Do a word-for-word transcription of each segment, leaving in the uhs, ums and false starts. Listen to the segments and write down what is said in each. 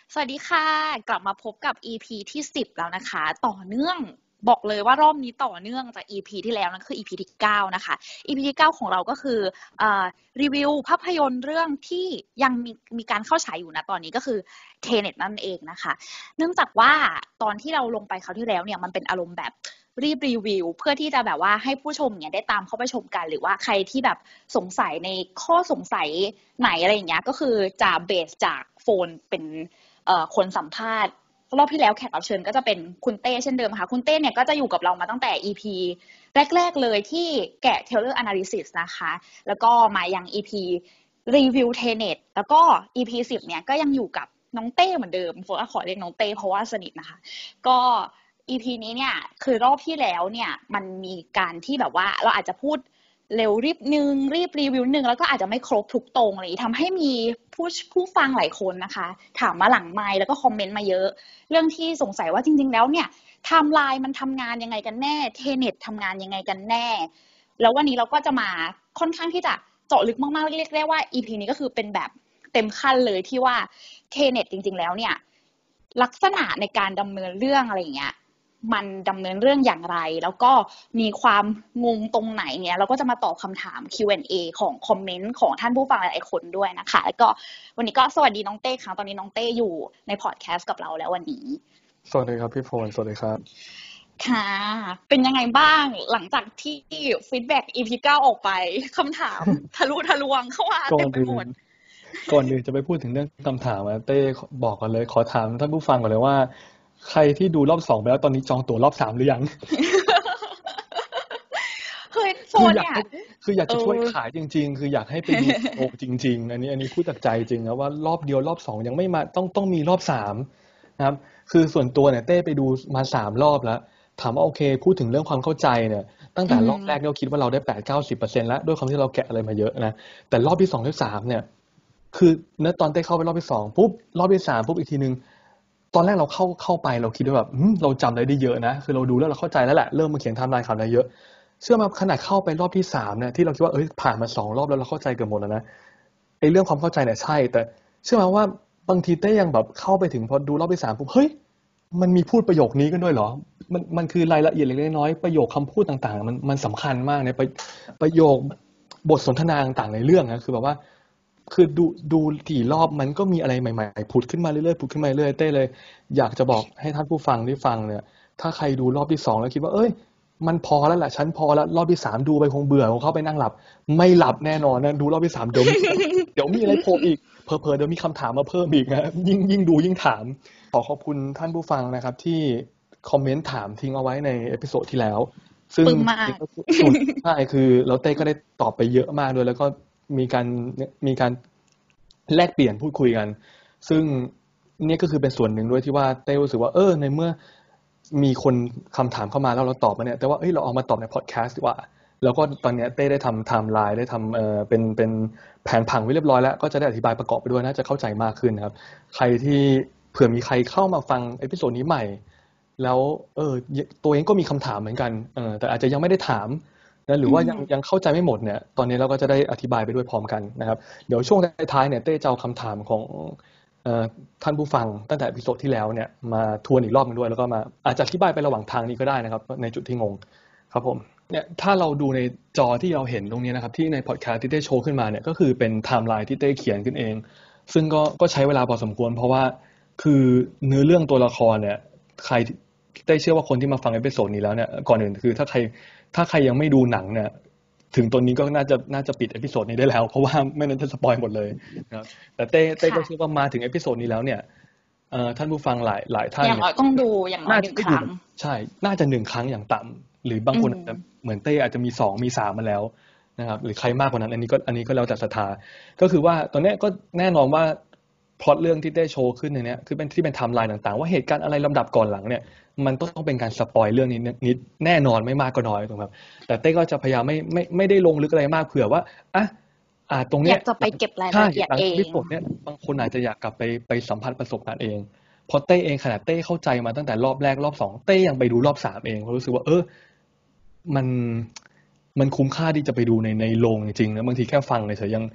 สวัสดีค่ะกลับมาพบกับ อี พี ที่สิบแล้วนะคะต่อเนื่องบอกเลยว่ารอบนี้ต่อเนื่องจาก อี พี ที่แล้วนั่นคือ อี พี ที่เก้านะคะ อี พี ที่เก้าของเราก็คือเอ่อรีวิวภาพยนตร์เรื่องที่ยังมีมีการเข้าฉายอยู่นะตอนนี้ก็คือ Tenet นั่นเองนะคะเนื่องจากว่าตอนที่เราลงไปคราวที่แล้วเนี่ยมันเป็นอารมณ์แบบรีบรีวิวเพื่อที่จะแบบว่าให้ผู้ชมเนี่ยได้ตามเข้าไปชมกันหรือว่าใครที่แบบสงสัยในข้อสงสัยไหนอะไรอย่างเงี้ยก็คือจะเบสจากโฟนเป็น คนสัมภาษณ์รอบที่แล้วแขกรับเชิญก็จะเป็นคุณเต้เช่นเดิมค่ะคุณเต้เนี่ยก็จะอยู่กับเรามาตั้งแต่ อี พี แรกๆเลยที่แกะ Trailer Analysis นะคะแล้วก็มายัง อี พี รีวิว Tenet แล้วก็ อี พี สิบเนี่ยก็ยังอยู่กับน้องเต้เหมือนเดิมโฟร์ขอเรียกน้องเต้เพราะว่าสนิทนะคะก็ อี พี นี้เนี่ยคือรอบที่แล้วเนี่ยมันมีการที่แบบว่าเราอาจจะพูดเร็วรีบนึงรีบรีวิวนึงแล้วก็อาจจะไม่ครบทุกตรงเลยทำให้มีผู้ผู้ฟังหลายคนนะคะถามมาหลังไมค์แล้วก็คอมเมนต์มาเยอะเรื่องที่สงสัยว่าจริงๆแล้วเนี่ยไทม์ไลน์มันทำงานยังไงกันแน่เทเน็ตทำงานยังไงกันแน่แล้ววันนี้เราก็จะมาค่อนข้างที่จะเจาะลึกมากๆเรียกได้ว่า อี พี นี้ก็คือเป็นแบบเต็มขั้นเลยที่ว่าเทเน็ตจริงๆแล้วเนี่ยลักษณะในการดำเนินเรื่องอะไรอย่างเงี้ยมันดำเนินเรื่องอย่างไรแล้วก็มีความงงตรงไหนเนี่ยเราก็จะมาตอบคำถาม คิว แอนด์ เอ ของคอมเมนต์ของท่านผู้ฟังหลายๆคนด้วยนะคะแล้วก็วันนี้ก็สวัสดีน้องเต้ค่ะตอนนี้น้องเต้อยู่ในพอดแคสต์กับเราแล้ววันนี้สวัสดีครับพี่โฟนสวัสดีครับค่ะเป็นยังไงบ้างหลังจากที่ฟีดแบ็ก อี พี เก้าออกไปคำถามทะลุทะลวงเข้ามาเต็มไปหมดก่อนอื่นจะไปพูดถึงเรื่องคำถามนะเต้บอกก่อนเลยขอถามท่านผู้ฟังก่อนเลยว่าใครที่ดูรอบสองไปแล้วตอนนี้จองตั๋วรอบสามหรือยังเฮ้ยโฟคือนอยากเนี่ยให้คืออยากจะช่วยขายจริงๆคืออยากให้ไปดูโอจริงๆอันนี้อันนี้พูดจากใจจริงนะว่ารอบเดียวรอบสองยังไม่มาต้องต้องมีรอบสามนะครับคือส่วนตัวเนี่ยเต้ไปดูมาสามรอบแล้วถามว่าโอเคพูดถึงเรื่องความเข้าใจเนี่ยตั้งแต่รอบแรกเราคิดว่าเราได้แปดเก้าสิบเปอร์เซ็นต์แล้วด้วยความที่เราแกะอะไรมาเยอะนะแต่รอบที่สองที่สามเนี่ยคือเนื้อตอนเต้เข้าไปรอบที่สองปุ๊บรอบที่สามปุ๊บอีกทีนึงตอนแรกเราเข้าเข้าไปเราคิดว่าแบบเราจำอะไรได้เยอะนะคือเราดูแล้วเราเข้าใจแล้วแหละเริ่มมาเขียนไทม์ไลน์ข่าวอะไรเยอะเชื่อมาขนาดเข้าไปรอบที่สามเนี่ยที่เราคิดว่าเอ้ยผ่านมาสองรอบแล้วเราเข้าใจเกือบหมดแล้วนะไอ้เรื่องความเข้าใจเนี่ยใช่แต่เชื่อมาว่าบางทีเต้ยังแบบเข้าไปถึงพอดูรอบที่สามปุ๊บเฮ้ยมันมีพูดประโยคนี้กันด้วยเหรอมันมันคือรายละเอียดเล็กๆน้อยๆประโยคคำพูดต่างๆมันมันสำคัญมากในประประโยคบทสนทนาต่างๆในเรื่องนะคือแบบว่าคือดูดูกี่รอบมันก็มีอะไรใหม่ๆผุดขึ้นมาเรื่อยๆผุดขึ้นมาเรื่อยๆเต้เลยอยากจะบอกให้ท่านผู้ฟังได้ฟังเนี่ยถ้าใครดูรอบที่สองแล้วคิดว่าเอ้ยมันพอแล้วแหละฉันพอแล้วรอบที่สามดูไปคงเบื่อคงเข้าไปนั่งหลับไม่หลับแน่นอนนะดูรอบที่สามเดี๋ยวมีเดี๋ยวมีอะไรโผล่อีกเผลอๆเดี๋ยวมีคำถามมาเพิ่มอีกนะยิ่งยิ่งดูยิ่งถามขอขอบคุณท่านผู้ฟังนะครับที่คอมเมนต์ถามทิ้งเอาไว้ในเอพิโซดที่แล้วซึ่งปึ้มมากส่วนใช่คือแล้วเต้ก็ได้ตอบไปเยอะมากด้วยแล้วก็มีการมีการแลกเปลี่ยนพูดคุยกันซึ่งนี่ก็คือเป็นส่วนหนึ่งด้วยที่ว่าเต้รู้สึกว่าเออในเมื่อมีคนคำถามเข้ามาแล้วเราตอบมาเนี่ยแต่ว่าเอ้ยเราเอามาตอบในพอดแคสต์ดีกว่าแล้วก็ตอนนี้เต้ได้ทำไทม์ไลน์ได้ทำเอ่อเป็นเป็นแผนผังไว้เรียบร้อยแล้วก็จะได้อธิบายประกอบไปด้วยน่าจะเข้าใจมากขึ้นนะครับใครที่เผื่อมีใครเข้ามาฟังเอพิโซดนี้ใหม่แล้วเออตัวเองก็มีคำถามเหมือนกันเออแต่อาจจะยังไม่ได้ถามนะหรือว่ายังยังเข้าใจไม่หมดเนี่ยตอนนี้เราก็จะได้อธิบายไปด้วยพร้อมกันนะครับเดี๋ยวช่วงท้ายๆเนี่ยเต้จะเอาคำถามของท่านผู้ฟังตั้งแต่อพิโซดที่แล้วเนี่ยมาทวนอีกรอบนึงด้วยแล้วก็มาอาจจะอธิบายไประหว่างทางนี้ก็ได้นะครับในจุดที่งงครับผมเนี่ยถ้าเราดูในจอที่เราเห็นตรงนี้นะครับที่ในพอดแคสต์ที่เต้โชว์ขึ้นมาเนี่ยก็คือเป็นไทม์ไลน์ที่เต้เขียนขึ้นเองซึ่งก็ก็ใช้เวลาพอสมควรเพราะว่าคือเนื้อเรื่องตัวละครเนี่ยใครเต้เชื่อว่าคนที่มาฟังเอพิโซดนี้แล้วเนี่ยก่อนอื่นคือถ้าใครถ้าใครยังไม่ดูหนังเนี่ยถึงตอนนี้ก็น่าจะน่าจะปิดเอพิโซดนี้ได้แล้วเพราะว่าไม่นั้นจะสปอยหมดเลยนะครับแต่เต้เต้ก็เชื่อว่ามาถึงเอพิโซดนี้แล้วเนี่ยท่านผู้ฟังหลายหลายท่านอย่างน้อยต้องดูอย่างน้อยหนึ่งครั้งใช่น่าจะหนึ่งครั้งอย่างต่ำหรือบางคนเหมือนเต้อาจจะมีสองมีสามมาแล้วนะครับหรือใครมากกว่านั้นอันนี้ก็อันนี้ก็แล้วแต่ศรัทธาก็คือว่าตอนนี้ก็แน่นอนว่าพล็อตเรื่องที่เต้โชว์ขึ้นในนี้คือเป็นที่เป็นไทม์ไลน์ต่างๆว่าเหตุการณ์อะไรลำดับก่อนหลังเนี่ยมันต้องเป็นการสปอยเรื่องนี้นิดแน่นอนไม่มากก็น้อยถูกไหมครับแต่เต้ก็จะพยายามไม่ไม่ไม่ได้ลงลึกอะไรมากเผื่อว่าอ่ะอ่าตรงเนี้ยอยากจะไปเก็บรายละเอียดเองที่ผมเนี่ยบางคนอาจจะอยากกลับไปไปสัมผัสประสบการณ์เองพอเต้เองขนาดเต้เข้าใจมาตั้งแต่รอบแรกรอบสองเต้ยังไปดูรอบสามเองเพราะรู้สึกว่าเออมันมันคุ้มค่าที่จะไปดูในในโรงจริงๆนะบางทีแค่ฟังเลยเฉยยัง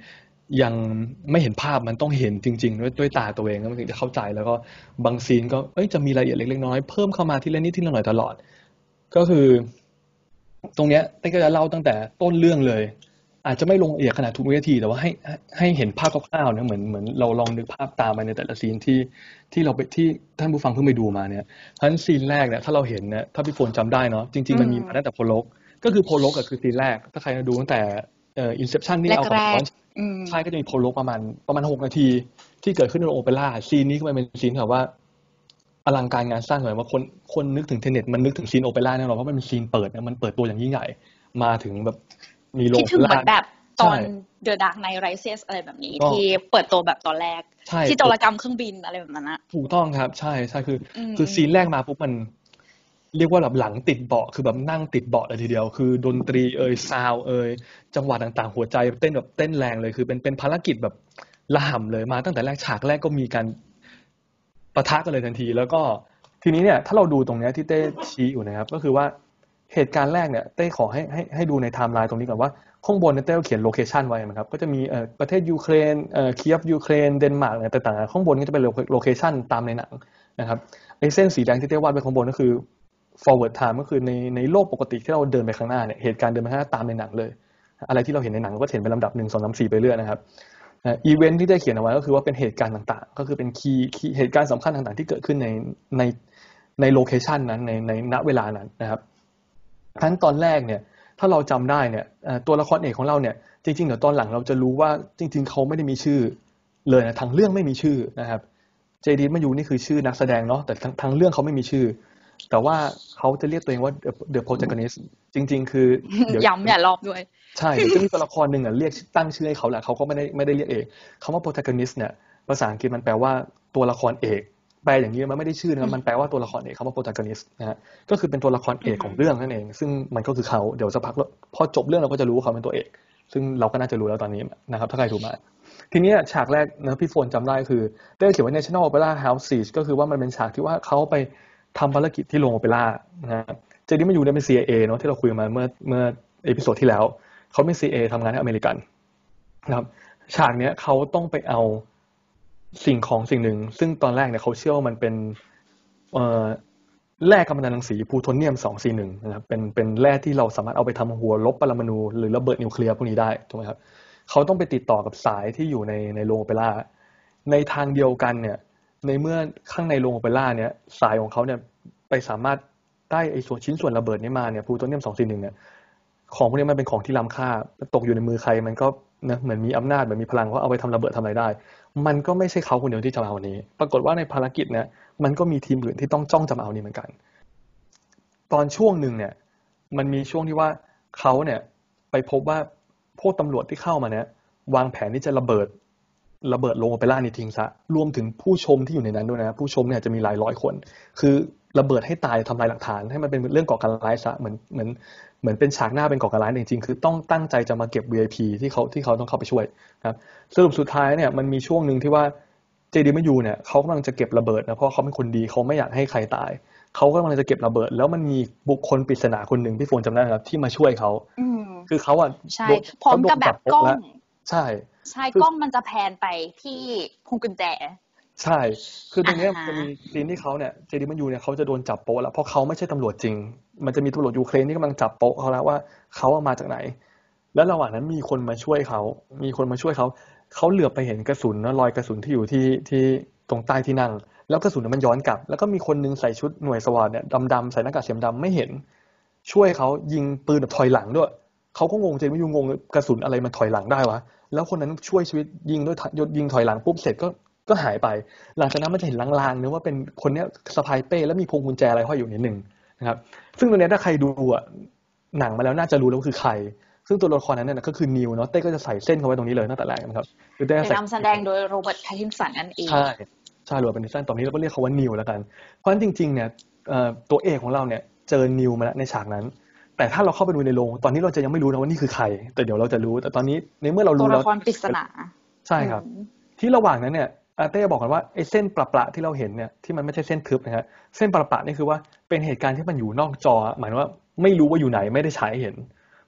ยังไม่เห็นภาพมันต้องเห็นจริงๆด้วยด้วยตาตัวเองแล้วมันถึงจะเข้าใจแล้วก็บางซีนก็เอ้ยจะมีรายละเอียดเล็กๆน้อยๆเพิ่มเข้ามาทีละนิดทีละหน่อยตลอดก็คือตรงเนี้ยเต้ก็จะเล่าตั้งแต่ต้นเรื่องเลยอาจจะไม่ลงละเอียดขนาดทุกวินาทีแต่ว่าให้ให้เห็นภาพคร่าวๆนะเหมือนเหมือนเราลองนึกภาพตามไปในแต่ละซีนที่ที่เราไปที่ท่านผู้ฟังเพิ่งไปดูมาเนี่ยเพราะฉะนั้นซีนแรกเนี่ยถ้าเราเห็นเนี่ยถ้าพี่ฝนจำได้เนาะจริงๆมันมีมาตั้งแต่โพลกก็คือโพลกก็คือซีนแรกถ้าใครดูตั้งแต่เอ่อ Inception ที่เอาของใช่ก็จะมีโพลกประมาณประมาณหกนาทีที่เกิดขึ้นในโรงโอเปร่าซีนนี้ก็เป็นซีนแบบว่าอลังการงานสร้างเหมือนว่าคนคนนึกถึงเทเน็ตมันนึกถึงซีนโอเปร่าแน่นอนเพราะมันเป็นซีนเปิดนะมันเปิดตัวอย่างยิ่งใหญ่มาถึงแบบมีโรงโอคิดถึงเปร่าเหมือนแบบตอน The Dark Knight Rises อะไรแบบนี้ก็ที่เปิดตัวแบบตอนแรกใช่ที่โจรกรรมเครื่องบินอะไรแบบนั้นนะถูกต้องครับใช่ใช่คืออืมคือซีนแรกมาปุ๊บมันเรียกว่าแบบหลังติดเบาะคือแบบนั่งติดเบาะเลยทีเดียวคือดนตรีเอ่ยซาวด์เอ่ยจังหวะต่างๆหัวใจเต้นแบบเต้นแรงเลยคือเป็นเป็นภารกิจแบบระห่ำเลยมาตั้งแต่แรกฉากแรกก็มีการปะทะกันเลยทันที แล้วก็ทีนี้เนี่ยถ้าเราดูตรงเนี้ยที่เต้ชี้อยู่นะครับก็คือว่าเหตุการณ์แรกเนี่ยเต้ขอให้ให้ให้ดูในไทม์ไลน์ตรงนี้ก่อนว่าข้างบนเนี่ยเต้เขียนโลเคชันไว้นะครับก็จะมีเอ่อประเทศยูเครนเอ่อเคียฟยูเครนเดนมาร์กอะไรต่างๆข้างบนก็จะเป็นโลเคชันตามในหนังนะครับไอ้เส้นสีแดงที่เต้วาดไว้ข้างบนก็คือ forward time ก็คือในในโลกปกติที่เราเดินไปข้างหน้าเนี่ยเหตุการณ์เดินไปข้างหน้าตามในหนังเลยอะไรที่เราเห็นในหนังก็เห็นเป็นลำดับหนึ่งสองสามสี่ไปเรื่อยนะครับอีเวนท์ที่ได้เขียนเอาไว้ก็คือว่าเป็นเหตุการณ์ต่างๆก็คือเป็นคีย์เหตุการณ์สำคัญต่างๆที่เกิดขึ้นในในในโลเคชันนั้นในในณเวลานั้นนะครับทั้งตอนแรกเนี่ยถ้าเราจำได้เนี่ยตัวละครเอกของเราเนี่ยจริงๆเดี๋ยวตอนหลังเราจะรู้ว่าจริงๆเขาไม่ได้มีชื่อเลยนะทั้งเรื่องไม่มีชื่อนะครับเจดีมายูนี่คือชื่อนักแสดงเนาะแต่ทั้งทั้งเรื่องเขาไม่มีชื่อแต่ว่าเขาจะเรียกตัวเองว่า the protagonist จริงๆคือเดี๋ยวย้ำอย่ารอบด้วยใช่เดี๋ยวจะมีตัวละครหนึ่งอ่ะเรียกตั้งชื่อให้เขาแหละเขาก็ไม่ได้ไม่ได้เรียกเองคำว่า protagonist เนี่ยภาษาอังกฤษมันแปลว่าตัวละครเอกแปลอย่างนี้มันไม่ได้ชื่อนะมันแปลว่าตัวละครเอกคำว่า protagonist นะฮะก็คือเป็นตัวละครเอกของเรื่องนั่นเองซึ่งมันก็คือเขาเดี๋ยวสักพักพอจบเรื่องเราก็จะรู้ว่าเขาเป็นตัวเอกซึ่งเราก็น่าจะรู้แล้วตอนนี้นะครับถ้าใครดูมาทีนี้ฉากแรกนะพี่โฟนจำได้คือได้เขียนไว้ National Opera House Siege ก็คือว่ามันเป็นฉากที่ว่าเขาไปทำภารกิจที่โรงโอเปร่านะครับเจดีมายูเนี่ยเป็น ซี ไอ เอ เนาะที่เราคุยมาเมื่อเมื่อเอพิโซดที่แล้วเขาเป็น ซี ไอ เอ ทำงานให้อเมริกันนะครับฉากเนี้ยเขาต้องไปเอาสิ่งของสิ่งหนึ่งซึ่งตอนแรกเนี่ยเขาเชื่อว่ามันเป็นเอ่อแร่กัมมันตรังสีพลูโทเนียมสองสี่หนึ่งนะครับเป็นเป็นแร่ที่เราสามารถเอาไปทำหัวลบปรมาณูหรือระเบิดนิวเคลียร์พวกนี้ได้ถูกไหมครับเขาต้องไปติดต่อกับสายที่อยู่ในในโรงโอเปร่าในทางเดียวกันเนี่ยในเมื่อข้างในโรงโอเปร่าเนี่ยสายของเขาเนี่ยไปสามารถได้ไอ้ส่วนชิ้นส่วนระเบิดนี้มาเนี่ยพลูโทเนียมสองสี่หนึ่งเนี่ยของพวกนี้มันเป็นของที่ล้ำค่าตกอยู่ในมือใครมันก็นะเหมือนมีอำนาจเหมือนมีพลังว่าเอาไปทำระเบิดทำอะไรได้มันก็ไม่ใช่เขาคนเดียวที่จะมาเอานี้ปรากฏว่าในภารกิจเนี่ยมันก็มีทีมอื่นที่ต้องจ้องจะมาเอานี้เหมือนกันตอนช่วงหนึ่งเนี่ยมันมีช่วงที่ว่าเขาเนี่ยไปพบว่าพวกตำรวจที่เข้ามาเนี่ยวางแผนที่จะระเบิดระเบิดโรงโอเปร่านี้ทิ้งซะรวมถึงผู้ชมที่อยู่ในนั้นด้วยนะผู้ชมเนี่ยจะมีหลายร้อยคนคือระเบิดให้ตายทำลายหลักฐานให้มันเป็นเรื่องก่อการร้ายซะเหมือนเหมือนเหมือนเป็นฉากหน้าเป็นก่อการร้ายจริงๆคือต้องตั้งใจจะมาเก็บ วี ไอ พี ที่เขาที่เขาต้องเข้าไปช่วยครับสรุปสุดท้ายเนี่ยมันมีช่วงหนึ่งที่ว่าเจดีมายูเนี่ยเขากำลังจะเก็บระเบิดนะเพราะเขาเป็นคนดีเขาไม่อยากให้ใครตายเขากำลังจะเก็บระเบิดแล้วมันมีบุคคลปริศนาคนหนึ่งพี่โฟนจำได้ครับที่มาช่วยเขาคือเขาอ่ะใช่พร้อมกับแบบกล้องใช่ใช่กล้องมันจะแพนไปที่พวงกุญแจใช่คือตรงนี้มันมีซีนที่เขาเนี่ยเจดีมายูเนี่ยเขาจะโดนจับโป๊ะแล้วเพราะเขาไม่ใช่ตำรวจจริงมันจะมีตำรวจยูเครนที่กำลังจับโป๊ะเขาแล้วว่าเขามาจากไหนแล้วระหว่างนั้นมีคนมาช่วยเขามีคนมาช่วยเขาเขาเหลือบไปเห็นกระสุนนะรอยกระสุนที่อยู่ที่ที่ตรงใต้ที่นั่งแล้วกระสุนมันย้อนกลับแล้วก็มีคนนึงใส่ชุดหน่วยสวาทเนี่ยดำๆใส่หน้ากากเสียมดำไม่เห็นช่วยเขายิงปืนแบบถอยหลังด้วยเขาก็งงเจดีมายูงงกระสุนอะไรมันถอยหลังได้วะแล้วคนนั้นช่วยชีวิตยิงด้วยยิงถอยหลังปุ๊บเสร็จก็ก็หายไปหลังจากนั้นมันจะเห็นลางๆนึกว่าเป็นคนเนี้ยสะพายเป้แล้วมีพวงกุญแจอะไรห้อยอยู่นิดนึงนะครับซึ่งตัวเนี้ยถ้าใครดูอ่ะหนังมาแล้วน่าจะรู้แล้วว่าคือใครซึ่งตัวละครนั้นเนี่ยก็คือนิวเนาะเต้ก็จะใส่เส้นเข้าไว้ตรงนี้เลยตั้งแต่แรกนะครับคือเต้นำแสดงโดยโรเบิร์ต แพตตินสันนั่นเองใช่ใช่โรเบิร์ต แพตตินสันตอนนี้เราก็เรียกเขาว่านิวแล้วกันเพราะฉะนั้นจริงๆเนี่ยตัวเอกของเราเนี่ยเจอนิวมาแล้วในฉากนั้นแต่ถ้าเราเข้าไปดูในโรงตอนนี้เราจะยังไม่รู้นะว่านี่คือใครแต่เดี๋ยวเราจะรู้แต่ตอนนี้ในเมื่อเรารู้แล้วตัวละครปริศนาใช่ครับที่ระหว่างนั้นเนี่ยเต้บอกกันว่าไอ้เส้นประๆที่เราเห็นเนี่ยที่มันไม่ใช่เส้นทึบนะฮะเส้นประๆนี่คือว่าเป็นเหตุการณ์ที่มันอยู่นอกจอหมายว่าไม่รู้ว่าอยู่ไหนไม่ได้ฉายเห็น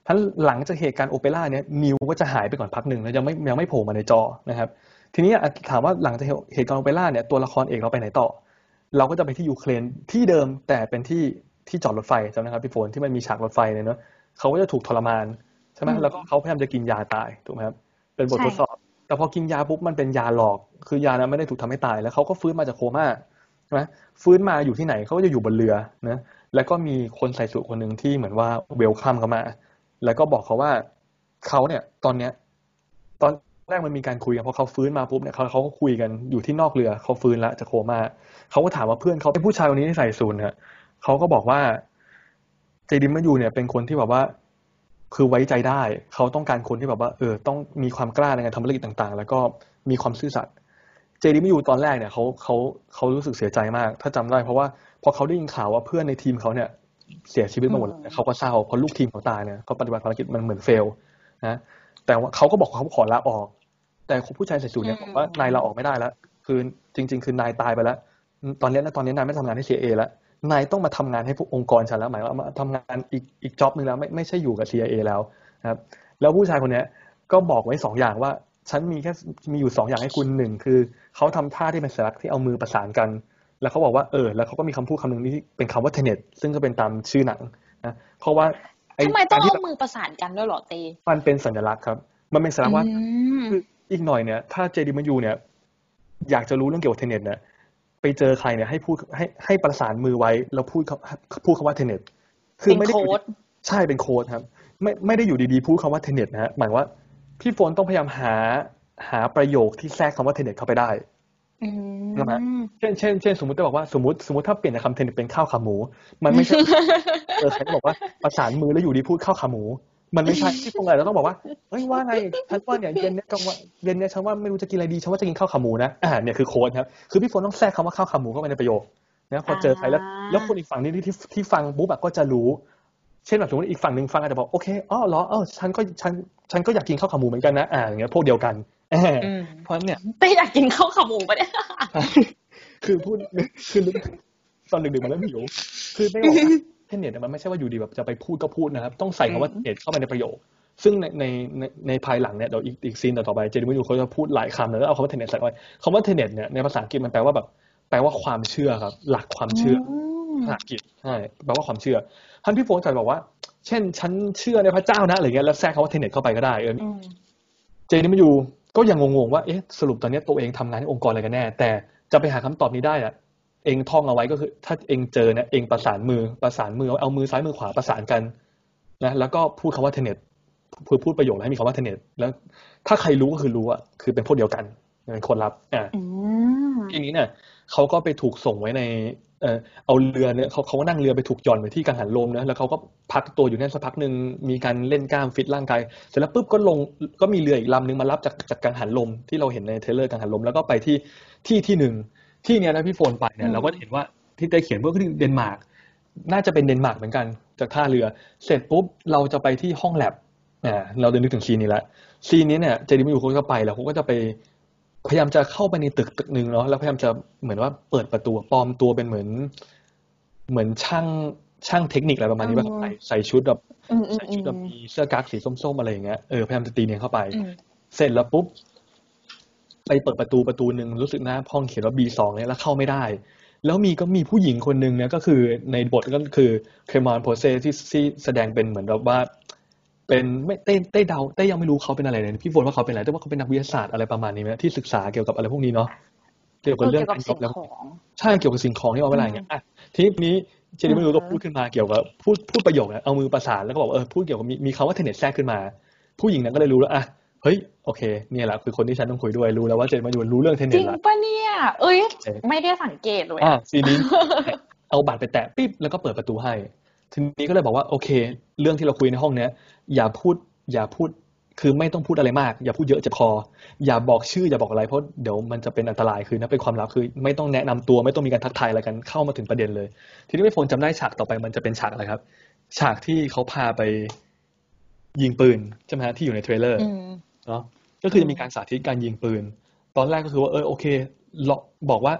ท่านหลังจากเหตุการณ์โอเปร่าเนี่ยนิวก็จะหายไปก่อนพักหนึ่งแล้วยังไม่ยังไม่โผล่มาในจอนะครับทีนี้ถามว่าหลังจากเหตุการณ์โอเปร่าเนี่ยตัวละครเอกเราไปไหนต่อเราก็จะไปที่ยูเครนที่เดิมแต่เป็นที่ที่จอดรถไฟจำนะครับพี่ฝนที่มันมีฉากรถไฟเลยเนาะเขาก็จะถูกทรมานใช่ไหมแล้วก็เขาพยายามจะกินยาตายถูกไหมครับเป็นบททดสอบแต่พอกินยาปุ๊บมันเป็นยาหลอกคือยานั้นไม่ได้ถูกทำให้ตายแล้วเขาก็ฟื้นมาจากโคม่าใช่ไหมฟื้นมาอยู่ที่ไหนเขาก็จะอยู่บนเรือนะแล้วก็มีคนใส่สูทคนหนึ่งที่เหมือนว่าเวลคัมเขามาแล้วก็บอกเขาว่าเขาเนี่ยตอนเนี้ยตอนแรกมันมีการคุยกันพอเขาฟื้นมาปุ๊บเนี่ยเขาเขาก็คุยกันอยู่ที่นอกเรือเขาฟื้นแล้วจากโคม่าเขาก็ถามว่าเพื่อนเขาเป็นผู้ชายคนนี้ที่ใส่สูทเนี่ยเขาก็บอกว่าเจดิมมายูเนี่ยเป็นคนที่แบบว่าคือไว้ใจได้เขาต้องการคนที่แบบว่าเออต้องมีความกล้าในการทำธุรกิจต่างๆแล้วก็มีความซื่อสัตย์เจดิมายูตอนแรกเนี่ยเขาเขาเขารู้สึกเสียใจมากถ้าจำได้เพราะว่าพอเขาได้ยินข่าวว่าเพื่อนในทีมเขาเนี่ยเสียชีวิตมาหมดเขาก็เศร้าเพราะลูกทีมเขาตายเนี่ยเขาปฏิบัติภารกิจมันเหมือนเฟลนะแต่ว่าเขาก็บอกเขาขอลาออกแต่ผู้ชายใส่สูทเนี่ยบอกว่านายลาออกไม่ได้แล้วคือจริงๆคือนายตายไปแล้วตอนนี้นะตอนนี้นายไม่ทำงานให้ ซี ไอ เอ แล้วนายต้องมาทำงานให้พวกองค์กรฉันแล้วหมายว่ามาทำงานอีกอีกจ็อบนึงแล้วไม่ไม่ใช่อยู่กับ ซี ไอ เอ แล้วนะครับแล้วผู้ชายคนนี้ก็บอกไว้สองอย่างว่าฉันมีแค่มีอยู่สองอย่างให้คุณหนึ่งคือเขาทำท่าที่เป็นสัญลักษณ์ที่เอามือประสานกันแล้วเขาบอกว่าเออแล้วเขาก็มีคำพูดคำหนึ่งที่เป็นคำว่า tenet ซึ่งก็เป็นตามชื่อหนังนะเพราะว่าทำไมต้องเอามือประสานกันด้วยหรอเตมันเป็นสัญลักษณ์ครับมันเป็นสัญลักษณ์ว่าคืออีกหน่อยเนี่ยถ้าเจดิมายูเนี่ยอยากจะรู้เรื่องเกี่ยวกับ tenet เนี่ยไปเจอใครเนี่ยให้พูดให้ให้ประสานมือไว้แล้วพูดพูดคำว่า tenet คือไม่ได้ใช่เป็นโค้ดครับไม่ไม่ได้อยู่ดีๆพูดคำว่า tenet นะฮะหมายว่าพี่โฟนต้องพยายามหาหาประโยคที่แทรกคำว่า tenet เข้าไปได้ใช่ไหมเช่นเช่นเช่นสมมติจะบอกว่าสมมติสมมติถ้าเปลี่ยนจากคำ tenet เป็นข้าวขาหมูมันไม่ใช่เออใครก็บอกว่าประสานมือแล้วอยู่ดีพูดข้าวขาหมูมันไม่ใช่ที่ตรงไหนเราต้องบอกว่าเฮ้ยว่าไงฉันว่าเนี่ยเย็นเนี่ยกลางวันเย็นเนี่ยฉันว่าไม่รู้จะกินอะไรดีฉันว่าจะกินข้าวขาหมูนะอ่าเนี่ยคือโค้ดครับคือพี่โฟนต้องแทรกคำว่าข้าวขาหมูเข้าไปในประโยคนะพอเจอใครแล้วแล้วคนอีกฝั่งนี้ที่ที่ฟังปุ๊บก็จะรู้เช่นแบบสมมติอีกฝั่งนึงฟังอาจจะบอกโอเคอ๋อเหรอเออฉันก็ฉันฉันก็อยากกินข้าวขาหมูเหมือนกันนะอ่าอย่างเงี้ยพวกเดียวกันเพราะฉะนั้นเนี่ยแต่อยากกินข้าวขาหมูปะเนี่ยคือพูดคือตอนดึกๆมันเริ่มหิวคือไม่บอกเทนเน็ตมันไม่ใช่ว่าอยู่ดีแบบจะไปพูดก็พูดนะครับต้องใส่คำว่าเน็ตเข้าไปในประโยคซึ่งในในในในภายหลังเนี่ยเดี๋ยวอีกอีกซีนต่อไปเจดิมายูเขาจะพูดหลายคำแล้วเอาคำว่าเทนเน็ตใส่ไว้คำว่าเทนเน็ตเนี่ยในภาษาอังกฤษมันแปลว่าแบบแปลว่าความเชื่อครับหลักความเชื่อภาษาอังกฤษใช่แปลว่าความเชื่อท่านพี่โฟนจะบอกว่าเช่นฉันเชื่อในพระเจ้านะอะไรเงี้ยแล้วแทรกคำว่าเทนเน็ตเข้าไปก็ได้เออเจดิมายูก็ยังงงๆว่าเอ๊ะสรุปตอนนี้ตัวเองทำงานให้องค์กรอะไรกันแน่แต่จะไปหาคำตอบนี้ได้อะเองท่องเอาไว้ก็คือถ้าเองเจอนะเองประสานมือประสานมือเอามือซ้ายมือขวาประสานกันนะแล้วก็พูดคำว่า tenet พูดพูดประโยคให้มีคำว่า tenet แล้วถ้าใครรู้ก็คือรู้อ่ะคือเป็นพวกเดียวกันเป็นคนรับอ่าทีนี้เนี่ยเขาก็ไปถูกส่งไว้ในเอ่อเอาเรือเนี่ยเขาเขาก็นั่งเรือไปถูกหย่อนไปที่กังหันลมนะแล้วเขาก็พักตัวอยู่นั่นสักพักนึงมีการเล่นกล้ามฟิตร่างกายเสร็จแล้วปุ๊บก็ลงก็มีเรืออีกลำนึงมารับจากจากกังหันลมที่เราเห็นในเทรลเลอร์กังหันลมแล้วก็ไปที่ที่ที่นึงที่เนี้ยนะพี่โฟนไปเนี่ยเราก็เห็นว่าที่ได้เขียนว่าคือเดนมาร์กน่าจะเป็นเดนมาร์กเหมือนกันจากท่าเรือเสร็จปุ๊บเราจะไปที่ห้องแลบอ่าเราเดินนึกถึงซีนนี้ละซีนนี้เนี่ยเจดิมายูเขาก็ไปแล้วเขาก็จะไปพยายามจะเข้าไปในตึกตึกนึงเนาะแล้วพยายามจะเหมือนว่าเปิดประตูปลอมตัวเป็นเหมือนเหมือนช่างช่างเทคนิคอะไรประมาณนี้ว่าใส่ใส่ชุดแบบใส่ชุดแบบมีเสื้อกั๊กสีส้มๆอะไรอย่างเงี้ยเออพยายามจะตีเนียนเข้าไปเสร็จแล้วปุ๊บไปเปิดประตูประตูนึงรู้สึกหน้าห้องเขียนว่า บี สอง เนี่ยแล้วเข้าไม่ได้แล้วมีก็มีผู้หญิงคนนึงเนี่ยก็คือในบทก็คือเคมอนโพเซที่ที่แสดงเป็นเหมือนแบบว่าเป็นไม่เต้เต้เดาเต้ยังไม่รู้เขาเป็นอะไรเลยพี่โฟนว่าเขาเป็นอะไรแต่ว่าเขาเป็นนักวิทยาศาสตร์อะไรประมาณนี้ไหมที่ศึกษาเกี่ยวกับอะไรพวกนี้เนาะเกี่ยวกับเรื่องการยกแล้วใช่เกี่ยวกับสิ่งของที่เอาไว้อะไรเงี้ยอ่ะทีนี้เจดิมายูก็พูดขึ้นมาเกี่ยวกับพูดพูดประโยคเนี่ยเอามือประสานแล้วก็บอกเออพูดเกี่ยวกับมีมีคำว่าเทเน็ตแทรกขึ้นมาผู้หญิงนั้นก็เลยรู้แล้วอ่ะเฮ้ยโอเคเนี่ยแหละคือคนที่ฉันต้องคุยด้วยรู้แล้วว่าเจดิมายูรู้เรื่องเทเน็ตละจริงปะเนี่ยเอ้ยไม่ได้สังเกตเลยอ่ะซีนี้เอาบัตรไปแตะปิ๊บแล้วก็เปิดประตูให้ทีนี้ก็เลยบอกว่าโอเคเรื่องที่เราคุยในห้องเนี้ยอย่าพูดอย่าพูดคือไม่ต้องพูดอะไรมากอย่าพูดเยอะเจ็บคออย่าบอกชื่ออย่าบอกอะไรเพราะเดี๋ยวมันจะเป็นอันตรายคือนะเป็นความลับคือไม่ต้องแนะนำตัวไม่ต้องมีการทักทายอะไรกันเข้ามาถึงประเด็นเลยทีนี้ไม่พ้นจำได้ฉากต่อไปมันจะเป็นฉากอะไรครับฉากที่เขาพาไปยิงปืนใช่ไหมฮะที่อยู่ในเทรลเลอร์เนาะก็คือจะมีการสาธิตการยิงปืนตอนแรกก็คือว่าเออโอเคบอกว่า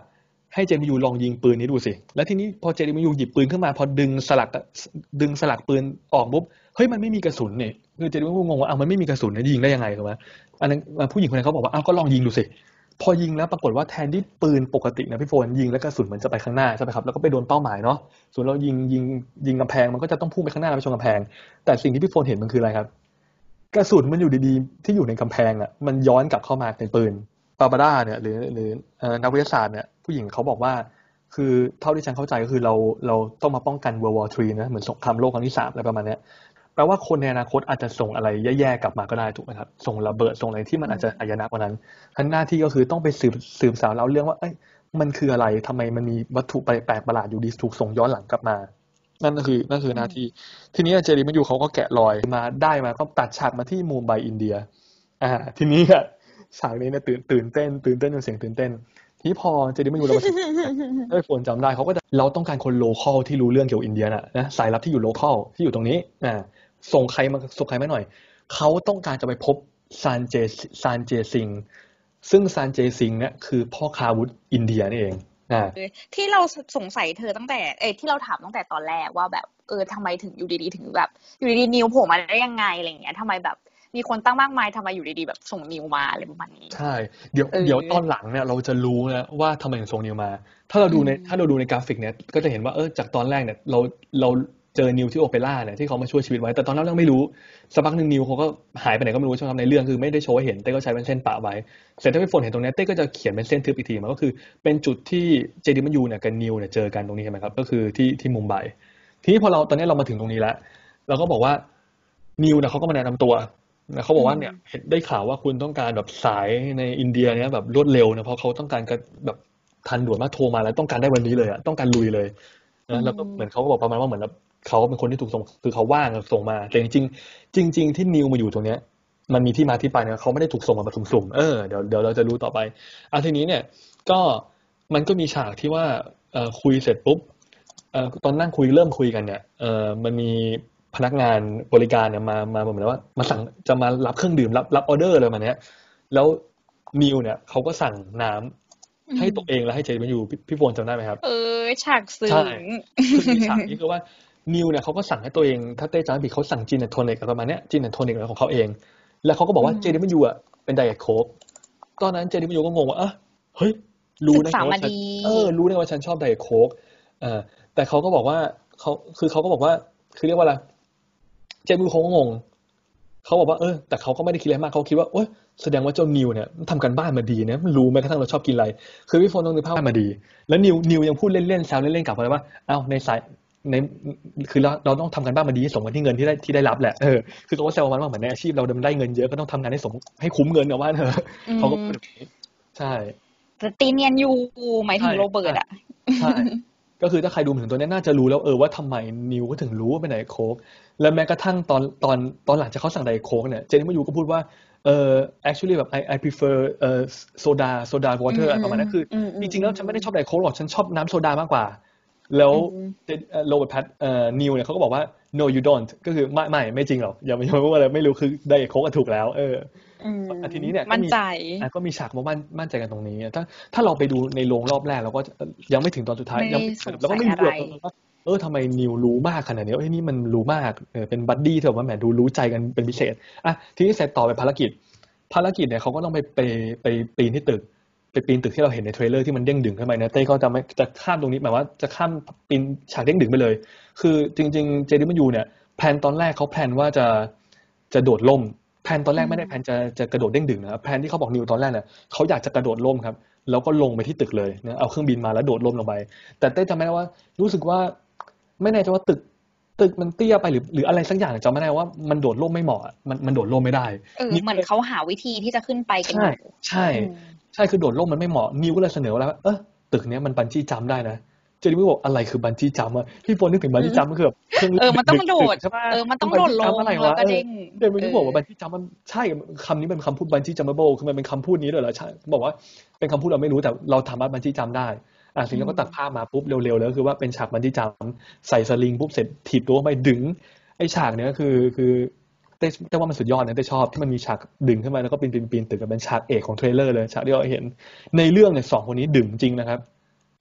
ให้เจมิยูลองยิงปืนนี้ดูสิแล้วทีนี้พอเจมิยูหยิบปืนขึ้นมาพอดึงสลักดึงสลักปืนออกปุ๊บเฮ้ยมันไม่มีกระสุนเนี่ยคือเจมิยูงงว่าอ้าวมันไม่มีกระสุนเนี่ยยิงได้ยังไงถูกไหมอันนั้นผู้หญิงคนนั้นเขาบอกว่าอ้าวก็ลองยิงดูสิพอยิงแล้วปรากฏว่าแทนที่ปืนปกตินะพี่โฟนยิงแล้วกระสุนมันจะไปข้างหน้าใช่ไหมครับแล้วก็ไปโดนเป้าหมายเนาะส่วนเรายิงยิงยิงกำแพงมันก็จะต้องพุ่งไปข้างหน้าไปชนกำแพงแต่สิ่งที่พี่โฟนเห็นมันคืออะไรครับกระสุนมันอยู่ดีๆที่อยู่ในกำแพงอ่ะมันย้อนกลับเข้ามาในปืนบาบาร่าเนี่ยหรือหรือนักวิทยาศาสตร์เนี่ยผู้หญิงเขาบอกว่าคือเท่าที่ฉันเข้าใจก็คือเราเราต้องมาป้องกัน World War สามนะเหมือนสงครามโลกครั้งที่สามอะไรประมาณนี้แปลว่าคนในอนาคตอาจจะส่งอะไรแย่ๆกลับมาก็ได้ถูกไหมครับส่งระเบิดส่งอะไรที่มันอาจจะหายนะกว่านั้นท่านหน้าที่ก็คือต้องไปสืบสืบสาวเล่าเรื่องว่าเอ้ยมันคืออะไรทำไมมันมีวัตถุแปลกประหลาดอยู่ดีถูกส่งย้อนหลังกลับมานั่นก็คือนั่นคือหน้าที่ทีนี้เจริมายูเขาก็แกะรอยมาได้มาก็ตัดฉากมาที่มุมไบอินเดียอ่าทีนี้อ่ะฉากนี้เนี่ยตื่นตื่นเต้นตื่นเต้นจนเสียงตื่นเต้นที่พอเจริมายูเรามาถึงเอ้ยฝนจำได้เขาก็จะเราต้องการคนโลคอลที่รู้เรื่องเกี่ยวกับอินเดียน่ะนะสายลับที่อยู่โลคอลที่อยู่ตรงนี้อ่าส่งใครมาส่งใครมาหน่อยเขาต้องการจะไปพบซานเจซานเจซิงซึ่งซานเจซิงเนี่ยคือพ่อค้าอาวุธอินเดียนี่เองอ่าที่เราสงสัยเธอตั้งแต่เอ้ที่เราถามตั้งแต่ตอนแรกว่าแบบเออทำไมถึงอยู่ดีๆถึงแบบอยู่ดีๆนิวโผล่มาได้ยังไงอะไรอย่างเงี้ยทำไมแบบมีคนตั้งมากมายทำไมอยู่ดีๆแบบส่งนิวมาอะไรประมาณนี้ใช่เดี๋ยวเดี๋ยวตอนหลังเนี่ยเราจะรู้นะว่าทำไมถึงส่งนิวมาถ้าเราดูในถ้าเราดูในกราฟิกเนี่ยก็จะเห็นว่าเออจากตอนแรกเนี่ยเราเราเจอนิวที่โอเปร่าเนี่ยที่เขามาช่วยชีวิตไว้แต่ตอนนั้นเราไม่รู้สักพักนึงนิวเขาก็หายไปไหนก็ไม่รู้ใช่ไหมครับในเรื่องคือไม่ได้โชว์ให้เห็นเต้ก็ใช้เป็นเส้นปะไว้เสร็จถ้าพี่ฝนเห็นตรงนี้เต้ก็จะเขียนเป็นเส้นทึบอีกทีมันก็คือเป็นจุดที่เจดิมายูเนี่ยกับนิวเนี่ยเจอกันตรงนี้ใช่ไหมครับก็คือที่ที่มุมไบทีนี้พอเราตอนนี้เรามาถึงตรงนี้แล้วเราก็บอกว่านิวเนี่ยเขาก็มาแนะนำตัวเขาบอกว่าเนี่ยเห็นได้ข่าวว่าคุณต้องการแบบสายในอินเดียเนี่ยแบบรวดเร็วนะเพราะเขาต้องการแบบทันด่วนมากโทรมาแล้วต้องการได้วันนี้เลยอะต้องการลุยเลยนะแล้วก็เหมือนเขาก็บอกประมาณว่าเหมือนเขาเป็นคนที่ถูกส่งคือเขาว่างส่งมาแต่จริงจริงจริงที่นิวมาอยู่ตรงเนี้ยมันมีที่มาที่ไปนะเขาไม่ได้ถูกส่งมาแบบสุ่มๆเออเดี๋ยวเดี๋ยวเราจะรู้ต่อไปอ่ะทีนี้เนี่ยก็มันก็มีฉากที่ว่าเอ่อคุยเสร็จปุ๊บเอ่อตอนนั่งคุยเริ่มคุยกันเนี่ยเอ่อมันมีพนักงานบริการเนี่ยมามาเหมือนว่ามาสั่งจะมารับเครื่องดื่มรับรับออเดอร์อะไรมาเนี้ยแล้วนิวเนี่ยเขาก็สั่งน้ำให้ตัวเองแล้วให้เจมาอยู่พี่โฟนจำได้ไหมครับเออฉากซึ้งใช่คือมีฉากนี้คือว่านิวเนี่ยเขาก็สั่งให้ตัวเองถ้าเต้จำไม่ผิดเขาสั่งจินแอนด์โทนิกประมาณเนี้ยจินแอนด์โทนิกของเขาเองแล้วเขาก็บอกว่าเจดิมายูอ่ะเป็นไดเอทโค้กตอนนั้นเจดิมายูก็งงว่าอ่ะเฮ้ยรู้นะว่าฉันเออรู้นะว่าฉันชอบไดเอทโค้กอ่าแต่เขาก็บอกว่าเขาคือเขาก็บอกว่าคือเรียกว่าอะไรเจดิมายูเขาก็งงเขาบอกว่าเออแต่เขาก็ไม่ได้คิดอะไรมากเขาคิดว่าโอ๊ยแสดงว่าเจ้านิวเนี่ยทำกันบ้านมาดีนะมันรู้แม้กระทั่งเราชอบกินอะไรคือพี่โฟนต้องนึกภาพมาดีแล้วนิวนิวยังพูดเล่นๆแซวเล่นๆกลับไปว่าอ้าวในสายในคือเราเราต้องทำกันบ้านมาดีให้สมกับที่เงินที่ได้ที่ได้รับแหละเออคือเขาแซวมันว่าเหมือนในอาชีพเราได้เงินเยอะก็ต้องทำงานให้สมให้คุ้มเงินกับว่าเธอเขาก็พูดแบบนี้ใช่แต่ตีเนียนอยู่หมายถึงโรเบิร์ตอ่ะใช่ก็คือถ้าใครดูถึงตัวนี้น่าจะรู้แล้วเออว่าทำไมนิวก็ถึงรู้ว่าเป็นไดโค้กและแม้กระทั่งตอนตอนตอนหลังจากเขาสั่งไดโค้กเนี่ยเจนนี่มายูก็พูดว่าเอ่อ actually แบบ I I prefer เอ่อโซดาโซดา water ประมาณนั้นคือจริงๆแล้วฉันไม่ได้ชอบไดโค้กหรอกฉันชอบน้ำโซดามากกว่าแล้วโรเบิร์ตแพทเอ่อนิวเนี่ยเขาก็บอกว่า no you don't ก็คือไม่ไม่ไม่จริงหรอกอย่ามาพูดอะไรไม่รู้คือไดโค้กถูกแล้วเออทีนี้เนี่ยมั่นใจก็มีฉากมามั่นมั่นใจกันตรงนี้ถ้าถ้าเราไปดูในโรงรอบแรกเราก็ยังไม่ถึงตอนสุดท้ายยังเราก็ไม่รู้ว่าเออทำไมนิวรู้มากขนาดนี้เอ้ยนี่มันรู้มากเออเป็นบัดดี้เถอะว่าแหมดูรู้ใจกันเป็นพิเศษอ่ะทีนี้เสร็จต่อไปภารกิจภารกิจเนี่ยเขาก็ต้องไปไปไปปีนที่ตึกไปปีนตึกที่เราเห็นในเทรลเลอร์ที่มันเด้งดึงขึ้นไปนะเต้ก็จะไม่จะข้ามตรงนี้หมายว่าจะข้ามปีนฉากเด้งดึงไปเลยคือจริงๆเจดิมันยูเนี่ยแพลนตอนแรกเขาแพลนว่าจะจะโดดล่มแพลนตอนแรกไม่ได้แพลนจะจะกระโดดเด้งดึงนะครับแพลนที่เขาบอกนิวตอนแรกเนี่ยเขาอยากจะกระโดดล่มครับแล้วก็ลงไปที่ตึกเลยนะเอาเครื่องบินมาแล้วโดดล่มลงไปแต่เต้จำไม่ได้ว่ารู้สึกว่าไม่แน่ใจว่าตึกตึกมันเตี้ยไปหรือหรืออะไรสักอย่างจำไม่ได้ว่ามันโดดล่มไม่เหมาะมันมันโดดล่มไม่ได้เออเหมือนเขาหาวิธีที่จะขึ้นไปกันใช่ใช่ใช่คือโดดล่มมันไม่เหมาะนิวก็เลยเสนอว่าเออตึกนี้มันบันจี้จัมป์ได้นะเจดิมี่บอกอะไรคือบันจี้จัมป์อ่ะพี่โฟนนึกถึงบันจี้จัมป์ก็คือแบบเครื่องเออมันต้องโดดใช่ป่ะเออมันต้องโดดลงแล้วก็เด้งเจดิมี่บอกว่าบันจี้จัมป์มันใช่คำนี้เป็นคำพูดบันจี้จัมเบิลคือมันเป็นคำพูดนี้เลยเหรอใช่บอกว่าเป็นคำพูดเราไม่รู้แต่เราสามารถบันจี้จัมป์ได้อ่ะสิ่งแล้วก็ตัดภาพมาปุ๊บเร็วๆแล้วคือว่าเป็นฉากบันจี้จัมป์ใส่สลิงปุ๊บเสร็จถีบตัวไปดึงไอ้ฉากเนี้ยคือคือเต้แต่ว่ามันสุดยอดนะเต้ชอบที่มันมีฉากดึงขึ้นมาแล้วก็ปีนปีนปีนตึกเป็นฉากเอกของเทรลเลอร์เลยฉากที่เราเห็นในเรื่องเนี่ยสองคนนี้ดึงจริงนะครับ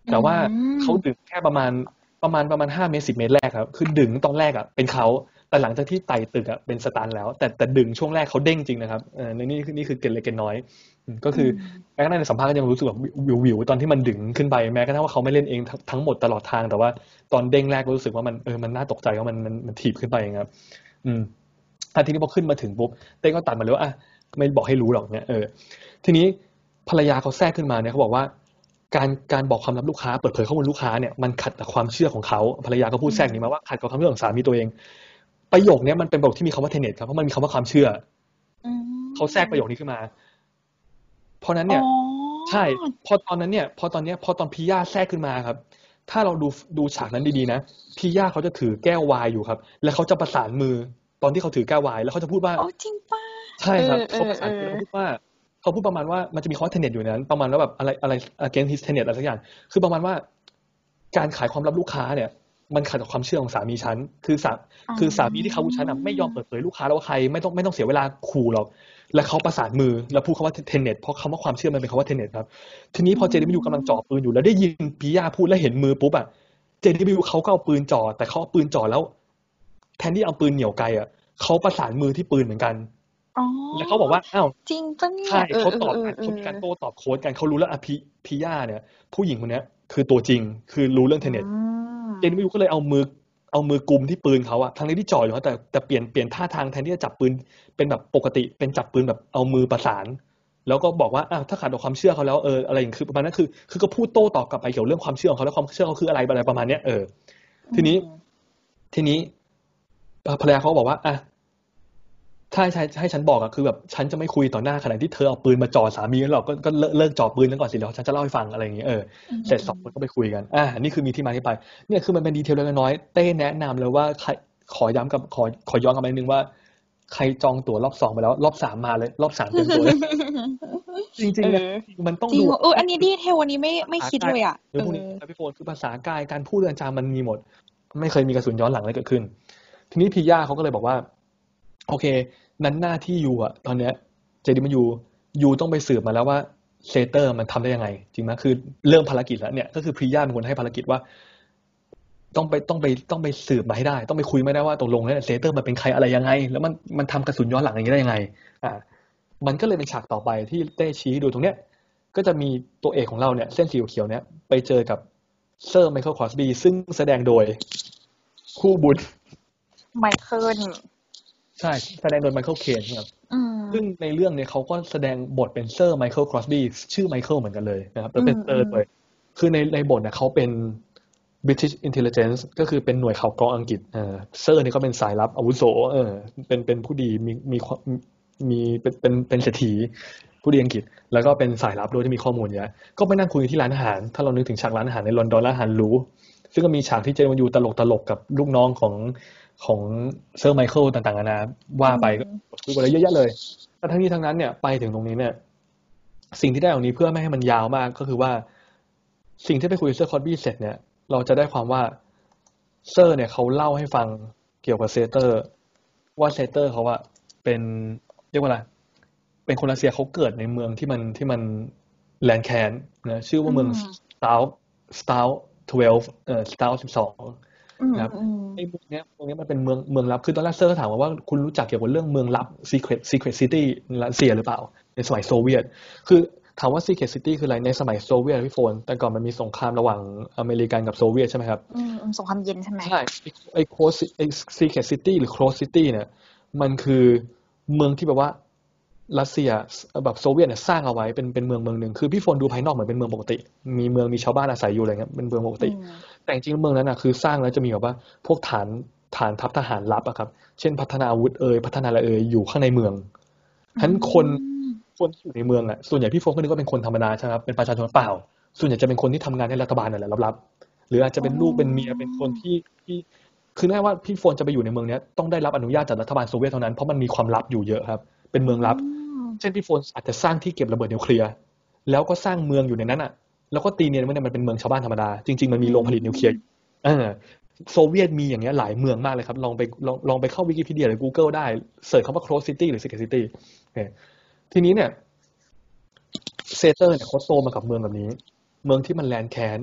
แต่ว่าเขาดึงแค่ประมาณประมาณประมาณห้าเมตรสิบเมตรแรกครับคือดึงตอนแรกอ่ะเป็นเขาแต่หลังจากที่ไต่ตึกอ่ะเป็นสตันแล้วแต่แต่ดึงช่วงแรกเขาเด้งจริงนะครับเออนี่นี่คือเกล็ดเล็กเกล็ดน้อยก็คือแม้กระทั่งในสัมภาษณ์ก็ยังรู้สึกแบบวิววิวตอนที่มันดึงขึ้นไปแม้กระทั่งว่าเขาไม่เล่นเองทั้งหมดตลอดทางแต่ว่าตอนเด้งแรกรู้สึกว่ามันเออมันน่าตกใจว่ามันมันมันถีบขึ้นไปครับอืมอ่ะทีนี้พอขึ้นมาถึงปุ๊บเต้ก็ตัดมาเลยว่าอ่ะไม่บอกให้รู้หรอกเนี่ยเออทีนี้ภรรยาเขาแทรกขึ้นมาเนี่ยเขาบอกว่าการการบอกความลับลูกค้าเปิดเผยข้อมูลลูกค้าเนี่ยมันขัดกับความเชื่อของเขาภรรยาก็พูดแทรกนี้มาว่าขัดกับความเชื่อของสามีตัวเองประโยคนี้มันเป็นประโยคที่มีคำว่าเทเน็ตครับเพราะมันมีคำว่าความเชื่อเขาแทรกประโยคนี้ขึ้นมาเพราะนั้นเนี่ยใช่พอตอนนั้นเนี่ยพอตอนเนี้ยพอตอนพี่ย่าแทรกขึ้นมาครับถ้าเราดูดูฉากนั้นดีๆนะพี่ย่าเขาจะถือแก้วไวน์อยู่ครับแล้วเขาจะประสานมือตอนที่เขาถือแก้วไวน์แล้วเขาจะพูดว่าอ๋อจริงป่ะใช่ครับเขาประสานมือแล้วพูดว่าเขาพูดประมาณว่ามันจะมีคำว่าเทเน็ตอยู่ในนั้นประมาณว่าแบบอะไรอะไร against his tenet อะไรสักอย่างคือประมาณว่าการขายความลับลูกค้าเนี่ยมันขัดกับความเชื่อของสามีฉันคือสาคือสามีที่เขาฉันไม่ยอมเปิดเผยลูกค้าแล้วว่าใครไม่ต้องไม่ต้องเสียเวลาขู่หรอกและเขาประสานมือแล้วพูดคำว่าเทเน็ตเพราะคำว่าความเชื่อมันเป็นคำว่าเทเน็ตครับทีนี้พอเจดิบิวกำลังจ่อปืนอยู่แล้วได้ยินปิยาพูดแล้วเห็นมือปุ๊บอ่ะเจดิบิวเขาก็เอาปืนจ่อแต่เขาเอาปืนจ่อแล้วแทนที่เอาปืนเหนี่ยวไกอ่ะเขาประสานมือที่ปืนเหมือนกันแล้วเขาบอกว่าอ้าวจริงปะเนี่ยใช่เขาตอบกันเขามีการโต้ตอบโค้ดกันเขารู้แล้วอ่ะพี่พี่ย่าเนี่ยผู้หญิงคนนี้คือตัวจริงคือรู้เรื่องเทเน็ตเจนวิวก็เลยเอามือเอามือกุมที่ปืนเขาอะทั้งที่จ่ออยู่แต่แต่เปลี่ยนเปลี่ยนท่าทางแทนที่จะจับปืนเป็นแบบปกติเป็นจับปืนแบบเอามือประสานแล้วก็บอกว่าอ้าวถ้าขัดต่อความเชื่อเขาแล้วเอออะไรอย่างคือประมาณนั้นคือคือก็พูดโต้ตอบกลับไปเกี่ยวเรื่องความเชื่อของเขาแล้วความเชื่อเขาคืออะไรอะไรประมาณเนี้ยเออทีนี้ทีนี้ภรรยาเขาบอกว่าอ่ะถ้าให้ให้ฉันบอกอะคือแบบฉันจะไม่คุยต่อหน้าขณะที่เธอเอาปืนมาจ่อสามีหรอกก็ก็เลิกจ่อปืนแล้วก่อนสิเดี๋ยวฉันจะเล่าให้ฟังอะไรอย่างเงี้ยเออเสร็จสองคนก็ไปคุยกันอ่านี่คือมีที่มาที่ไปเนี่ยคือมันเป็นดีเทลเล็กน้อยเต้แนะนำเลยว่าใครขอย้ำกับขอขอย้อนกลับมานิดนึงว่าใครจองตั๋วรอบสองไปแล้วรอบสามมาเลยรอบสามเต็มตัวเลยจริงๆเนี่ยมันต้องดูเอออันนี้ดีเทลอันนี้ไม่ไม่คิดเลยอ่ะเรื่องพวกนี้พี่โฟนคือภาษากายการพูดเรื่องจามันมีหมดไม่เคยมีกระสุนย้อนหลังอะไรเกิดขึ้นทีนี้พี่ย่าเขาก็เลยบอกว่าโอเคนั้นหน้าที่ยูอะตอนเนี้ยเจดีมายูยูต้องไปสืบมาแล้วว่าเซเตอร์มันทำได้ยังไงจริงไหมคือเริ่มภารกิจแล้วเนี่ยก็คือพรีย่าเป็นคนให้ภารกิจว่าต้องไปต้องไปต้องไปสืบมาให้ได้ต้องไปคุยไม่ได้ว่าตกลงแล้วเซเตอร์มันเป็นใครอะไรยังไงแล้วมันมันทำกระสุนย้อนหลังอย่างนี้ได้ยังไงอ่ามันก็เลยเป็นฉากต่อไปที่เต้ชี้ดูตรงเนี้ยก็จะมีตัวเอกของเราเนี่ยเส้นสีเขียวเนี่ยไปเจอกับเซอร์ไมเคิลคอสบีซึ่งแสดงโดยคู่บุญไมเคิลใช่แสดงโดยไมเคิลเคนครับซึ่งในเรื่องเนี่ยเขาก็แสดงบทเป็นเซอร์ไมเคิลครอสบี้ชื่อไมเคิลเหมือนกันเลยนะครับแล้วเป็นเซอร์ด้วยคือในในบทเนี่ยเขาเป็น British Intelligence ก็คือเป็นหน่วยข่าวกรองอังกฤษเออเซอร์เนี่ยก็เป็นสายลับอาวุโสเออเป็นเป็นผู้ดีมีมีมีเป็นเป็นเป็นเศรษฐีผู้ดีอังกฤษแล้วก็เป็นสายลับด้วยที่มีข้อมูลเยอะก็ไปนั่งคุยที่ร้านอาหารถ้าเรานึกถึงฉากร้านอาหารในลอนดอนร้านอาหารหรูซึ่งก็มีฉากที่เจมส์ยูตลกตลกกับลูกน้องของของเซอร์ไมเคิลต่างๆนานาว่าไปก็คุยกันเยอะแยะเลยแต่ทั้งนี้ทั้งนั้นเนี่ยไปถึงตรงนี้เนี่ยสิ่งที่ได้ตรงนี้เพื่อไม่ให้มันยาวมากก็คือว่าสิ่งที่ไปคุยกับเซอร์คอร์บี้เสร็จเนี่ยเราจะได้ความว่าเซอร์เนี่ยเขาเล่าให้ฟังเกี่ยวกับเซเตอร์ว่าเซเตอร์เขาอะเป็นเรียกว่าอะไรเป็นคนรัสเซียเขาเกิดในเมืองที่มันที่มันแลนด์แคนนะชื่อว่าเมืองสตาลสตาลสิบสองเอ่อสตาลสิบสองนะครับไอ้เมืองเนี้ยเมืองนี้มันเป็นเมืองเมืองลับคือตอนแรกเซอร์ถามว่าคุณรู้จักเกี่ยวกับเรื่องเมืองลับ secret secret city รัสเซียหรือเปล่าในสมัยโซเวียตคือถามว่า secret city คืออะไรในสมัยโซเวียตพี่โฟนแต่ก่อนมันมีสงครามระหว่างอเมริกันกับโซเวียตใช่ไหมครับอืมสงครามเย็นใช่ไหมใช่ไอ้ close ไอ้ secret city หรือ close city เนี่ยมันคือเมืองที่แบบว่ารัสเซียแบบโซเวียตเนี่ยสร้างเอาไว้เป็นเป็นเมืองเมืองหนึ่งคือพี่โฟนดูภายนอกเหมือนเป็นเมืองปกติมีเมืองมีชาวบ้านอาศัยอยู่อะไรเงี้ยเป็นเมืองปกติแต่จริงๆเมืองนั้นนะคือสร้างแล้วจะมีแบบว่าพวกฐานฐานทัพทหารลับอะครับเช่นพัฒนาอาวุธเอ่ยพัฒนาอะไรเอ่ยอยู่ข้างในเมืองฉะนั้นคนคนที่อยู่ในเมืองอะส่วนใหญ่พี่โฟนก็นึกว่าเป็นคนธรรมดาใช่ไหมครับเป็นประชาชนเปล่าส่วนใหญ่จะเป็นคนที่ทำงานให้รัฐบาลนั่นแหละลับๆหรืออาจจะเป็นลูกเป็นเมียเป็นคนที่ที่คือแน่ว่าพี่โฟนจะไปอยู่ในเมืองนี้ต้องได้รับอนุญาตจากรัฐบาลโซเวียตเท่านั้นเพราะมันมีความลับอยู่เยอะครับเป็นเมืองลับเช่นพี่โฟนอาจจะสร้างที่เก็บระเบิดนิวเคลียร์แล้วก็สร้างเมืองอยู่ในนั้นอ่ะแล้วก็ตีเนียนว่ามันเป็นเมืองชาวบ้านธรรมดาจริงๆมันมีโรงผลิตนิวเคลียร์เออโซเวียตมีอย่างเงี้ยหลายเมืองมากเลยครับลองไปลองลองไปเข้าวิกิพีเดียหรือ Google ได้เสิร์ชคำว่า close city หรือ secret city ทีนี้เนี่ยเซเตอร์เนี่ยเขาโตมากับเมืองแบบนี้เมืองที่มันแลนด์แคน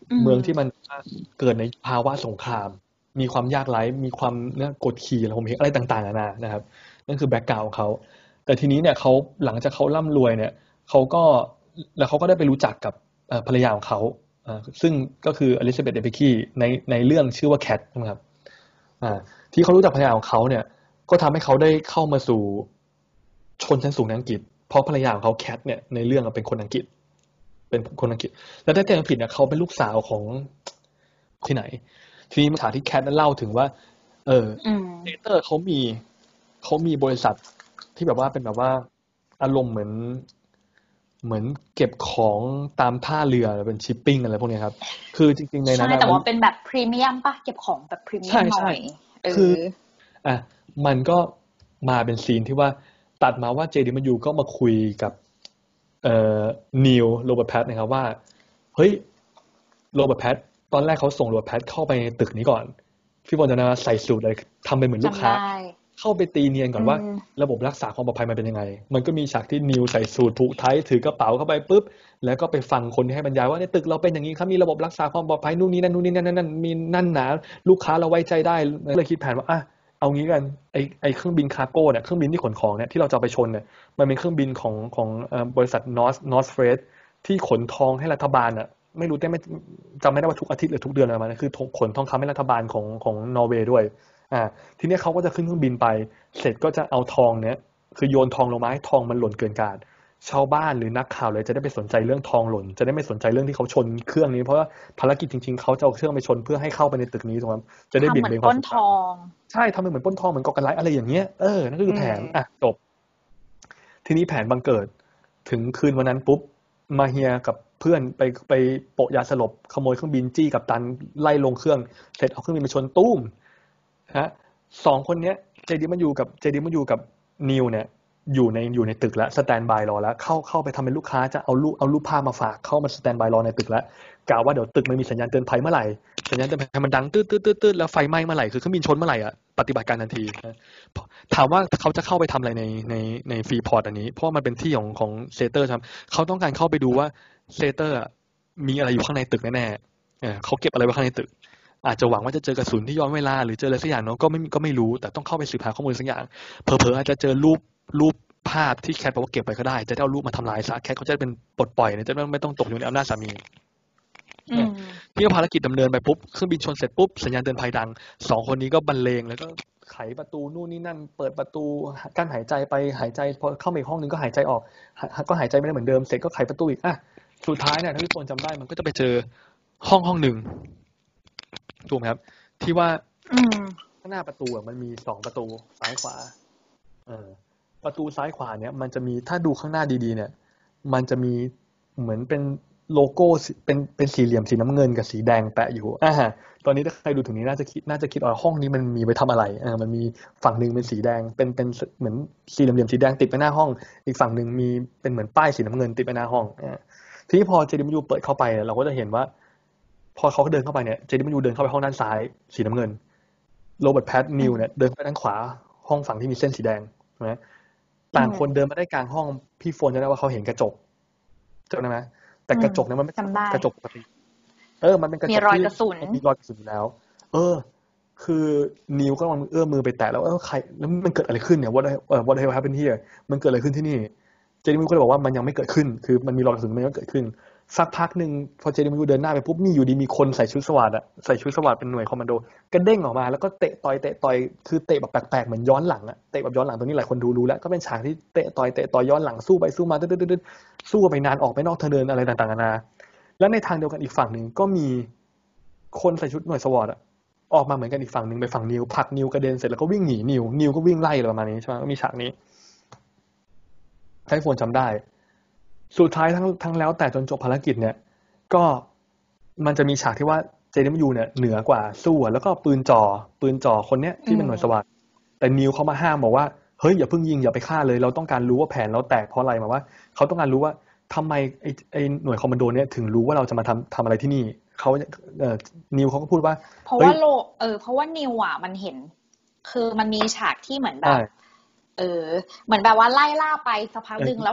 อืเมืองมที่มันเกิดในภาวะสงครามมีความยากไร้มีความเนี่ยกดขี่อะไรผมเห็นอะไรต่างๆนานานะครับนั่นคือแบ็กกราวด์ของเขาแต่ทีนี้เนี่ยเขาหลังจากเขาร่ำรวยเนี่ยเขาก็แล้วเขาก็ได้ไปรู้จักกับเอ่อภรรยาของเขาอ่าซึ่งก็คืออลิซาเบธ เดเบคีในในเรื่องชื่อว่าแคทนะครับอ่าที่เขารู้จักภรรยาของเขาเนี่ยก็ทำให้เขาได้เข้ามาสู่ชนชั้นสูงในอังกฤษเพราะภรรยาของเขาแคทเนี่ยในเรื่องเป็นคนอังกฤษเป็นคนอังกฤษแล้วถ้าจำไม่ผิดเนี่ยเขาเป็นลูกสาวของที่ไหนทีนี้มาถามที่แคทนั้นเล่าถึงว่าเอออืมเนเตอร์เขามีเขามีบริษัทที่แบบว่าเป็นแบบว่าอารมณ์เหมือนเหมือนเก็บของตามท่าเรือเป็นชิปปิ้งอะไรพวกนี้ครับคือจริงๆในนั้ใช่นนะมันแต่ว่าเป็นแบบพรีเมียมป่ะเก็บของแบบพรีเมียใช่ใช่มหน่อยเอคือออ่ะมันก็มาเป็นซีนที่ว่าตัดมาว่าเจดีมันยูก็มาคุยกับเอ่อนีลโรเบิร์ตแพตนะครับว่าเฮ้ยโรเบิร์ตแพตตอนแรกเขาส่งโรเบิร์ตแพตเข้าไปในตึกนี้ก่อนพี่บอลจะนะใส่สูทเลยทำเป็นเหมือนลูกจำค้าได้เข้าไปตีเนียนก่ออืนว่ามระบบรักษาความปลอดภัยมันเป็นยังไง มันก็มีฉากที่นิวใส่สูทผูกไทท์ถือกระเป๋าเข้าไปปุ๊บแล้วก็ไปฟังคนที่ให้บรรยายว่าในตึกเราเป็นอย่างนี้ครับมีระบบรักษาความปลอดภัยนู่นนี่นั่นนู่นนี่นั่นนั่นมีนั่นหนาลูกค้าเราไว้ใจได้เลยคิดแผนว่าอ่ะเอางี้กันไอไอเครื่องบินคาร์โก้เนี่ยเครื่องบินที่ขนของเนี่ยที่เราจะไปชนเนี่ยมันเป็นเครื่องบินของของบริษัทนอร์สนอร์สเฟรดที่ขนทองให้รัฐบาลอ่ะไม่รู้แต่ไม่จำไม่ได้ว่าทุกอาทิตย์หรือทุกเดือนอะไรมานะคือขนทองคำให้รัฐบาลของของนอร์เวย์ด้วยอ่าทีนี้เขาก็จะขึ้นเครื่องบินไปเสร็จก็จะเอาทองเนี้ยคือโยนทองลงมาให้ทองมันหล่นเกินการชาวบ้านหรือนักข่าวเลยจะได้ไปสนใจเรื่องทองหล่นจะได้ไม่สนใจเรื่องที่เขาชนเครื่องนี้เพราะว่าภารกิจจริงๆเขาจะเอาเครื่องไปชนเพื่อให้เข้าไปในตึกนี้ถูกไหมจะได้ทำเบี่ยเหมือนปล้นทงเบนความสนใจองใช่ทำเป็นเหมือนปล้นทองเหมือนก่อการร้ายอะไรอย่างเงี้ยเออนั่นก็อืคือแผนอ่ะมจบทีนี้แผนบังเกิดถึงคืนวันนั้นปุ๊บมาเฮียกับเพื่อนไปไปโปะยาสลบขโมยเครื่องบินจี้กับตันไล่ลงเครื่องเสร็จเอาเครื่องบินมาชนตุ้มฮะสองคนเนี้ยเจดีมันอยู่กับเจดีมันอยู่กับนิวเนี่ยอยู่ในอยู่ในตึกแล้วสแตนบายรอแล้วเข้าเข้าไปทำเป็นลูกค้าจะเอารูปเอารูปภาพมาฝากเข้ามาสแตนบายรอในตึกแล้วกะว่าเดี๋ยวตึกมันมีสัญญาณเตือนภัยเมื่อไหร่สัญญาณเตือนภัยมันดังตืดตืดตืดตืดแล้วไฟไหม้เมื่อไหร่คือเครื่องบินชนเมื่อไหร่อ่ะปฏิบัติการทันทีนะถามว่าเขาจะเข้าไปทำอะไรในในในฟรีพอร์ตอันนี้เพราะมันเป็นที่ของของเซเตอร์ครับเขาต้องการเข้าไปดูว่าเซเตอร์มีอะไรอยู่ข้างในตึกแน่ๆเออเขาเก็บอะไรไว้ข้างในตึกอาจจะหวังว่าจะเจอกระสุนที่ย้อนเวลาหรือเจออะไรสักอย่างเนาะก็ไม่ก็ไม่รู้แต่ต้องเข้าไปสืบหาข้อมูลสักอย่างเผลอๆอาจจะเจอรูปรูปภาพที่แคทบอกว่าเก็บไปก็ได้จะได้เอารูปมาทำลายซะแคทเขาจะเป็นปลดปล่อยเนี่ยจะไม่ต้องตกอยู่ในอำนาจสามีอืมที่ภารกิจดำเนินไปปุ๊บเครื่องบินชนเสร็จปุ๊บสัญญาณเตือนภัยดังสองคนนี้ก็บรรเลงแล้วก็ไขประตูนู่นนี่นั่นเปิดประตูกั้นหายใจไปหายใจพอเข้ามาอีกห้องนึงก็หายใจออกก็หายใจไม่ได้เหมือนเดิมเสร็จก็ไขประตูอีกอ่ะสุดท้ายเนี่ยถ้าทุกคนจำได้มันก็จะไปเจอห้องห้องหนึ่งถูกไหมครับที่ว่าข้างหน้าประตูมันมีสองประตูซ้ายขวาเออประตูซ้ายขวาเนี่ยมันจะมีถ้าดูข้างหน้าดีๆเนี่ยมันจะมีเหมือนเป็นโลโก้เป็นเป็นสี่เหลี่ยมสีน้ำเงินกับสีแดงแปะอยู่อ่าตอนนี้ถ้าใครดูถึงนี้น่าจะคิดน่าจะคิดว่าห้องนี้มันมีไว้ทำอะไรเออมันมีฝั่งหนึ่งเป็นสีแดงเป็นเป็นเหมือนสี่เหลี่ยมสีแดงติดไปหน้าห้องอีกฝั่งหนึ่งมีเป็นเหมือนป้ายสีน้ำเงินติดไปหน้าห้องอ่าทีนี้พอเจดีมันยูเปิดเข้าไปเราก็จะเห็นว่าพอเขาเดินเข้าไปเนี่ยเจดีมันยูเดินเข้าไปห้องด้านซ้ายสีน้ำเงินโรเบิร์ตแพตนิวเนี่ยเดินไปด้านขวาห้องฝั่งที่มีเส้นสีแดงนะต่างคนเดินมาได้กลางห้องพี่โฟนจะได้ว่าเขาเห็นกระจกจำได้ไหมแต่กระจกเนี่ยมันไม่ใช่กระจกปกติเออมันเป็นกระจกที่มีรอยกระสุนอยู่แล้วเออคือนิวก็ลองเอื้อมมือไปแตะแล้วเออใครแล้วมันเกิดอะไรขึ้นเนี่ย what what happened here มันเกิดอะไรขึ้นที่นี่เจนิวก็เลยบอกว่ามันยังไม่เกิดขึ้นคือมันมีรอยกระสุนมันยังไม่เกิดขึ้นสักพักหนึ่งพอเจนิวเดินหน้าไปปุ๊บมีอยู่ดีมีคนใส่ชุดสวัสดิ์อะใส่ชุดสวัสดิ์เป็นหน่วยคอมมานโดกระเด้งออกมาแล้วก็เตะต่อยเตะต่อยคือเตะแบบแปลกๆเหมือนย้อนหลังอะเตะแบบย้อนหลังตรงนี้หลายคนดูรู้แล้วก็เป็นฉากที่เตะต่อยเตะต่อยย้อนหลังสู้ไปสู้มาตึ๊ดๆสู้ไปนานออกไปนอกทางเดินอะไรต่างๆนานาแล้วในทางเดียวกันอีกฝั่งหนึ่งก็มีคนใส่ชุดหน่วยสวอตอะออกมาเหมือนกันอีกฝั่งหนึ่งไปฝั่งนิวผลักนิวกระเด็นเสร็จแล้วก็วิ่งหนีนิวนิวก็วิ่งไล่อะไรประมาณนี้ใช่ไหมก็มีฉากนี้ใช้โฟนจำได้สุดท้ายทั้งทั้งแล้วแต่จนจบภารกิจเนี่ยก็มันจะมีฉากที่ว่าเจเนมยูเนี่ยเหนือกว่าสู้แล้วก็ปืนจ่อปืนจ่อคนเนี้ยที่เป็นหน่วยสวัสดิ์แต่นิวเขามาห้ามบอกว่าเฮ้ยอย่าเพิ่งยิงอย่าไปฆ่าเลยเราต้องการรู้ว่าแผนเราแตกเพราะอะไรมาว่าเขาต้องการรู้ว่าทำไมไอ้ไอ้หน่วยคอมมานโดเนี่ยถึงรู้ว่าเราจะมาทำทำอะไรที่นี่เขาเอ่อนิวเขาก็พูดว่าเพราะว่าโลเออเพราะว่านิวอ่ะมันเห็นคือมันมีฉากที่เหมือนแบบเออเหมือนแบบว่าไล่ล่าไปสักพักนึงแล้วเหมือน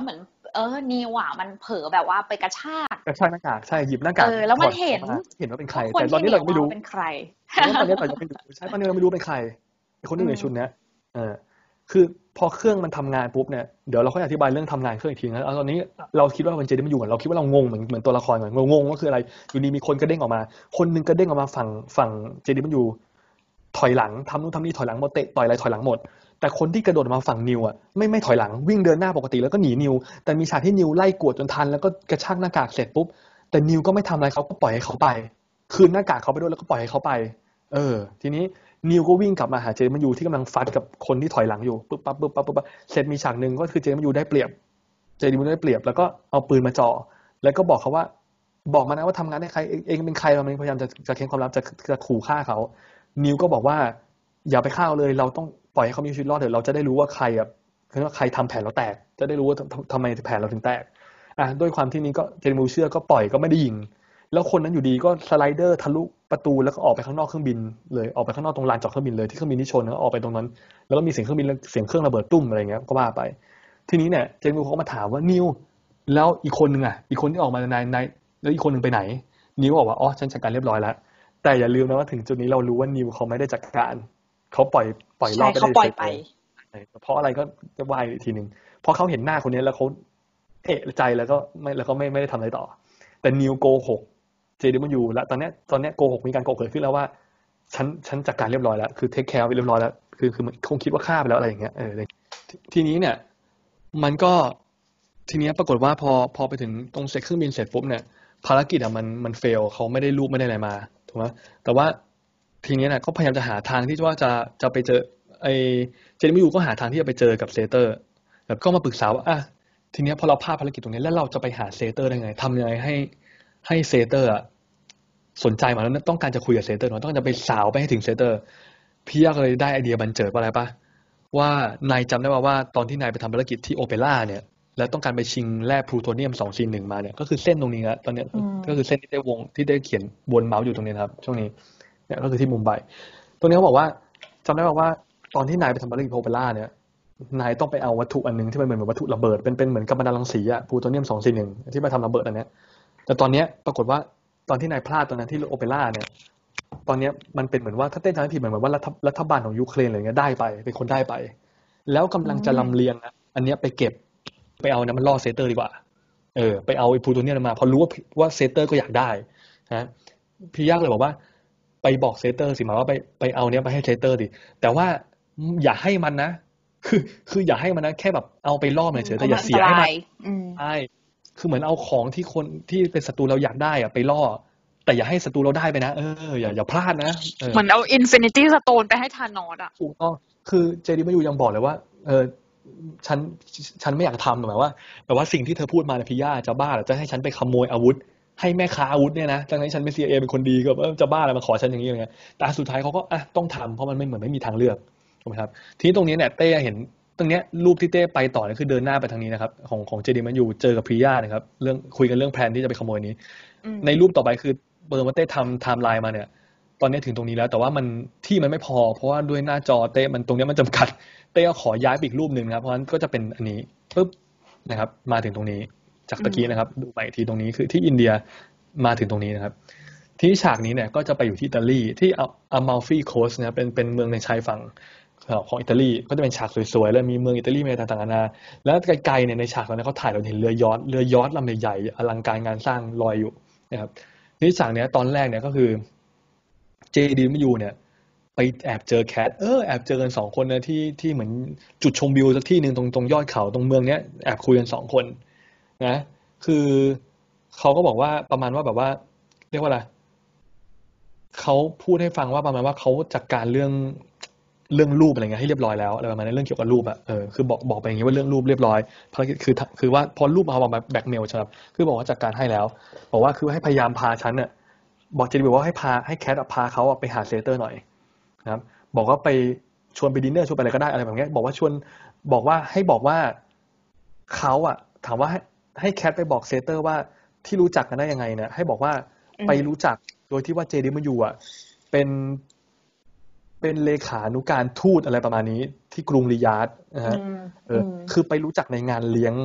เออนิวอ่ะมันเผลอแบบว่าไปกระชากกระชากหน้ากากใช่หยิบหน้าากเอกอแล้วถมัอน ดอเห็อกนมาเห็นว่าเป็นใครว่าคนแต่ตอที่นนี้เหนีเรายวยังไม่เอารู้เป็นใครเพราะว่าตอนนี้เรายังไม่รู้ใช่ตอนนี้เราไม่รู้เป็นใครไอ้คนหอืนึ่งในมชุดเนี้ยเออคือพอเครื่องมันทำงานปุ๊บเนี่ยเดี๋ยวเราค่อยอธิบายเรื่องทำงานเครื่องอีกทีนะเอาตอนนี้เราคิดว่ามัน เจ ดี มันอยู่ก่อนเราคิดว่าเรางงเหมือนเหมือนตัวละครก่อนงงๆว่าคืออะไรอยู่ดีมีคนกระเด้งออกมาคนหนึงกระเด้งออกมาฝั่งฝั่ง เจ ดี มันอยู่ถอยหลังทำนู่นทำนี่ถอยหลังหมดเตะต่อยอะไรถอยหลังหมดแต่คนที่กระโดดออกมาฝั่งนิวอ่ะไม่ไม่ถอยหลังวิ่งเดินหน้าปกติแล้วก็หนีนิวแต่มีฉากที่นิวไล่กวดจนทันแล้วก็กระชากหน้ากากเสร็จปุ๊บแต่นิวก็ไม่ทำอะไรเขาก็ปล่อยให้เขาไปคืนหน้ากากเขาไปด้วยแล้วก็ปล่อยให้เขาไปเออทีนี้นิวก็วิ่งกลับมาหาเจมันยูที่กำลังฟัดกับคนที่ถอยหลังอยู่ปุ๊บปั๊บปุ๊บปั๊บปุ๊บปั๊บเสร็จมีฉากหนึ่งก็คือเจมันยูได้เปรียบเจมันยูได้เปรียบแล้วก็เอาปืนมาจ่อแล้วก็บอกเขาว่าบอกมานะว่าทำงานให้ใครเองเองเป็นใครมันพยายามจะจะเค้นความลับจะจะขู่ฆ่าเขานิวก็บอกว่าอย่าไปฆ่าเลยเราต้องปล่อยให้เขามีชีวิตรอดเถอะเราจะได้รู้ว่าใครอ่ะคือว่าใครทำแผนเราแตกจะได้รู้ว่าทำไมแผนเราถึงแตกอ่ะด้วยความที่นี้ก็เจมันยูเชื่อก็ปล่อยก็ไม่ได้ยิงแล้วคนนั้นอยู่ดีก็สไลเดอร์ทะลุประตูแล้วก็ออกไปข้างนอกเครื่องบินเลยออกไปข้างนอกตรงลานจอดเครื่องบินเลยที่เครื่องบินที่ชนแล้วออกไปตรงนั้นแล้วก็มีเสียงเครื่องบินเสียงเครื่องระเบิดตุ้มอะไรเงี้ยก็ว่าไปทีนี้เนี่ยเจมิวเขามาถามว่านิวแล้วอีกคนนึงอ่ะอีกคนที่ออกมาในในแล้วอีกคนนึงไปไหนนิวบอกว่าอ๋อฉันจัดการเรียบร้อยแล้วแต่อย่าลืมนะว่าถึงจุดนี้เรารู้ว่านิวเขาไม่ได้จัดการเขาปล่อยปล่อยรใช่อบไปเขาได้ปล่อยเสร็จไปเลยเพราะอะไรก็จะว่าอีกทีนึงพอเขาเห็นหน้าคนนี้แล้วเขาเอะใจแล้วก็ไม่แล้วก็ไม่ไม่ได้ทำอะไรต่อแต่นิวโกหกเจดีมันอยู่แล้วตอนเนี้ยตอนเนี้ยโกหกมีการโกหกเกิดขึ้นแล้วว่าฉันฉันจัดการเรียบร้อยแล้วคือเทคแคร์ไปเรียบร้อยแล้วคือคือคงคิดว่าฆ่าไปแล้วอะไรอย่างเงี้ยเออททีนี้เนี่ยมันก็ทีนี้ปรากฏว่าพอพอไปถึงตรงเสร็จเครื่องบินเสร็จปุ๊บเนี่ยภารกิจอ่ะมันมันเฟลเขาไม่ได้รูปไม่ได้อะไรมาถูกไหมแต่ว่าทีนี้เนี่ยเขาพยายามจะหาทางที่ว่าจะจะไปเจอไอเจดีมันอยู่ก็หาทางที่จะไปเจอกับเซเตอร์แล้วก็มาปรึกษาว่าอ่ะทีนี้พอเราพลาดภารกิจตรงนี้แล้วเราจะไปหาเซเตอร์ได้ไงทำยังไงให้ให้เซเตอร์อ่ะสนใจมาแล้วต้องการจะคุยกับเซเตอร์ต้องการจะไปสาวไปให้ถึงเซเตอร์พี่ยักษ์เลยได้ไอเดียบันเจิดว่าอะไรปะว่านายจำได้ว่าว่าตอนที่นายไปทำภารกิจที่โอเปร่าเนี่ยแล้วต้องการไปชิงแร่พลูโทเนียมสองสี่หนึ่งมาเนี่ยก็คือเส้นตรงนี้นะตอนนี้ก็คือเส้นที่ได้วงที่ได้เขียนบนเมาส์อยู่ตรงนี้ครับช่วงนี้เนี่ยก็คือที่มุมไบตรงนี้เขาบอกว่าจำได้ว่าตอนที่นายไปทำภารกิจโอเปร่าเนี่ยนายต้องไปเอาวัตถุอันนึงที่มันเหมือนวัตถุระเบิดเป็นเป็นเหมือนกัมมันตรังสีอะพลูโทเนียมสองสี่หนึ่งที่มาทำระเบิดอันเนี้ยแต่ตอนเนี้ยปรากฏว่าตอนที่นายพลาดตอนนั้นที่โอเปร่าเนี่ยตอนนี้มันเป็นเหมือนว่าถ้าเต้นจำไม่ผิดเหมือนว่ารัฐบาลของยูเครนอะไรเงี้ยได้ไปเป็นคนได้ไปแล้วกำลังจะลำเลียงอันนี้ไปเก็บไปเอานะมันล่อเซเตอร์ดีกว่าเออไปเอาไอ้พลูโทเนียมมาพอรู้ว่าว่าเซเตอร์ก็อยากได้นะพี่ยักษ์เลยบอกว่าไปบอกเซเตอร์สิมาว่าไปไปเอาเนี้ยไปให้เซเตอร์ดิแต่ว่าอย่าให้มันนะคือคืออย่าให้มันนะแค่แบบเอาไปล่อมันเฉยแต่อย่าเสียให้มันใช่คือเหมือนเอาของที่คนที่เป็นศัตรูเราอยากได้อะไปล่อแต่อย่าให้ศัตรูเราได้ไปนะเอออย่าอย่าพลาดนะเหมือนเอาอินฟินิตี้สโตนไปให้ธานอสอ่ะถูกต้องคือเจดีมายูยังบอกเลยว่าเออฉันฉันไม่อยากทำหมายว่าแบบว่าสิ่งที่เธอพูดมาเนี่ยพี่ย่าจะบ้าหรือจะให้ฉันไปขโมยอาวุธให้แม่ค้าอาวุธเนี่ยนะดังนั้นฉันเป็น ซี ไอ เอ เป็นคนดีก็จะบ้าอะไรมาขอฉันอย่างนี้อะไรเงี้ยแต่สุดท้ายเขาก็อ่ะต้องทำเพราะมันไม่เหมือนไม่มีทางเลือกถูกไหมครับทีนี้ตรงนี้เนี่ยเต้เห็นตรงเนี้ยรูปที่เต้ไปต่อเนี่ยคือเดินหน้าไปทางนี้นะครับของของเจดีมายูเจอกับพี่ย่านะครับเรื่องคุยกันเรื่องแพลนที่จะไปขโมยนี้ในรูปต่อไปคือเบอร์มาเต้ทำไทม์ไลน์มาเนี่ยตอนนี้ถึงตรงนี้แล้วแต่ว่ามันที่มันไม่พอเพราะว่าด้วยหน้าจอเต้มันตรงนี้มันจำกัดเต้ก็ขอย้ายไปอีกรูปหนึ่งนะครับเพราะฉะนั้นก็จะเป็นอันนี้ปึ๊บนะครับมาถึงตรงนี้จากตะกี้นะครับดูใหม่ทีตรงนี้คือที่อินเดียมาถึงตรงนี้นะครับที่ฉากนี้เนี่ยก็จะไปอยู่ที่อิตาลีที่อามัลฟีโคสนะครับเป็นเป็นเมืองในชายฝั่งของอิตาลีก็จะเป็นฉากสวยๆแล้วมีเมืองอิตาลีมีต่างๆนานาแล้วไกลๆเนี่ยในฉากนั้นเขาถ่ายเราเห็นเรือยอชต์เรือยอชต์ลำใหญ่ๆอลังการงานสร้างลอยอยู่นะครับที่ฉากนี้ตอนแรกเนี่ยก็คือเจดีมายูเนี่ยไปแอบเจอแคทเออแอบเจอกันสองคนนะที่ที่เหมือนจุดชมวิวสักที่หนึ่งตรงตรงยอดเขาตรงเมืองเนี้ยแอบคุยกันสองคนนะคือเขาก็บอกว่าประมาณว่าแบบว่าเรียกว่าอะไรเขาพูดให้ฟังว่าประมาณว่าเขาจัดการเรื่องเรื่องรูปอะไรเงี้ยให้เรียบร้อยแล้วอะไรประมาณนั้นเรื่องเกี่ยวกับรูปอ่ะเออคือบอกบอกไปอย่างนี้ว่าเรื่องรูปเรียบร้อยภารกิจคือคือว่าพอรูปมาบอกมาแบล็กเมลใช่ไหมคือบอกว่าจัดการให้แล้วบอกว่าคือให้พยายามพาฉันเนี่ยบอกเจดีบอกว่าให้พาให้แคทพาเขาไปหาเซเตอร์หน่อยนะครับบอกว่าไปชวนไปดินเนอร์ชวนไปอะไรก็ได้อะไรแบบนี้บอกว่าชวนบอกว่าให้บอกว่าเขาอ่ะถามว่าให้ให้แคทไปบอกเซเตอร์ว่าที่รู้จักกันได้ยังไงเนี่ยให้บอกว่าไปรู้จักโดยที่ว่าเจดีมายูอ่ะเป็นเป็นเลขานุการทูตอะไรประมาณนี้ที่กรุงริยาดนะฮะเออคือไปรู้จักในงานเลี้ยง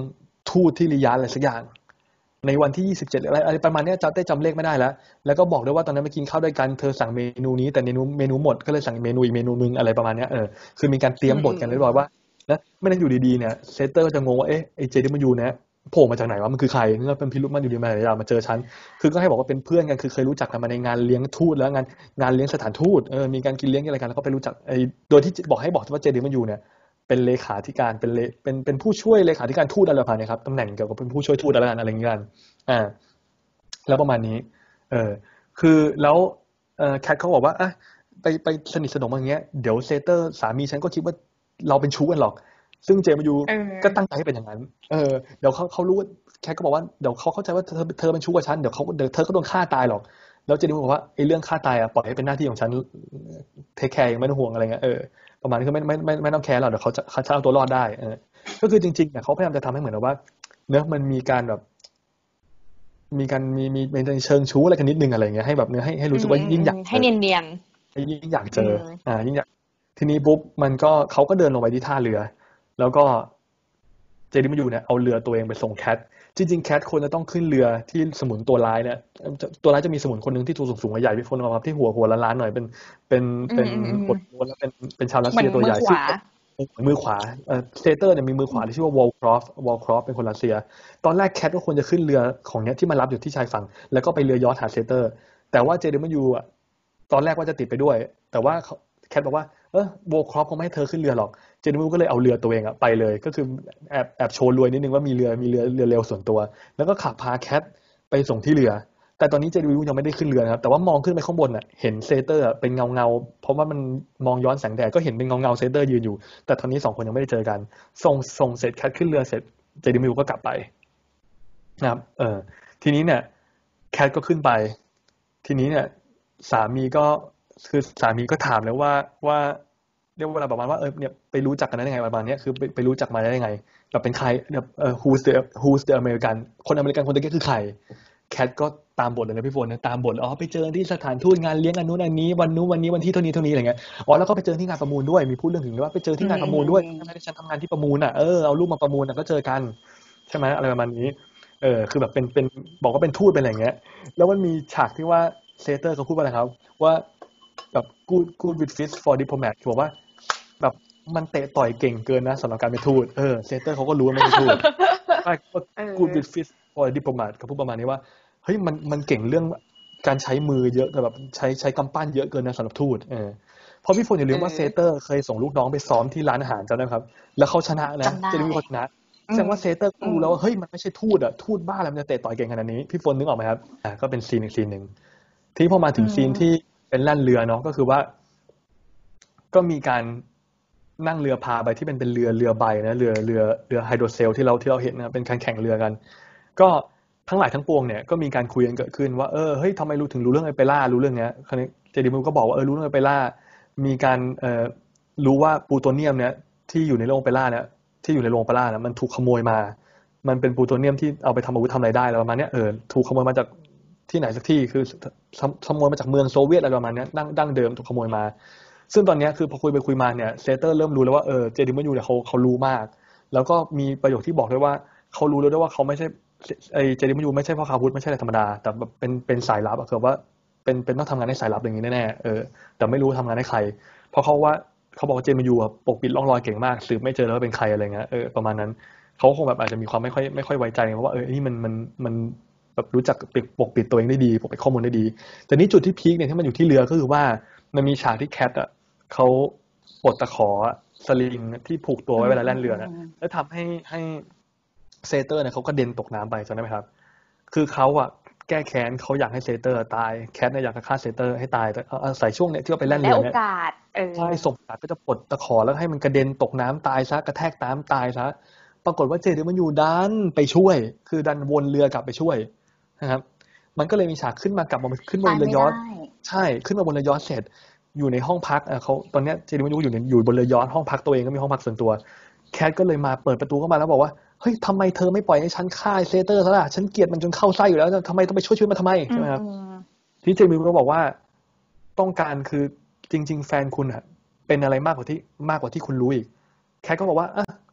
ทูตที่ริยาดอะไรสักอย่างในวันที่ยี่สิบเจ็ดอะไรอะไรประมาณนี้จำได้จำเลขไม่ได้แล้วแล้วก็บอกด้วยว่าตอนนั้นไปกินข้าวด้วยกันเธอสั่งเมนูนี้แต่เมนูเมนูหมดก็เลยสั่งเมนูอีกเมนูนึงอะไรประมาณนี้เออคือมีการเตรียมบทกันเรียบร้อยว่านะไม่นั้นอยู่ดีๆเนี่ยเซตเตอร์ก็จะงงว่าเอ๊ะไอเจดิมายูเนี่ยโผล่มาจากไหนวะมันคือใครนี่เป็นพิรุธมันอยู่ดีมาไหนมาเจอฉันคือก็ให้บอกว่าเป็นเพื่อนกันคือเคยรู้จักกันมาในงานเลี้ยงทูตแล้วงานงานเลี้ยงสถานทูตเออมีการกินเลี้ยงอะไรกันแล้วก็ไปรู้จักไอโดยที่บอกให้บอกว่าเจดิมายูเนี่ยเป็นเลขาธิการเป็นเลเป็นเป็นผู้ช่วยเลขาธิการทูตอะไรประมาณนี้ครับตำแหน่งเกี่ยวกับเป็นผู้ช่วยทูตอะไรกันอะไรอย่างเงี้ยอ่าแล้วประมาณนี้เออคือแล้วเออแคทเขาบอกว่าอ่ะไปไปสนิทสนมอย่างเงี้ยเดี๋ยวเซเตอร์สามีฉันก็คิดว่าเราเป็นชู้กันหรอกซึ่งเจมายูก็ตั้งใจให้เป็นอย่างนั้นเออเดี๋ยวเขาเขารู้ว่าแคทก็บอกว่าเดี๋ยวเขาเข้าใจว่าเธอเธอเป็นชู้กับฉันเดี๋ยวเขาเดี๋ยวเธอก็โดนฆ่าตายหรอกแล้วเจมายูบอกว่าไอ้เรื่องฆ่าตายอ่ะปล่อยให้เป็นหน้าที่ของฉันเทคแคร์ยังไม่ต้องห่วงอะไรเงี้ยเออประมาณนี้คือไม่ไม่ไม่ไม่ต้องแคร์หรอกเดี๋ยวเขาจะเขาจะเอาตัวรอดได้เออก็คือจริงๆเนี่ยเขาพยายามจะทำให้เหมือนว่าเนอะมันมีการแบบมีการมีมีในเชิงชู้อะไรกันนิดนึงอะไรเงี้ยให้แบบเนื้อให้ให้รู้สึกว่ายิ่งอยากให้เนียนๆให้ยิ่งอยากเจออ่ายิ่งอยากทีนี้ปุ๊บมันก็เขาก็เดินลงไปที่ท่าเรือแล้วก็เจดิมายูเนี่ยเอาเรือตัวเองไปส่งแคทจริงๆแคทควรจะต้องขึ้นเรือที่สมุนตัวร้ายเนี่ยตัวร้ายจะมีสมุนคนนึงที่ตัวสูงๆใหญ่ๆพี่คนนะครับที่หัวหัวล้านๆหน่อยเป็นเป็นเป็นบทม้วนแล้วเป็นเป็นชาวรัสเซียตัวใหญ่มือขวาเอ่อเซเตอร์เนี่ยมีมือขวาที่ชื่อว่าวอลครอฟวอลครอฟเป็นคนรัสเซียตอนแรกแคทก็ควรจะขึ้นเรือของเนี้ยที่มารับอยู่ที่ชายฝั่งแล้วก็ไปเรือยอชต์หาเซเตอร์แต่ว่าเจเดมายูอ่ะตอนแรกว่าจะติดไปด้วยแต่ว่าแคทบอกว่าเออวอลครอฟคงไม่ให้เธอขึ้นเรือหรอกเจเดมายูก็เลยเอาเรือตัวเองอ่ะไปเลยก็คือแอบแอบโชว์รวยนิดนึงว่ามีเรือมีเรือเรือเร็วส่วนตัวแล้วก็ขับพาแคทไปส่งที่เรือแต่ตอนนี้เจดิวิวยังไม่ได้ขึ้นเรือนะครับแต่ว่ามองขึ้นไปข้างบนน่ะเห็นเซเตอร์เป็นเงาเงาเพราะว่ามันมองย้อนแสงแดดก็เห็นเป็นเงาเงาเซเตอร์ยืนอยู่แต่ตอนนี้สองคนยังไม่ได้เจอกันส่งส่งเสร็จแคทขึ้นเรือเสร็จเจดิวิวก็กลับไปนะครับเออทีนี้เนี่ยแคทก็ขึ้นไปทีนี้เนี่ยสามีก็คือสามีก็ถามแล้วว่าว่าเรียกว่าอะไรประมาณว่าเออเนี่ยไปรู้จักกันได้ยังไงประมาณนี้คือไปไปรู้จักมาได้ยังไงแบบเป็นใครแบบเออ who's the who's the American คนอเมริกันคนตะกี้คือใครแคทก็ตามบทเลยนะพี่ฝนนะตามบทอ๋อไปเจอที่สถานทูตงานเลี้ยงอันนู้นอันนี้วันนู้นวันนี้วันที่เท่านี้เท่านี้อะไรเงี้ยอ๋อแล้วก็ไปเจอที่งานประมูลด้วยมีพูดเรื่องถึงว่าไปเจอที่งานประมูลด้วยใช่ไหมที่ฉันทำงานที่ประมูลอ่ะเออเอารูปมาประมูลก็เจอกันใช่ไหมอะไรประมาณนี้เออคือแบบเป็นเป็นบอกว่าเป็นทูตเป็นอะไรเงี้ยแล้วมันมีฉากที่ว่าเซเตอร์เขาพูดว่าอะไรครับว่าแบบ good good with fish for diplomat บอกว่าแบบมันเตะต่อยเก่งเกินนะสำหรับการเป็นทูตเออเซเตอร์เขาก็รู้ว่าไม่ใช่ทูตใช่ก็ good with fish for diplomat เขาพูดประมาณนี้ว่าเฮ้ยมันมันเก่งเรื่องการใช้มือเยอะแบบใช้ใช้กำปั้นเยอะเกินนะสำหรับทูตเออเพราะพี่ฝนอย่าลืมว่าเซเตอร์เคยส่งลูกน้องไปซ้อมที่ร้านอาหารจำได้ครับแล้วเขาชนะนะเจนนี่เขาชนะแสดงว่าเซเตอร์ก็รู้แล้วว่าเฮ้ยมันไม่ใช่ทูตอะทูตบ้าอะไรมันจะเตะต่อยเก่งขนาดนี้พี่ฝนนึกออกไหมครับอ่าก็เป็นซีนอีกซีนหนึ่งที่พอมาถึงซีนที่เป็นแล่นเรือเนาะก็คือว่าก็มีการนั่งเรือพาไปที่เป็นเป็นเรือเรือใบนะเรือเรือเรือไฮโดรเซลที่เราที่เราเห็นนะเป็นการแข่งเรือกันก็ทั้งหลายทั้งปวงเนี่ยก็มีการคุยกันเกิดขึ้นว่าเออเฮ้ยทำไมรู้ถึงรู้เรื่องไอเปร่ารู้เรื่องเนี้ยคราวนี้เจดิมูก็บอกว่าเออรู้เรื่องไอเปร่ามีการเอ่อรู้ว่าปูโตเนียมเนี่ยที่อยู่ในโรงไอเปร่าเนี่ยที่อยู่ในโรงไอเปร่าเนี่ยมันถูกขโมยมามันเป็นปูโตเนียมที่เอาไปทำอาวุธทำอะไรได้แล้วประมาณนี้เออถูกขโมยมาจากที่ไหนสักที่คือขโมยมาจากเมืองโซเวียตอะไรประมาณนี้ดั้งดั้งเดิมถูกขโมยมาซึ่งตอนนี้คือพอคุยไปคุยมาเนี่ยเซเตอร์เริ่มรู้แล้วว่าเออเจดิมูเนี่ยเขาเขารู้มากแล้วก็มีประโยคที่บอกด้วยว่าเขารู้แล้วด้วยว่าเขาไม่ใช่ไอเจดิมายูไม่ใช่พ่อค้าอาวุธไม่ใช่อะไรธรรมดาแต่แบบเป็นเป็นสายลับอะคือว่าเป็นเป็นต้องทำงานในสายลับอย่างนี้แน่ๆเออแต่ไม่รู้ทำงานให้ใครเพราะเขาว่าเขาบอกว่าเจดิมายูอะปกปิดร่องรอยเก่งมากสืบไม่เจอแล้วว่าเป็นใครอะไรเงี้ยเออประมาณนั้นเขาคงแบบอาจจะมีความไม่ค่อยไม่ค่อยไว้ใจเพราะว่าเออนี่มันมันมันแบบรู้จักปิดปกปิดตัวเองได้ดีปกปิดข้อมูลได้ดีแต่นี่จุดที่พีคเนี่ยที่มันอยู่ที่เรือก็คือว่ามันมีฉากที่แคทอะเขาปลดตะขอสลิงที่ผูกตัวไว้เวลาแล่นเรือนะแล้วทำให้ให้เซเตอร์เนี่ยเขากระเด็นตกน้ำไปจำได้ไหมครับคือเขาอะแก้แค้นเขาอยากให้เซเตอร์ตายแคทเนี่ยอยากจะฆ่าเซเตอร์ให้ตายแต่อาศัยช่วงเนี่ยที่ว่าไปแล่นเรือเนี่ยใช่สมบัติก็จะปลดตะขอแล้วให้มันกระเด็นตกน้ำตายซะกระแทกน้ำตายซะปรากฏว่าเจเดมันอยู่ดันไปช่วยคือดันวนเรือกลับไปช่วยนะครับมันก็เลยมีฉากขึ้นมากลับมาขึ้นบนเรือยอชต์ใช่ขึ้นมาบนเรือยอชต์เสร็จอยู่ในห้องพักเขาตอนนี้เจเดมันอยู่อยู่อยู่บนเรือยอชต์ห้องพักตัวเองก็มีห้องพักส่วนตัวแคทก็เลยมาเปิดประตูเข้ามาแล้วบอกว่าเฮ้ยทำไมเธอไม่ปล่อยให้ฉันฆ่าเซเตอร์ซะล่ะฉันเกลียดมันจนเข้าไส้อยู่แล้วทำไมต้องไปช่วยช่วยมันทำไมใช่ไหมครับที่เจมิวก็บอกว่าต้องการคือจริงๆแฟนคุณอ่ะเป็นอะไรมากกว่าที่มากกว่าที่คุณรู้อีกแคทก็บอกว่าอ่ะ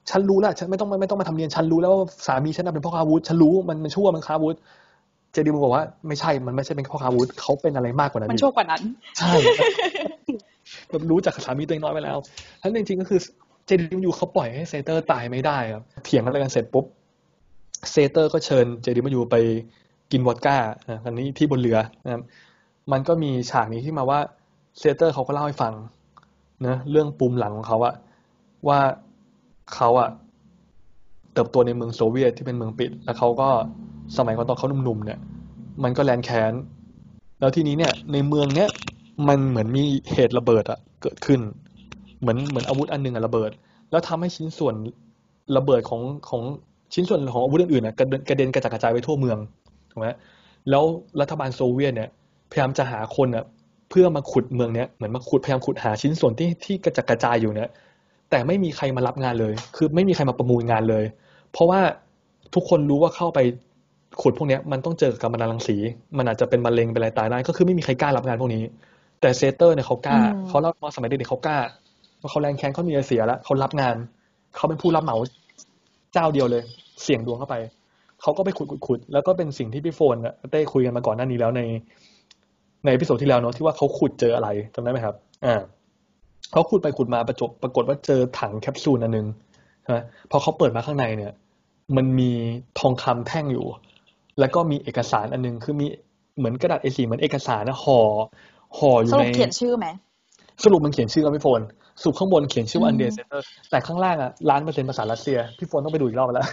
ฉันรู้แล้วฉันไม่ต้องไม่ต้องมาทำเนียนฉันรู้แล้วว่าสามีฉันเป็นพ่อค้าอาวุธฉันรู้มันมันชั่วมันค้าอาวุธเจดีบอกว่าไม่ใช่มันไม่ใช่เป็นพ่อค้าอาวุธเขาเป็นอะไรมากกว่านั้นมันชั่วกว่านั้นใช่แบบรู้จักสามีตัวเองน้อยไปแล้วทั้งจริงๆก็คือเจดีอยู่เขาปล่อยให้เซเตอร์ตายไม่ได้ครับเถียงกันอะไรกันเสร็จปุ๊บเซเตอร์ก็เชิญเจดีมาอยู่ไปกินวอดก้าอันนี้ที่บนเรือนะครับมันก็มีฉากนี้ที่มาว่าเซเตอร์เขาก็เล่าให้ฟังนะเรื่องปุ่มหลังของเขาอะว่าเขาอะเติบโตในเมืองโซเวียตที่เป็นเมืองปิดแล้วเขาก็สมัยก่อนตอนเขาหนุ่มๆเนี่ยมันก็แลนแค้นแล้วทีนี้เนี่ยในเมืองเนี้ยมันเหมือนมีเหตุระเบิดอะเกิดขึ้นเหมือนเหมือนอาวุธอันนึงอะระเบิดแล้วทำให้ชิ้นส่วนระเบิดของของชิ้นส่วนของอาวุธอื่นๆน่ะกระเด็นกระเด็นกระจัดกระจายไปทั่วเมืองถูกไหมแล้วรัฐบาลโซเวียตเนี่ยพยายามจะหาคนอะเพื่อมาขุดเมืองเนี้ยเหมือนมาขุดพยายามขุดหาชิ้นส่วนที่ที่กระจัดกระจายอยู่เนี่ยแต่ไม่มีใครมารับงานเลยคือไม่มีใครมาประมูลงานเลยเพราะว่าทุกคนรู้ว่าเข้าไปขุดพวกนี้มันต้องเจอกับกัมมันตรังสีมันอาจจะเป็นมะเร็งเป็นอะไรตายได้ก็คือไม่มีใครกล้ารับงานพวกนี้แต่เซเตอร์เนี่ยเขากล้าเขาเล่าว่าสมัยเด็กๆเขากล้าเพราะเขาแรงแค้นเขามีอะไรเสียแล้วเขารับงานเขาเป็นผู้รับเหมาเจ้าเดียวเลยเสี่ยงดวงเข้าไปเขาก็ไปขุดขุดขุดแล้วก็เป็นสิ่งที่พี่โฟนกับเต้คุยกันมาก่อนหน้านี้แล้วในในเอพิโซดที่แล้วเนาะที่ว่าเขาขุดเจออะไรจำได้ไหมครับอ่าเขาขุดไปขุดมาประจบปรากฏว่าเจอถังแคปซูลอันนึงใช่ไหมพอเขาเปิดมาข้างในเนี่ยมันมีทองคำแท่งอยู่แล้วก็มีเอกสารอันนึงคือมีเหมือนกระดาษ เอ โฟร์ เหมือนเอกสารนะห่อห่ออยู่ในสรุปเขียนชื่อไหมสรุปมันเขียนชื่อกับพี่โฟนสรุปข้างบนเขียนชื่อว่าอันเดอร์เซเตอร์แต่ข้างล่างอ่ะล้านเปอร์เซ็นต์ภาษารัสเซียพี่โฟนต้องไปดูอีกรอบแล้ว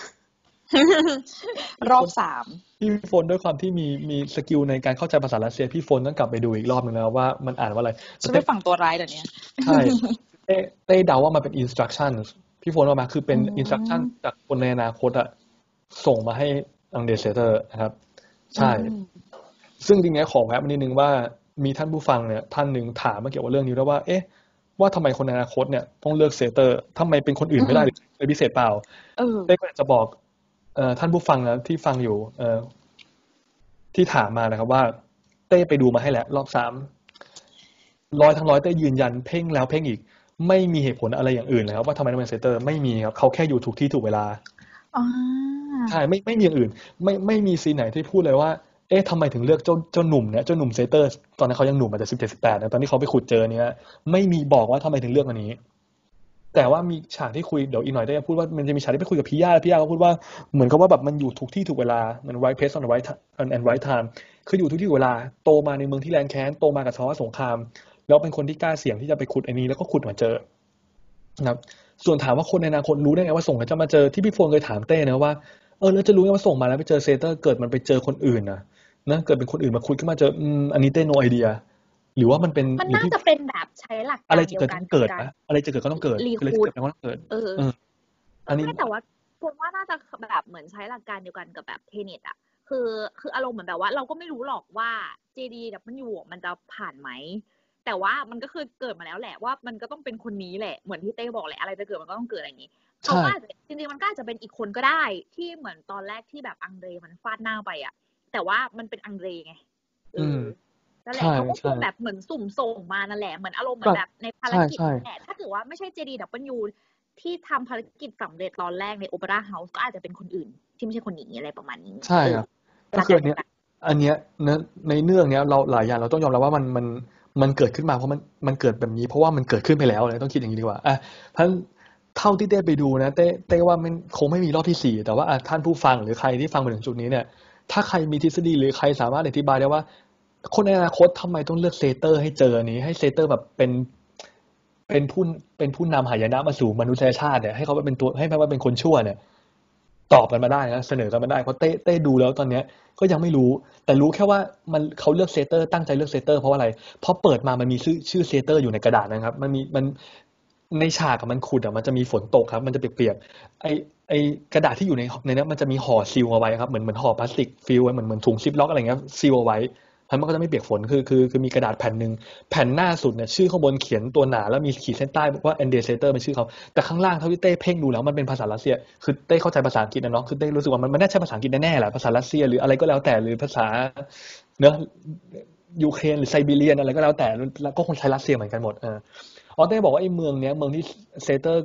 รอบสามพี่โฟนด้วยความที่มีมีสกิลในการเข้าใจภาษารัสเซียพี่โฟนต้องกลับไปดูอีกรอบนึงนะว่ามันอ่านว่าอะไรฉันไม่ฝั่งตัวร้ายเดี๋ยวนี้ใช่เต้เต้เดาว่ามันเป็น instruction พี่โฟนว่ามาคือเป็น instruction จากคนในอนาคตอะส่งมาให้อังเดเซเตอร์นะครับใช่ซึ่งจริงๆขอแวะมานิดนึงว่ามีท่านผู้ฟังเนี่ยท่านหนึ่งถามมาเกี่ยวกับเรื่องนี้แล้วว่าเอ๊ะว่าทำไมคนในอนาคตเนี่ยต้องเลือกเซเตอร์ทำไมเป็นคนอื่นไม่ได้หรือเป็นพิเศษเปล่าเต้ก็อยากจะบอกเอ่อท่านผู้ฟังนะที่ฟังอยู่เอ่อที่ถามมานะครับว่าเต้ไปดูมาให้แล้วรอบสามร้อยทั้งร้อยเต้ยืนยันเพ่งแล้วเพ่งอีกไม่มีเหตุผลอะไรอย่างอื่นเลยครับว่าทำไมต้องเป็นเซเตอร์ไม่มีครับเขาแค่อยู่ถูกที่ถูกเวลาใช่ไม่ไม่มีอย่างอื่นไม่ไม่มีซีนไหนที่พูดเลยว่าเอ๊ะทำไมถึงเลือกเจ้าเจ้าหนุ่มเนี่ยเจ้าหนุ่มเซเตอร์ตอนนั้นเขายังหนุ่มอาจจะสิบเจ็ดสิบแปดนะตอนที่เขาไปขุดเจอเนี่ยไม่มีบอกว่าทำไมถึงเลือกอันนี้แต่ว่ามีฉากที่คุยเดี๋ยวอีกหน่อยได้พูดว่ามันจะมีฉากที่ไปคุยกับพี่ย่าพี่ย่าก็พูดว่าเหมือนกับว่าแบบมันอยู่ถูกที่ถูกเวลามัน right place on the right and right time คืออยู่ทุกที่ถูกเวลาโตมาในเมืองที่แรงแค้นโตมากับภาวะสงครามแล้วเป็นคนที่กล้าเสี่ยงที่จะไปขุดอันนี้แล้วก็ขุดมาเจอนะครับส่วนถามว่าคนในอนาคตรู้ได้ไงว่าส่งแล้วจะมาเจอที่พี่โฟนเคยถามเต้นะว่าเออแล้วจะรู้ไงว่าส่งมาแล้วไปเจอเซเตอร์เกิดมันไปเจอคนอื่นนะนะเกิดเป็นคนอื่นมาขุดขึ้นมาเจออืมอันนี้เต้ no idea หรือว่ามันเป็นมันน่าจะเป็นแบบใช้หลักการอะไรจะเกิดต้องเกิดนะอะไรจะเกิดก็ต้องเกิดอะไรจะเกิดก็ต้องเกิดเอออันนี้แต่ว่าผมว่าน่าจะแบบเหมือนใช้หลักการเดียวกันกับแบบเทเน็ตอ่ะคือคืออารมณ์เหมือนแบบว่าเราก็ไม่รู้หรอกว่า เจ ดี ดับเบิลยู มันจะผ่านไหมแต่ว่ามันก็คือเกิดมาแล้วแหละว่ามันก็ต้องเป็นคนนี้แหละเหมือนที่เต้บอกแหละอะไรจะเกิดมันก็ต้องเกิดอะไรอย่างนี้เขาว่าจริงๆมันก็อาจจะเป็นอีกคนก็ได้ที่เหมือนตอนแรกที่แบบอังเดรมันฟาดหน้าไปอ่ะแต่ว่ามันเป็นอังเดรไงเออนั่นแหละเขาก็คงแบบเหมือนสุ่มส่งมานั่นแหละเหมือนอารมณ์เหมือนแบบในภารกิจแหละถ้าเกิดว่าไม่ใช่ เจ ดี ดับเบิลยู ที่ทำภารกิจสำเร็จตอนแรกในโอเปร่าเฮาส์ก็อาจจะเป็นคนอื่นที่ไม่ใช่คนนี้อะไรประมาณนี้ใช่ครับก็คืออันเนี้ยอันเนี้ยในเรื่องเนี้ยเราหลายอย่างเราต้องยอมรับว่ามันมันมันเกิดขึ้นมาเพราะมันมันเกิดแบบนี้เพราะว่ามันเกิดขึ้นไปแล้วเลยต้องคิดอย่างนี้ดีกว่าอ่ะท่านเท่าที่เต้ไปดูนะเต้เต้ว่ามันคงไม่มีรอบที่สี่แต่ว่าท่านผู้ฟังหรือใครที่ฟังมาถึงจุดนี้เนี่ยถ้าใครมีทฤษฎีหรือใครสามารถอธิบายได้ว่าคนในอนาคตทำไมต้องเลือกเซเตอร์ให้เจออันนี้ให้เซเตอร์แบบเป็นเป็นผู้เป็นผู้นำหายนะมาสู่มนุษยชาติเนี่ยให้เขาเป็นตัวให้เขาเป็นคนชั่วเนี่ยตอบกันมาได้นะเสนอกันมาได้เพราะเต้เต้ดูแล้วตอนเนี้ยก็ยังไม่รู้แต่รู้แค่ว่ามันเขาเลือกเซเตอร์ตั้งใจเลือกเซเตอร์เพราะอะไรเพราะเปิดมามันมีชื่อชื่อเซเตอร์อยู่ในกระดาษนะครับมันมีมันในฉากมันขุดอ่ะมันจะมีฝนตกครับมันจะเปียกๆไอไอกระดาษที่อยู่ในในนั้นมันจะมีห่อซีลเอาไว้ครับเหมือนเหมือนห่อพลาสติกฟิลไว้เหมือนเหมือนถุงซิปล็อกอะไรเงี้ยซีลเอาไว้มันก็จะไม่เปียกฝนคือคือคือมีกระดาษแผ่นนึงแผ่นหน้าสุดเนี่ยชื่อข้างบนเขียนตัวหนาแล้วมีขีดเส้นใต้บอกว่า Andeseter เป็นชื่อเขาแต่ข้างล่างเท่าที่เต้เพ่งดูแล้วมันเป็นภาษารัสเซียคือเต้เข้าใจภาษาอังกฤษนะเนาะคือเต้รู้สึกว่ามันมันน่าใช่ภาษาอังกฤษแน่ๆแหละภาษารัสเซียหรืออะไรก็แล้วแต่หรือภาษาเนอะยูเครนหรือไซบีเรียนอะไรก็แล้วแต่แล้วก็คงใช้รัสเซียเหมือนกันหมดเอออ๋อเต้บอกว่าไอ้เมืองเนี้ยเมืองที่เซเตอร์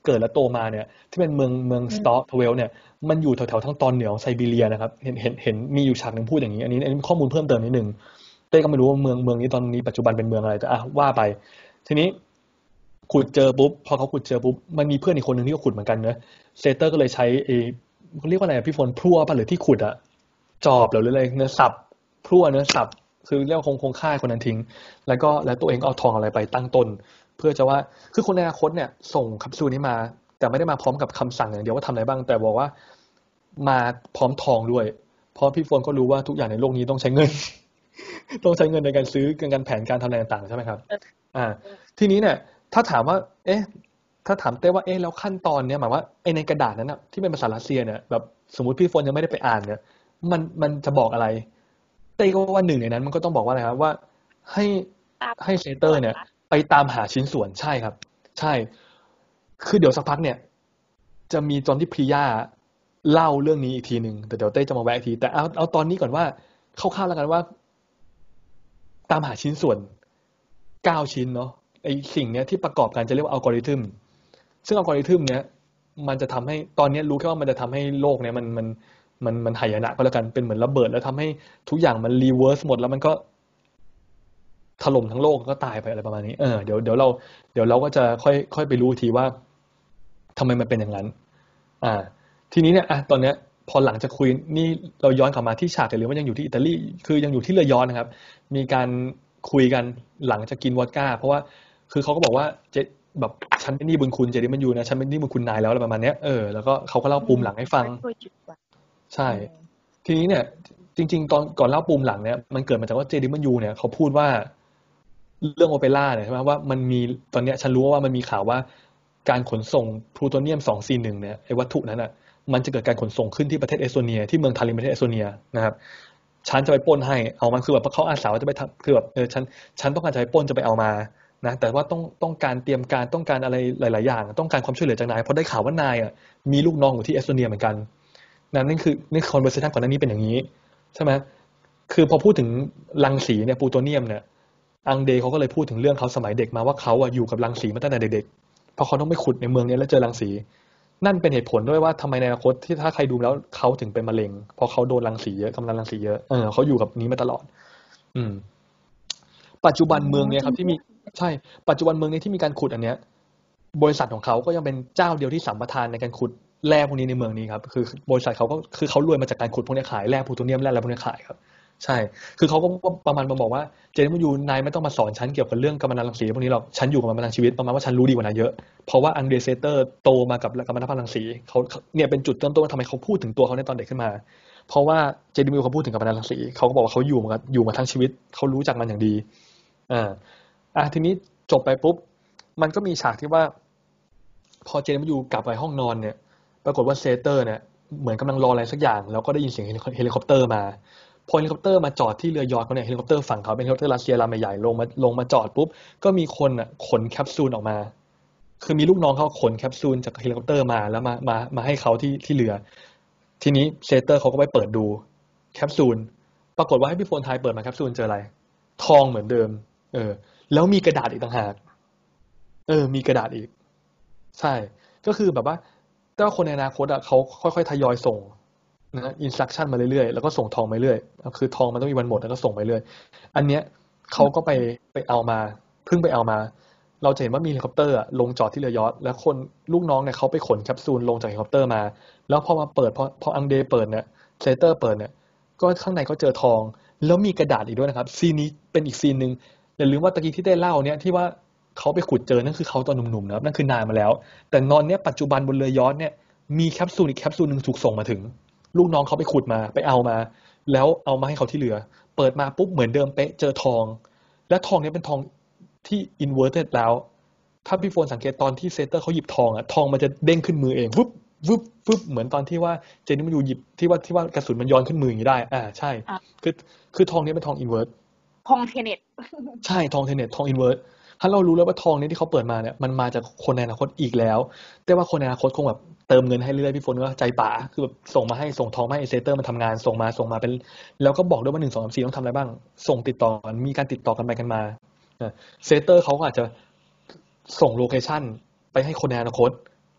เกิดและโตมาเนี่ยที่เป็นเมืองเมืองสตอร์ทเวลเนี่ยมันอยู่แถวๆทางตอนเหนือของไซบีเรียนะครับเห็นเห็นเห็นมีอยู่ฉากหนึ่งพูดอย่างนี้อันนี้อันนี้ข้อมูลเพิ่มเติมนิดนึงเต้ก็ไม่รู้ว่าเมืองเมืองนี้ตอนนี้ปัจจุบันเป็นเมืองอะไรแต่อ่ะว่าไปทีนี้ขุดเจอปุ๊บพอเขาขุดเจอปุ๊บมันมีเพื่อนอีกคนหนึ่งที่ก็ขุดเหมือนกันเนอะเซเตอร์ก็เลยใช้เอเขาเรียกว่าอะไรพี่ฝนพลั่วป่ะหรือที่ขุดอะจอบหรืออะไรเนื้อสับพลั่วเนื้อสับคือเรียกว่าคงคงฆ่าคนนั้นทิ้งแล้วก็แล้วตัวเองก็เอาทองอะไรไปตั้งต้นเพื่อจะว่าคือคนในอนาคตเนี่ยส่งแคปซูลนี้มาแต่ไม่ได้มาพร้อมกับคำสั่งอย่างเดียวว่าทำอะไรบ้างแต่บอกว่ามาพร้อมทองด้วยเพราะพี่ฝนก็รู้ว่าทุกอย่างในโลกนี้ต้องใช้เงิน ต้องใช้เงินในการซื้อการแผนการทำอะไรต่างๆใช่ไหมครับอ่าทีนี้เนี่ยถ้าถามว่าเอ๊ะถ้าถามเต้ว่าเอ๊ะแล้วขั้นตอนเนี้ยหมายว่าไอ้ในกระดาษนั้นนะที่เป็นภาษารัสเซียเนี่ยแบบสมมติพี่ฝนยังไม่ได้ไปอ่านเนี่ยมันมันจะบอกอะไรเต้ก็ว่าหนึ่งในนั้นมันก็ต้องบอกว่าอะไรครับว่าให้ให้เซเตอร์เนี่ยไปตามหาชิ้นส่วนใช่ครับใช่คือเดี๋ยวสักพักเนี่ยจะมีตอนที่พริยาเล่าเรื่องนี้อีกทีหนึ่งแต่เดี๋ยวเต้จะมาแวะอีกทีแต่เอาเอาตอนนี้ก่อนว่าคร่าวๆแล้วกันว่าตามหาชิ้นส่วนเก้าชิ้นเนาะไอสิ่งเนี้ยที่ประกอบกันจะเรียกว่าอัลกอริทึมซึ่งอัลกอริทึมเนี้ยมันจะทำให้ตอนนี้รู้แค่ว่ามันจะทำให้โลกเนี้ยมันมันมันมันหายนะก็แล้วกันเป็นเหมือนระเบิดแล้วทำให้ทุกอย่างมันรีเวิร์สหมดแล้วมันก็ถล่มทั้งโลกก็ตายไปอะไรประมาณนี้เออเดี๋ยวเดี๋ยวเราเดี๋ยวเราก็จะค่อยค่อยไปรู้ทีว่าทำไมมันเป็นอย่างนั้นอ่าทีนี้เนี่ยอ่ะตอนเนี้ยพอหลังจากคุยนี่เราย้อนกลับมาที่ฉากแต่หรือว่ายังอยู่ที่อิตาลีคือยังอยู่ที่เรือยอชต์นะครับมีการคุยกันหลังจากกินวอดก้าเพราะว่าคือเขาก็บอกว่าเจแบบฉันเป็นหนี้บุญคุณเจดิมันยูนะฉันเป็นหนี้บุญคุณนายแล้วอะไรประมาณเนี้ยเออแล้วก็เขาก็เล่าปูมหลังให้ฟังใช่ทีนี้เนี่ยจริงๆตอนก่อนเล่าปูมหลังเนี่ยมันเกิดมาจากว่าเจดิมันยูเนี่ยเขาพูดว่าเรื่องโอเปร่าเนี่ยใช่ไหมว่ามันมีตอนเนี้ยฉันรู้ว่ามันมีข่าวว่าการขนส่งพลูโทเนียมสองสี่หนึ่งเนี่ยไอ้วัตถุนั้นอ่ะมันจะเกิดการขนส่งขึ้นที่ประเทศเอสโตเนียที่เมืองทาลินประเทศเอสโตเนียนะครับฉันจะไปปล้นให้เอามันคือแบบเขาอาสาว่าจะไปคือแบบเออฉันฉันต้องการจะไปปล้นจะไปเอามานะแต่ว่าต้องต้องการเตรียมการต้องการอะไรหลายๆอย่างต้องการความช่วยเหลือจากนายเพราะได้ข่าวว่านายอ่ะมีลูกน้องอยู่ที่เอสโตเนียเหมือนกันนั่นคือนี่คอนเวอร์เซชันก่อนหน้านี้เป็นอย่างนี้ใช่ไหมคือพอพูดถึงรังสีเนี่ยพลูโทเนียมเนี่ยอังเดย์เขาก็เลยพูดถึงเรื่องเขาสมัยเด็กมาว่าเขาอ่ะอยู่กับรังสีมาตั้งแต่เด็กๆเพราะเขาต้องไปขุดในเมืองนี้แล้วเจอรังสีนั่นเป็นเหตุผลด้วยว่าทำไมในอนาคตที่ถ้าใครดูแล้วเขาถึงเป็นมะเร็งเพราะเขาโดนรังสีเยอะกำลังรังสีเยอะเออเขาอยู่กับนี้มาตลอดอืมปัจจุบันเมืองเนี่ยครับที่มีใช่ปัจจุบันเมืองนี้ที่มีการขุดอันเนี้ยบริษัทของเขาก็ยังเป็นเจ้าเดียวที่สัมปทานในการขุดแร่พวกนี้ในเมืองนี้ครับคือบริษัทเขาก็คือเขารวยมาจากการขุดพวกนี้ขายแร่พลูโทเนียมแร่อะไรพวกนี้ขายครับใช่คือเขาก็ประมาณมาบอกว่าเจนมันยูนายไม่ต้องมาสอนฉันเกี่ยวกับเรื่องกัมมันตรังสีพวกนี้หรอกฉันอยู่กับมันมาทั้งชีวิตประมาณว่าฉันรู้ดีกว่านายเยอะเพราะว่าอังเดรเซเตอร์โตมากับกัมมันตรังสีเขาเนี่ยเป็นจุดเริ่มต้นว่าทำไมเขาพูดถึงตัวเขาในตอนเด็กขึ้นมาเพราะว่าเจนมันยูเขาพูดถึงกัมมันตรังสีเขาก็บอกว่าเขาอยู่มาอยู่มาทั้งชีวิตเขารู้จักมันอย่างดีอ่าอ่ะทีนี้จบไปปุ๊บมันก็มีฉากที่ว่าพอเจนมันยูกลับไปห้องนอนเนี่ยปรากฏว่าเซเตอร์เนี่ยเหมือนกำลังรออะไรสักอย่างแล้วก็ได้ยินเสียงเฮลิคอปเตอร์มาพอเฮลิคอปเตอร์มาจอดที่เรือยอชต์เขาเนี่ยเฮลิคอปเตอร์ฝั่งเขาเป็นเฮลิคอปเตอร์รัสเซียลำใหญ่ๆลงมาลงมาจอดปุ๊บก็มีคนอ่ะขนแคปซูลออกมาคือมีลูกน้องเขาขนแคปซูลจากเฮลิคอปเตอร์มาแล้วมามามาให้เขาที่ที่เรือทีนี้เซเตอร์เขาก็ไปเปิดดูแคปซูลปรากฏว่าให้พี่โฟนไทยเปิดมาแคปซูลเจออะไรทองเหมือนเดิมเออแล้วมีกระดาษอีกต่างหากเออมีกระดาษอีกใช่ก็คือแบบว่าแต่ว่าคนในอนาคตอ่ะเขาค่อยๆทยอยส่งนะอินสตรัคชั่นมาเรื่อยๆแล้วก็ส่งทองมาเรื่อยคือทองมันต้องมีวันหมดแล้วก็ส่งไปเรื่อยอันเนี้ยเขาก็ไปไปเอามาเพิ่งไปเอามาเราจะเห็นว่ามีเฮลิคอปเตอร์ลงจอดที่เรือยอชต์แล้วคนลูกน้องเนี่ยเขาไปขนแคปซูลลงจากเฮลิคอปเตอร์มาแล้วพอมาเปิดพอพออังเดย์เปิดเนี่ยเซเตอร์เปิดเนี่ยก็ข้างในก็เจอทองแล้วมีกระดาษอีกด้วยนะครับซีนนี้เป็นอีกซีนนึงอย่าลืมว่าตะกี้ที่ได้เล่าเนี่ยที่ว่าเขาไปขุดเจอนั่นคือเขาตอนหนุ่มๆนะครับนั่นคือนานมาแล้วแต่นอนเนี้ยปัจจุบันบนเรือยอชต์เนี่ยมีแคปซูลอีกแคปซูลนึงถูกส่งมาถึงลูกน้องเขาไปขุดมาไปเอามาแล้วเอามาให้เขาที่เรือเปิดมาปุ๊บเหมือนเดิมเป๊ะเจอทองและทองนี้เป็นทองที่ inverted แล้วถ้าพี่โฟนสังเกตตอนที่เซเตอร์เขาหยิบทองอ่ะทองมันจะเด้งขึ้นมือเองวึบวึบวึบเหมือนตอนที่ว่าเจนนี่มันอยู่หยิบที่ว่าที่ว่ากระสุนมันย้อนขึ้นมืออย่างนี้ได้อ่าใช่คือคือทองนี้เป็นทอง invert ทองเทเน็ตใช่ทองเทเน็ตทอง invert ถ้าเรารู้แล้วว่าทองนี้ที่เขาเปิดมาเนี่ยมันมาจากคนในอนาคตอีกแล้วแต่ว่าคนในอนาคตคงแบบเติมเงินให้เรื่อยๆพี่โฟนก็ใจป๋าคือแบบส่งมาให้ส่งทองมาให้เซเตอร์มันทำงานส่งมาส่งมาเป็นแล้วก็บอกด้วยว่าหนึ่งสองสามสี่ต้องทำอะไรบ้างส่งติดต่อมีการติดต่อกันไปกันมาเซเตอร์เขาก็อาจจะส่งโลเคชั่นไปให้คนในอนาคต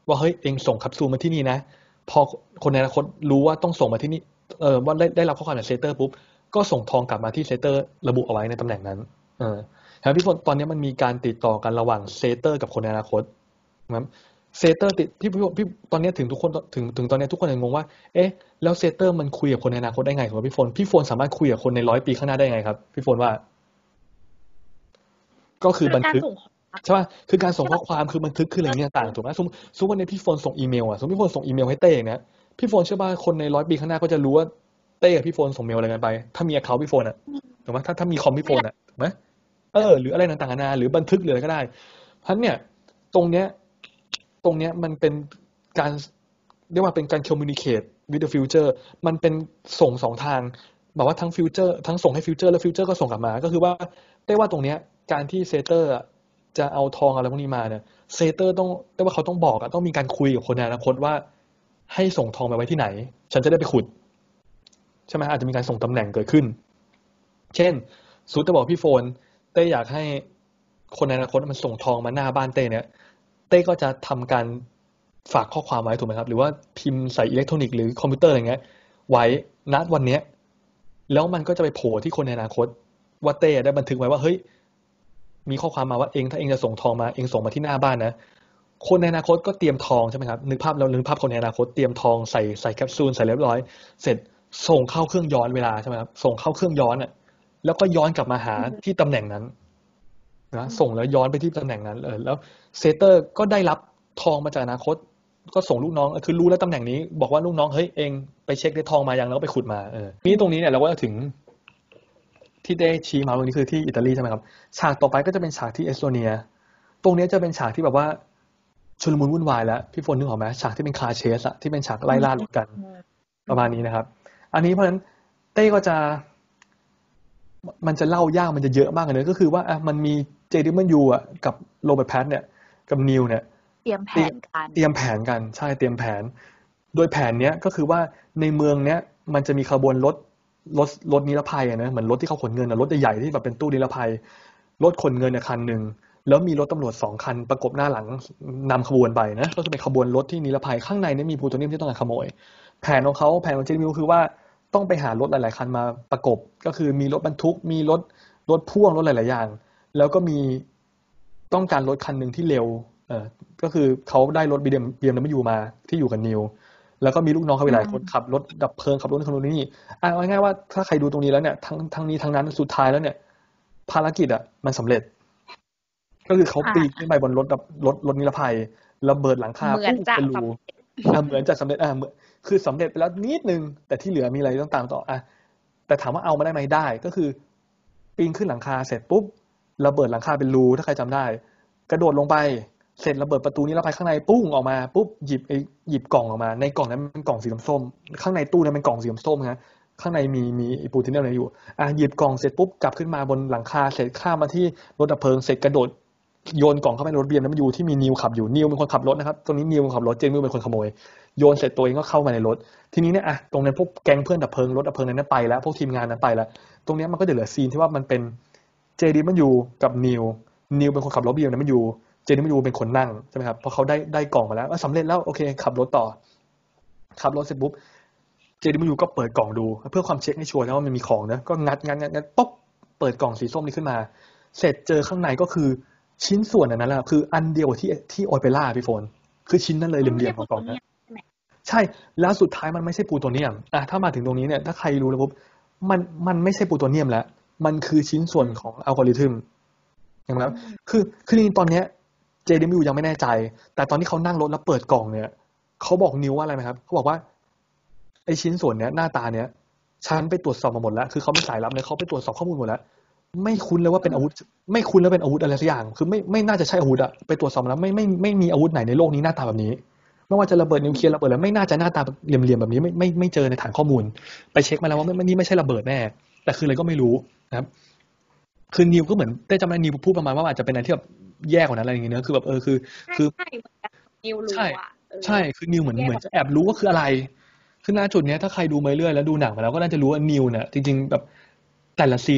ว่าเฮ้ยเองส่งแคปซูลมาที่นี่นะพอคนในอนาคตรู้ว่าต้องส่งมาที่นี่เออว่าได้ได้รับข้อความจากเซตเตอร์ปุ๊บก็ส่งทองกลับมาที่เซตเตอร์ระบุเอาไว้ในตำแหน่งนั้นเออแล้วพี่ฝนตอนนี้มันมีการติดต่อกันระหว่างเซตเตอร์กับคนในอนาคตนะครับเซตเตอร์ติดพี่พี่พี่ตอนนี้ถึงทุกคนถึงถึงตอนนี้ทุกคนยังงงว่าเอ๊ะแล้วเซตเตอร์มันคุยกับคนในอนาคตได้ไงครับพี่ฝนพี่ฝนสามารถคุยกับคนในร้อยปีข้างหน้าได้ไงครับพี่ฝนว่าก็คือบันทึกใช่ป่ะคือการส่งข้อความคือบันทึกคืออะไรเนี่ยต่างถูกไหมสมมติสมมติวันนี้พี่ฝนส่งอีเมลอ่ะสมมติพี่ฝนส่งอีเมลให้เต้อย่างเนี้ยพี่ฝนเชื่อป่ะคนในร้อยปีข้างหน้าก็จะรู้ว่าเต้กับพี่ฝนส่งเมลอะไรกันไปถ้ามี account พี่ฝนอ่ะถูกไหมถ้าถ้ามีคอมพี่ฝนอ่ะถูกไหมเออหรืออะไรต่างๆนานาหรือบันทึกหรืออะไรก็ได้เพราะเนี่ยตรงเนี้ยตรงเนี้ยมันเป็นการเรียกว่าเป็นการ communicate with the future มันเป็นส่งสองทางแบบว่าทั้ง future ทั้งส่งให้ future และ future ก็ส่งกลับมาก็คือว่าได้ว่าตรงเนี้ยการที่เซเตอร์จะเอาทองอะไรพวกนี้มาเนี่ยเซเตอร์ต้องได้ว่าเขาต้องบอกอะต้องมีการคุยกับคนในอนาคตว่าให้ส่งทองไปไว้ที่ไหนฉันจะได้ไปขุดใช่ไหมอาจจะมีการส่งตำแหน่งเกิดขึ้นเช่นซูตจะบอกพี่โฟนเต้อยากให้คนในอนาคตมันส่งทองมาหน้าบ้านเต้เนี่ยเต้ก็จะทำการฝากข้อความไว้ถูกไหมครับหรือว่าพิมพ์ใส่อิเล็กทรอนิกส์หรือคอมพิวเตอร์อะไรเงี้ยไว้ณวันเนี้ยแล้วมันก็จะไปโผล่ที่คนในอนาคตว่าเต้ได้บันทึกไว้ว่าเฮ้ยมีข้อความมาว่าเองถ้าเองจะส่งทองมาเองส่งมาที่หน้าบ้านนะคนในอนาคตก็เตรียมทองใช่ไหมครับนึกภาพเรานึกภาพคนในอนาคตเตรียมทองใส่ใส่แคปซูลใส่เรียบร้อยเสร็จส่งเข้าเครื่องย้อนเวลาใช่ไหมครับส่งเข้าเครื่องย้อนอ่ะแล้วก็ย้อนกลับมาหาที่ตำแหน่งนั้นนะส่งแล้วย้อนไปที่ตำแหน่งนั้นเออแล้วเซเตอร์ก็ได้รับทองมาจากอนาคตก็ส่งลูกน้องคือรู้แล้วตำแหน่งนี้บอกว่าลูกน้องเฮ้ยเองไปเช็คได้ทองมายังแล้วก็ไปขุดมาเออนี่ตรงนี้เนี่ยเราก็ถึงที่ได้ชี้มาวันนี้คือที่อิตาลีใช่ไหมครับฉากต่อไปก็จะเป็นฉากที่เอสโตเนียตรงนี้จะเป็นฉากที่แบบว่าชุลมุนวุ่นวายแล้วพี่ฝนนึกออกไหมฉากที่เป็นคาร์เชสอะที่เป็นฉากไล่ล่ารถกันประมาณนี้นะครับอันนี้เพราะฉะนั้นเต้ก็จะมันจะเล่ายากมันจะเยอะมากเลยก็คือว่าอ่ะมันมีเจดิมันยูอ่ะกับโรเบิร์ตแพตเนี่ยกับนิวเนี่ยเตรียมแผนกันเตรียมแผนกันใช่เตรียมแผนโดยแผนเนี้ยก็คือว่าในเมืองเนี้ยมันจะมีขบวนรถรถรถนิรภัยอ่ะนะเหมือนรถที่เขาขนเงินอ่ะรถใหญ่ๆที่แบบเป็นตู้นิรภัยรถขนเงินอ่ะคันนึงแล้วมีรถตำรวจสองคันประกบหน้าหลังนำขบวนไปนะก็คือเป็นขบวนรถที่นิรภัยข้างในนี่มีพลูโทเนียมที่ต้องการขโมยแผนของเขาแผนของเจดิมิวคือว่าต้องไปหารถหลายๆคันมาประกบก็คือมีรถบรรทุกมีรถรถพ่วงรถหลายๆอย่างแล้วก็มีต้องการรถคันหนึ่งที่เร็วเออก็คือเขาได้รถ บี เอ็ม บี เอ็ม ดับเบิลยู มาที่อยู่กับนิวแล้วก็มีลูกน้องเขาหลายคนขับรถดับเพลิงขับรถคนนู้นนี่อ่ะเอาง่ายๆว่าถ้าใครดูตรงนี้แล้วเนี่ยทั้งทั้งนี้ทั้งนั้นสุดท้ายแล้วเนี่ยภารกิจอ่ะมันสำเร็จก็คือเขาปีนขึ้นไปบนรถดับรถรถนิรภัยระเบิดหลังคาปุ๊บเป็นรูอ่ะเหมือนจะสำเร็จอ่ะคือสำเร็จไปแล้วนิดนึงแต่ที่เหลือมีอะไรต้องตามต่ออ่ะแต่ถามว่าเอามาได้ไหมได้ก็คือปีนขึ้นหลังคาเสร็จปุ๊บระเบิดหลังคาเป็นรูถ้าใครจำได้กระโดดลงไปเสร็จระเบิดประตูนี้แล้วไปข้างในปุ้งออกมาปุ๊บหยิบไอ้หยิบกล่องออกมาในกล่องนั้นเป็นกล่องสีส้มข้างในตู้นั้นเป็นกล่องสีส้มฮะข้างในมีมีไอ้ปูทินเนอร์อะไรอยู่อ่ะหยิบกล่องเสร็จปุ๊บกลับขึ้นมาบนหลังคาเสร็จข้ามมาที่รถดับเพลิงเสร็จกระโดดโยนกล่องเข้าไปในรถ บี เอ็ม ดับเบิลยู ที่มีนิวขับอยู่นิวเป็นคนขับรถนะครับตรงนี้นิวเป็นคนขับรถเจนมิวเป็นคนขโมยโยนเสร็จตัวเองก็เข้ามาในรถทีนี้เนี่ยอ่ะตรงนั้นพวกแก๊งเพื่อนดับเพลิงรถดับเพลิงนั้นไปแล้วพวกทีมงานนั้นไปแล้วตรงนี้มันก็จะเหลือซีนที่ว่ามันเป็นเจดีมันอยู่กับนิวนิวเป็นคนขับรถ บี เอ็ม ดับเบิลยูเจนี่ไม่ดูเป็นคนนั่งใช่ไหมครับพอเขาได้ได้กล่องมาแล้วสำเร็จแล้วโอเคขับรถต่อขับรถเสร็จปุ๊บเจนี่ไม่ดูก็เปิดกล่องดูเพื่อความเช็คให้ชัวร์นะว่ามันมีของนะก็งัดงัดงัดงัดป๊อกเปิดกล่องสีส้มนี้ขึ้นมาเสร็จเจอข้างในก็คือชิ้นส่วนนั้นแหละคืออันเดียวที่ที่โอเปร่าพี่โฟนคือชิ้นนั้นเลยเหลี่ยมๆของกล่องนะใช่แล้วสุดท้ายมันไม่ใช่ปูโตเนียมอ่ะถ้ามาถึงตรงนี้เนี่ยถ้าใครรู้แล้วปุ๊บมันมันไม่ใช่ปูโตเนียมแล้วมันคือชิ้นส่วนของอัลกอริทึมอย่างนั้นคือคือจริงๆตอนเนี้ยเจดิมิวยังไม่แน่ใจแต่ตอนที่เขานั่งรถแล้วเปิดกล่องเนี่ยเขาบอกนิวว่าอะไรไหมครับเขาบอกว่าไอชิ้นส่วนเนี้ยหน้าตาเนี้ยฉันไปตรวจสอบมาหมดแล้วคือเขาเป็นสายลับเนี่ยเขาไปตรวจสอบข้อมูลหมดแล้วไม่คุ้นเลยว่าเป็นอาวุธไม่คุ้นแล้วเป็นอาวุธอะไรสักอย่างคือไม่ไม่น่าจะใช่อาวุธอะไปตรวจสอบมาแล้วไม่ไม่ไม่มีอาวุธไหนในโลกนี้หน้าตาแบบนี้ไม่ว่าจะระเบิดนิวเคลียร์ระเบิดแล้วไม่น่าจะหน้าตาเหลี่ยมๆแบบนี้ไม่ไม่ไม่เจอในฐานข้อมูลไปเช็คมาแล้วว่าไม่นี่ไม่ใช่ระเบิดแน่แต่คืออะไรก็ไม่รู้นะครับคือนิวก็เหมือนได้จำได้นิวพูดประมาณว่าอาจจะเป็นอะไรที่แบบแย่กว่านั้นอะไรอย่างเงี้ยคือแบบเออคือคือใช่เหมือนนิวรู้อ่ะใช่คือนิวเหมือนเหมือนจะแอบรู้ว่าคืออะไรคือณจุดเนี้ยถ้าใครดูมาเรื่อยแล้วดูหนังมาแล้วก็น่าจะรู้ว่านิวเนี่ยจริงๆแบบแต่ละซีนเนี่ย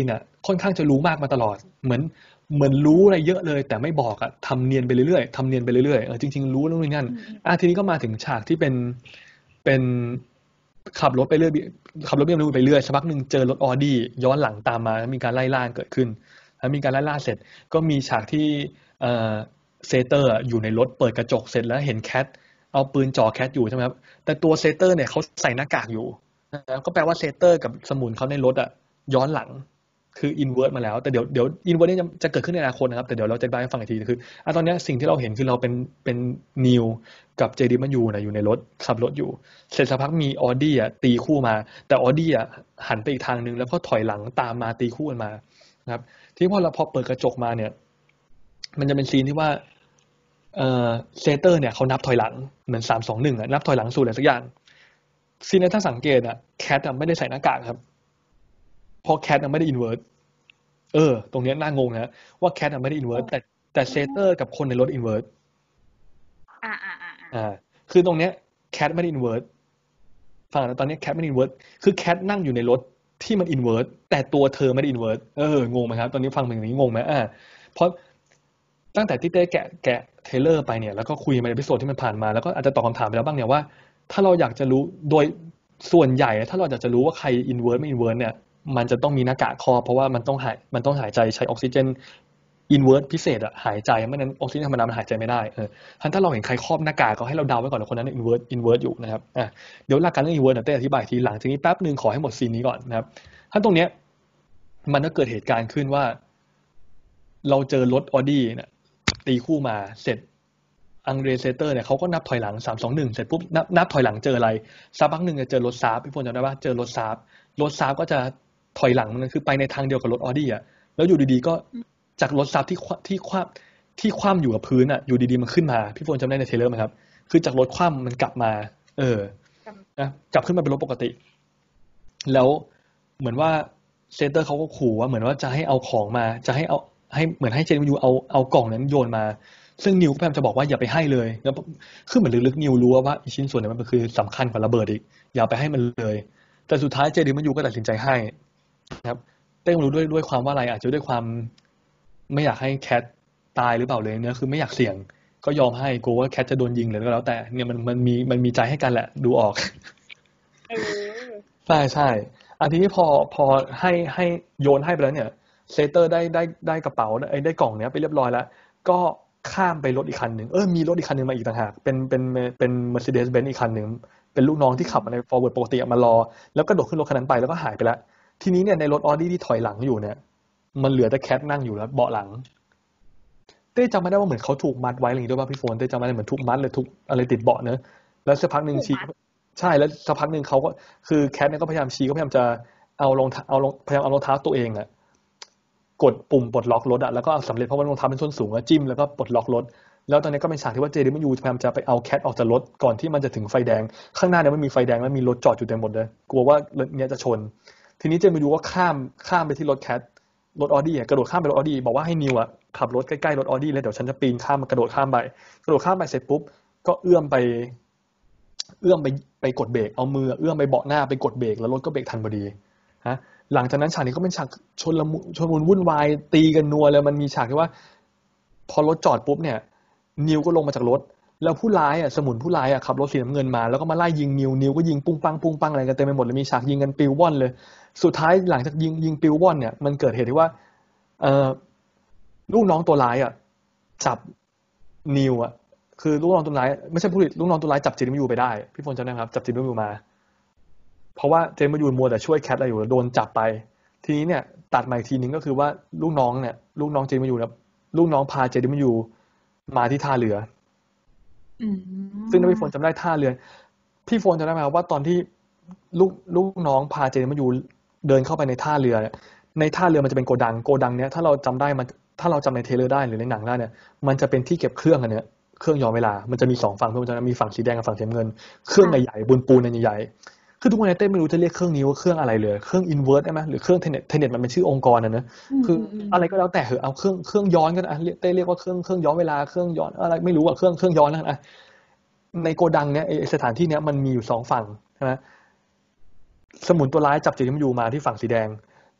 ค่อนข้างจะรู้มากมาตลอดเหมือนเหมือนรู้อะไรเยอะเลยแต่ไม่บอกอะทำเนียนไปเรื่อยๆทำเนียนไปเรื่อยๆเออจริงๆรู้เรื่องนี้นั่นอ่ะทีนี้ก็มาถึงฉากที่เป็นเป็นขับรถไปเรื่อยขับรถไปเรื่อยไปเรื่อยสักพักหนึ่งเจอรถออดี้ย้อนหลังตามมาแล้วมีการไล่ล่าเกิดขึ้นแล้วมีการไล่ล่าเสร็จก็มีฉากที่เอ่อเซเตอร์อยู่ในรถเปิดกระจกเสร็จแล้วเห็นแคทเอาปืนจ่อแคทอยู่ใช่ไหมครับแต่ตัวเซเตอร์เนี่ยเขาใส่หน้ากากอยู่นะก็แปลว่าเซเตอร์กับสมุนเขาในรถอะย้อนหลังคืออินเวิร์สมาแล้วแต่เดี๋ยวเดี๋ยวอินเวิร์สนี่จะจะเกิดขึ้นในอนาคตนะครับแต่เดี๋ยวเราจะไปให้ฟังอีกทีคืออ่ะตอนนี้สิ่งที่เราเห็นคือเราเป็นเป็นนิวกับเจดีมันยูนะอยู่ในรถขับรถอยู่เสร็จสักพักมีออดี้อ่ะตีคู่มาแต่ออดี้อ่ะหันไปอีกทางนึงแล้วก็ถอยหลังตามมาตีคู่กันมานะครับที่พอเราพอเปิดกระจกมาเนี่ยมันจะเป็นซีนที่ว่าเอ่อเซเตอร์เนี่ยเขานับถอยหลังเหมือนสามสองหนึ่งอ่ะนับถอยหลังสู่อะไรสักอย่างซีนนั้นถ้าสังเกตอ่ะแคทอ่ะไม่ได้ใส่หน้ากากครับเพราะแคทอ่ะไม่ได้อินเวิร์สเออตรงนี้น่างงนะว่าแคทอ่ะไม่ได้อินเวิร์สแต่แต่เซเตอร์กับคนในรถอินเวิร์สอ่าอ่าอ่าอ่าคือตรงเนี้ยแคทไม่ได้อินเวิร์สฟังนะตอนนี้แคทไม่ได้อินเวิร์สคือแคทนั่งอยู่ในรถที่มันอินเวิร์สแต่ตัวเธอไม่ได้อินเวิร์สเอองงไหมครับตอนนี้ฟังแบบนี้งงไหมอ่าเพราะตั้งแต่ที่เต้แกะแกะเทเลอร์ไปเนี่ยแล้วก็คุยมาในเอพิโซดที่มันผ่านมาแล้วก็อาจจะตอบคำถามไปแล้วบ้างเนี่ยว่าถ้าเราอยากจะรู้โดยส่วนใหญ่ถ้าเราอยากจะรู้ว่าใครอินเวิร์สไม่อินเวิร์สเนี่ยมันจะต้องมีหน้ากากครอบเพราะว่ามันต้องหายมันต้องหายใจใช้ออกซิเจนอินเวิร์สพิเศษอะหายใจไม่นั้นออกซิเจนธรรมดามันหายใจไม่ได้เออท่านถ้าเราเห็นใครครอบหน้ากากก็ให้เราเดาไว้ก่อนว่าคนนั้นอินเวิร์สอินเวิร์สอยู่นะครับอ่ะเดี๋ยวหลักการเรื่องอินเวิร์สเต้อธิบายทีหลังจากนี้แป๊บนึงขอให้หมดซีนนี้ก่อนนะครับถ้าตรงเนี้ยมันก็เกิดเหตุการณ์ขึ้นว่าเราเจอรถออดี้เนี่ยตีคู่มาเสร็จอังเดรเซเตอร์เนี่ยเขาก็นับถอยหลังสามสองหนึ่งเสร็จปุ๊บนับนับถอยหลังเจออะไรสักพักหนึ่งจะเจอรถซาร์ฟพี่พลจำได้ป่ะเจอรถซาร์ฟรถซาร์ฟก็จะถอยหลังมันคือไปในทางเดียวกับรถออดี้อ่ะแล้วอยู่ดีๆก็จากรถซาร์ฟที่ที่คว่ำที่คว่ำอยู่กับพื้นอ่ะอยู่ดีๆมันขึ้นมาพี่พลจำได้ในเทรลเลอร์ไหมครับคือจากรถคว่ำมันกลับมาเออนะกลับขึ้นมาเป็นรถปกติแล้วเหมือนว่าเซนเตอร์เขาก็ขู่ว่าเหมือนว่าจะให้เอาของมาจะให้เอาให้เหมือนให้เจนวิวเอาเอากล่องนั้นโยนมาซึ่งนิวก็พยายามจะบอกว่าอย่าไปให้เลยแล้วคือเหมือนลึกๆนิวรู้ว่าชิ้นส่วนนี้มันคือสำคัญกว่าระเบิดอีกอย่าไปให้มันเลยแต่สุดท้ายเจดีมันยูก็ตัดสินใจให้นะครับเต้ไม่รู้ด้วยด้วยความว่าอะไรอาจจะด้วยความไม่อยากให้แคทตายหรือเปล่าเลยเนี่ยคือไม่อยากเสี่ยงก็ยอมให้กลัวว่าแคทจะโดนยิงเลยก็แล้วแต่เนี่ยมันมันมีมันมีใจให้กันแหละดูออกใช่ใช่อันทีนี้พอพอให้ให้โยนให้ไปแล้วเนี่ยเซเตอร์ได้ได้ได้กระเป๋าได้ได้กล่องเนี้ยไปเรียบร้อยแล้วก็ข้ามไปรถอีกคันหนึ่งเออมีรถอีกคันหนึ่งมาอีกต่างหากเป็นเป็นเป็น Mercedes-Benz อีกคันหนึ่งเป็นลูกน้องที่ขับมาใน forward ปกติมารอแล้วก็โดดขึ้นรถคันนั้นไปแล้วก็หายไปแล้วทีนี้เนี่ยในรถออดี้ที่ถอยหลังอยู่เนี่ยมันเหลือแต่แคทนั่งอยู่แล้วเบาะหลังเต้จำไม่ได้ว่าเหมือนเขาถูกมัดไว้อะไรอย่างนี้ด้วยป่ะพี่โฟนเต้จำไม่ได้เหมือนถูกมัดเลยถูกอะไรติดเบาะเนอะแล้วสักพักหนึ่งชี้ใช่แล้วสักพักหนึ่งเขาก็คือแคทเนี่ยก็พยายามชี้ก็พยายามจะเอารองเอาพยายามเอารองเท้าตัวเองอะกดปุ่มปลดล็อกรถอะแล้วก็สำเร็จเพราะว่ารองเท้าเป็นส้นสูงแล้วจิ้มแล้วก็ปลดล็อกรถแล้วตอนนี้ก็เป็นฉากที่ว่าเจดิมันยูพยายามจะไปเอาแคทออกจากรถก่อนที่มันจะถึงไฟแดงข้างหน้าเนี่ยมันมีไฟแดงแล้วมีรถจอดอยู่เต็มหมดเลยกลัวว่าเนี่ยจะชนทีนี้เจดิมันยูก็ข้ามข้ามไปที่รถแคทรถออดี้กระโดดข้ามไปรถออดี้บอกว่าให้นิวอะขับรถใกล้ๆรถออดี้เลยเดี๋ยวฉันจะปีนข้ามกระโดดข้ามไปกระโดดข้ามไปเสร็จปุ๊บก็เอื้อมไปเอื้อมไปไปกดเบรกเอามือเอื้อมไปเบาะหน้าไปกดเบรกแล้วรถก็เบรกทันพอดีฮะหลังจากนั้นฉากนี้ก็เป็นฉากชนละมุนชนมุนวุ่นวายตีกันนัวเลยมันมีฉากที่ว่าพอรถจอดปุ๊บเนี่ยนิวก็ลงมาจากรถแล้วผู้ร้ายอ่ะสมุนผู้ร้ายอ่ะขับรถสีน้ำเงินมาแล้วก็มาไล่ยิงนิวนิวก็ยิงปุ้งปังปุ้งปังอะไรกันเต็มไปหมดเลยมีฉากยิงกันปิวว่อนเลยสุดท้ายหลังจากยิงยิงปิวว่อนเนี่ยมันเกิดเหตุที่ว่าเอ่อลูกน้องตัวร้ายอ่ะจับนิวอ่ะคือลูกน้องตัวร้ายไม่ใช่ผู้ผิดลูกน้องตัวร้ายจับเจนมิยูไปได้พี่ฝนจำได้ไหมครับจับเจนมิยูมาเพราะว่าเจนมิยูมัวแต่ช่วยแคทอะไรอยู่โดนจับไปทีนี้เนี่ยตัดมาอีกทีนึงก็คือว่าลูกน้องเนี่ยลูกน้องเจนมิยูเนี่ยลูกน้องพาเจนมิยูมาที่ท่าเรือซึ่งถ้าพี่ฝนจำได้ท่าเรือพี่ฝนจำได้ไหมว่าตอนที่ลูกลูกน้องพาเจนมิยูเดินเข้าไปในท่าเรือในท่าเรือมันจะเป็นโกดังโกดังเนี้ยถ้าเราจำได้มันถ้าเราจำในเทเลอร์ได้หรือในหนังได้เนี่ยมันจะเป็นที่เก็บเครื่องอันเนี้ยเครื่องย้อนเวลามันจะมีสองฝั่งเพื่อนจะมีฝั่งสีแดงกับฝั่งสีน้ำเงินเครื่องใหญ่ๆบนปูนใหญ่ๆคือทุกคนในเต้ไม่รู้จะเรียกเครื่องนี้ว่าเครื่องอะไรเลยเครื่องอินเวอร์สได้ไหมหรือเครื่องเทเน็ตเทเน็ตมันเป็นชื่อองค์กรนะเนอะคืออะไรก็แล้วแต่เหอะเอาเครื่องเครื่องย้อนกันอ่ะเต้เรียกว่าเครื่องเครื่องย้อนเวลาเครื่องย้อนอะไรไม่รู้อ่ะเครื่องเครื่องย้อนแล้วอ่ะในโกดังเนี้ยสถานที่เนี้ยมันมีอยู่สองฝั่งใช่ไหมสมุนตัวร้ายจับเจนิมยูมาที่ฝั่งสีแดงแต่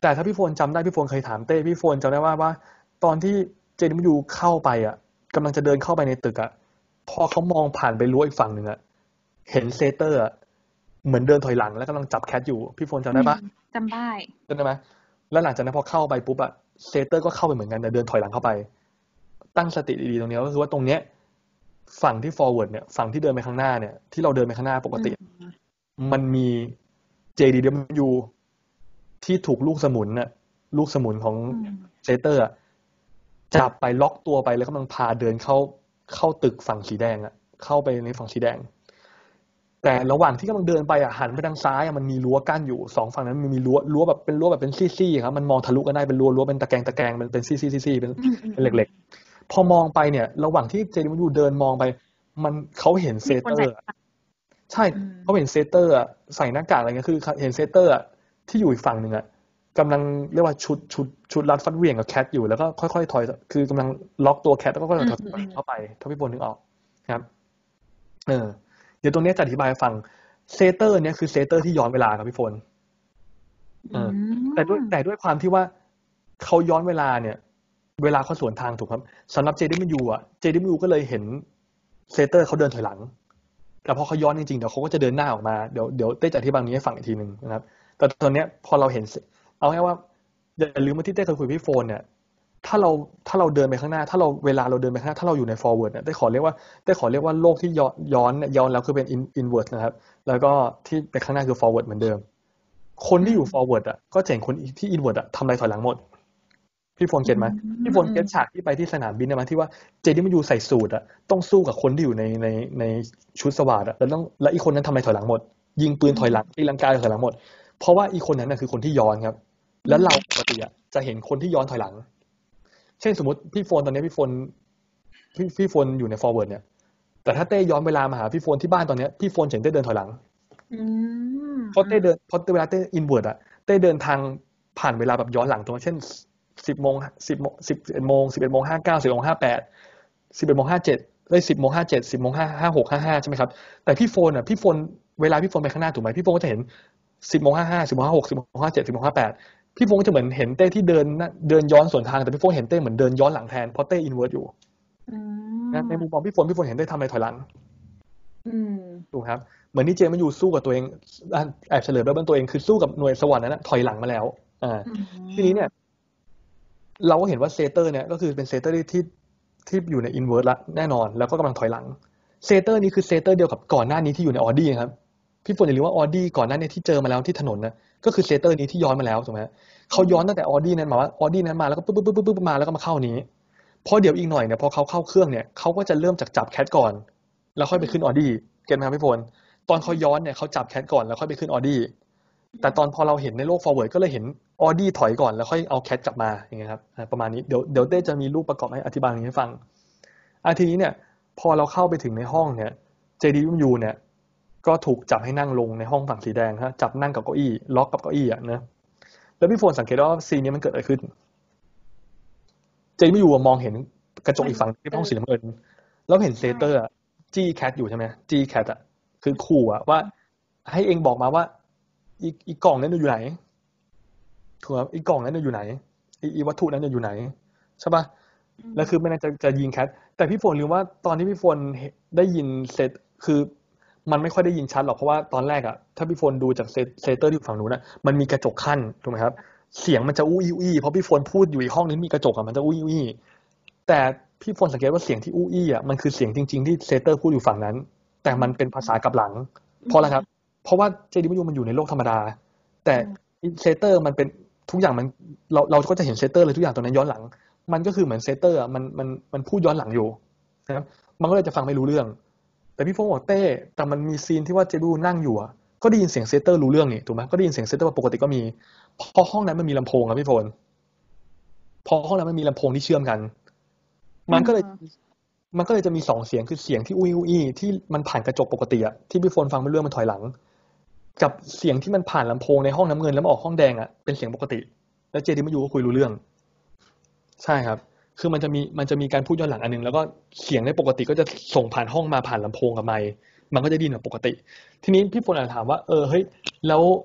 แต่ถ้าพี่โฟนจำได้พี่โฟนเคยถามเต้พี่โฟนจำได้ว่าว่าตอนที่เจนยูเข้าไปอ่ะกำลังจะเดินเข้าไปในตึกอ่ะพอเขามองผ่านไปรั้วอีกฝั่งหนึ่งอ่ะเห็นเซเตอร์อ่ะเหมือนเดินถอยหลังแล้วกำลังจับแคทอยู่พี่โฟนจำได้ปะจำได้จำได้ไหมแล้วหลังจากนั้นพอเข้าไปปุ๊บอ่ะเซเตอร์ก็เข้าไปเหมือนกันแต่เดินถอยหลังเข้าไปตั้งสติดีๆตรงนี้ก็คือว่าตรงเนี้ยฝั่งที่ forward เนี่ยฝั่งที่เดินไปข้างหน้าเนี่ยที่เราเดินไปข้างหน้าปกติมันมี เจ ดี ดับเบิลยู ที่ถูกลูกสมุนน่ะลูกสมุนของเซเตอร์จับไปล็อกตัวไปแล้วกำลังพาเดินเข้าเข้าตึกฝั่งสีแดงอ่ะเข้าไปในฝั่งสีแดงแต่ระหว่างที่กำลังเดินไปอ่ะหันไปทางซ้ายมันมีรั้วกั้นอยู่สองฝั่งนั้นมันมีรั้วรั้วแบบเป็นรั้วแบบเป็นซี่ๆครับมันมองทะลุกันได้เป็นรั้วรั้วเป็นตะแกรงตะแกรงเป็นเป็นซี่ๆๆเป็นเป็นเหล็กๆพอมองไปเนี่ยระหว่างที่เจดีมันอยู่เดินมองไปมันเขาเห็นเซเตอร์ใช่เขาเห็นเซเตอร์อ่ะใส่หน้ากากอะไรเงี้ยคือเห็นเซเตอร์อ่ะที่อยู่อีกฝั่งหนึ่งอ่ะกำลังเรียกว่าชุดชุดชุดรัดฟัดเหวี่ยงกับแคทอยู่แล้วก็ค่อยๆถอยคือกำลังล็อกตัวแคทแล้วก็ค่อยๆถอยเข้าไปถ้าพี่บนนึกออกครับเออเดี๋ยวตรงนี้จะอธิบายฟังเซเตอร์เนี่ยคือเซเตอร์ที่ย้อนเวลาครับพี่ฝนเออแต่ด้วยแต่ด้วยความที่ว่าเขาย้อนเวลาเนี่ยเวลาเขาสวนทางถูกครับสำหรับเจดิมิยูอ่ะเจดิมิยูก็เลยเห็นเซเตอร์เขาเดินถอยหลังแต่พอเขาย้อนจริงๆเดี๋ยวเขาก็จะเดินหน้าออกมาเดี๋ยวเดี๋ยวเต้จะอธิบายนี้ให้ฟังอีกทีนึงนะครับแต่ตอนนี้พอเราเห็นเอาแค่ว่าอย่าลืมว่าที่เต้เคยคุยพี่โฟนเนี่ยถ้าเราถ้าเราเดินไปข้างหน้าถ้าเราเวลาเราเดินไปข้างหน้าถ้าเราอยู่ใน forward เนี่ยได้ขอเรียกว่าได้ขอเรียกว่าโลกที่ย้อนย้อนย้อนแล้วคือเป็น inward นะครับแล้วก็ที่ไปข้างหน้าคือ forward เหมือนเดิมคนที่อยู่ forward อ่ะก็จะเห็นคนที่ inward อ่ะทำอะไรถอยหลังหมดพี่โฟนเก็ตไหมพี่โฟนเก็ตฉากที่ไปที่สนามบินนะมันที่ว่าเจดี้มันอยู่ใส่สูทอ่ะต้องสู้กับคนที่อยู่ในในในชุดสวัสดิ์อ่ะแล้วต้องและอีกคนนั้นทำอะไรถอยหลังหมดยิงปืนถอยหลังตีลังกาถอยหลังหมดเพราะว่าอีกคนนั้นน่ะคือคนที่ย้อนครับแล้วเราปกติอ่ะจะเห็นคนที่ย้อนถอยหลังเช่นสมมติพี่โฟนตอนนี้พี่โฟนพี่พี่โฟนอยู่ใน forward เนี่ยแต่ถ้าเต้ย้อนเวลามาหาพี่โฟนที่บ้านตอนนี้พี่โฟนเห็นเต้เดินถอยหลังเพราะเต้เดินเพราะเวลาเต้ inward อ่ะเต้เดินทางผ่านเวลาแบบย้อนหลังตรงเช่นสิบโมงสิบโมงสิบเอ็ดโมงสิบเอ็ดโมงห้าเก้าสิบเอ็ดโมงห้าแปดสิบเอ็ดโมงห้าเจ็ดได้สิบโมงห้าเจ็ดสิบโมงห้าห้าหกห้าห้าใช่ไหมครับแต่พี่โฟนอ่ะพี่โฟนเวลาพี่โฟนไปข้างหน้าถูกไหมพี่โฟนก็จะเห็นสิบโมงห้าห้าสิบโมงห้าหกสิบโมงห้าเจ็ดสิบโมงห้าแปดพี่โฟนก็จะเหมือนเห็นเต้ที่เดินเดินย้อนสวนทางแต่พี่โฟนเห็นเต้เหมือนเดินย้อนหลังแทนเพราะเต้อินเวิร์สอยู่ในมุมมองพี่โฟนพี่โฟนเห็นเต้ทำอะไรถอยหลังถูกครับเหมือนที่เจมันอยู่สู้กับตัวเองแอบเฉลยแล้วว่าตัวเองคือสู้กับหน่วยสวรรค์นั้นนะถอยหลังมาแล้วอ่าทีนี้เนี่ยเราก็เห็นว่าเซเตอร์เนี่ยก็คือเป็นเซเตอร์ที่ที่อยู่ในอินเวิร์สละแน่นอนแล้วก็กำลังถอยหลังเซเตอร์นี้คือเซเตอร์เดียวกับก่อนหน้านี้ที่อยู่ในออดี้ครับพี่ฝนอย่าลืมว่าออดี้ก่อนหน้านี้ที่เจอมาแล้วที่ถนนนะก็คือเซเตอร์นี้ที่ย้อนมาแล้วถูกไหมเขาย้อนตั้งแต่ออดี้นั้นมาว่าออดี้นั้นมาแล้วก็ปุ๊บปุ๊บปุ๊บปุ๊บมาแล้วก็มาเข้านี้พอเดี๋ยวอีกหน่อยเนี่ยพอเขาเข้าเครื่องเนี่ยเขาก็จะเริ่มจากจับแคทก่อนแล้วค่อยไปขึ้นออดี้เก็ตไหมครับพี่ฝนตอนเขาย้อนเนี่ยเขาจับแคทก่อนแล้วค่อยไปขึ้นออดี้แต่ตอนพอเราเห็นในโลก forward ก็เลยเห็นออดี้ถอยก่อนแล้วค่อยเอาแคทกลับมาอย่างเงี้ยครับประมาณนี้เดี๋ยวเดี๋ยวเต้จะมีรูปประกอบให้อธิบายให้ฟังอ่ะทีนี้เนี่ยพอเราเข้าไปถึงในห้องเนี่ย เจ ดี ยู เนี่ยก็ถูกจับให้นั่งลงในห้องฝั่งสีแดงฮะจับนั่งกับเก้าอี้ล็อกกับเก้าอี้อ่ะนะแล้วพี่โฟนสังเกตว่าซีนนี้มันเกิดอะไรขึ้นเจ ดี ยู มองเห็นกระจกอีกฝั่งที่ห้องสีน้ำเงินแล้วเห็นเซเตอร์จี้แคทอยู่ใช่ไหมจี้แคทอ่ะคือขู่อ่ะว่าให้เองบอกมาว่าอีอีกล่องนั้นอยู่ไหนถูกไหมอีกล่องนั้นอยู่ไหนอีอีวัตถุนั้นอยู่ไหนใช่ป่ะแล้วคือไม่น่าจะจะยิงแคทแต่พี่โฟนรู้ว่าตอนที่พี่โฟนได้ยินเซตคือมันไม่ค่อยได้ยินชัดหรอกเพราะว่าตอนแรกอะถ้าพี่โฟนดูจากเซเตอร์ที่ฝั่งนู้นนะมันมีกระจกขั้นถูกไหมครับเสียงมันจะอู้อี้อี้เพราะพี่โฟนพูดอยู่อีกห้องนึงมีกระจกอะมันจะอู้อี้อี้แต่พี่โฟนสังเกตว่าเสียงที่อู้อี้อะมันคือเสียงจริงๆที่เซเตอร์พูดอยู่ฝั่งนั้นแต่มันเป็นภาษากับหลังเพราะอะไรครับเพราะว่าเจดีมันอยู่ในโลกธรรมดาแต่เซเตอร์มันเป็นทุกอย่างมันเราเราก็จะเห็นเซเตอร์เลยทุกอย่างตรงนั้นย้อนหลังมันก็คือเหมือนเซเตอร์มันมันมันพูดย้อนหลังอยู่นะครับมันก็เลยจะฟังไม่รู้เรื่องแต่พี่โฟนบอกเต้แต่มันมีซีนที่ว่าเจดูนั่งอยู่อ่ะก็ได้ยินเสียงเซเตอร์รู้เรื่องนี่ถูกไหมก็ได้ยินเสียงเซเตอร์ปกติก็มีพอห้องนั้นมันมีลำโพงครับพี่โฟนพอห้องนั้นมันมีลำโพงที่เชื่อมกันมันก็เลยมันก็เลยจะมีสองเสียงคือเสียงที่อุ้ยอุ้ยที่มันผ่านกระจกปกติอ่ะที่พี่โฟนฟังไม่เรื่องมันถอยหลังกับเสียงที่มันผ่านลำโพงในห้องน้ำเงินแล้วมาออกห้องแดงอ่ะเป็นเสียงปกติแล้วเจดีมาอยู่ก็คุยรู้เรื่องใช่ครับคือมันจะมีมันจะมีการพูดย้อนหลังอันนึงแล้วก็เสียงในปกติก็จะส่งผ่านห้องมาผ่านลำโพงกับไมค์มันก็จะดีแบบปกติทีนี้พี่ฝนอาจถามว่าเออเฮ้ยแล้ว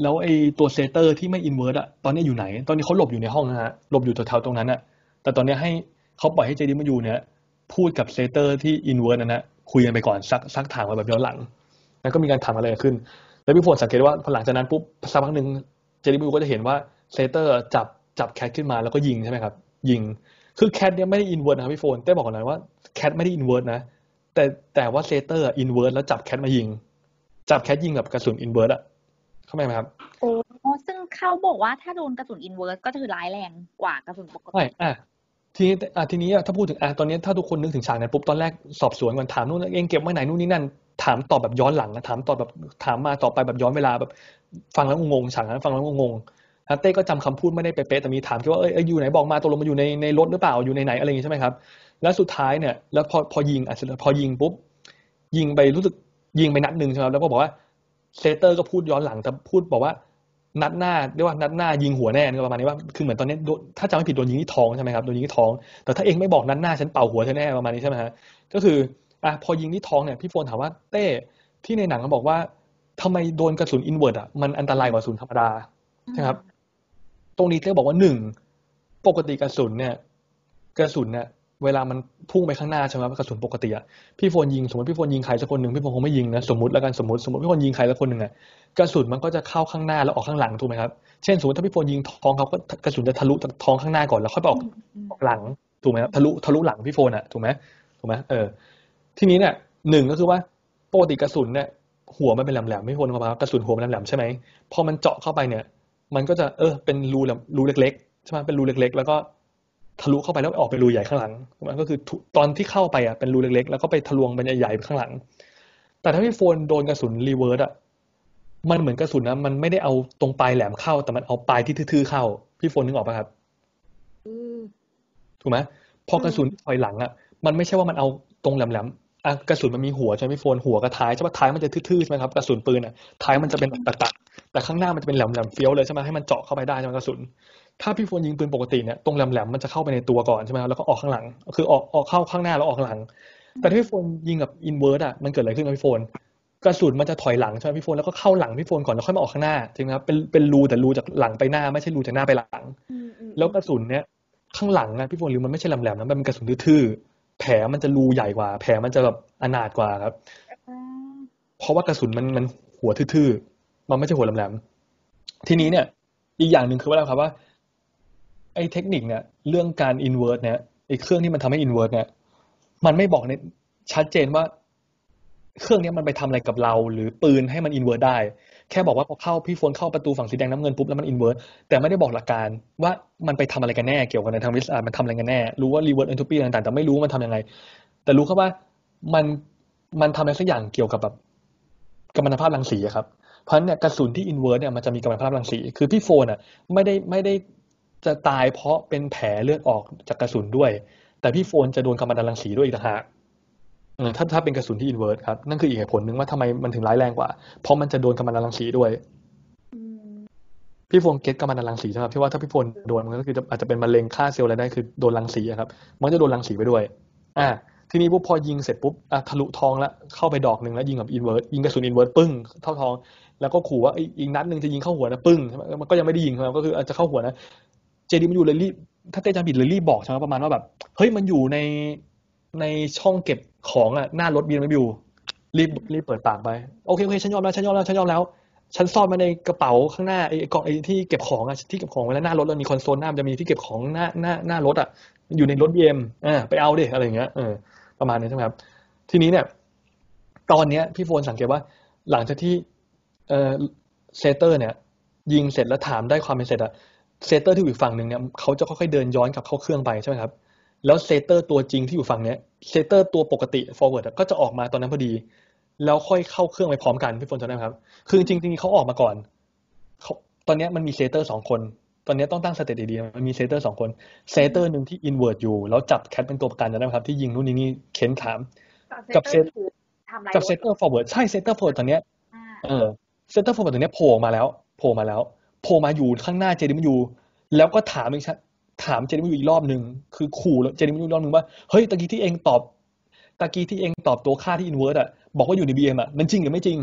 แล้วไอ้ตัวเซเตอร์ที่ไม่อินเวอร์สอะตอนนี้อยู่ไหนตอนนี้เขาหลบอยู่ในห้องนะฮะหลบอยู่แถวๆตรงนั้นอะแต่ตอนนี้ให้เขาปล่อยให้เจดีมาอยู่เนี่ยพูดกับเซเตอร์ที่อินเวอร์สนั่นนะคุยกันไปก่อนซักซักถามมาแบบย้อนหลังแล้วก็มีการถามอะไรขึ้นแล้วพี่ฝนสังเกตว่าพอหลังจากนั้นปุ๊บสักพักหนึ่งเจดีมาอยู่ก็จะเห็นว่าเซเตอร์จับจับแคทขึ้นมาแล้วก็ยิงใช่ไหมครับยิงคือแคทเนี่ยไม่ได้อินเวอร์สนะครับพี่โฟนเต้บอกก่อนนะว่าแคทไม่ได้อินเวอร์สนะแต่แต่ว่าเซเตอร์อินเวอร์สแล้วจับแคทมายิงจับแคทยิงกับกระสุนอินเวอร์สอะเข้าใจไหมครับโอ้ซึ่งเขาบอกว่าถ้าโดนกระสุนอินเวอร์สก็จะคือร้ายแรงกว่ากระสุนปกใช่ติอ่ะทีนี้อ่ะทีนี้อ่ะถ้าพูดถึงอ่ะตอนนี้ถ้าทุกคนนึกถึงฉากนั้นปุ๊บตอนแรกสอบสวนก่อนถามนู่นเองเก็บไว้ไหนนู่นนี่นั่นถามตอบแบบย้อนหลังนะถามตอบแบบถามมาตอบไปแบบย้อนเวลาแบบฟังแล้วงงๆฉากนั้นฟังแล้วงงๆแล้วเต้ก็จำคำพูดไม่ได้เป๊ะๆแต่มีถามแค่ว่าเอ้ยเอ้ยอยู่ไหนบอกมาตกลงมาอยู่ในในรถหรือเปล่าอยู่ในไหนอะไรอย่างงี้ใช่ไหมครับแล้วสุดท้ายเนี่ยแล้วพอพอยิงอ่ะเสร็จแล้วพอยิงปุ๊บยิงไปรู้สึกยิงไปนัดหนึ่งใช่ไหมครับแล้วก็บอกว่าเซเตอร์ก็พูดย้อนหลังแต่พูดบอกว่านัดหน้าเรียกว่านัดหน้ายิงหัวแน่ก็ประมาณนี้ว่าคือเหมือนตอนนี้โดนถ้าจำไม่ผิดโดนยิงที่ท้องใช่ไหมครับโดนยิงที่ท้องแต่ถ้าเองไม่บอกนัดหน้าฉันเป่าหัวเธอแน่ประมาณนี้ใช่ไหมฮะก็คืออ่ะพอยิงที่ท้องเนี่ยพี่โฟนถามว่าเต้ที่ในหนังเขาบอกว่าทำไมโดนกระสุนอินเวิร์ตอ่ะมันอันตรายกว่ากระสุนธรรมดาใช่ครับตรงนี้เต้บอกว่าหนึ่งปกติกระสุนเนี่ยกระสุนเนี่ยเวลามันพุ่งไปข้างหน้าใช่ไหมกระสุนปกติอ่ะพี่โฟนยิงสมมติพี่โฟนยิงใครสักคนหนึ่งพี่โฟนคงไม่ยิงนะสมมติแล้วกันสมมติสมมติพี่โฟนยิงใครสักคนหนึ่งอ่ะกระสุนมันก็จะเข้าข้างหน้าแล้วออกข้างหลังถูกไหมครับเช่นสมมติถ้าพี่โฟนยิงท้องเขาก็กระสุนจะทะลุจากท้องข้างหน้าก่อนแล้วค่อยไปออกออกหลังถูกไหมครับทะลุทะลุหลังพี่โฟนอ่ะถูกไหมถูกไหมเออทีนี้เนี่ยหนึ่งก็คือว่าปกติกระสุนเนี่ยหัวมันเป็นแหลมๆพี่โฟนเข้ามาครับกระสุนหัวมันแหลมๆใช่ไหมพอมันเจาะเข้าไปเนี่ยมันก็จะเออเป็นรูแหลมรูเล็กๆใช่ไหมเป็นรูเล็กๆแล้วก็ทะลุเข้าไปแล้วออกเป็นรูใหญ่ข้างหลังมันก็คือตอนที่เข้าไปอ่ะเป็นรูเล็กๆแล้วก็ไปทะลวงเป็นใหญ่ๆไปข้างหลังแต่ถ้าพี่โฟนโดนกระสุนรีเวิร์สอ่ะมันเหมือนกระสุนนะมันไม่ได้เอาตรงปลายแหลมเข้าแต่มันเอาปลายที่ทื่อๆเข้าพี่โฟนนึกออกป่ะครับถูกไหมพอกระสุนถอยหลังอ่ะมันไม่ใช่ว่ามันเอาตรงแหลมๆอ่ะกระสุนมันมีหัวใช่ไหมพี่โฟนหัวกับท้ายใช่ป่ะท้ายมันจะทื่อๆใช่ไหมครับกระสุนปืนอ่ะท้ายมันจะเป็นตัดๆแต่ข้างหน้ามันจะเป็นแหลมๆเฟี้ยวเลยใช่ไหมให้มันเจาะเข้าไปได้ใช่ไหมกระสุนถ้าพี่โฟนยิงปืนปกติเนี่ยตรงแหลมๆมันจะเข้าไปในตัวก่อนใช่ไหมแล้วก็ออกข้างหลังคือออกออกเข้าข้างหน้าแล้วออกข้างหลังแต่ถ้าพี่โฟนยิงกับอินเวิร์สอ่ะมันเกิดอะไรขึ้นกับพี่โฟนกระสุนมันจะถอยหลังใช่ไหมพี่โฟนแล้วก็เข้าหลังพี่โฟนก่อนแล้วค่อยมาออกข้างหน้าจริงไหมครับเป็นเป็นรูแต่รูจากหลังไปหน้าไม่ใช่รูจากหน้าไปหลังแล้วกระสุนเนี่ยข้างหลังนะพี่โฟนหรือมันไม่ใช่แหลมๆนะมันเป็นกระสุนทื่อๆแผลมันจะรูใหญ่กว่าแผลมันจะแบบอนาถกว่าครับเพราะว่ากระสุนมันมันหัวทื่อๆมันไม่ใช่หัวแหลมๆทีนี้เนี่ยอีกอย่างหนึ่งคือว่าอะไรครับว่าไอ้เทคนิคเนี่ยเรื่องการอินเวิร์สเนี่ยไอ้เครื่องที่มันทำให้อินเวิร์สเนี่ยมันไม่บอกในชัดเจนว่าเครื่องนี้มันไปทำอะไรกับเราหรือปืนให้มันอินเวิร์สได้แค่บอกว่าพอเข้าพี่โฟนเข้าประตูฝั่งสีแดงน้ำเงินปุ๊บแล้วมันอินเวิร์สแต่ไม่ได้บอกหลักการว่ามันไปทำอะไรกันแน่เกี่ยวกับในทางวิทยาศาสตร์มันทำอะไรกันแน่รู้ว่ารีเวิร์สเอนโทรปีต่างๆแต่ไม่รู้ว่ามันทำยังไงแต่รู้แค่ว่ามันมันทำอะไรสักอย่างเกี่ยวกับแบบกัมมันตภาพรังสีครับเพราะฉะนั้นเนี่ยกระสุนที่อินเวิร์สเนี่ยมันจะมีกัมมันตภาพรังสีคือพี่โฟนอ่ะไม่ได้ไม่ได้จะตายเพราะเป็นแผลเลือดออกจากกระสุนด้วยแต่พี่โฟนจะโดนกัมมันตรังสีด้วยอีกต่างหากถ้าถ้าเป็นกระสุนที่อินเวิร์สครับนั่นคืออีกเหตุผลหนึ่งว่าทำไมมันถึงร้ายแรงกว่าเพราะมันจะโดนกัมมันตรังสีด้วยพี่โฟนเก็ตกัมมันตรังสีใช่ไหมที่ว่าถ้าพี่โฟนโดนมันก็คืออาจจะเป็นมะเร็งฆ่าเซลล์อะไรได้คือโดนรังสีครับมันจะโดนรังสีไปด้วยอ่าทีนี้ปุ๊บพอยิงเสร็จปุ๊บอ่ะทะลุท้องแล้วเข้าไปดอกหนึ่งแล้วยิงกับอินเวิร์สยิงกระสุนอินเวิร์สปึ้งเข้าท้องแล้วก็ขู่ว่าอีกนัดหนึ่งจะยิงเข้าหัวนะปึ้งมันก็ยังไม่ได้ยิงครับก็คืออาจจะเข้าหัวนะเจดีมันอยู่เลยรีบถ้าเต้จำผิดเลยรีบบอกใช่ไหมประมาณว่าแบบเฮ้ยมันอยู่ในในช่องเก็บของอ่ะหน้ารถ บี เอ็ม ดับเบิลยู รีบรีบเปิดปากไปโอเคโอเคฉันยอมแล้วฉันยอมแล้วฉันยอมแล้วฉันซ่อนมาในกระเป๋าข้างหน้าไอ้กล่องไอ้ที่เก็บของอ่ะที่เก็บของไว้แล้วหน้ารถเรามีคอนโซลหน้ามันจะมีที่เก็บของหน้าหน้าหน้ารถอ่ะอยู่ในรถ บี เอ็ม อ่าไปเอาดิอะไรอย่างเงี้ยเออประมาณนี้ใช่ไหมครับทีนี้เนี่ยตอนเนี้ยพี่โฟนสังเกตว่าหลังจากที่เออเซเตอร์เนี่ยยิงเสร็จแล้วถามได้ความเป็นเสร็จอะเซเตอร์ที่อยู่ฝั่งหนึ่งเนี่ยเขาจะค่อยๆเดินย้อนกลับเข้าเครื่องไปใช่ไหมครับแล้วเซเตอร์ตัวจริงที่อยู่ฝั่งเนี้ยเซเตอร์ตัวปกติ forward ก็จะออกมาตอนนั้นพอดีแล้วค่อยเข้าเครื่องไปพร้อมกันพี่ฝนจำได้ไหมครับคือจริงๆเขาออกมาก่อนเขาตอนนี้มันมีเซเตอร์สองคนตอนนี้ต้องตั้งสติดีๆมันมีเซเตอร์สองคนเซเตอร์หนึ่งที่อินเวิร์ดอยู่แล้วจับแคทเป็นตัวประกันจำได้ไหมครับที่ยิงนู่นนี่นี่เค้นถามกับเซตกับเซเตอร์ forward ใช่เซเตอร์ forward ตอนนี้เออเซเตอร์ forward ตอนนี้โผล่มาแล้วโผล่มาแล้วโผล่มาอยู่ข้างหน้าเจดิมยูแล้วก็ถามอีกถามเจดิมยูอีกรอบหนึ่งคือขู่เจดิมยูอีกรอบหนึ่งว่าเฮ้ยตะกี้ที่เองตอบตะกี้ที่เองตอบตัวค่าที่อินเวิร์สอ่ะบอกว่าอยู่ใน บี เอ็ม อ่ะมันจริงหรือไม่จริง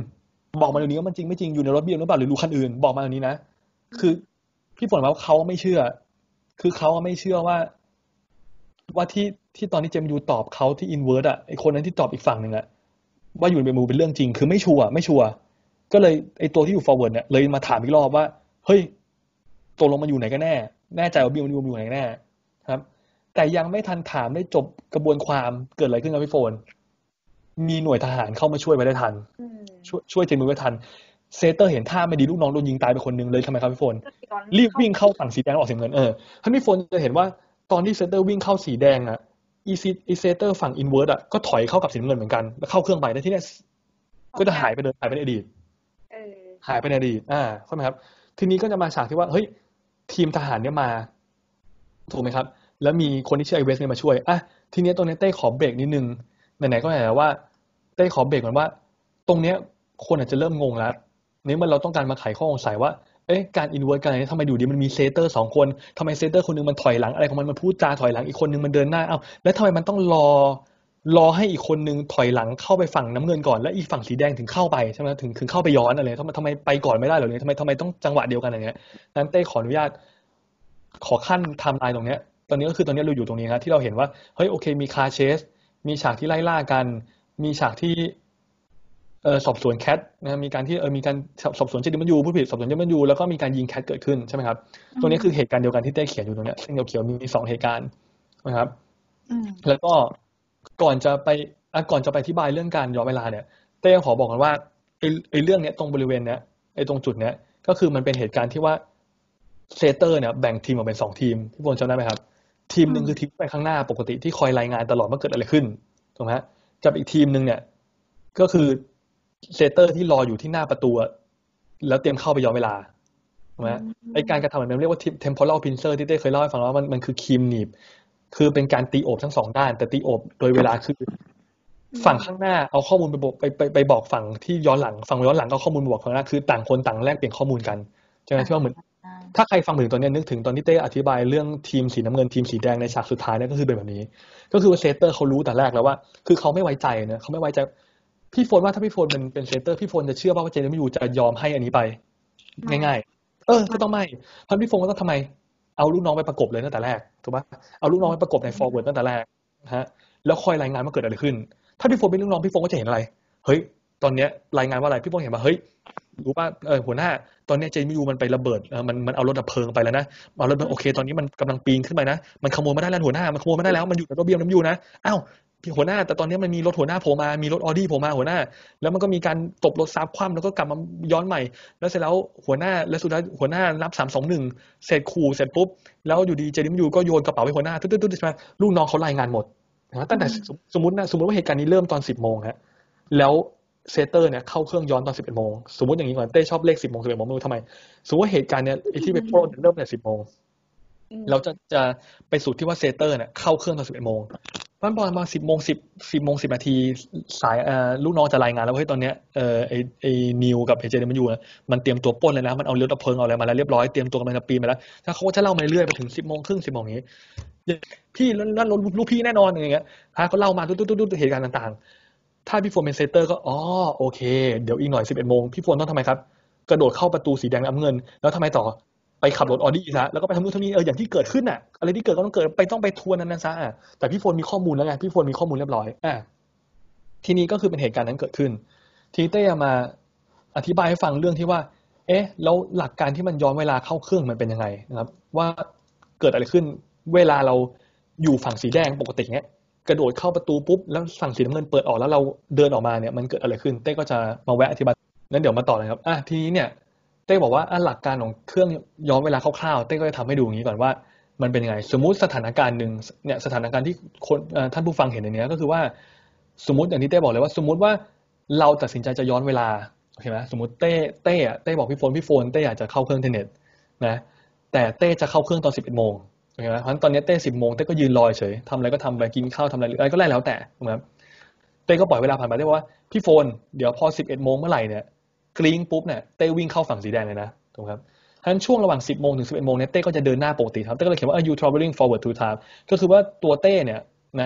บอกมาเดี๋ยวนี้ว่ามันจริงไม่จริงอยู่ในรถบีเอ็มหรือเปล่าหรือรู้คันอื่นบอกมาเดี๋ยวนี้นะคือพี่ฝนว่าเขาไม่เชื่อคือเขาไม่เชื่อว่าว่าที่ที่ตอนที่เจมส์ยูตอบเขาที่อินเวิร์สอ่ะไอคนนั้นที่ตอบอีกฝั่งหนึ่งอ่ะว่าอยู่ในเมมูเป็นเรื่องจริงคือไม่ชัวร์ไม่ชัวร์ก็เลยไอตัวที่อยู่ forward เนี่ยเลยมาถามอีกรอบว่าเฮ้ยตกลงมันอยู่ไหนกันแน่แน่ใจว่าบีเอ็มยูอยู่ไหนแน่ครับแต่ยังไม่ทันถามได้จบกระบวนความเกิดอะไรขึ้นครับพี่โฟนมีหน่วยทหารเข้ามาช่วยไว้ได้ทันช่วยช่วยเจมส์ไว้ทันเซเตอร์เห็นท่าไม่ดีลูกน้องโดนยิงตายไปคนนึงเลยทำไมครับพี่โฟนรีบวิ่งเข้าฝั่งสีแดงออกสีเงินเออท่านพี่โฟนจะเห็นว่าตอนที่เซเตอร์วิ่งเข้าสีแดงอ่ะอีซีอีเซเตอร์ฝั่งอินเวิร์สอ่ะก็ถอยเข้ากับสีเงินเหมือนกันแล้วเข้าเครื่องไปแต่ที่นี่ก็จะหายไปเลยหายไปในอดีตหายไปในอดีตอ่าเข้าไหมครับทีนี้ก็จะมาฉากที่ว่าเฮ้ยทีมทหารเนี่ยมาถูกไหมครับแล้วมีคนที่ชื่อไอเวสเนี่ยมาช่วยอ่ะทีนี้ตรงนี้เต้ขอเบรกนิดนึงไหนๆก็ไหนแล้วว่าเต้ขอเบรกก่อนว่าตรงเนี้ยคนอาจจะเริ่มงงแล้วนี่มันเราต้องการมาไขข้อสงสัยว่าเอ๊ะการอินเวิร์สกันอะไรทำไมอยู่ดีมันมีเซเตอร์สองคนทำไมเซเตอร์คนนึงมันถอยหลังอะไรของมันมันพูดจาถอยหลังอีกคนนึงมันเดินหน้าเอ้าแล้วทำไมมันต้องรอรอให้อีกคนนึงถอยหลังเข้าไปฝั่งน้ำเงินก่อนแล้วอีกฝั่งสีแดงถึงเข้าไปใช่ไหมถึงถึงเข้าไปย้อนอะไรทำไมทำไมไปก่อนไม่ได้หรอเนี่ยทำไมทำไมต้องจังหวะเดียวกันอย่างเงี้ยนั้นเต้ขออนุญาตขอขั้นไทม์ไลน์ตรงเนี้ยตอนนี้ก็คือตอนนี้เราอยู่ตรงนี้ครับที่เราเห็นว่าเฮ้ยโอเคมีคาร์เชสมีฉากที่ไล่ล่ากันมีฉากที่เออสอบสวนแคทนะมีการที่เออมีการสอบสวนเจดิมันยูผู้ผิดสอบสวนเจดิมันยูแล้วก็มีการยิงแคทเกิดขึ้นใช่ไหมครับตรงนี้คือเหตุการณ์เดียวกันที่เต้เขียนอยู่ตรงเนี้ยเส้นเขียวๆมีสองเหตุการณ์นะครับแล้วก็ก่อนจะไปก่อนจะไปอธิบายเรื่องการย้อนเวลาเนี่ยเต้ขอบอกกันว่าไอ้ไอ้เรื่องเนี้ยตรงบริเวณเนี้ยไอ้ตรงจุดเนี้ยก็คือมันเป็นเหตุการณ์ที่ว่าเซเตอร์เนี่ยแบ่งทีมออกเป็นสองทีมพี่บอลจำได้ไหมครับทีมหนึ่งคือทีมไปข้างหน้าปกติที่คอยรายงานตลอดว่าเกิดอะไรขึ้นถูกไหมกับอีกทีมหนึ่งเนี่ยก็คือเซเตอร์ที่รออยู่ที่หน้าประตูแล้วเตรียมเข้าไปย้อนเวลาถูกไหมไอการกระทำแบบนี้เรียกว่า temporal pincer ที่เต้เคยเล่าให้ฟังว่ามันมันคือครีมหนีบคือเป็นการตีโอบทั้งสองด้านแต่ตีโอบโดยเวลาคือฝั่งข้างหน้าเอาข้อมูลไปบอกไปไปไปบอกฝั่งที่ย้อนหลังฝั่งย้อนหลังเอาข้อมูลไปบอกฝั่งหน้าคือต่างคนต่างแลกเปลี่ยนข้อมูลกันใช่ไหมที่ว่าเหมือนถ้าใครฟังถึงตอนนี้นึกถึงตอนที่เต้อธิบายเรื่องทีมสีน้ำเงินทีมสีแดงในฉากสุดท้ายเนี่ยก็คือเป็นแบบนี้ก็คือว่าเซเตอร์เขารู้แต่แรกแล้วว่าคือเขาไม่ไว้ใจนะเขาไม่ไว้ใจพี่โฟนว่าถ้าพี่โฟนเป็นเป็นเซเตอร์พี่โฟนจะเชื่อว่าเจนไม่อยู่จะยอมให้อันนี้ไปง่ายๆเออก็ต้องไม่พันพี่โฟนก็ต้องทำไมเอาลูกน้องไปประกบเลยตั้งแต่แรกถูกปะเอาลูกน้องไปประกบใน forward ตั้งแต่แรกฮะแล้วคอยรายงานว่าเกิดอะไรขึ้นถ้าพี่โฟนเป็นลูกน้องพี่โฟนก็จะเห็นอะไรเฮ้ยตอนเนี้ยรายงานว่าอะไรพี่โฟนเห็นว่าเฮ้ยรู้ป่ะเออหัวหน้าตอนนี้เจนไม่อยู่มันไประเบิดเออมันมันเอารถดับเพลิงไปแล้วนะเอารถโอเคตอนนี้มันกำลังปีนขึ้นไปนะมันขโมยมาได้แล้วหัวหน้ามันขโมยมาได้แล้วมันอยู่ในรถบีเอ็มดับเบิลยูนะอ้าวพี่หัวหน้าแต่ตอนนี้มันมีรถหัวหน้าโผล่มามีรถออดี้โผล่มาหัวหน้าแล้วมันก็มีการตบรถซับคว่ำแล้วก็กลับมาย้อนใหม่แล้วเสร็จแล้วหัวหน้าและสุดท้ายหัวหน้านับสามสองหนึ่งเสร็จขู่เสร็จปุ๊บแล้วอยู่ดีเจนิมยูก็โยนกระเป๋าให้หัวหน้าตึ๊ดตึ๊ดตึ๊ดใช่ไหมลูกน้องเขารายงานหมดนะตั้งแต่สมมตินะสมมติว่าเหตุการณ์นี้เริ่มตอนสิบโมงฮะแล้วเซเตอร์เนี่ยเข้าเครื่องย้อนตอนสิบเอ็ดโมงสมมติอย่างนี้ก่อนเต้ชอบเลขสิบโมงสิบเอ็ดโมงไม่รู้ทำไมสมมติว่าเหตุการณ์เนี้ยที่ไปโปล้นเริ่มแต่สิบโมงเราจะจะไปสู่ที่ว่าเซเตอร์เนี่ยเข้าเครื่องตอนสิบเอ็ดโมงวันบอลมาสิบโมงสิบสิบโมงสิบนาทีสายเอ่อลูกน้องจะรายงานแล้วว่าเฮ้ยตอนเนี้ยเอ่อไอไอนิวกับไอเจนมันอยู่มันเตรียมตัวปล้นเลยนะมันเอาเรือดับเพลิงเอาอะไรมาแล้วเรียบร้อยเตรียมตัวกำลังจะปีนไปแล้วถ้าเขาจะเล่ามาเรื่อยไปถึงสิบโมงครึ่งสิบโมงนี้พี่นั่นลูกพี่แน่นอนอย่างเงี้ยฮะเขาเล่ามาตุ๊ดตุ๊ดตุ๊ดเหตุการณ์ต่างๆถ้าพี่โฟนเป็นเซเตอร์ก็อ๋อโอเคเดี๋ยวอีกหน่อยสิบเอ็ดโมงพี่โฟนต้องทำไมครับกระโดดเข้าประตูสีแดงน้ำเงินแล้วทำไมต่อไปขับรถออดี้ซะแล้วก็ไปทำนู่นทำนี่เอออย่างที่เกิดขึ้นน่ะอะไรที่เกิดก็ต้องเกิดไปต้องไปทวนนั้นนั้นซะอ่ะแต่พี่โฟนมีข้อมูลแล้วไงพี่โฟนมีข้อมูลเรียบร้อยอ่ะทีนี้ก็คือเป็นเหตุการณ์นั้นเกิดขึ้นทีเต้มาอธิบายให้ฟังเรื่องที่ว่าเอ๊ะแล้วหลักการที่มันย้อนเวลาเข้าเครื่องมันเป็นยังไงนะครับว่าเกิดอะไรขึ้นเวลาเราอยู่ฝั่งสีแดงปกติเนี้ยกระโดดเข้าประตูปุ๊บแล้วฝั่งสีน้ำเงินเปิดออกแล้วเราเดินออกมาเนี่ยมันเกิดอะไรขึ้นเต้ก็จะมาแวะอธิบายงั้นเดี๋ยวมาต่อเลยครับอ่ะทีนี้เนี่ยเต้บอกว่าหลักการของเครื่องย้อนเวลาคร่าวๆเต้ก็จะทำให้ดูอย่างนี้ก่อนว่ามันเป็นยังไงสมมุติสถานการณ์หนึ่งเนี่ยสถานการณ์ที่คนท่านผู้ฟังเห็นในนี้ก็คือว่าสมมติอย่างที่เต้บอกเลยว่าสมมติว่าเราตัดสินใจจะย้อนเวลาโอเคไหมสมมติเต้เต้เต้บอกพี่โฟนพี่โฟนเต้อยากจะเข้าเครื่องอินเทอร์เน็ตนะแต่เต้จะเข้าเครื่องตอนสิบเอ็ดโมงโอเคไหมเพราะฉะนั้นตอนนี้เต้สิบโมงเต้ก็ยืนรอเฉยทำอะไรก็ทำไปกินข้าวทำอะไรอะไรก็ได้แล้วแต่ถูกไหมเต้ก็ปล่อยเวลาผ่านไปเต้บอกว่าพี่โฟนเดี๋ยวพอสิบเอ็ดโมงเมื่อไหร่เนี่ยกริ้งปุ๊บเนี่ยเต้วิ่งเข้าฝั่งสีแดงเลยนะถูกครับฉะนั้นช่วงระหว่างสิบโมงถึงสิบเอ็ดโมงเนี่ยเต้ก็จะเดินหน้าปกติครับเต้ก็เลยเขียนว่า you traveling forward to time ก็คือว่าตัวเต้เนี่ยนะ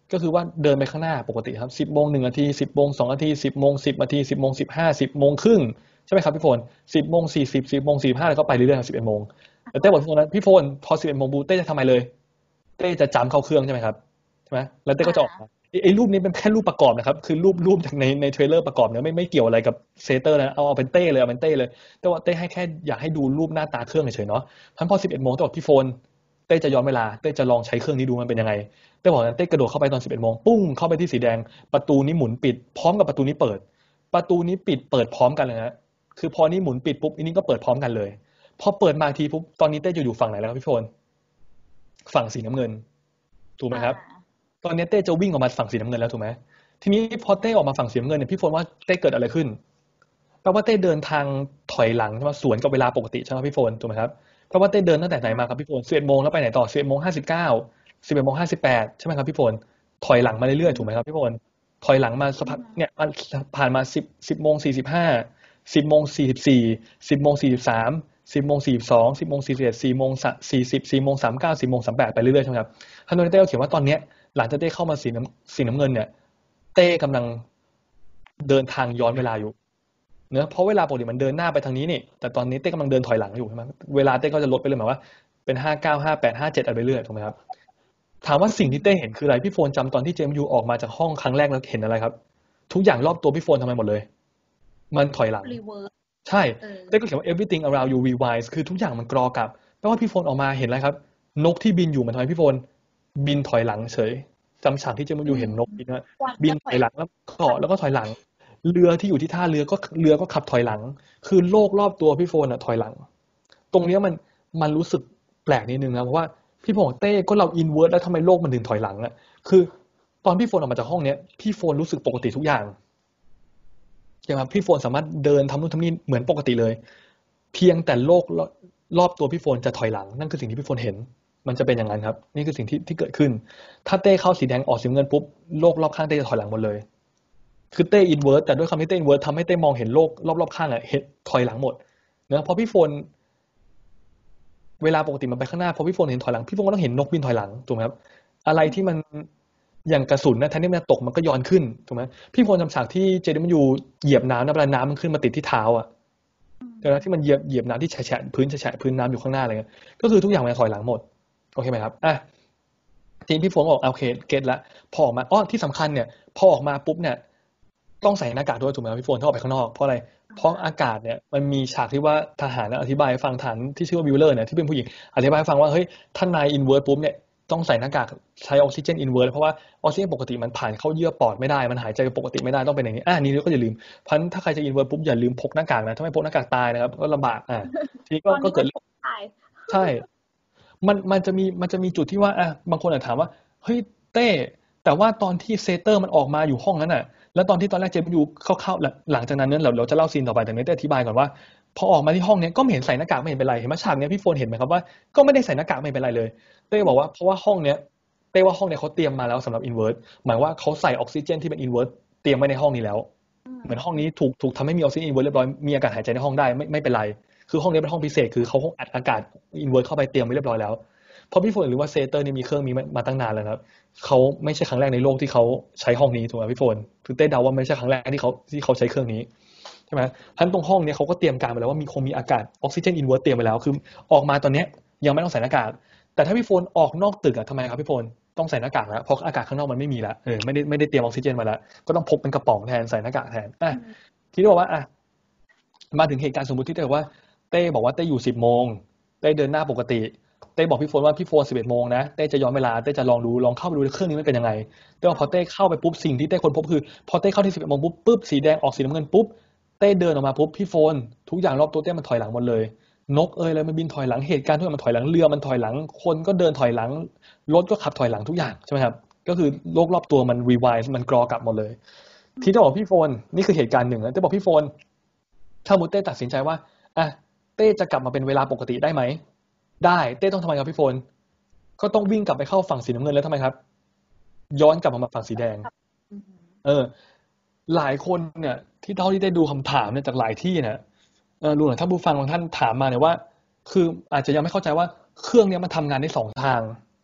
ก็คือว่าเดินไปข้างหน้าปกติครับสิบโมงหนึ่งนาทีสิบโมงสองนาทีสิบโมงสิบนาทีสิบโมงสิบห้าสิบโมงครึ่งใช่ไหมครับพี่โฟนสิบโมงสี่สิบสิบโมงสี่ห้าแล้วก็ไปเรื่อยๆสิบเอ็ดโมงแต่เต้บอกพี่โฟนนะพี่โฟนพอสิบเอ็ดโมงบูเต้จะทำไมเลยเต้จะจำเข้าเครื่องใช่ไหมครับใช่ไหมแล้วเต้ก็จะออกมาไอ้รูปนี้เป็นแค่รูปประกอบนะครับคือรูปรูปจากในในเทรลเลอร์ประกอบเนี่ยไม่ไม่เกี่ยวอะไรกับเซเตอร์นะเอาเอาเป็นเต้เลยเอาเป็นเต้เลยแต่ว่าเต้ให้แค่อยากให้ดูรูปหน้าตาเครื่องเฉยๆเนาะพันพอสิบเอ็ดโมงเต้บอกพี่โฟนเต้จะย้อนเวลาเต้จะลองใช้เครื่องนี้ดูมันเป็นยังไงเต้บอกนั้นเต้กระโดดเข้าไปตอนสิบเอ็ดโมงปุ้งเข้าไปที่สีแดงประตูนี้หมุนปิดพร้อมกับประตูนี้เปิดประตูนี้ปิดเปิดพร้อมกันเลยนะคือพอนี้หมุนปิดปุ๊บอันนี้ก็เปิดพร้อมกันเลยพอเปิดมาทีปุ๊บตอนนี้เต้จะอยู่ฝั่งไหนแล้วครับพี่โฟนฝั่งสีน้ำเงินถูกไหมครับตอนนี้เต้จะวิ่งออกมาฝั่งสีน้ำเงินแล้วถูกไหมทีนี้พอเต้ออกมาฝั่งสีน้ำเงินเนี่ยพี่โฟนว่าเต้เกิดอะไรขึ้นแปลว่าเต้เดินทางถอยหลังใช่ไหมสวนกับเวลาปกติใช่ไหมพี่โฟนถูกไหมครับเพราะว่าเต้เดินตั้งแต่ไหนมาครับพี่โฟนสิบเอ็ดโมงแล้วไปไหนต่อสิบเอ็ดโมงห้าสิบเก้าสิบเอ็ดโมงห้าสิบแปดใช่ไหมครับพี่โฟนถอยหลังมาเรื่อยๆถูกไหมครับพี่โฟนถอยหลังมาสักพักเนี่ยผ่านมาสิบสิบโมงสี่สิบห้าสิบโมงสี่สิบสี่สิบโมงสี่สิบสามสิบโมงสี่สิบสองสิบโมงสี่สิบเอ็ดสี่โมงสี่สิบสี่โมงสามเก้าสี่โมงสามแปดไปเรื่อยๆใช่ไหมครับท่านโดนเต้เขียนว่าตอนเนี้ยหลังจากเต้เข้ามาสีน้ำสีน้ำเงินเนี่ยเต้กำลังเดินทางย้อนเวลาอยู่เนอะเพราะเวลาปกติมันเดินหน้าไปทางนี้นี่แต่ตอนนี้เต้กำลังเดินถอยหลังอยู่ใช่ไหมเวลาเต้ก็จะลดไปเลยหมายว่าเป็นห้าเก้าห้าแปดห้าเจ็ดอะไรไปเรื่อยถูกไหมครับถามว่าสิ่งที่เต้เห็นคืออะไรพี่โฟนจำตอนที่เจมส์ยูออกมาจากห้องครั้งแรกแล้วเห็นอะไรครับทุกอย่างรอบตัวพี่โฟนทำไมหมดเลยมันถอยหลังใช่เต้ก็เขียนว่า everything around you rewinds คือทุกอย่างมันกรอกลับแปลว่าพี่โฟนออกมาเห็นอะไรครับนกที่บินอยู่มันทำไมพี่โฟนบินถอยหลังเฉยจำฉากที่เจมส์ยูเห็นนกบินนะบินถอยหลังแล้วเกาะแล้วก็ถอยหลังเรือที่อยู่ที่ท่าเรือก็เรือก็ขับถอยหลังคือโลกรอบตัวพี่โฟนอะถอยหลังตรงนี้มันมันรู้สึกแปลกนิดนึงนะเพราะว่าพี่โฟนเต้ก็เราอินเวิร์สแล้วทำไมโลกมันถึงถอยหลังอะคือตอนพี่โฟนออกมาจากห้องเนี้ยพี่โฟนรู้สึกปกติทุกอย่างใช่ไหมพี่โฟนสามารถเดินทำนู่นทำนี่เหมือนปกติเลยเพียงแต่โลกรอบตัวพี่โฟนจะถอยหลังนั่นคือสิ่งที่พี่โฟนเห็นมันจะเป็นอย่างนั้นครับนี่คือสิ่งที่ที่เกิดขึ้นถ้าเต้เข้าสีแดงออกสีเงินปุ๊บโลกรอบข้างเต้จะถอยหลังหมดเลยคือเต้อินเวิร์สแต่ด้วยคำที่เต้อินเวิร์สทำให้เต้มองเห็นโลกรอบๆข้างอ่ะเห็นถอยหลังหมดเนอะพอพี่โฟนเวลาปกติมันไปข้างหน้าพอพี่โฟนเห็นถอยหลังพี่โฟนก็ต้องเห็นนกบินถอยหลังถูกไหมครับอะไรที่มันอย่างกระสุนนะแทนที่มันจะตกมันก็ย้อนขึ้นถูกไหมพี่โฟนจำฉากที่เจเดมันอยู่เหยียบน้ำนะเวลาน้ำมันขึ้นมาติดที่เท้าอ่ะเดี๋ยวนะที่มันเหยียบเหยียบน้ำที่แฉะพื้นแฉะพื้นน้ำอยู่ข้างหน้าอะไรเงี้ยก็คือทุกอย่างมันถอยหลังหมดโอเคไหมครับอ่ะทีนี้พี่โฟนบอกโอเคเก็ตละพอออกมาอ้อที่สำคัญเนี่ยพอออกมาปุ๊บเนี่ยต้องใส่หน้ากากด้วยถูกไหมครับพี่โฟนถ้าออกไปข้างนอกเพราะอะไรเพราะอากาศเนี่ยมันมีฉากที่ว่าทหารอธิบายฟังฐานที่ชื่อว่าวิลเลอร์เนี่ยที่เป็นผู้หญิงอธิบายฟังว่าเฮ้ยท่านนายอินเวิร์สปุ๊บเนี่ยต้องใส่หน้ากากใช้ออกซิเจนอินเวิร์สเพราะว่าออกซิเจนปกติมันผ่านเข้าเยื่อปอดไม่ได้มันหายใจปกติไม่ได้ต้องเป็นอย่างนี้อ่านี่ก็อย่าลืมพันถ้าใครจะอินเวิร์สปุ๊บอย่าลืมพกหน้ากากนะถ้าไม่พกหน้ากากตายนะครับก็ลำบากอ่าทีนี้ก็ก็เกิดใช่มันมันจะมีมันจะมีจุดที่ว่าอ่ะบางคนอาจถามว่าเฮ้ยเต้แต่ว่าตอนที่เซเตอร์มันออกมาอยู่ห้องนั้นน่ะแล้วตอนที่ตอนแรกเจมส์ยูเข้าๆหลังจากนั้นเนี่ยเราเราจะเล่าซีนต่อไปแต่ไม่ได้อธิบายก่อนว่าพอออกมาที่ห้องเนี้ยก็ไม่เห็นใส่หน้ากากไม่เห็นเป็นไรเห็นไหมฉากเนี้ยพี่โฟนเห็นไหมครับว่าก็ไม่ได้ใส่หน้ากากไม่เป็นไรเลยเต้บอกว่าเพราะว่าห้องเนี้ยเต้ว่าห้องเนี้ยเขาเตรียมมาแล้วสำหรับอินเวิร์สหมายว่าเขาใส่ออกซิเจนที่เป็นอินเวิร์สเตรียมไว้ในห้องนี้แล้วเหมือนห้องนี้ถูกถูกทำให้มีออกซิเจนอินเวิร์สเรียบร้อยมีอากาศหายใจในห้องได้ไม่ไม่เป็นไรคือห้องนี้เป็นห้องพิเศษคือเขาอัดอากาศอินเวิร์สเข้าไปเตรียมไว้เรียบร้อยแล้วเพราะพี่โฟนหรือว่าเซเตอร์นี่มีเครื่องมีมาตั้งนานแล้วครับเขาไม่ใช่ครั้งแรกในโลกที่เขาใช้ห้องนี้ถูกไหมพี่โฟนคือเต้เดาว่าไม่ใช่ครั้งแรกที่เขาที่เขาใช้เครื่องนี้ใช่ไหมท่านตรงห้องนี้เขาก็เตรียมการไปแล้วว่ามีคงมีอากาศออกซิเจนอินเวิร์สเตรียมไปแล้วคือออกมาตอนนี้ยังไม่ต้องใส่หน้ากากแต่ถ้าพี่โฟนออกนอกตึกอะทำไมครับพี่โฟนต้องใส่หน้ากากแล้วเพราะอากาศข้างนอกมันไม่มีแล้วเออไม่ได้ไม่ได้เตรียมออกซิเจนมาแล้วก็ต้องพกเป็นกระป๋องแทนใส่หน้ากากแทนอ่ะที่บอกว่าอ่ะมาถึงเหตุการณ์สมมติที่เต้บอกว่าเต้บอกว่าเต้อยู่สิบโมงเต้เดินหน้าปกติเต้บอกพี่โฟนว่าพี่โฟนสิบเอ็ดโมงนะเต้จะย้อนเวลาเต้จะลองดูลองเข้าไปดูเครื่องนี้มันเป็นยังไงเต้บอกพอเต้เข้าไปปุ๊บสิ่งที่เต้ค้นพบคือพอเต้เข้าที่สิบเอ็ดโมงปุ๊บปุ๊บสีแดงออกสีน้ำเงินปุ๊บเต้เดินออกมาปุ๊บพี่โฟนทุกอย่างรอบตัวเต้มันถอยหลังหมดเลยนกเอยเลยมันบินถอยหลังเหตุการณ์ทุกอย่างมันถอยหลังเรือมันถอยหลังคนก็เดินถอยหลังรถก็ขับถอยหลังทุกอย่างใช่ไหมครับก็คือโลกรอบตัวมันรีไวซ์มันกรอกลับหมดเลยที่จะบอกพี่โฟนนี่คือเหตุการณ์หนึ่งนะเต้บอกพี่โฟนถ้ามุตเต้ตัดสินใจว่าอ่ะเต้จะกลับมาเป็นเวลาปกติได้ไหมได้เต้ต้องทำไมครับพี่โฟนก็ต้องวิ่งกลับไปเข้าฝั่งสีน้ำเงินแล้วทำไมครับย้อนกลับมาฝั่งสีแดงเออหลายคนเนี่ยที่เท่าที่ได้ดูคำถามเนี่ยจากหลายที่เนี่ยเออรู้หน่อยถ้าผู้ฟังบางท่านถามมาเนี่ยว่าคืออาจจะยังไม่เข้าใจว่าเครื่องนี้มันทำงานได้สองทาง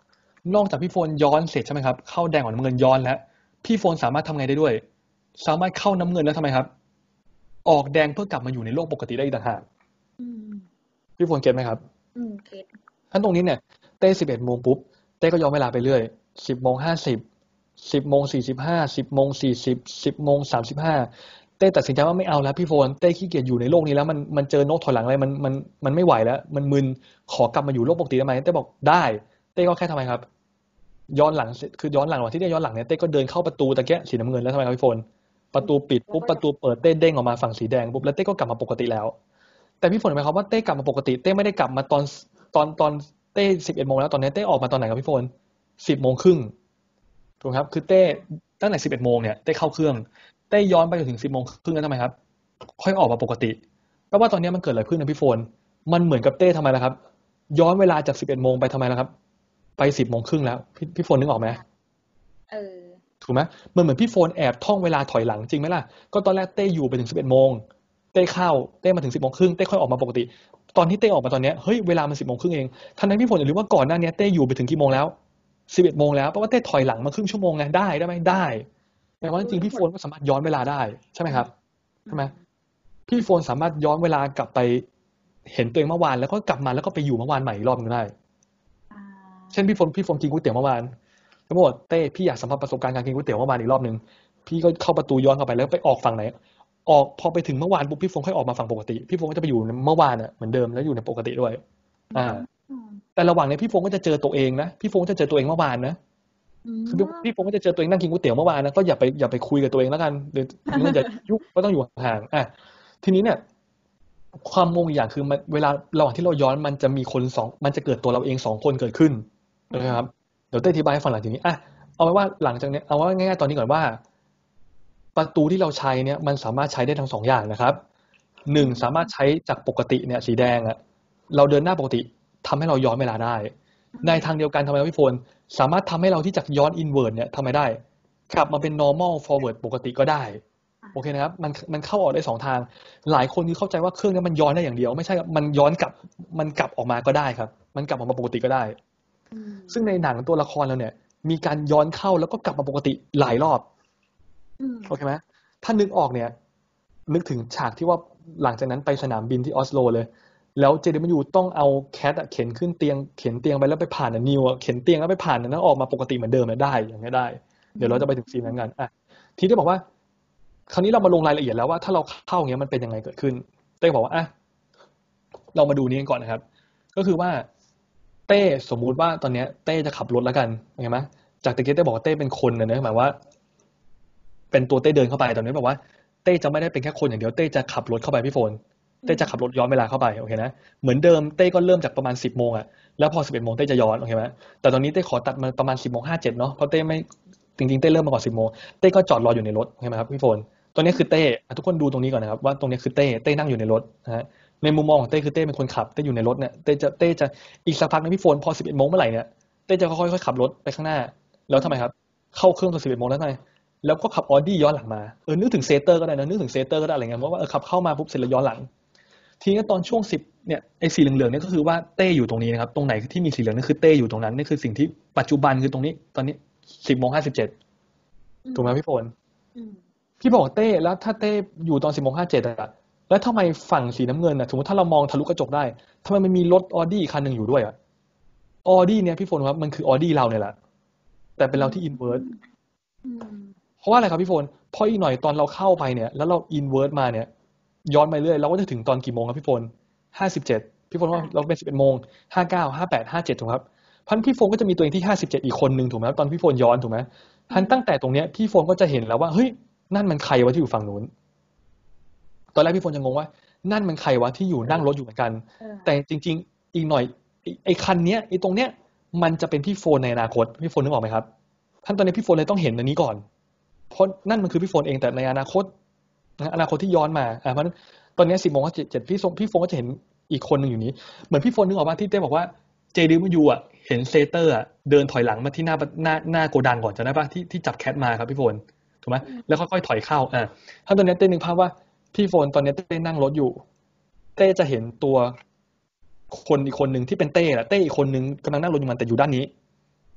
นอกจากพี่โฟนย้อนเสร็จใช่ไหมครับเข้าแดงออกน้ำเงินย้อนแล้วพี่โฟนสามารถทำไงได้ด้วยสามารถเข้าน้ำเงินแล้วทำไมครับออกแดงเพื่อกลับมาอยู่ในโลกปกติได้อีกต่างหากอืมพี่โฟนเก็ตไหมครับอืมเก็ตท่านตรงนี้เนี่ยเต้สิบเอ็ดโมงปุ๊บเต้ก็ย้อนเวลาไปเรื่อยสิบโมงห้าสิบสิบโมงสี่สิบห้าสิบโมงสี่สิบสิบโมงสามสิบห้าเต้ตัดสินใจว่าไม่เอาแล้วพี่โฟนเต้ขี้เกียจอยู่ในโลกนี้แล้วมันมันเจอโน้ตถอยหลังอะไรมันมันมันไม่ไหวแล้วมันมึนขอกลับมาอยู่โลกปกติได้ไหมเต้บอกได้เต้ก็แค่ทำไมครับย้อนหลังคือย้อนหลังวันที่เต้ย้อนหลังเนี่ยเต้ก็เดินเข้าประตูตะเกียสีน้ำเงินแล้วทำไมครับพี่โฟนประตูปิดปุ๊บประตูเปิดเต้เด้งออกมาฝั่งสีแดงปุ๊บแล้วเต้ก็กลับมาปกติแล้วแต่พี่ฝนเห็นไหมครับว่าเต้กลับมาปกติเต้ไม่ได้กลับมาตอนตอนตอนเต้สิบเอ็ดโมงแล้วตอนนี้เต้ออกมาตอนไหนครับพี่โฟนสิบโมงครึ่งถูกครับคือเต้ตั้งแต่สิบเอ็ดโมงเนี่ยเต้เข้าเครื่องเต้ย้อนไปจนถึงสิบโมงครึ่งแล้วทำไมครับค่อยออกมาปกติแปลว่าตอนนี้มันเกิดอะไรขึ้นนะพี่โฟนมันเหมือนกับเต้ทำไมล่ะครับย้อนเวลาจากสิบเอ็ดโมงไปทำไมล่ะครับไปสิบโมงครึ่งแล้วพี่พี่โฟนนึกออกไหมเออถูกไหมมันเหมือนพี่โฟนแอบท่องเวลาถอยหลังจริงไหมล่ะก็ตอนแรกเต้อยู่ไปถึงสิบเอ็ดโมงเต้เข้าเต้มาถึงสิบโมงครึ่งเต้ค่อยออกมาปกติตอนที่เต้ออกมาตอนเนี้ยเฮ้ยเวลามันสิบโมงครึ่งเองทันทีพี่ฝนอย่าลืมว่าก่อนหน้านี้เต้อยู่ไปถึงกี่โมงแล้วสิบเอ็ดโมงแล้วเพราะว่าเต้ถอยหลังมาครึ่งชั่วโมงไงได้ได้ไหมได้แต่ว่าจริงๆพี่โฟนก็สามารถย้อนเวลาได้ใช่ไหมครับใช่ไหมพี่โฟนสามารถย้อนเวลากลับไปเห็นตัวเองเมื่อวานแล้วก็กลับมาแล้วก็ไปอยู่เมื่อวานใหม่อีกรอบนึงได้เช่นพี่โฟนพี่โฟนกินก๋วยเตี๋ยวเมื่อวานแล้วบอกเต้พี่อยากสัมผัสประสบการณ์การกินก๋วยเตี๋ยวเมื่อวานอีกรอบนึงพี่ก็เข้าประตูย้อนเข้าไปแล้วไปออกฝั่งไหนออกพอไปถึงเมื่อวานปุ๊บพี่โฟนค่อยออกมาฝั่งปกติพี่โฟนก็จะไปอยู่เมื่อวานอ่ะเหมือนเดิมแล้วอยู่ในปกติด้วยอ่าแต่ระหว่างนี้พี่โฟนก็จะเจอตัวเองนะพี่โฟนจะเจอตัวเองเมื่อวานนะคือพี่โฟนก็จะเจอตัวเองนั่งกินก๋วยเตี๋ยวเมื่อวานนะก็อย่าไปอย่าไปคุยกับตัวเองแล้วกันเดี๋ยวมันจะยุบก็ต้องอยู่ห่างอ่ะทีนี้เนี่ยความงงอย่างคือมันเวลาระหว่างที่เราย้อนมันจะมีคนสองมันจะเกิดตัวเราเองสองคนเกิดขึ้นนะครับเดี๋ยวเต้อธิบายให้ฟังหลังจากนี้อ่ะเอาไว้ว่าหลังจากนี้เอาว่าง่ายๆตอนนี้ก่อนว่าประตูที่เราใช้เนี่ยมันสามารถใช้ได้ทั้งสองอย่างนะครับหนึ่งสามารถใช้จากปกติเนี่ยสีแดงอ่ะเราเดินหน้าปกติทำให้เราย้อนเวลาได้ในทางเดียวกันทำไมพี่โฟนสามารถทำให้เราที่จากย้อน inward เนี่ยทำไมได้กลับมาเป็น normal forward ปกติก็ได้โอเคนะครับมันมันเข้าออกได้สองทางหลายคนที่เข้าใจว่าเครื่องนี้มันย้อนได้อย่างเดียวไม่ใช่มันย้อนกลับมันกลับออกมาก็ได้ครับมันกลับออกมาปกติก็ได้ซึ่งในหนังตัวละครเราเนี่ยมีการย้อนเข้าแล้วก็กลับมาปกติหลายรอบโอเคไหมถ้านึกออกเนี่ยนึกถึงฉากที่ว่าหลังจากนั้นไปสนามบินที่ออสโลเลยแล้วเจเดมันยูต้องเอาแคทเข็นขึ้นเตียงเข็นเตียงไปแล้วไปผ่านนิวเข็นเตียงแล้วไปผ่านนั้นออกมาปกติเหมือนเดิมได้อย่างนี้ได้เดี๋ยวเราจะไปถึงซีนนั้นกันอ่ะทีนี้บอกว่าคราวนี้เรามาลงรายละเอียดแล้วว่าถ้าเราเข้าอย่างเงี้ยมันเป็นยังไงเกิดขึ้นเต้บอกว่าอ่ะเรามาดูนี้กันก่อนนะครับก็คือว่าเต้สมมุติว่าตอนเนี้ยเต้จะขับรถแล้วกันเห็นไหมจากตะกี้เต้บอกว่าเต้เป็นคนนะเนอะหมายว่าเป็นตัวเต้เดินเข้าไปตอนนี้บอกว่าเต้จะไม่ได้เป็นแค่คนอย่างเดียวเต้จะขับรถเข้าไปพี่โฟนเต้จะขับรถย้อนเวลาเข้าไปโอเคนะเหมือนเดิมเต้ก็เริ่มจากประมาณสิบโมงอ่ะแล้วพอสิบเอ็ดโมงเต้จะย้อนโอเคไหมแต่ตอนนี้เต้ขอตัดมาประมาณสิบโมงห้าเจ็ดเนาะเพราะเต้ไม่จริงๆเต้เริ่มมาก่อนสิบโมงเต้ก็จอดรออยู่ในรถโอเคไหมครับพี่โฟนตอนนี้คือเต้ทุกคนดูตรงนี้ก่อนนะครับว่าตรงนี้คือเต้เต้นั่งอยู่ในรถนะฮะในมุมมองของเต้คือเต้เป็นคนขับเต้อยู่ในรถเนี่ยเต้จะเต้จะอีกสักพักนึงพี่โฟนพอสิบเอ็ดโมงเมื่อไหร่เนี่ยเต้จะค่อยๆขับรถไปข้างหน้าแล้วทำไมครับเข้าเครื่องตอนสิบเอ็ดโมงแล้วทำไมแล้วก็ขับออดี้ย้อนหลังมาเออนึกถึงเซเตอร์ก็ได้นะนึกถึงเซเตอร์ก็ได้อะไรเงี้ยเพราะว่าเออขับเข้ามาปุ๊บเสร็จแล้วย้อนหลังทีนี้ตอนช่วงสิบเนี่ยไอ้สีเหลืองๆเนี่ยก็คือว่าเต้อยู่ตรงนี้นะครับตรงไหนที่มีสีเหลืองนั่นคือเต้อยู่ตรงนั้นนี่คือสิ่งที่ปัจจุบันคือตรงนี้ตอนนี้สิบโมงห้าสิบเจ็ดถูกไหมพี่โฟนพี่บอกเต้แล้วถ้าเต้อยู่ตอนสิบโมงห้าเจ็ดอะแล้วทำไมฝั่งสีน้ำเงินอะสมมติถ้าเรามองทะลุกระจกได้ทำไมมันมีรถออดี้คันหนึ่งอยู่ด้วยอะออดี้เนี่ยพี่โฟนครับมันคือออดี้เราเนี่ยแหละแต่เป็นเราที่อินเวิร์สเพราะว่าอะไรครับพี่โฟนพออีกหน่อยตอนเราเข้าไปเนี่ยแล้วเราอินเวิร์สมาเนี่ยย้อนไปเรื่อยเราก็จะถึงตอนกี่โมงครับพี่โฟนห้าสิบเจ็ดพี่โฟนว่าเราเป็นสิบเอ็ดโมงห้าเก้าห้าแปดห้าเจ็ดถูกครับพันพี่โฟนก็จะมีตัวเองที่ห้าสิบเจ็ดอีกคนนึงถูกไหมตอนพี่โฟนย้อนถูกไหมพันตั้งแต่ตรงเนี้ยพี่โฟนก็จะเห็นแล้วว่าเฮ้ยนั่นมันใครวะที่อยู่ฝั่งนู้นตอนแรกพี่โฟนจะงงว่านั่นมันใครวะที่อยู่นั่งรถอยู่เหมือนกันแต่จริงๆอีกหน่อยไอ้คันเนี้ยไอ้ตรงเนี้ยมันจะเป็นพี่โฟนในอนาคตพี่โฟนนึกออกไหมครับท่านตอนนี้พี่โฟนเลยต้องเห็นอันนี้ก่อนเพราะนั่นมันคือพี่โฟนเองแต่ในอนาคตอนาคตที่ย้อนมาอ่าเพราะตอนนี้สิบโมงเจ็ดเจ็ดพี่พี่โฟนก็จะเห็นอีกคนหนึ่งอยู่นี้เหมือนพี่โฟนนึกออกว่าที่เต้บอกว่าเจดิวยูอ่ะเห็นเซเตอร์อ่ะเดินถอยหลังมาที่หน้าหน้าหน้าโกดังก่อนจะได้ป่ะที่ที่จับแคทมาครับพี่โฟนถูกไหมแล้วค่อยๆถอยเข้าอ่าถ้าตอนนี้เต้นึกภาพว่าพี่โฟนตอนนี้เต้นั่งรถอยู่เต้จะเห็นตัวคนอีกคนหนึ่งที่เป็นเต้แหละเต้อีกคนหนึ่งกำลังนั่งรถอยู่มันแต่อยู่ด้านนี้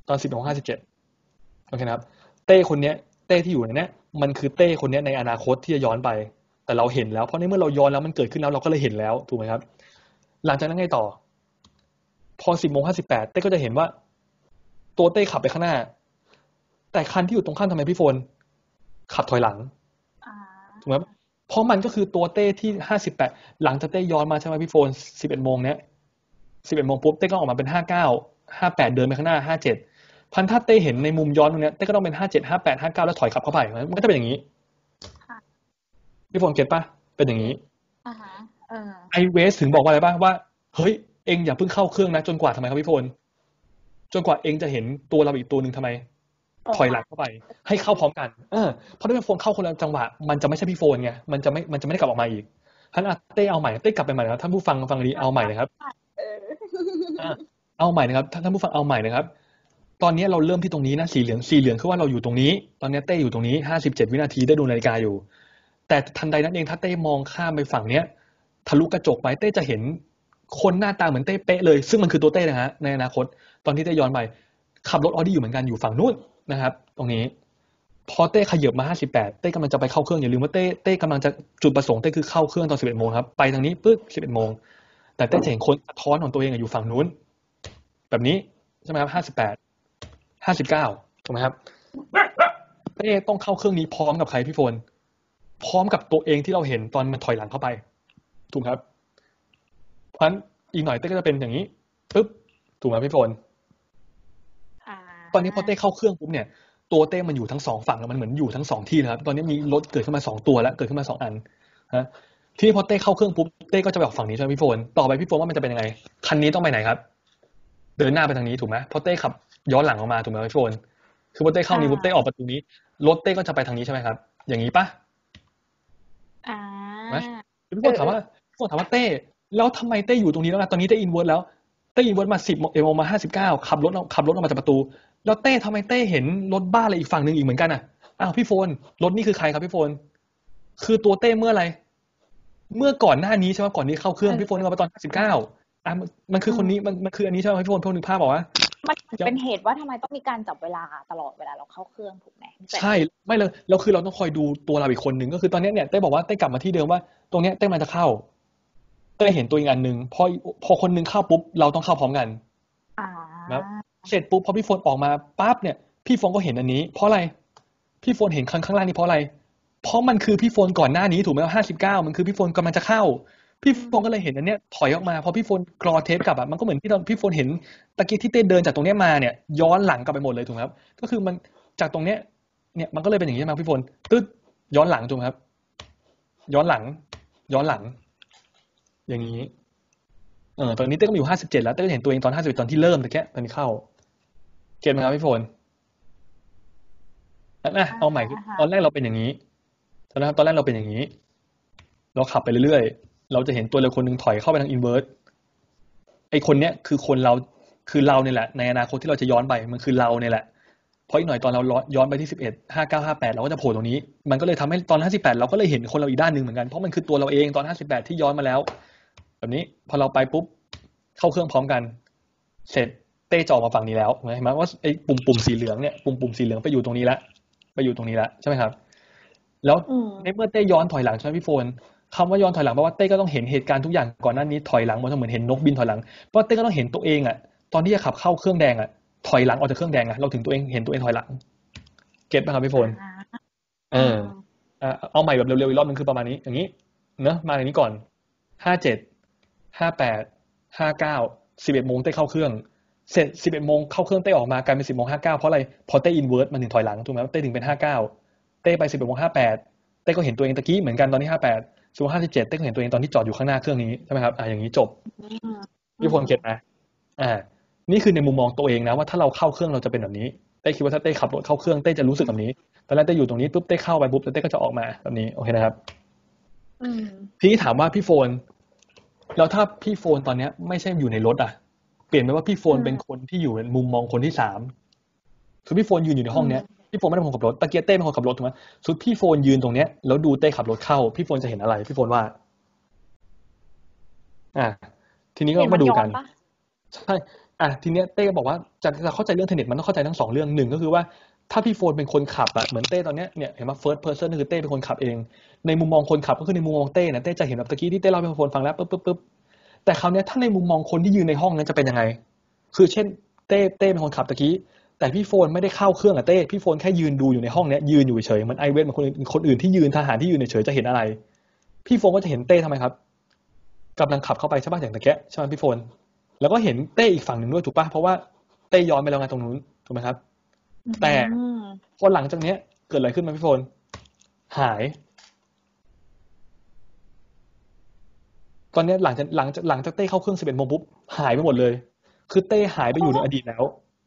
ตอนสิบโมงห้าสิบเจ็ดโอเคนะครับเต้คนเนี้ยเต้ที่อยู่ในเนี้ยมันคือเต้คนเนี้ยในอนาคตที่จะย้อนไปแต่เราเห็นแล้วเพราะในเมื่อเราย้อนแล้วมันเกิดขึ้นแล้วเราก็เลยเห็นแล้วถูกไหมครับหลังจากนั้นไงต่อพอสิบโมงห้าสิบแปดเต้ก็จะเห็นว่าตัวเต้ขับไปข้างหน้าแต่คันที่อยู่ตรงข้ามทำไมพี่โฟนขับถอยหลังถูกไหมเพราะมันก็คือตัวเต้ที่ห้าสิบแปดหลังจากเต้ย้อนมาใช่ไหมพี่โฟนสิบเอ็ดโมงเนี้ยสิบเอ็ดโมงปุ๊บเต้ก็ออกมาเป็นห้าเก้าห้าแปดเดินไปข้างหน้าห้าเจ็ดพันถ้าเต้เห็นในมุมย้อนตรงเนี้ยเต้ก็ต้องเป็นห้าเจ็ดห้าแปดห้าเก้าแล้วถอยขับเข้าไปมันก็จะเป็นอย่างนี้พี่โฟนเก็ตปะเป็นอย่างนี้ไอเวสถึงบอกว่าอะไรบ้างว่าเฮ้ยเองอย่าเพิ่งเข้าเครื่องนะจนกว่าทำไมครับพี่โฟนจนกว่าเองจะเห็นตัวเราอีกตัวหนึ่งทำไมถอยหลังเข้าไปให้เข้าพร้อมกันเออเพราะถ้าพี่โฟนเข้าคนละจังหวะมันจะไม่ใช่พี่โฟนไงมันจะไม่มันจะไม่ได้กลับออกมาอีกท่านเต้เอาใหม่เต้กลับไปใหม่นะครับท่านผู้ฟังฟังดีเอาใหม่นะครับเอาใหม่นะครับท่านผู้ฟังเอาใหม่นะครับตอนนี้เราเริ่มที่ตรงนี้นะสีเหลืองสีเหลืองคือว่าเราอยู่ตรงนี้ตอนนี้เต้อยู่ตรงนี้ห้าสิบเจ็ดวินาทีได้ดูนาฬิกาอยู่แต่ทันใดนั้นเองถ้าเต้มองข้ามไปฝั่งเนี้ยทะลุกระจกไปเต้จะเห็นคนหน้าตาเหมือนเต้เป๊ะเลยซึ่งมันคือตัวเต้นะฮะในอนาคตตอนที่เต้ย้อนไปขับรถออดี้อยู่เหมือนกันอยู่ฝั่งนู้นนะครับตรงนี้พอเต้ขยับมาห้าสิบแปดเต้กำลังจะไปเข้าเครื่องอย่าลืมว่าเต้เต้กำลังจะจุดประสงค์เต้คือเข้าเครื่องตอนสิบเอ็ดโมงครับไปทางนี้ปึ๊บสิบเอ็ดโมงแต่เต้จะเห็นคนสะท้อนของตัวเองอยู่ฝั่งนู้นแบบนี้ใช่ไหมครับห้าสิบแปดห้าสิบเก้าถูกไหมครับเต้ต้องเข้าเครื่องนี้พร้อมกับใครพี่โฟนพร้อมกับตัวเองที่เราเห็นตอนมันถอยหลังเข้าไปถูกครับเพราะฉะนั้นอีกหน่อยเต้ก็จะเป็นอย่างนี้ปึ๊บถูกไหมพี่โฟนตอนนี้พอเต้เข้าเครื่องปุ๊บเนี่ยตัวเต้มันอยู่ทั้งสองฝั่งแล้วมันเหมือนอยู่ทั้งสองที่นะครับตอนนี้มีรถเกิดขึ้นมาสองตัวแล้วเกิดขึ้นมาสองอันฮะทีนี้พอเต้เข้าเครื่องปุ๊บเต้ก็จะไปออกฝั่งนี้ใช่ไหมพี่โฟนต่อไปพี่โฟนว่ามันจะเป็นยังไงคันนี้ต้องไปไหนครับเดินหน้าไปทางนี้ถูกไหมพอเต้ขับย้อนหลังออกมาถูกไหมพี่โฟนคือพอเต้เข้านี้ปุ๊บเต้ออกประตูนี้รถเต้ก็จะไปทางนี้ใช่ไหมครับอย่างนี้ปะอ่าพี่โฟนถามว่าพี่โฟนถามว่าเต้แล้วทำไมเต้อยู่ตรงนี้แล้วล่ะตอนนี้เต้อินเวิร์สแล้วเต้อินเวิร์สมาสิบเอ็มมาห้าสิบเก้าขับรถขับรถออกมาจากประตูแล้วเต้ทำไมเต้เห็นรถบ้าอะไรอีกฝั่งหนึ่งอีกเหมือนกันอ่ะอ้าวพี่โฟนรถนี่คือใครครับพี่โฟนคือตัวเต้เมื่ออะไรเมื่อก่อนหน้านี้ใช่ไหมก่อนนี้เข้าเครื่องพี่โฟนมาตอนห้าสิบเก้าอ่ะมันคือคนนี้มันมันคืออันนี้ใช่ไหมพี่โฟนพี่โฟนนึกภาพบอกว่ามันเป็นเหตุว่าทำไมต้องมีการจับเวลาตลอดเวลาเราเข้าเครื่องถูกไหมใช่ไม่เลยเราคือเราต้องคอยดูตัวเราอีกคนหนึ่งก็คือตอนนี้เนี่ยเต้บอกว่าเต้กลับมาที่เดิมว่าตรงเนี้ยเต้มันจะเข้าเต้เห็นตัวอีกอันหนึ่งพอพอคนนึงเข้าปุ๊บเราต้องเข้าพร้อมกันนะเสร็จปุ๊บพอพี่โฟนออกมาปั๊บเนี่ยพี่โฟนก็เห็นอันนี้เพราะอะไรพี่โฟนเห็นข้างข้างล่างนี้เพราะอะไรเพราะมันคือพี่โฟนก่อนหน้านี้ถูกไหมว่าห้าสิบเก้ามันคือพี่โฟนกำลังจะเข้าพี่โฟนก็เลยเห็นอันเนี้ยถอยออกมาพอพี่โฟนกรอเทปกลับอ่ะมันก็เหมือนที่ตอนพี่โฟนเห็นตะกี้ที่เต้เดินจากตรงเนี้ยมาเนี่ยย้อนหลังกลับไปหมดเลยถูกไหมครับก็คือมันจากตรงเนี้ยเนี่ยมันก็เลยเป็นอย่างนี้มาพี่โฟนตึ๊ดย้อนหลังถูกไหมครับย้อนหลังย้อนหลังอย่างนี้เออตอนนี้เต้ก็อยู่ห้าสิบเจ็ดแล้วเต้ก็เห็นตัวเองตอนห้าสิบเอ็ดตอนที่เริ่มแต่แค่ตอนนี้เข้าเก็ตไหมครับพี่โฟนนะเอาใหม่ตอนแรกเราเป็นอย่างนี้ตอนแรกตอนแรกเราเป็นอย่างนี้เราขับไปเรื่อยๆเราจะเห็นตัวเราคนนึงถอยเข้าไปทางอินเวิร์สไอคนเนี้ยคือคนเราคือเราเนี่ยแหละในอนาคตที่เราจะย้อนไปมันคือเราเนี่ยแหละเพราะอีกหน่อยตอนเราย้อนไปที่สิบเอ็ด ห้าเก้า ห้าแปดเราก็จะโผล่ตรงนี้มันก็เลยทำให้ตอนห้าสิบแปดเราก็เลยเห็นคนเราอีกด้านนึงเหมือนกันเพราะมันคือตัวเราเองตอนห้าสิบแปดที่ย้อนมาแล้วแบบนี้พอเราไปปุ๊บเข้าเครื่องพร้อมกันเสร็จเต้จอมาฝั่งนี้แล้วเห็นไหมว่าไอ้ปุ่มปุ่มสีเหลืองเนี่ยปุ่มปุ่มสีเหลืองไปอยู่ตรงนี้แล้วไปอยู่ตรงนี้แล้วใช่ไหมครับแล้วในเมื่อเต้ย้อนถอยหลังใช่ไหมพี่โฟนคำว่าย้อนถอยหลังแปลว่าเต้ก็ต้องเห็นเหตุการณ์ทุกอย่างก่อนหน้านี้ถอยหลังมันเหมือนเห็นนกบินถอยหลังเพราะเต้ก็ต้องเห็นตัวเองอ่ะตอนที่จะขับเข้าเครื่องแดงอ่ะถอยหลังออกจากเครื่องแดงอ่ะเราถึงตัวเองเห็นตัวเองถอยหลังเก็ตป่ะครับพี่โฟนเออเอาใหม่แบบเร็วๆอีกรอบนึงคือประมาณนี้อย่างนี้เนอะมาอย่างนี้ก่อนห้าเจ็ดห้าแปดห้าเก้าสิบเอ็ดโมงเต้เข้าเครื่องเสร็จสิบเอ็ดโมงเข้าเครื่องเต้ออกมากลายเป็นสิบโมงห้าเก้าเพราะอะไรพอเต้อินเวิร์สมันถึงถอยหลังถูกไหมเต้ถึงเป็นห้าเก้าเต้ไปสิบเอ็ดโมงห้าแปดเต้ก็เห็นตัวเองตะกี้เหมือนกันตอนที่ห้าแปดส่วนห้าสิบเจ็ดเต้ก็เห็นตัวเองตอนที่จอดอยู่ข้างหน้าเครื่องนี้ใช่ไหมครับอ่าอย่างนี้จบพี่พลเก็ตนะอ่านี่คือในมุมมองตัวเองนะว่าถ้าเราเข้าเครื่องเราจะเป็นแบบนี้เต้คิดว่าถ้าเต้ขับรถเข้าเครื่องเต้จะรู้สึกแบบนี้ตอนแรกเต้อยู่ตรงนี้ปุ๊บเต้เข้าไปปุ๊บแล้วเต้ก็จะออกมาแบบนี้โอเคนะครับพี่ถามว่าพี่โฟนแล้วถ้าพี่โฟนตอนนี้ไม่ใช่อยู่ในรถอ่ะเปลี่ยนไปว่าพี่โฟนเป็นคนที่อยู่ในมุมมองคนที่สามคือพี่โฟนยืนอยู่ในห้องเนี้ยพี่โฟนไม่ได้เป็นคนขับรถตะเกียบเต้เป็นคนขับรถถูกไหมสุดพี่โฟนยืนตรงเนี้ยแล้วดูเต้ขับรถเข้าพี่โฟนจะเห็นอะไรพี่โฟนว่าอ่าทีนี้ก็มาดูกันใช่อ่ะทีเนี้ยเต้ก็บอกว่าจะจะเข้าใจเรื่องเทนเน็ตมันต้องเข้าใจทั้งสองเรื่องหนึ่งก็คือว่าถ้าพี่โฟนเป็นคนขับอะเหมือนเต้ตอนเนี้ยเนี่ยเห็นไหม first person ก็คือเต้เป็นคนขับเองในมุมมองคนขับก็คือในมุมมองเต้เนี่ยเต้จะเห็นแบบตะกี้ที่เต้เล่าให้พี่โฟนฟังแล้วปุ๊บปุ๊บปุ๊บแต่คราวเนี้ยถ้าในมุมมองคนที่ยืนในห้องนั้นจะเป็นยังไงคือเช่นเต้เต้เป็นคนขับตะกี้แต่พี่โฟนไม่ได้เข้าเครื่องอะเต้พี่โฟนแค่ยืนดูอยู่ในห้องเนี้ยยืนอยู่เฉยๆเหมือนไอเวสเหมือนคนอื่นคนอื่นที่ยืนทหารที่ยืนเฉยๆจะเห็นอะไรพี่โฟนก็จะเห็นเต้ทำไมครับกำลังขับเข้าไปใช่ป่ะอย่างตะแกะใช่ไหมพี่โฟนแล้วก็เห็นเต้อีกฝั่งหนึ่งด้วยถูกป่ะเพราะว่าเต้ย้อนไปแล้วไงตรงนู้นถูกไหมครับ แต่พอหลังจากเนี้ยเกิดอะไรขึ้นไหมพี่โฟนหาย ตอนเนี้ยหลังจากหลังจากหลังจากเต้เข้าเครื่องสิบเอ็ดโมงปุ๊บหายไปหมดเลย คือเต้หายไปอยู่ในอดีตแล้ว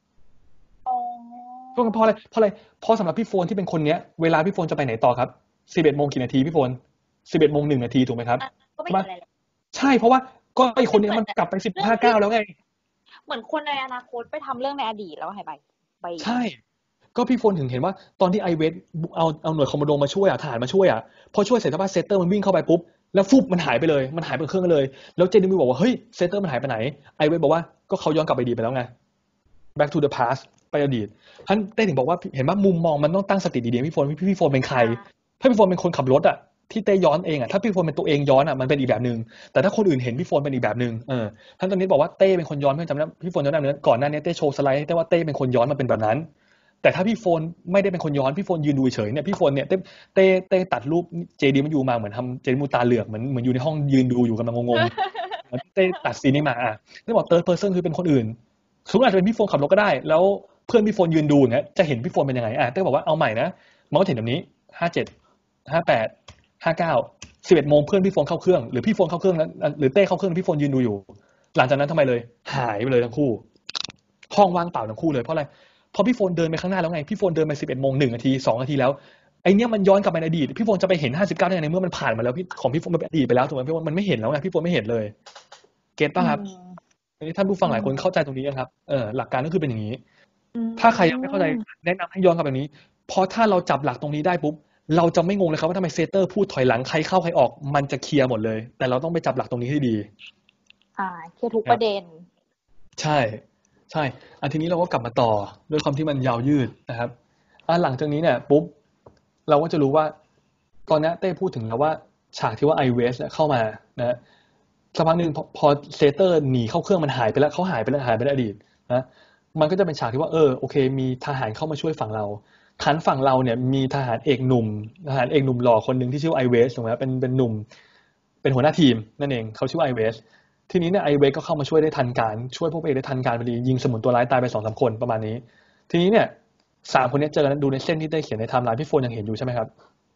เพราะเพราะอะไรเพราะอะไรเพราะสำหรับพี่โฟนที่เป็นคนเนี้ยเวลาพี่โฟนจะไปไหนต่อครับสิบเอ็ดโมงกี่นาทีพี่โฟนสิบเอ็ดโมงหนึ่งนาทีถูกไหมครับก็ไม่ใช่ไหมเห็นอะไรเลยใช่เพราะว่าก็ไอคนเนี้ยมันกลับไปสิบห้าเก้าแล้วไงเหมือนคนในอนาคตไปทำเรื่องในอดีตแล้วหายไปไปใช่ ก็พี่โฟนถึงเห็นว่าตอนที่ไอเวสเอาเอาหน่วยคอมมานโดมาช่วยอ่ะทหารมาช่วยอ่ะพอช่วยเสร็จแล้วเซตเตอร์มันวิ่งเข้าไปปุ๊บแล้วฟุบมันหายไปเลยมันหายไปเครื่องเลยแล้วเจนนี่บอกว่าเฮ้ยเซตเตอร์มันหายไปไหนไอเวสบอกว่าก็เขาย้อนกลับไปดีไปแล้วไง back to the past ไปอดีตท่านเต้ถึงบอกว่าเห็นว่ามุมมองมันต้องตั้งสติดีๆพี่โฟนพี่พี่โฟนเป็นใครถ้าพี่โฟนเป็นคนขับรถอ่ะที่เต้ย้อนเองอ่ะถ้าพี่โฟนเป็นตัวเองย้อนอ่ะมันเป็นอีกแบบนึงแต่ถ้าคนอื่นเห็นพี่โฟนเป็นอีกแบบนึงเออท่านตอนนี้บอกว่าเต้เป็นคนย้อนเพื่อนจำได้พี่โฟนจำได้ไหมก่อนหน้านี้เต้โชว์สไลด์ให้เต้ว่าเต้เป็นคนย้อนมาเป็นแบบนั้น แต่ถ้าพี่โฟนไม่ได้เป็นคนย้อนพี่โฟนยืนดูเฉยเนี่ยพี่โฟนเนี่ยเต้เต้เต้ตัดรูปเจดีมันอยู่มาเหมือนทำเจดีมูตาเหลือกเหมือนเหมือนอยู่ในห้องยืนดูอยู่กำลังงงๆเต้ตัดซีนนี้มาอ่ะเต้บอกเติร์ดเพอร์เซนคือเป็นคนอื่นสมมติอาจจะเป็นพี่โฟนขับรถก็ได้แล้วเพื่อนพี่โฟนยืนดูอย่างเงี้ยจะเห็นพี่โฟนเป็นยังไงอ่ะเต้บอกว่าเอาใหม่นะมันก็เห็นแบบนี้ห้าเจ็ดห้าแปดห้าเก้าสิบเอ็ดโมงเพื่อนพี่โฟนเข้าเครื่องหรือพี่โฟนเข้าเครื่องแล้วหรือเต้เข้าเครื่องพี่โฟนยืนดูอยู่หลังจากนั้นทำไมเลยหายไปเลยทั้งคู่ห้องว่างเปล่าทั้งคู่เลยเพราะอะไร พอพี่โฟนเดินไปข้างหน้าแล้วไงพี่โฟนเดินไปสิบเอ็ดโมงหนึ่งนาทีสองนาทีแล้วไอเนี้ยมันย้อนกลับไปในอดีตพี่โฟนจะไปเห็นห้าสิบเก้าได้ไงในเมื่อมันผ่านมาแล้วพี่ของพี่โฟนมันเป็นอดีตไปแล้วถูกไหมพี่โฟนมันไม่เห็นแล้วไงพี่โฟนไม่เห็นเลยเก็ตป่ะครับอันนี้ท่านผู้ฟังหลายคนเข้าใจตรงนี้ยังครับเออหลักการก็คือเป็นอย่างนี้ถ้าใครยังไม่เข้าใจแนะนำให้ย้อนกลับแบบนี้เพราะถ้าเราจับหลักตรงนี้ได้ปุ๊บเราจะไม่งงเลยครับว่าทำไมเซเตอร์พูดถอยหลังใครเข้าใครออกมันจะเคลียร์หมดเลยแต่เราต้องไปจับหลักตรงนี้ให้ดีอ่าเคลียร์ทุกประเด็นใช่ใช่อันทีนี้เราก็กลับมาต่อด้วยความที่มันยาวยืดนะครับอ่ะหลังจากนี้เนี่ยปุ๊บเราก็จะรู้ว่าตอนนี้เต้พูดถึงแล้วว่าฉากที่ว่าไอเวสเข้ามานะสักพักหนึ่งพอพอเซเตอร์หนีเข้าเครื่องมันหายไปแล้วเขาหายไปแล้วหายไปในอดีตนะมันก็จะเป็นฉากที่ว่าเออโอเคมีทหารเข้ามาช่วยฝั่งเราขันฝั่งเราเนี่ยมีทหารเอกหนุ่มทหารเอกหนุ่มหล่อคนหนึ่งที่ชื่อไอเวสถูกไหมเป็นเป็นหนุ่มเป็นหัวหน้าทีมนั่นเองเขาชื่อไอเวส ทีนี้เนี่ยไอเวกก็เข้ามาช่วยได้ทันการช่วยพวกเอกได้ทันการพอดียิงสมุนตัวร้ายตายไปสองสามคนประมาณนี้ทีนี้เนี่ยสามคนนี้เจอกันดูในเส้นที่ได้เขียนในไทม์ไลน์พี่โฟนยังเห็นอยู่ใช่ไหมครับ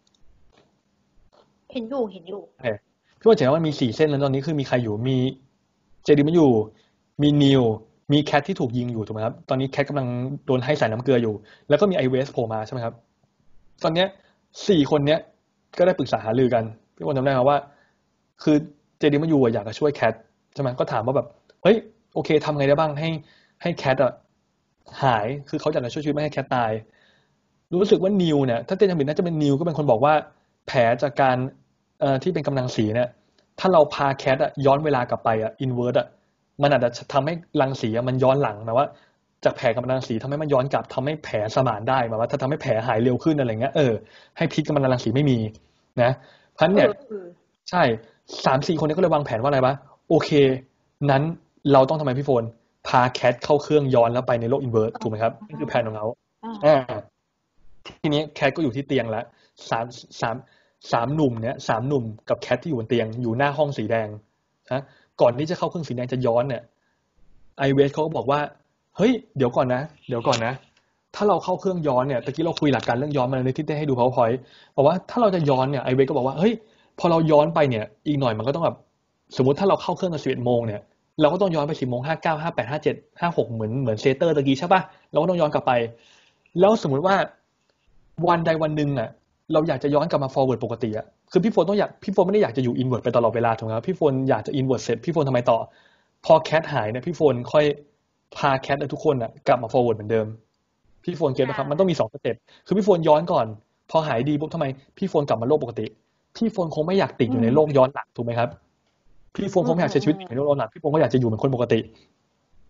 เห็นอยู่เห็นอยู่โอเคพี่โฟนเห็นว่ามันมีสี่เส้นแล้วตอนนี้คือมีใครอยู่มีเจดีมาอยู่มีนิวมีแคทที่ถูกยิงอยู่ถูกไหมครับตอนนี้แคทกำลังโดนให้ใส่น้ำเกลืออยู่แล้วก็มีไอเวสโผล่มาใช่ไหมครับตอนเนี้ยสี่คนเนี้ยก็ได้ปรึกษาหารือกันพี่โฟนจำได้ไหมว่าคือเจดีมาอยู่อยากจะช่วยแคทใช่ไหมก็ถามว่าแบบเฮ้ยโอเคทำไงได้บ้างให้ให้แคทอะหายคือเขาอยากจะช่วยชีวิตไม่ให้แคทตายรู้สึกว่านิวเนี่ยถ้าเต้จำผิดน่าจะเป็นนิวก็เป็นคนบอกว่าแผลจากการเอ่อที่เป็นกำลังสีเนี่ยถ้าเราพาแคทอะย้อนเวลากลับไปอะอินเวิร์สอะมันอาจจะทำให้รังสีอะมันย้อนหลังหมายว่าจากแผลกับรังสีทำให้มันย้อนกลับทำให้แผลสมานได้หมายว่าถ้าทำให้แผลหายเร็วขึ้นอะไรเงี้ยเออให้พิษกับมันรังสีไม่มีนะเพราะฉะนั้นเนี่ยใช่สามสี่คนนี้ก็เลยวางแผนว่าอะไรวะโอเคนั้นเราต้องทำไมพี่โฟนพาแคทเข้าเครื่องย้อนแล้วไปในโลกอินเวิร์สถูกไหมครับนี่คือแผนของเขาอ่าทีนี้แคทก็อยู่ที่เตียงแล้วสามสามสามหนุ่มเนี่ยสามหนุ่มกับแคทที่อยู่บนเตียงอยู่หน้าห้องสีแดงนะก่อนที่จะเข้าเครื่องสีแดงจะย้อนเนี่ยไอเวสเขาก็บอกว่าเฮ้ยเดี๋ยวก่อนนะเดี๋ยวก่อนนะถ้าเราเข้าเครื่องย้อนเนี่ยตะกี้เราคุยหลักการเรื่องย้อนมาในที่ได้ให้ดู powerpoint บอกว่าถ้าเราจะย้อนเนี่ยไอเวสก็บอกว่าเฮ้ยพอเราย้อนไปเนี่ยอีกหน่อยมันก็ต้องแบบสมมติถ้าเราเข้าเครื่องตอนสิบเอ็ดโมงเนี่ยเราก็ต้องย้อนไปสิบโมงห้าเก้าห้าแปดห้าเจ็ดห้าหกเหมือนเหมือนเซเตอร์ตะกี้ใช่ป่ะเราก็ต้องย้อนกลับไปแล้วสมมุติว่าวันใดวันหนึ่งอ่ะเราอยากจะย้อนกลับมา forward ปกติอ่ะคือพี่โฟนต้องอยากพี่โฟนไม่ได้อยากจะอยู่ inward ไปตลอดเวลาถูกไหมครับพี่โฟนอยากจะ inward เสร็จพี่โฟนทำไมต่อพอแคทหายเนี่ยพี่โฟนค่อยพาแคทและทุกคนอ่ะกลับมา forward เหมือนเดิมพี่โฟนเก็ตนะครับมันต้องมีสองสเต็ปคือพี่โฟนย้อนก่อนพอหายดีปุ๊บทำไมพี่โฟนกลับมาโลกปกติพี่โฟนคงไม่อยากติดอยู่ในโลกย้อนหลังถูกไหมครับพี่โฟนคงไม่อยากใช้ชีวิตอยู่ในโลกย้อนหลังพี่โฟนก็อยากจะอยู่เหมือนคนปกติ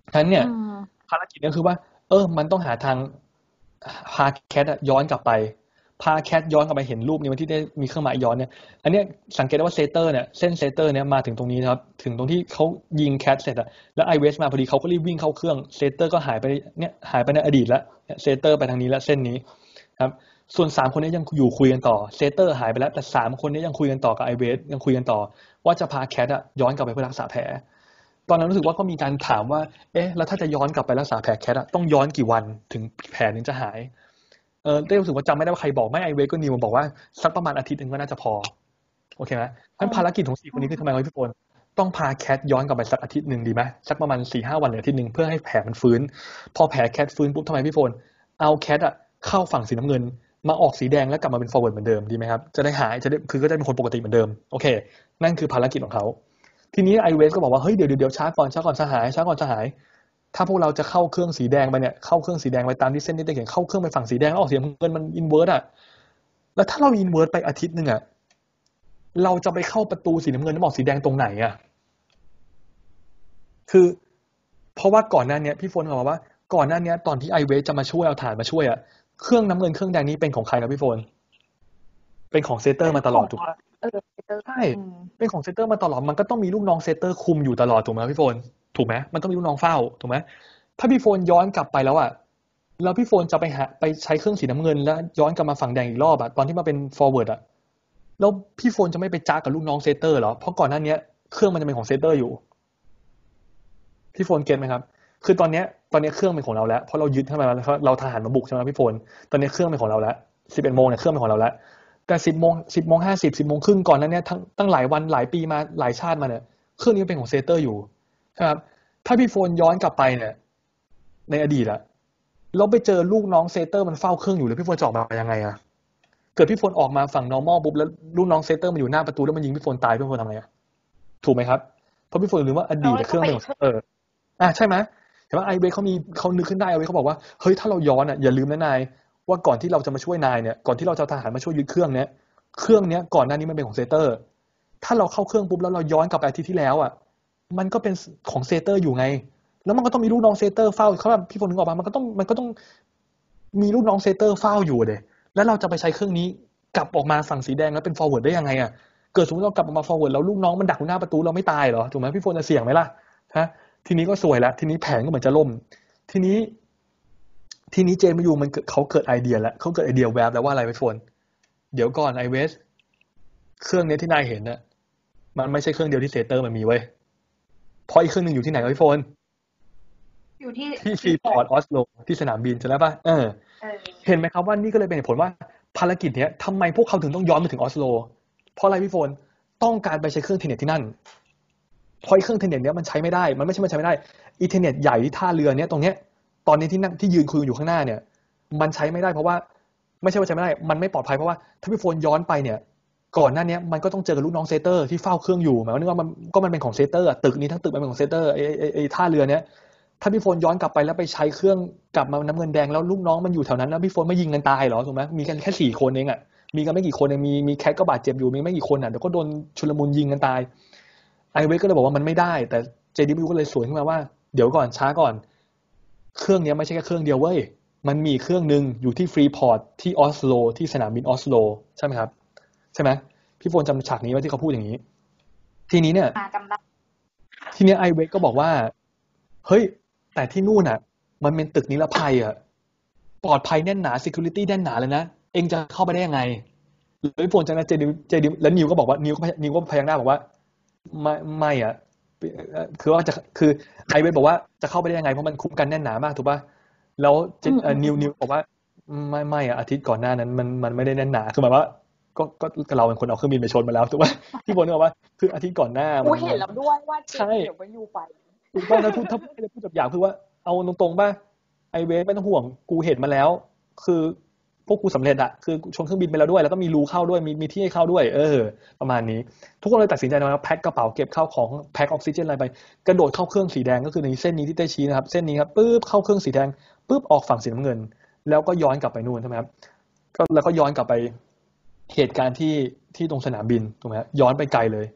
ฉะนั้นเนี่อืยมภารกิจก็คือว่า เออ มันต้องหาทางพาแคทย้อนกลับไปพาแคทย้อนกลับไปเห็นรูปนี้มันที่ได้มีเครื่องหมายย้อนเนี่ยอันเนี้ยสังเกตได้ว่าเซเตอร์เนี่ยเส้นเซเตอร์เนี่ยมาถึงตรงนี้นะครับถึงตรงที่เขายิงแคทเสร็จอะแล้วไอเวสมาพอดีเขาก็รีบวิ่งเข้าเครื่องเซเตอร์ก็หายไปเนี่ยหายไปในอดีตแล้วเซเตอร์ไปทางนี้แล้วเส้นนี้ครับส่วนสามคนนี้ยังอยู่คุยกันต่อเซเตอร์หายไปแล้วแต่สามคนนี้ยังคุยกันต่อกับไอเวสยังคุยกันต่อว่าจะพาแคทอะย้อนกลับไปเพื่อรักษาแผลตอนนั้นรู้สึกว่าก็มีการถามว่าเอ๊ะแล้วถ้าจะย้อนกลับไปรักษาแผลแคทอะต้องย้อนกี่วันถึงแผลนึงจะหายเออได้รู้สึกว่าจำไม่ได้ว่าใครบอกไม่ไอเวสก็นิวบอกว่าสักประมาณอาทิตย์หนึ่งก็น่าจะพอโอเคไหมเพราะฉะนั้นภารกิจของสี่คนนี้คือทำไมวะพี่ฝนต้องพาแคทย้อนกลับไปสักอาทิตย์หนึ่งดีไหมสักประมาณสี่ห้าวันหรืออาทิตย์หนึ่งเพื่อให้แผลมันฟื้นพอแผลแคทฟื้นปุ๊บทำไมพี่ฝนเอาแคทอะเข้าฝั่งสีน้ำเงินมาออกสีแดงแล้วกลับมาเป็น forward เหมือนเดิมดีไหมครับจะได้หายจะได้คือก็จะเป็นคนปกติเหมือนเดิมโอเคนั่นคือภารกิจของเขาทีนี้ไอเวสก็บอกว่าเฮ้ยเดี๋ยวเดี๋ยวช้าก่อนช้าก่อนสหายช้าก่อนสหายถ้าพวกเราจะเข้าเครื่องสีแดงไปเนี่ยเข้าเครื่องสีแดงไปตามที่เส้นที่ได้เขียนเข้าเครื่องไปฝั่งสีแดงแล้วออกสีน้ำเงินมันอินเวิร์สอะแล้วถ้าเราอินเวิร์สไปอาทิตย์หนึ่งอะเราจะไปเข้าประตูสีน้ำเงินแล้วออกสีแดงตรงไหนอะคือเพราะว่าก่อนหน้านี้พี่โฟนบอกว่าก่อนหน้านี้ตอนที่ไอเวสจะมาช่วยเอาฐานมาช่วยอะเครื่องน้ำเงินเครื่องแดงนี้เป็นของใครครับพี่โฟนเป็นของเซเตอร์มาตลอดถูกไหมเออเตอร์ใช่อืมเป็นของเซเตอร์มาตลอดมันก็ต้องมีลูกน้องเซเตอร์คุมอยู่ตลอดถูกไหมพี่โฟนถูกไหมมันต้องมีลูกน้องเฝ้าถูกไหมถ้าพี่โฟนย้อนกลับไปแล้วอะแล้วพี่โฟนจะไปหาไปใช้เครื่องสีน้ำเงินแล้วย้อนกลับมาฝั่งแดงอีกรอบอะตอนที่มาเป็น forward อะแล้วพี่โฟนจะไม่ไปจ้ากับลูกน้องเซเตอร์เหรอเพราะก่อนหน้านี้เครื่องมันจะเป็นของเซเตอร์อยู่พี่โฟนเก็ตไหมครับคือตอนเนี้ยตอนนี้เครื่องเป็นของเราแล้วเพราะเรายึดเข้ามาแล้วเราทหารมาบุกใช่ไหมพี่โฟนตอนนี้เครื่องเป็นของเราแล้วสิบเอ็ดโมงเนี่ยเครื่องเป็นของเราแล้วแต่สิบโมงสิบโมงห้าสิบสิบโมงครึ่งก่อนนั้นเนี่ยทั้งตั้งหลายวันหลายปีมาหลายชาติมาเนี่ยเครื่องนี้เป็นของเซเตอร์อยู่ครับถ้าพี่โฟนย้อนกลับไปเนี่ยในอดีตอะเราไปเจอลูกน้องเซเตอร์มันเฝ้าเครื่องอยู่แล้วพี่โฟนจะออกมายังไงอะเกิดพี่โฟนออกมาฝั่ง normal ปุ๊บแล้วลูกน้องเซเตอร์มันอยู่หน้าประตูแล้วมันยิงพี่โฟนตายพี่โฟนทำไงอะถูกไหมครับเพราะพี่โฟนลืมว่าอเราดีตเลยต้องไปอีกเครื่องเป็นของเซเตอร์อ่ะใช่ไหมแต่ว่าไอเวเขามีเขานึกขึ้นได้ไอเวเขาบอกว่าเฮ้ยถ้าเราย้อนอ่ะอย่าลืมนะนายว่าก่อนที่เราจะมาช่วยนายเนี่ยก่อนที่เราจะทหารมาช่วยยึดเครื่องเนี้ยเครื่องเนี้ยก่อนหน้านี้มันเป็นของเซเตอร์ถ้าเราเข้าเครื่องปุ๊บแล้วเราย้อนกลับไปอาทิตย์ที่แล้วอ่ะมันก็เป็นของเซเตอร์อยู่ไงแล้วมันก็ต้องมีลูกน้องเซเตอร์เฝ้าเขาแบบพี่ฝนนึกออกมามันก็ต้องมันก็ต้องมีลูกน้องเซเตอร์เฝ้าอยู่เดยแล้วเราจะไปใช้เครื่องนี้กลับออกมาฝั่งสีแดงแล้วเป็น forward ได้ยังไงอ่ะเกิดสมมติเรากลับออกมา forward แล้วลูกน้องมันดักอยู่หน้าประตูเราไม่ตายเหรอถูกไหมพี่ฝนจะเสี่ยงไหมล่ะฮะทีนี้ก็สวยแล้วทีนี้แผนก็เหมือนจะล่มทีนี้ทีนี้เจนมายูมันเขาเกิดไอเดียแล้วเขาเกิดไอเดียแวบแล้วว่าอะไรไปโฟนเดี๋ยวก่อนไอเวสเครื่องนี้ที่นายเห็นน่ะมันไม่ใช่เครื่องเดียวที่เซเตอร์มันมีเว้ยเพราะอีกเครื่องหนึ่งอยู่ที่ไหนไอโฟนอยู่ที่ที่ฟรีพอร์ตออสโลที่สนามบินใช่ไหมป่ะเออเห็นไหมครับว่านี่ก็เลยเป็นเหตุผลว่าภารกิจเนี้ยทำไมพวกเขาถึงต้องย้อนไปถึงออสโลเพราะอะไรพี่โฟนต้องการไปใช้เครื่องเทเน็ตที่นั่นเพราะเครื่องเทเน็ตเนี้ยมันใช้ไม่ได้มันไม่ใช่มันใช้ไม่ได้อินเทอร์เน็ตใหญ่ที่ท่าเรือเนี้ยตรงเนี้ยตอนนี้ที่นั่งที่ยืนคุยอยู่ข้างหน้าเนี่ยมันใช้ไม่ได้เพราะว่าไม่ใช่ว่าใช้ไม่ได้มันไม่ปลอดภัยเพราะว่าถ้าพี่โฟนย้อนไปเนี่ยก่อนหน้านี้มันก็ต้องเจอกับลูกน้องเซเตอร์ที่เฝ้าเครื่องอยู่หมายว่ามันก็มันเป็นของเซเตอร์ตึกนี้ทั้งตึกมันเป็นของเซเตอร์ไอ้ไอ้ไอ้ท่าเรือเนี้ยถ้าพี่โฟนย้อนกลับไปแล้วไปใช้เครื่องกลับมาน้ำเงินแดงแล้วลูกน้องมันอยู่แถวนั้นแล้วพี่โฟนไม่ยิงกันตายเหรอถูกไหมมีกันแค่สี่คนเองอ่ะมีกันไม่กี่คนเองมีมีแคทก็บาดเจ็บอยู่มีไม่กี่คนอ่ะเดี๋ยวก็โดนชุลมุนยิงกันตายไอเวสก็เลยบอกว่ามันไม่ได้แต่เจดีบิวก็เลยสวนขึ้นมาว่าเดี๋ยวก่อนช้าก่อนเครื่องนี้ไม่ใช่แค่เครื่องเดียวเว้ยมันมีเครื่องนึงอยู่ที่ฟรีพอร์ตที่ออสโลที่สนามบินออสโลใช่ไหมครับใช่ไหมพี่โฟนจำฉากนี้ไว้ที่เขาพูดอย่างนี้ทีนี้เนี่ยจำได้ทีนี้ไอเวสก็บอกว่าเฮ้ยแต่ที่นู่นอ่ะมันเป็นตึกนิรภัยอ่ะปลอดภัยแน่นหนา security แน่นหนาเลยนะเองจะเข้าไปได้ยังไงแล้วพี่โฟนจากนั้นเจดิเจดิแล้วนิวก็บอกว่านิวก็นิวก็พยักหน้าบอกว่าไม่ไม่อ่ะคือว่าจะคือไอเวสบอกว่าจะเข้าไปได้ยังไงเพราะมันคุ้มกันแน่นหนามากถูกป่ะแล้วนิวนิวบอกว่าไม่ไม่อ่ะอาทิตย์ก่อนหน้านั้นมันมันไม่ได้แน่นหนาคือหมายว่าก็ก็เราเป็นคนเอาเครื่องบินไปชนมาแล้วถูกป่ะพี่โฟนก็บอกว่าคืออาทิตย์ก่อนหน้ากูมันมันเห็นแล้วด้วยว่าจริงใช่เดี๋ยวไปอยู่ไปถูกต้องนะพูดถ้าพูดพูดแบบอย่างคือว่าเอาตรงๆป่ะไอเวฟไม่ต้องห่วงกูเห็นมาแล้วคือพวกกูสำเร็จอะคือชนเครื่องบินไปแล้วด้วยแล้วก็มีรูเข้าด้วยมีมีที่ให้เข้าด้วยเออประมาณนี้ทุกคนเลยตัดสินใจนะแพ็คกระเป๋าเก็บข้าวของแพ็คออกซิเจนอะไรไปกระโดดเข้าเครื่องสีแดงก็คือในเส้นนี้ที่เต้ชี้นะครับเส้นนี้ครับปึ๊บเข้าเครื่องสีแดงปึ๊บออกฝั่งสีน้ำเงินแล้วก็ย้อนกลับไปนู่นใช่ไหมครับก็แล้วก็ย้อนกลับไปเหตุการณ์ที่ที่ตรงสนามบินถูกไหมย้อนไปไกลเลย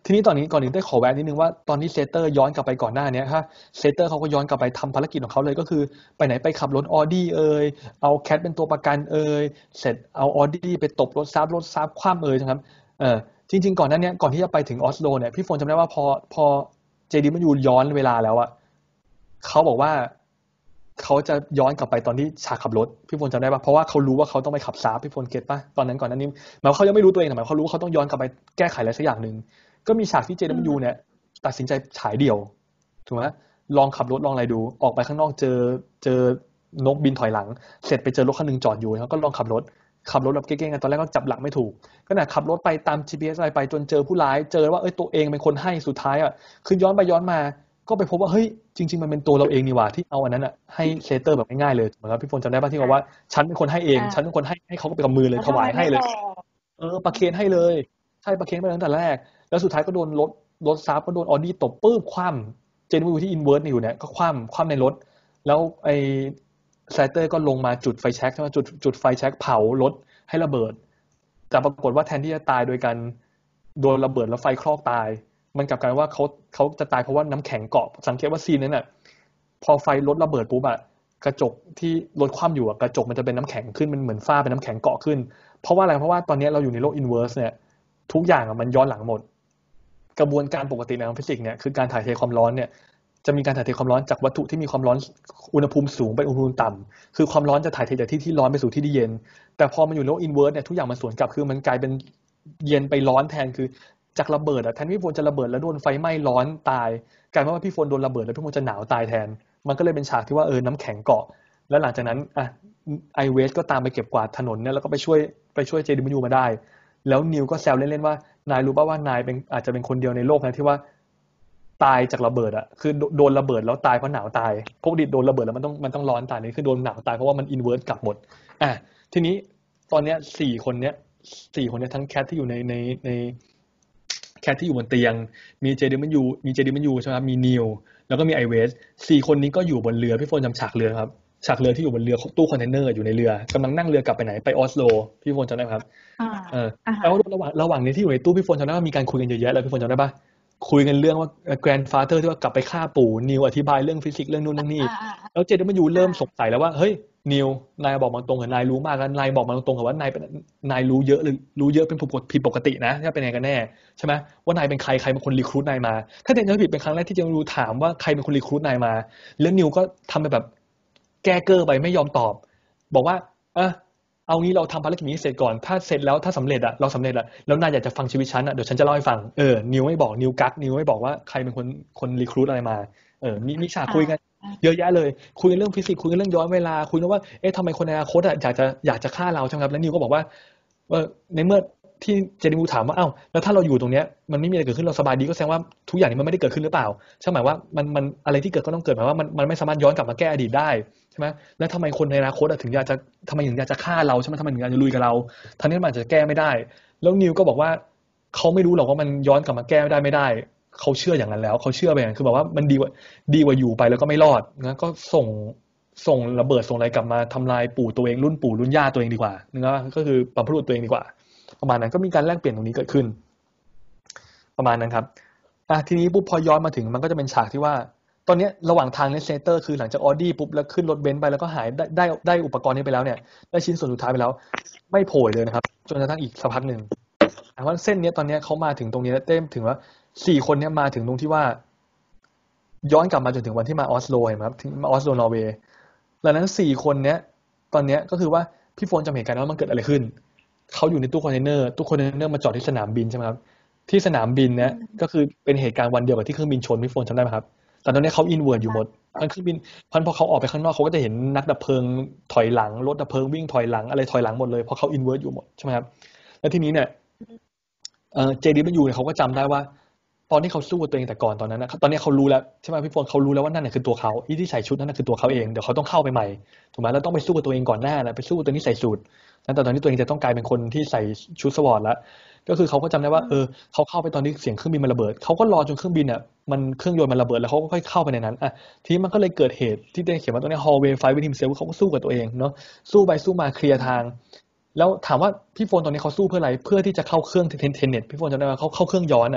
ทีนี้ตอนนี้ก่อนอื่นได้ขอแวะนิดนึงว่าตอนนี้เซเตอร์ย้อนกลับไปก่อนหน้านี้ฮะเซเตอร์เขาก็ย้อนกลับไปทำภารกิจของเขาเลยก็คือไปไหนไปขับรถออดี้เอ่ยเอาแคทเป็นตัวประกันเอ่ยเสร็จเอาออดี้ไปตบรถซับรถซับคว่ำเอ่ยนะครับเออจริงๆก่อนหน้านี้ก่อนที่จะไปถึงออสโลเนี่ยพี่ฝนจำได้ว่าพอพอเจดีมันอยู่ย้อนเวลาแล้วอะเขาบอกว่าเขาจะย้อนกลับไปตอนที่ฉากขับรถพี่ฝนจำได้ปะเพราะว่าเขารู้ว่าเขาต้องไปขับซับพี่ฝนเก็ตปะตอนนั้นก่อนหน้านี้หมายว่าเขายังไม่รู้ตัวเองแต่หมายเขารู้ว่าเขาต้องย้อนกลับไปแก้ไขอะไรสักอย่างนึงก็มีฉากที่ เจ ดับเบิลยู เนี่ยตัดสินใจฉายเดี่ยวถูกไหมลองขับรถลองอะไรดูออกไปข้างนอกเจอเจอนกบินถอยหลังเสร็จไปเจอรถคันนึงจอดอยู่แล้วก็ลองขับรถขับรถแบบเก่งๆกันตอนแรกก็จับหลักไม่ถูกก็น่ะขับรถไปตาม จี พี เอส อะไรไปจนเจอผู้ร้ายเจอว่าเอ้ยตัวเองเป็นคนให้สุดท้ายอ่ะคือย้อนไปย้อนมาก็ไปพบว่าเฮ้ยจริงๆมันเป็นตัวเราเองนี่หว่าที่เอาอันนั้นอ่ะให้เซเตอร์แบบง่ายๆเลยเหมือนกับพี่ฝนจำได้ป่ะที่บอกว่าฉันเป็นคนให้เองฉันเป็นคนให้ให้เขาก็ไปกับมือเลยถวายให้เลยเออประเคนให้เลยใช่ประเคนไปตั้งแต่แรกแล้วสุดท้ายก็โดนรถรถซับก็โดนออดี้ตบปื้บคว่ำเจนวิวที่อินเวิร์สอยู่เนี่ยก็คว่ำคว่ำในรถแล้วไอ้ไซเตอร์ก็ลงมาจุดไฟแช็กใช่ไหมจุดจุดไฟแช็กเผารถให้ระเบิดแต่ปรากฏว่าแทนที่จะตายโดยการโดนระเบิดแล้วไฟคลอกตายมันกลับกลายว่าเขาเขาจะตายเพราะว่าน้ำแข็งเกาะสังเกตว่าซีนนั้นน่ะพอไฟรถระเบิดปุ๊บอะกระจกที่รถคว่ำอยู่อะกระจกมันจะเป็นน้ำแข็งขึ้นมันเหมือนฝ้าเป็นน้ำแข็งเกาะขึ้นเพราะว่าอะไรเพราะว่าตอนนี้เราอยู่ในโลกอินเวอร์สเนี่ยทุกอย่างอะมันย้อนหลังหมดกระบวนการปกติในทางฟิสิกส์เนี่ยคือการถ่ายเทความร้อนเนี่ยจะมีการถ่ายเทความร้อนจากวัตถุที่มีความร้อนอุณหภูมิสูงไปอุณหภูมิต่ำคือความร้อนจะถ่ายเทจากที่ที่ร้อนไปสู่ที่ที่เย็นแต่พอมันอยู่ในโลกอินเวอร์สเนี่ยทุกอย่างมันสวนกลับคือมันกลายเป็นเย็นไปร้อนแทนคือจากระเบิดอะแทนที่พี่ฝนจะระเบิดแล้วโดนไฟไหม้ร้อนตายกลายเป็นว่าพี่ฝนโดนระเบิดแล้วพี่ฝนจะหนาวตายแทนมันก็เลยเป็นฉากที่ว่าเออน้ำแข็งเกาะแล้วหลังจากนั้นอ่ะไอเวสก็ตามไปเก็บกวาดถนนเนี่ยแล้วก็ไปช่วยไปช่วยเจดีมันยูมาได้แล้วนิวก็แซวเล่นๆว่านายรู้ป่ะว่านายเป็นอาจจะเป็นคนเดียวในโลกนะที่ว่าตายจากระเบิดอะคือโดนระเบิดแล้วตายเพราะหนาวตายปกติโดนระเบิดแล้วมันต้องมันต้องร้อนตายนี่คือโดนหนาวตายเพราะว่ามันอินเวิร์สกลับหมดอ่ะทีนี้ตอนเนี้ยสี่คนเนี้ยสี่คนเนี้ยทั้งแคทที่อยู่ในในในแคทที่อยู่บนเตียงมีเจดีมันยูมีเจดีมันยูใช่ไหมครับมีนิวแล้วก็มีไอเวสสี่คนนี้ก็อยู่บนเรือพี่โฟนจำฉากเรือครับฉากเรือที่อยู่บนเรือตู้คอนเทนเนอร์อยู่ในเรือกำลังนั่งเรือกลับไปไหนไปออสโลพี่โฟนจำได้ไหมครับเออแล้วระหว่างระหว่างนี้ที่อยู่ในตู้พี่โฟนจำได้ว่ามีการคุยกันเยอะแยะเลยพี่โฟนจำได้ปะคุยกันเรื่องว่าแกรนด์ฟาเธอร์ที่ว่ากลับไปฆ่าปู่นิวอธิบายเรื่องฟิสิกส์เรื่องนู่นเรื่องนี่แล้วเจดีมันยูเริ่มสงสัยแล้วว่าเฮ้ยนิวนายบอกมาตรงกับนายรู้มากแล้วนายบอกมาตรงกับว่านายเป็นนายรู้เยอะหรือรู้เยอะเป็นผิดปกตินะถ้าเป็นไงกันแน่ใช่ไหมว่านายเป็นใครใครเป็นคนรีครูทนายมาถ้าเจนจะผิดเป็นครั้งแรกที่เจนรู้ถามว่าใครเป็นคนรีครูทนายมาแล้วนิวก็ทำไปแบบแก้เกอร์ไปไม่ยอมตอบบอกว่าเออเอางี้เราทำภารกิจนี้เสร็จก่อนถ้าเสร็จแล้วถ้าสำเร็จอะเราสำเร็จอะแล้วนายอยากจะฟังชีวิตฉันอะเดี๋ยวฉันจะเล่าให้ฟังเออนิวไม่บอกนิวกักนิวไม่บอกว่าใครเป็นคนคนรีครูทอะไรมาเออมีมีฉากคุยกันเยอะแยะเลยคุยกันเรื่องฟิสิกส์คุยกันเรื่องย้อนเวลาคุยกันว่าเอ๊ะทำไมคนในอนาคตอะอยากจะอยากจะฆ่าเราใช่ไหมครับแล้วนิวก็บอกว่าว่าในเมื่อที่เจนิมูถามว่าเอ้าแล้วถ้าเราอยู่ตรงเนี้ยมันไม่มีอะไรเกิดขึ้นเราสบายดีก็แสดงว่าทุกอย่างนี้มันไม่ได้เกิดขึ้นหรือเปล่าใช่ไหมว่ามันมันอะไรที่เกิดก็ต้องเกิดหมายว่ามันมันไม่สามารถย้อนกลับมาแก้อดีตได้ใช่ไหมแล้วทำไมคนในอนาคตถึงอยากจะทำไมถึงอยากจะฆ่าเราใช่ไหมทำไมถึงอยากจะลุยกับเราทั้งนี้มันอาจจะแก้ไม่ได้แล้วนิวก็บอกว่าเขาไม่รู้หรอกว่ามันย้อนกลับมาแก้ได้ไม่ได้เขาเชื่ออย่างนั้นแล้วเขาเชื่อไปอย่างนั้นคือแบบว่ามันดีกว่าดีกว่าอยู่ไปแล้วก็ไม่รอดนะก็ส่งส่งระเบิดส่งอะไรกลับมาทำลายปู่ตัวเองรุ่นปู่รุ่นย่าตัวเองดีกว่านะก็คือบรรพบุรุษตัวเองดีกว่าประมาณนั้นก็มีการแลกเปลี่ยนตรงนี้เกิดขึ้นประมาณนั้นครับอ่ะทีนี้ปุ๊บพอย้อนมาถึงมันก็จะเป็นฉากที่ว่าตอนนี้ระหว่างทางเลสเตอร์คือหลังจากออดี้ปุ๊บแล้วขึ้นรถเบนซ์ไปแล้วก็หายได้ได้ได้อุปกรณ์นี้ไปแล้วเนี่ยได้ชิ้นส่วนสุดท้ายไปแล้วไม่โผล่เลยนะครับจนกระทั่งอีกสักพักหนึ่งแต่ว่าเส้นนี้ตอนนี้เขามาถึงตรงนี้แล้วเต้มถึงว่าสี่คนนี้มาถึงตรงที่ว่าย้อนกลับมาจนถึงวันที่มาออสโลเห็นไหมครับถึงมาออสโลนอร์เวย์หลังนั้นสี่คนนี้ตอนนี้ก็คือว่าพี่โฟนจำเหตุการณ์ว่ามันเกิดอะไรขึ้นเขาอยู่ในตู้คอนเทนเนอร์ตู้คอนเทนเนอร์มาจอดที่สนามบินใช่ไหมครับที่สนามบินเนี่ยก็คือเป็นเหตุการณ์วันเดียวกับที่เครื่องบินชนพี่โฟนจำได้ไหมครับแต่ตอนนี้เขาอินเวิร์ดอยู่หมดทั้งเครื่องบินพันพอเขาออกไปข้างนอกเขาก็จะเห็นนักดับเพลิงถอยหลังรถดับเพลิงวิ่งถอยหลังอะไรถอยหลังหมดเลยเพราะเขาอินเวิร์ดอยู่หมดใช่ไหมครับแล้วทีนี้เนี่ยเอ่อเจดีมันอยู่เนี่ยเขาก็จำได้ว่าตอนที่เขาสู้กับตัวเองแต่ก่อนตอนนั้นนะตอนนี้เขารู้แล้วใช่ไหมพี่โฟนเขารู้แล้วว่านั่นคือตัวเขาอีที่ใส่ชุดนั่นคือตัวเขาเองเดี๋ยวเขาต้องเข้าไปใหม่ถูกไหมแล้วต้องไปสู้กับตัวเองก่อนหน้านะไปสู้กับตัวนี้ใส่สูทแต่ตอนนี้ตัวเองจะต้องกลายเป็นคนที่ใส่ชุดสวอตแล้วก็คือเขาก็จำได้ว่าเออเขาเข้าไปตอนที่เสียงเครื่องบินมันระเบิดเขาก็รอจนเครื่องบินอ่ะมันเครื่องยนต์มันระเบิดแล้วเขาก็ค่อยเข้าไปในนั้นอ่ะทีนี้มันก็เลยเกิดเหตุที่ได้เขียนว่าตรงนี้ hallway fight with himself เขาก็สู้กับตัวเองเนาะสู้ไปสู้มาเคลียร์ทางแล้วถามว่าพี่โฟนตอนนี้เขาสู้เพื่ออะไรเพื่อที่จะเข้าเครื่องเทนเน็ตพี่โฟนจำได้ว่าเขาเข้าเครื่องย้อนอ่ะ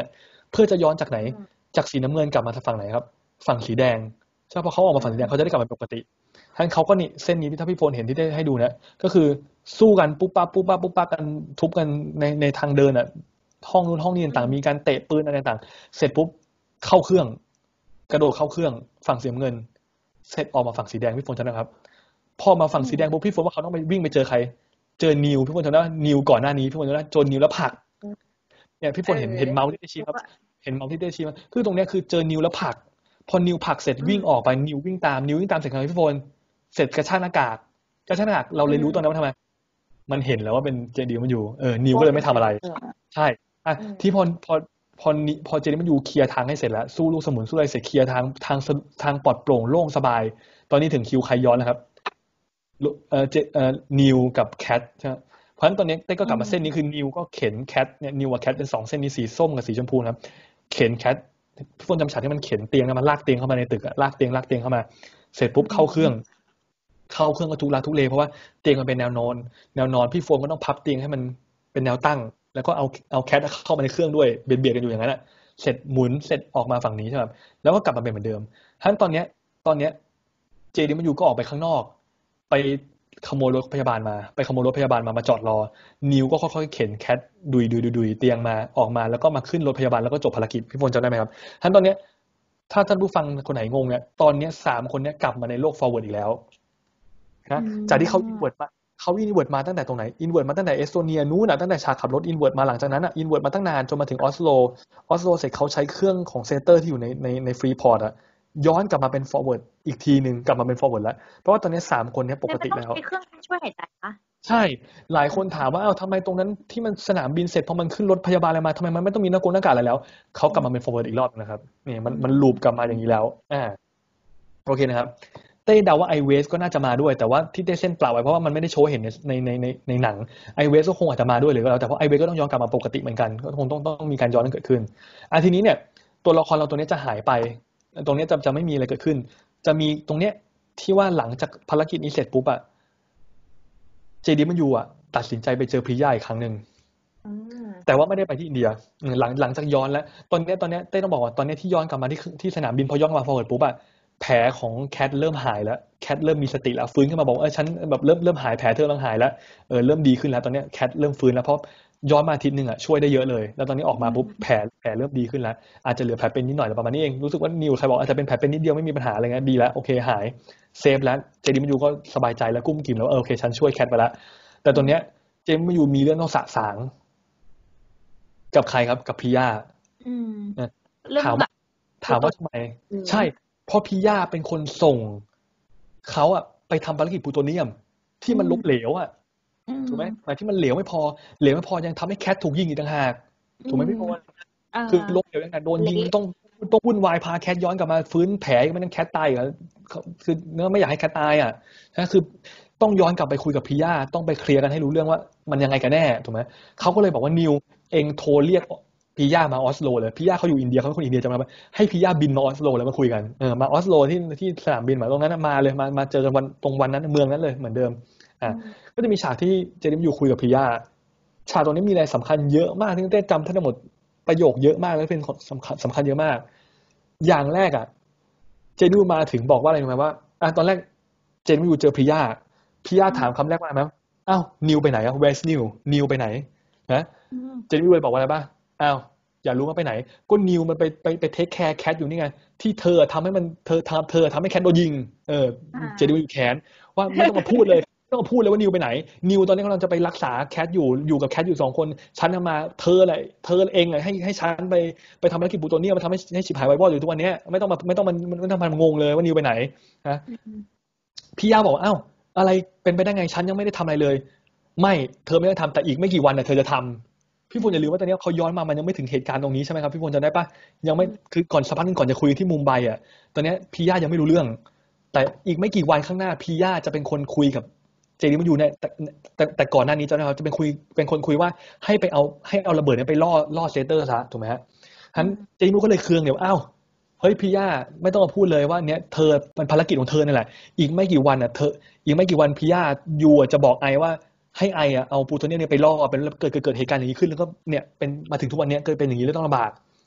เพื่อจะย้อนจากไหนอืมจากสีน้ำเงินกลับมาฝั่งไหนครับฝั่งสีแดงใช่พอเขาออกมาฝั่งสีแดงเขาจะได้กลับมาปกติท่านเขาก็นี่เส้นนี้ที่ถ้าพี่โฟนเห็นที่ได้ให้ดูนะก็คือสู้กันปุ๊บปั๊บปุ๊บปั๊บปุ๊บปั๊บกันทุบกันในในทางเดินอ่ะห้องนู้นห้องนี้ต่างๆมีการเตะปืนอะไรต่างๆเสร็จปุ๊บเข้าเครื่องกระโดดเข้าเครื่องฝั่งสีน้ำเงินเสร็จออกมาฝั่งสีแดงพี่โฟนจำได้ครับพอมาฝั่งสีแดงปุ๊บพี่โฟนว่าเขาต้องไปวิ่งไปเจอใครเจอนิวพี่โฟนจำได้นิวก่อนหน้านี้พี่โฟนจำได้โจนนิวแล้วผลักเนี่ยพี่โฟนเห็นเห็นเมาส์ที่ได้ชี้ครับเห็นเมาส์ที่ได้ชี้มั้ยคือตรงเนี้ยคือเจอนิวแล้วผลักพอนิวผลักเสร็จวิ่งออกไปนิววิ่งตามนิววิ่งตามเสร็จครับพี่โฟนเสร็จกระชากหน้ากากกระชากหน้ากากเราเลยรู้ตอนนั้นว่าทำไมมันเห็นแล้วว่าเป็นเจดีมันอยู่เออนิวก็เลยไม่ทำอะไรใช่อ่ะที่พอพอพอพอเจดีมันอยู่เคลียร์ทางให้เสร็จแล้วสู้ลูกสมุนสู้อะไรเสร็จเคลียร์ทางทางทางปลอดโปร่งโล่งสบายตอนนี้ถึงคิวใครย้อนแล้วครับเอ่อเจเอ่อนิวกับแคทใช่ไหมเพราะฉะนั้นตอนนี้เต้ก็กลับมาเส้นนี้คือนิวก็เข็นแคทเนี่ยนิวกับแคทเป็นสองเส้นนี้สีส้มกับสีชมพูนะครับเข็นแคทพี่ฝนจำฉากที่มันเข็นเตียงนะมันลากเตียงเข้ามาในตึกอะลากเตียงลากเตียงเข้ามาเสร็จปุ๊บเข้าเครื่องเข้าเครื่องก็ทุลักทุเลเพราะว่าเตียงมันเป็นแนวนอนแนวนอนพี่โฟนก็ต้องพับเตียงให้มันเป็นแนวตั้งแล้วก็เอาเอาแคทเข้ามาในเครื่องด้วยเบียดเบียดกันอยู่อย่างนั้นอะเสร็จหมุนเสร็จออกมาฝั่งนี้ใช่ไหมแล้วก็กลับมาเป็นเหมือนเดิมทั้งตอนเนี้ยตอนเนี้ยเจดีมันอยู่ก็ออกไปข้างนอกไปขโมยรถพยาบาลมาไปขโมยรถพยาบาลมามาจอดรอนิวก็ค่อยๆเข็นแคทดุยดุยดุยดุยเตียงมาออกมาแล้วก็มาขึ้นรถพยาบาลแล้วก็จบภารกิจพี่ฝนจำได้ไหมครับทั้งตอนเนี้ยถ้าท่านผู้ฟังคนไหนงงเนี่ยตอนเนี้ยสามคนเนี้ยกลับมาในโลก forward อีกแล้วนะจากที่เขาอินเวิร์ดมาเขาอินเวิร์ดมาตั้งแต่ตรงไหนอินเวิร์ดมาตั้งแต่เอสโตเนียนู้นนะตั้งแต่ฉากขับรถอินเวิร์ดมาหลังจากนั้นอ่ะอินเวิร์ดมาตั้งนานจนมาถึงออสโลออสโลเสร็จเขาใช้เครื่องของเซนเตอร์ที่อยู่ในในในฟรีพอร์ตอ่ะย้อนกลับมาเป็น forward อีกทีนึงกลับมาเป็น forward แล้วเพราะว่าตอนนี้สามคนนี้ปกติแล้วใช้เครื่องช่วยหายใจคะใช่หลายคนถามว่าอ้าวทำไมตรงนั้นที่มันสนามบินเสร็จพอมันขึ้นรถพยาบาลอะไรมาทำไมมันไม่ต้องมีหน้ากากหน้ากากอะไรแล้วเขากลับมาเป็น forward อีกรอบนะครับนี่มันมันลูปกลับมาอย่างนี้แล้วอ่าโอเคนะครับเต้เดาว่าไอเวสก็น่าจะมาด้วยแต่ว่าที่ได้เส้นเปล่าไว้เพราะว่ามันไม่ได้โชว์เห็นในในในในหนังไอเวสก็คงอาจจะมาด้วยหรือก็แล้วแต่เพราะไอเวสก็ต้องย้อนกลับมาปกติเหมือนกันก็คงต้องต้องมีการย้อนเกิดขึ้นอ่ะทีนี้เนี่ยตัวละครเราตัวนี้จะหายไปตรงนี้จะจะไม่มีอะไรเกิดขึ้นจะมีตรงเนี้ยที่ว่าหลังจากภารกิจนี้เสร็จปุ๊บอะเจดีมันยูอ่ะตัดสินใจไปเจอพริยาอีกครั้งหนึ่งแต่ว่าไม่ได้ไปที่อินเดียหลังหลังจากย้อนแล้วตอนนี้ตอนนี้เต้ต้องบอกว่าตอนนี้ที่ย้อนกลับมาที่ที่สนามบินพอย้อนมาฟอร์เวิร์ดปุ๊บอะแผลของแคทเริ่มหายแล้วแคทเริ่มมีสติแล้วฟื้นขึ้นมาบอกเออฉันแบบเริ่มเริ่มหายแผลเธอเริ่มหายแล้วเออเริ่มดีขึ้นแล้วตอนนี้แคทเริ่มฟื้นแล้วเพราะย้อนมาอาทิตย์นึงอ่ะช่วยได้เยอะเลยแล้วตอนนี้ออกมาปุ๊บแผลแผลเริ่มดีขึ้นแล้วอาจจะเหลือแผลเป็นนิดหน่อยประมาณนี้เองรู้สึกว่านิวใครบอกอาจจะเป็นแผลเป็นนิดเดียวไม่มีปัญหาอะไรเงี้ยดีแล้วโอเคหายเซฟแล้วเจดีมันยูก็สบายใจแล้วกุ้มกิ่มแล้วเออโอเคฉันช่วยแคทไปแล้วแต่ตอนเนี้ยเจมส์มายูมีเรื่องต้องสะสางกับใครครับกับพิยาถามถามว่าทำไมใช่เพราะพิยาเป็นคนส่งเขาอะไปทำภารกิจพลูโตเนียมที่มันล้มเหลวอะถูกไหมหมายที่มันเหลวไม่พอเหลวไม่พอยังทำให้แคทถูกยิงอีกต่างหากถูกไหมพี่โมนคือล้มเหลวยังไงโดนยิงต้องต้องวุ่นวายพาแคทย้อนกลับมาฟื้นแผลมันยังแคทตายเหรอคือเนื้อไม่อยากให้แคทตายอะนะคือต้องย้อนกลับไปคุยกับพิยาต้องไปเคลียร์กันให้รู้เรื่องว่ามันยังไงกันแน่ถูกไหมเขาก็เลยบอกว่านิวเองโทรเรียกพิยามาออสโลเลยพิยาเขาอยู่อินเดียเขาเป็นคนอินเดียจำได้ไหมให้พิยาบินมาออสโลแล้วมาคุยกันเออมาออสโลที่ที่สนามบินมาตรงนั้นมาเลยมามาเจอกันวันตรงวันนั้นเมืองนั้นเลยเหมือนเดิมอ่าก็จะมีฉากที่เจดิมอยู่คุยกับพิยาฉากตรงนี้มีอะไรสำคัญเยอะมากที่เต้จำทั้งหมดประโยคเยอะมากแล้วเป็นสำคัญสำคัญเยอะมากอย่างแรกอ่ะเจดิมมาถึงบอกว่าอะไรรู้ไหมว่าอ่ะตอนแรกเจดิมอยู่เจอพิยาพิยาถามคำแรกว่าอะไรไหมอ้าวนิวไปไหนอ่ะ where's Neil นิวไปไหนนะเจดิมเลยบอกว่าอะไรบ้างอ้าวอยากรู้ว่าไปไหนก็นิวมันไปไปไปเทคแคร์แคทอยู่นี่ไงที่เธอทำให้มันเธอทำเธอทำให้แคทโดนยิงเออเจดิมอยู่แขนว่าไม่ต้องมาพูดเลยไม่ต้องมาพูดเลยว่านิวไปไหนนิวตอนนี้กำลังจะไปรักษาแคทอยู่อยู่กับแคทอยู่สองคนฉันมาเธออะไรเธอเองเลยให้ให้ฉันไปไปทำธุรกิจปูโตเนียมมาทำให้ให้ฉิบหายไวบอดอยู่ทุกวันนี้ไม่ต้องมาไม่ต้องมันไม่ต้องมางงเลยว่านิวไปไหนนะพี่ย่าบอกอ้าวอะไรเป็นไปได้ไงฉันยังไม่ได้ทำอะไรเลยไม่เธอไม่ได้ทำแต่อีกไม่กี่วันน่ะเธอจะทำพี่พลอย่าลืมว่าตอนนี้เขาย้อนมามันยังไม่ถึงเหตุการณ์ตรงนี้ใช่ไหมครับพี่พลจำได้ปะยังไม่คือก่อนสักพักนึงก่อนจะคุยที่มุมไบอ่ะตอนนี้พี่ย่ายังไม่รู้เรื่องแต่อีกไม่กี่วันข้างหน้าพี่ย่าจะเป็นคนคุยกับเจดีมันอยู่เนี่ยแต่แต่แต่ก่อนหน้านี้เจ้านะครับจะเป็นคุยเป็นคนคุยว่าให้ไปเอาให้เอาระเบิดนี้ไปล่อล่อเซเตอร์ซะถูกไหมฮะฉะนั้นเจดีมันก็เลยเคืองเดี๋ยวอ้าวเฮ้ยพี่ย่าไม่ต้องมาพูดเลยว่าเนี้ยเธอมันภารกิจของเธอนั่นแหละอีกไม่กี่วันอ่ะเธออีกไม่กี่วันพี่ย่ายูจะบอกไอว่าให้ไออ่ะเอาปูโตเนียมเนี่ยไปล่อเป็นเกิดเกิดเกิดเหตุการณ์อย่างนี้ขึ้นแล้วก็เนี่ยเป็นมาถึงทุกวันนี้เกิดเป็นอย่างนี้แล้วต้องลำบาก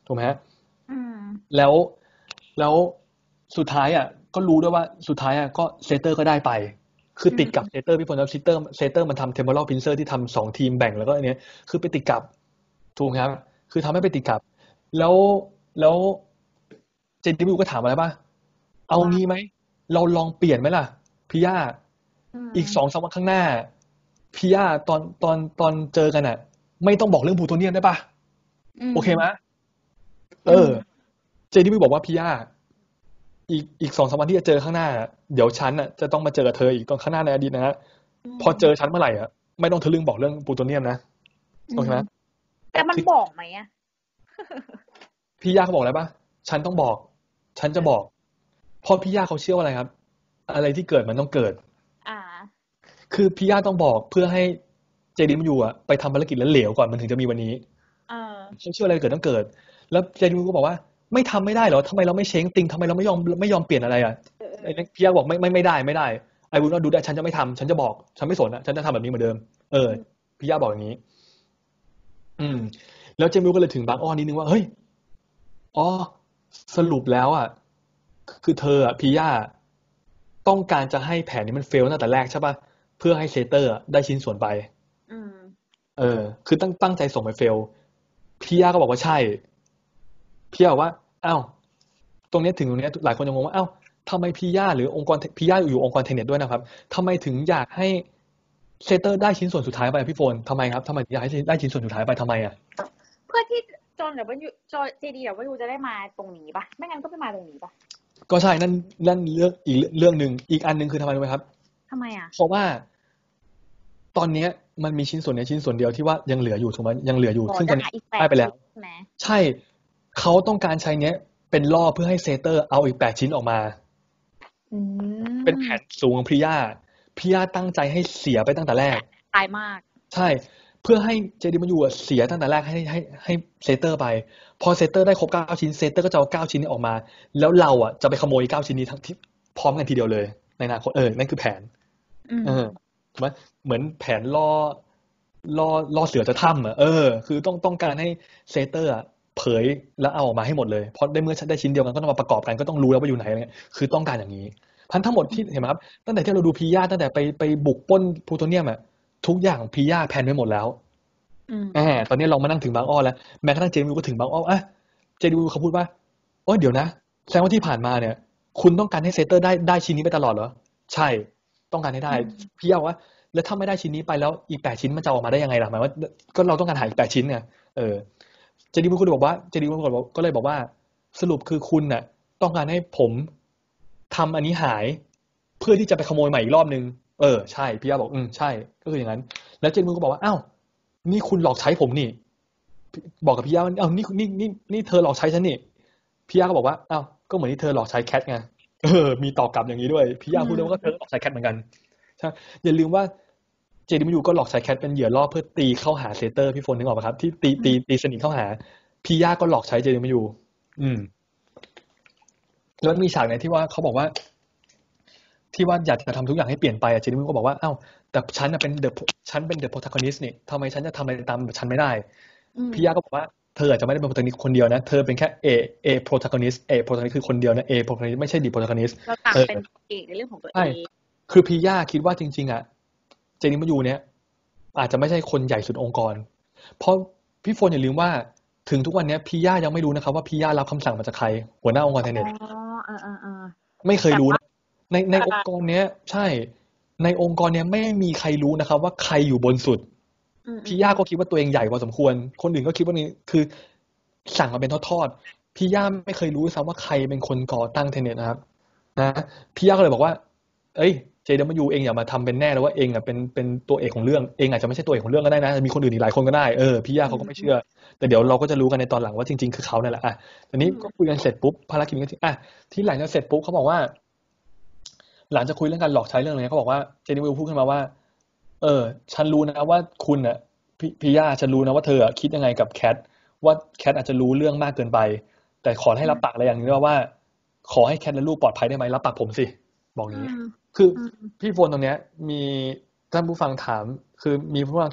ถูกไหมฮะอืมแล้วแล้วสุดท้ายอ่ะก็รู้ด้วยว่าสุดท้ายอ่ะก็เซเตอร์ก็ได้ไปคือติดกับเซเตอร์พี่พลแล้วเซเตอร์เซเตอร์มันทำเทมเพอรัลพินเซอร์ที่ทำสองทีมแบ่งแล้วก็อันเนี้ยคือไปติดกับถูกไหมครับคือทำให้ไปติดกับแล้วแล้วเจนดิวิวก็ถามอะไรป่ะเอางี้ไหมเราลองเปลี่ยนไหมล่ะพี่ย่าอืมอีกสองสามวันข้างหน้าพี่ย่าตอนตอนตอนเจอกันอ่ะ ไม่ต้องบอกเรื่องพลูโทเนียมได้ป่ะมโอเคไหมเออ เจนดิวิวบอกว่าพี่ย่าอีกอีกสองสามวันที่จะเจอข้างหน้า เดี๋ยวฉันอ่ะจะต้องมาเจอกับเธออีกตอนข้างหน้าในอดีตนะฮะอืมพอเจอฉันเมื่อไหร่อ่ะไม่ต้องทะลึ่งบอกเรื่องพลูโทเนียมนะอืโอเคไหมม แต่มันคือบอกไหมอะพี่ย่าเขาบอกอะไรป่ะฉันต้องบอก ฉันจะบอกเพราะพี่ย่าเขาเชื่อว่าอะไรครับ อะไรที่เกิดมันต้องเกิดอ่าคือพี่ย่าต้องบอกเพื่อให้เจดีมันอยู่อ่ะไปทำภารกิจแล้วเหลวก่อนมันถึงจะมีวันนี้เออเขาเชื่ออะไรเกิดต้องเกิด แล้วเจดีมันก็บอกว่าไม่ทำไม่ได้เหรอทำไมเราไม่เช้งติงทำไมเราไม่ยอมไม่ยอมเปลี่ยนอะไรอ่ะเออไอ้พี่ย่าบอกไม่ไม่ไม่ได้ไม่ได้ไอ้บุญว่าดูได้ฉันจะไม่ทำฉันจะบอกฉันไม่สนอ่ะฉันจะทำแบบนี้เหมือนเดิมเออพี่ย่าบอกอย่างนี้ อืม แล้วเจมิวก็เลยถึงบางอ้อนิดนึงว่าเฮ้ยอ๋อสรุปแล้วอ่ะคือเธออ่ะพี่ย่าต้องการจะให้แผนนี้มันเฟลตั้งแต่แรกใช่ป่ะเพื่อให้เซเตอร์ได้ชิ้นส่วนไปอืมเออ คือตั้งตั้งใจส่งไปเฟลพี่ย่าก็บอกว่าใช่พี่ย่าบอกว่าอ้าวตรงนี้ถึงตรงนี้หลายคนยังงงว่าอ้าวทำไมพี่ย่าหรือองค์กรพี่ย่าอยู่องค์กรเทนเน็ตด้วยนะครับทำไมถึงอยากให้เซเตอร์ได้ชิ้นส่วนสุดท้ายไปพี่โฟนทำไมครับทำไมอยากให้ได้ชิ้นส่วนสุดท้ายไปทำไมอ่ะเพื่อที่จนเดี๋ยวว่าจอเจดีเดี๋ยวว่ายูจะได้มาตรงนี้ปะไม่งั้นก็ไม่มาตรงนี้ปะก็ใช่นั่นนั่นเรื่องอีกเรื่องหนึ่งอีกอันหนึ่งคือทำไมรู้ไหมครับทำไมอ่ะเพราะว่า ตอนเนี้ยมันมีชิ้นส่วนเนี้ยชิ้นส่วนเดียวที่ว่ายังเหลืออยู่ถูกไหมยังเหลืออยู่อ๋อซึ่งตอนจะนี้หาอีกแปดได้ไปแล้วชิ้นใช่ไหมใช่เขาต้องการใช้เนี้ย เป็นล่อเพื่อให้เซเตอร์เอาอีกแปดชิ้นออกมาอืมเป็นแผนสูงของพริยาพริยาตั้งใจให้เสียไปตั้งแต่แรกตายมากใช่ เพื่อให้เจดีมันอยู่อะเสียตั้งแต่แรกให้ให้ให้เซเตอร์ไป พอเซเตอร์ได้ครบเก้าชิ้นเซเตอร์ก็จะเอาเก้าชิ้นนี้ออกมา แล้วเราอ่ะจะไปขโมยเก้าชิ้นนี้ทั้งที่พร้อมกันทีเดียวเลยในอนาคตเออนั่นคือแผนอืมเออถูกไหมเหมือนแผนล่อล่อล่อเสือจะถ้ำอ่ะเออ คือต้องต้องการให้เซเตอร์อะเผยแล้วเอาออกมาให้หมดเลยเพราะได้เมื่อได้ชิ้นเดียวกันก็ต้องมาประกอบกันก็ต้องรู้แล้วว่าอยู่ไหนอะไรเงี้ยคือต้องการอย่างนี้พันทั้งหมดที่เห็นไหมครับตั้งแต่ที่เราดูพีย่าตั้งแต่ไปไปบุกปล้นพลูโทเนียมอ่ะทุกอย่างพีย่าแผนไว้หมดแล้วอืมอ่าตอนนี้เรามานั่งถึงบางอ้อแล้วแม้กระทั่งเจมิวก็ถึงบางอ้ออ่ะเจมิวเขาพูดว่าโอ้ยเดี๋ยวนะแสดงว่าที่ผ่านมาเนี่ย คุณต้องการให้เซเตอร์ได้ได้ชิ้นนี้ไปตลอดเหรอใช่ต้องการให้ได้อืมพี่เอาว่าแล้วถ้าไม่ได้ชิ้นนี้ไปแล้วอีกแปดชิ้นมันจะออกมาได้ยังไงล่ะหมายว่าก็เราต้องการหาอีกแปดชิ้นเนี่ยเออเจดีมันก็เลยบอกว่าเจดีมันก็เลยบอกว่าสรุปคือคุณน่ะต้องการให้ผมทำอันนี้หายเพื่อที่จะไปขโมยใหม่อีกรอบนึงเออใช่พี่ยาบอกอืมใช่ก็คืออย่างนั้นแล้วเจดีมันก็บอกว่าอ้าวนี่คุณหลอกใช้ผมนี่บอกกับพี่ยาว่าอ้าวนี่นี่นี่นี่เธอหลอกใช้ฉันนี่พี่ยาก็บอกว่าอ้าวก็เหมือนที่เธอหลอกใช้แคทไงเออมีตอบกลับอย่างนี้ด้วยพี่ยาพูดด้วยว่าก็เธอหลอกใช้แคทเหมือนกันใช่อย่าลืมว่าเจดีมันอยู่ก็หลอกใช้แคทเป็นเหยื่อล่อเพื่อตีเข้าหาเซเตอร์พี่โฟนนึกออกป่ะครับที่ตีตีตีสนิทเข้าหาพี่ย่าก็หลอกใช้เจดีมันอยู่อืมแล้วมีฉากไหนที่ว่าเขาบอกว่า ที่ว่าอยากจะทำทุกอย่างให้เปลี่ยนไปอ่ะเจดีมันก็บอกว่าอ้าวแต่ฉันน่ะเป็นเดอะฉันเป็นเดอะโปรตากอนิสต์นี่ทำไมฉันจะทำอะไรตามฉันไม่ได้อืมพี่ย่าก็บอกว่าเธออาจจะไม่ได้เป็นโปรตากอนิสต์คนเดียวนะเธอเป็นแค่เอเอโปรตากอนิสต์เอโปรตากอนิสต์คือคนเดียวนะเอโปรตากอนิสต์ไม่ใช่ดีโปรตากอนิสต์เราต่างเออเป็นเอกในเรื่องของตัวเอใช่งคือพี่ย่าคิดว่าจริงๆอ่ะเจนิมายูเนี่ยอาจจะไม่ใช่คนใหญ่สุดองค์กร เพราะพี่โฟนอย่าลืมว่าถึงทุกวันนี้พี่ย่ายังไม่รู้นะครับว่าพี่ย่ารับคำสั่งมาจากใครหัวหน้าองค์กรเทนอ๋เน็อตเออเออเออไม่เคยรู้นะในในแต่องค์กรเนี้ย ใช่ ในองค์กรเนี้ยไม่มีใครรู้นะครับว่าใครอยู่บนสุดอืมพี่ย่าก็คิดว่าตัวเองใหญ่พอสมควร คนอื่นก็คิดว่านี่คือสั่งมาเป็นทอดๆพี่ย่าไม่เคยรู้ซ้ำว่าใครเป็นคนก่อตั้งเทนเน็ตนะครับนะพี่ย่าก็เลยบอกว่า เอ้ยเจดัมยูเองอย่ามาทำเป็นแน่แล้วว่าเองอ่ะเป็นเป็นตัวเอกของเรื่องเองอาจจะไม่ใช่ตัวเอกของเรื่องก็ได้นะมีคนอื่นอีกหลายคนก็ได้เออพี่ย่าเขาก็ไม่เชื่อ แต่เดี๋ยวเราก็จะรู้กันในตอนหลังว่าจริงๆคือเขานั่นแหละอ่ะตอนนี้ก็คุยกันเสร็จปุ๊บภารกิจก็อ่ะที่หลังจากเสร็จปุ๊บเขาบอกว่า หลังจากคุยเรื่องการหลอกใช้เรื่องอะไรเขาบอกว่าเจนิวิลพูดขึ้นมาว่า เออ ฉันรู้นะว่าคุณอ่ะพี่พี่ย่าฉันรู้นะว่าเธอคิดยังไงกับแคทว่าแคทอาจจะรู้เรื่องมากเกินไป แต่ขอให้รับปากอะไรอย่างนึงว่า ขอให้แคทและลูกปลอดภัยได้ไหมรับปากผมสิบอกนี้ คือพี่โฟนตรงเนี้ยมีท่านผู้ฟังถามคือมีผู้ฟังถาม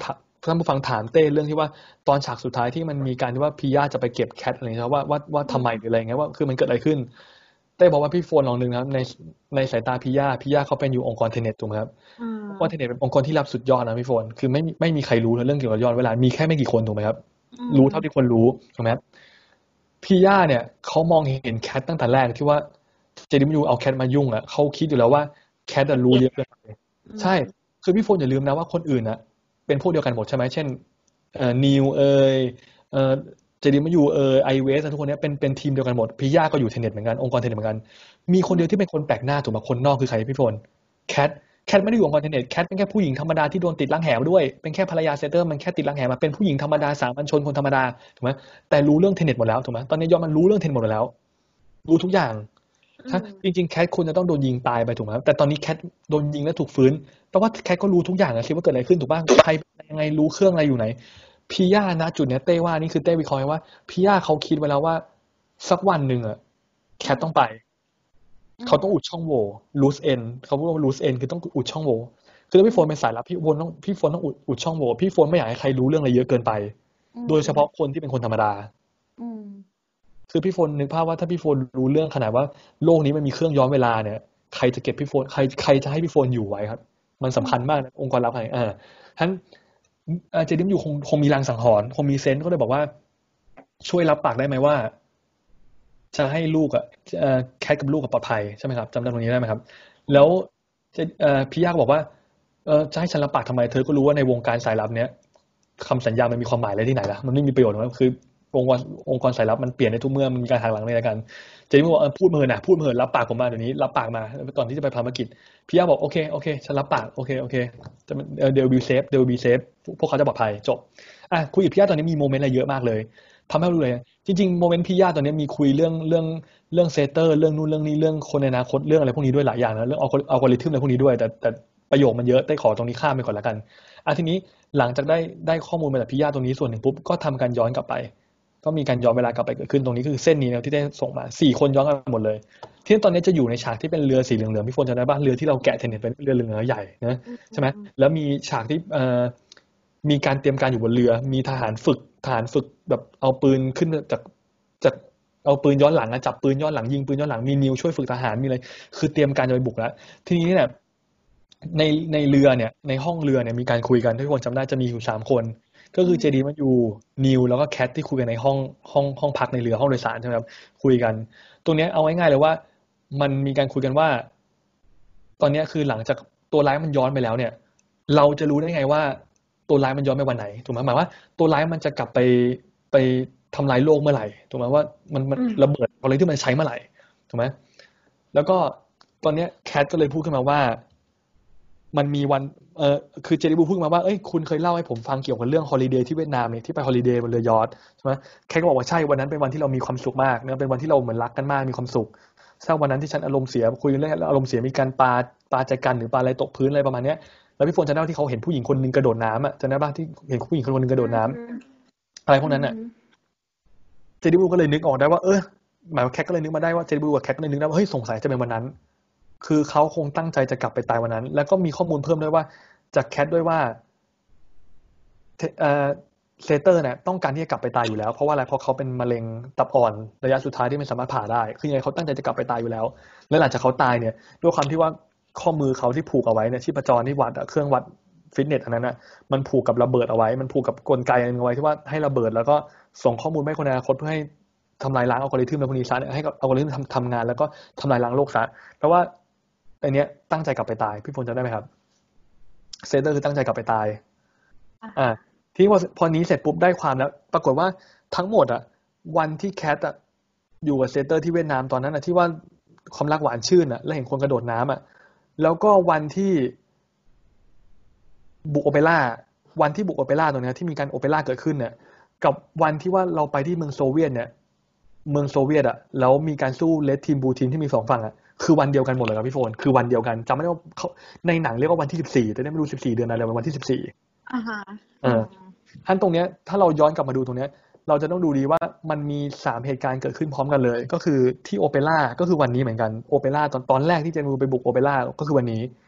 ท่านผู้ฟังถามเต้เรื่องที่ว่าตอนฉากสุดท้ายที่มันมีการที่ว่าพิยาจะไปเก็บแคทอะไรเงี้ยว่าว่าว่าทำไมหรืออะไรเงี้ยว่าคือมันเกิดอะไรขึ้นเต้บอกว่าพี่โฟนลองนึงนะครับในในสายตาพิยาพิยาเขาเป็นอยู่องค์กรเทเน็ตถูกไหมครับองค์กรเทเน็ตเป็นองค์กรที่รับสุดยอดนะพี่โฟนคือไม่ไม่มีใครรู้เรื่องเกี่ยวกับย้อนเวลามีแค่ไม่กี่คนถูกไหมครับรู้เท่าที่คนรู้ถูกไหมครับพิยาเนี่ยเขามองเห็นแคทตั้งแต่แรกที่ว่าเจดิมยูเอาแคทมายุ่งอ่ะเขาคิดอยู่แล้วว่าแคทรู้เยอะเกินไปใช่คือพี่โฟนอย่าลืมนะว่าคนอื่นนะเป็นพวกเดียวกันหมดใช่ไหมเช่นเอ่อนิวเอยเอ่อเจดิมยูเอยไอเวสทุกคนนี้เป็นเป็นทีมเดียวกันหมดพิยาก็อยู่เทเน็ตเหมือนกันองค์กรเทเน็ตเหมือนกันมีคนเดียวที่เป็นคนแปลกหน้าถูกไหมคนนอกคือใครพี่โฟนแคทแคทไม่ได้อยู่องค์กรเทเน็ตแคทเป็นแค่ผู้หญิงธรรมดาที่โดนติดรังแหมาด้วยเป็นแค่ภรรยาเซเตอร์มันแค่ติดรังแหมาเป็นผู้หญิงธรรมดาสามัญชนคนธรรมดาถูกไหมแต่รู้เรื่องเทเน็ตหมดแล้วถูกไหมตอนนี้ยอมมันรู้เรื่องเทเน็ตหมดแล้วรู้ทุกอย่างถ้าจริงๆแคทควรจะต้องโดนยิงตายไปถูกไหมแต่ตอนนี้แคทโดนยิงแล้วถูกฟื้นแปลว่าแคทก็รู้ทุกอย่างนะคิดว่าเกิดอะไรขึ้นถูกป่ะใครยังไงรู้เครื่องอะไรอยู่ไหนพิยานะจุดเนี้ยเต้ว่านี่คือเต้วิเคราะห์ว่าพิยาเขาคิดไว้แล้วว่าสักวันหนึ่งอะแคทต้องไปเขาต้องอุดช่องโหว่ loose end เขาพูดว่า loose end คือต้องอุดช่องโหว่คือถ้าพี่โฟนเป็นสายลับพี่โฟนต้องพี่โฟนต้องอุดอุดช่องโหว่พี่โฟนไม่อยากให้ใครรู้เรื่องอะไรเยอะเกินไปโดยเฉพาะคนที่เป็นคนธรรมดาคือพี่โฟนนึกภาพว่าถ้าพี่โฟนรู้เรื่องขนาดว่าโลกนี้มันมีเครื่องย้อนเวลาเนี่ยใครจะเก็บพี่โฟนใครใครจะให้พี่โฟนอยู่ไว้ครับมันสำคัญมากนะองค์กรลับอะไรอ่าท่านเจดิมอยู่คงคงมีรางสังหรณ์คงมีเซนส์ก็เลยบอกว่าช่วยรับปากได้ไหมว่าจะให้ลูกอ่ะแคทกับลูกกับปลอดภัยใช่ไหมครับจำได้ตรงนี้ได้ไหมครับแล้วพี่ยาก็บอกว่าจะให้ฉันรับปากทำไมเธอก็รู้ว่าในวงการสายลับเนี้ยคำสัญญามันมีความหมายอะไรที่ไหนล่ะมันไม่มีประโยชน์นะคือองค์กรองค์กรสายลับมันเปลี่ยนในทุกเมื่อมันมีการหักหลังในกันเจดิมบอกพูดเมินนะพูดเมินรับปากผมมาเดี๋ยวนี้รับปากมาก่อนที่จะไปภารกิจพี่ยาบอกโอเคโอเคฉันรับปากโอเคโอเคจะเดลบีเซฟเดลบีเซฟพวกเขาจะปลอดภัยจบอ่ะคุยกับพี่ยาตอนนี้มีโมเมนต์อะไรเยอะมากเลยทำให้รู้เลยจริงๆโมเมนต์พี่ยาตอนนี้มีคุยเรื่องเรื่องเรื่องเซเตอร์เรื่องนู่นเรื่องนี้เรื่องคนในอนาคตเรื่องอะไรพวกนี้ด้วยหลายอย่างนะเรื่องอัลกอริทึมอะไรพวกนี้ด้วยแต่แต่ประโยคมันเยอะได้ขอตรงนี้ข้ามไปก่อนละกันอ่ะทีนี้หลังจากได้ได้ข้อมูลมาจากพี่ยาตรงนี้ส่วนหนึ่งปุ๊บก็ทำการย้อนกลับไปก็มีการย้อนเวลากลับไปเกิดขึ้นตรงนี้คือเส้นนี้นะที่ได้ส่งมาสี่คนย้อนกันหมดเลยที่ตอนนี้จะอยู่ในฉากที่เป็นเรือสีเหลืองๆพี่ฝนจำได้ป่ะเรือที่เราแกะเทนเน็ตเป็นเรือเหลืองๆใหญ่นะใช่ไหมแล้วมีฉากที่เอ่อมีการเตรียมการอยู่บนเรือมีทหารฝึกทหารฝึกแบบเอาปืนขึ้นจากจากเอาปืนย้อนหลังจับปืนย้อนหลังยิงปืนย้อนหลังมีนิวช่วยฝึกทหารมีอะไรคือเตรียมการจะไปบุกแล้วทีนี้เนี่ยในในเรือเนี่ยในห้องเรือเนี่ยมีการคุยกันทุกคนจำได้จะมีอยู่สามคนก็คือเจดีมันอยู่นิวแล้วก็แคทที่คุยกันในห้องห้องห้องพักในเรือห้องโดยสารใช่ไหมครับคุยกันตรงนี้เอาง่ายๆเลยว่ามันมีการคุยกันว่าตอนนี้คือหลังจากตัวร้ายมันย้อนไปแล้วเนี่ยเราจะรู้ได้ไงว่าตัวร้ายมันย้อนไปวันไหนถูกไหมหมายว่าตัวร้ายมันจะกลับไปไปทำลายโลกเมื่อไหร่ถูกไหมว่ามันมันระเบิดอะไรที่มันใช้เมื่อไหร่ถูกไหมแล้วก็ตอนนี้แคทก็เลยพูดขึ้นมาว่ามันมีวันเออคือเจดิบูพูดมาว่าเอ้ยคุณเคยเล่าให้ผมฟังเกี่ยวกับเรื่องฮอลิเดย์ที่เวียดนามเนี่ยที่ไปฮอลิเดย์บนเรือยอชต์ใช่ไหมแคทก็บอกว่าใช่วันนั้นเป็นวันที่เรามีความสุขมากนะเป็นวันที่เราเหมือนรักกันมากมีความสุขถ้าวันนั้นที่ฉันอารมณ์เสียคุยเรื่องอารมณ์เสียมีการปาปาใจกันหรือปาอะไรตกพื้นอะไรประมาณนี้แล้วพี่ฝนจำได้ที่เขาเห็นผู้หญิงคนนึงกระโดดน้ำอ่ะจำได้ป่ะที่เห็นผู้หญิงคนนึงกระโดดน้ำอะไรพวกนั้นอ่ะเจดิบูก็เลยนึกออกได้ว่าเออหมายว่าแคทก็เลยนึกมาได้ว่าเจดิบูกับแคทก็เลยนึกได้ว่าเฮ้ยสงสัยจะเป็นวันนั้นคือเขาคงตั้งใจจะกลับไปตายวันนั้นแล้วก็มีข้อมูลเพิ่มด้วยว่าจากแคทด้วยว่าเอ่อเซเตอร์เนี่ยต้องการที่จะกลับไปตายอยู่แล้วเพราะว่าอะไรเพราะเขาเป็นมะเร็งตับอ่อนระยะสุดท้ายที่ไม่สามารถผ่าได้คือยังไงเขาตั้งใจจะกลับไปตายอยู่แล้วและหลังจากเขาตายเนี่ยด้วยความที่ว่าข้อมือเขาที่ผูกเอาไว้เนี่ยชีพจรที่วัดเครื่องวัดฟิตเนสอันนั้นน่ะมันผูกกับระเบิดเอาไว้มันผูกกับกลไกเอาไว้ที่ว่าให้ระเบิดแล้วก็ส่งข้อมูลให้คนในอนาคตเพื่อให้ทำลายล้างอัลกอริทึมในพวกนี้ซะให้อัลกอริทึมทำทำงานแล้วก็ทำลายล้างโลกซะเพราะว่าอันเนี้ยตั้งใจกลับไปตายพี่พลจำได้ไหมครับเซเตอร์คือตั้งใจกลับไปตายอ่าที่พอพอนี้เสร็จปุ๊บได้ความแล้วปรากฏว่าทั้งหมดอ่ะวันที่แคทอ่ะอยู่กับเซเตอร์ที่เวียดนามตอนนั้นอ่ะที่ว่าความรักหวานชื่นอ่ะแล้วเห็นคนกระโดดน้ำอ่ะแล้วก็วันที่บุกโอเปร่าวันที่บุกโอเปร่าตรงนี้ที่มีการโอเปร่าเกิดขึ้นเนี่ยกับวันที่ว่าเราไปที่เมืองโซเวียตเนี่ยเมืองโซเวียตอ่ะแล้วมีการสู้เลดทีมบลูทีมที่มีสองฝั่งอ่ะคือวันเดียวกันหมดเลยครับพี่โฟนคือวันเดียวกันจำไม่ได้ว่าเขาในหนังเรียกว่าวันที่สิบสี่แต่ไม่รู้สิบสี่เดือนอะไรเป็นวันที่สิบสี่อ่าฮะเออท่านตรงเนี้ยถ้าเราย้อนกลับมาดูตรงเนี้ยเราจะต้องดูดีว่ามันมีสามเหตุการณ์เกิดขึ้นพร้อมกันเลยก็คือที่โอเปร่าก็คือวันนี้เหมือนกันโอเปร่าตอนตอนแรกที่เจนูไปบุกโอเปร่าก็คือวันนี้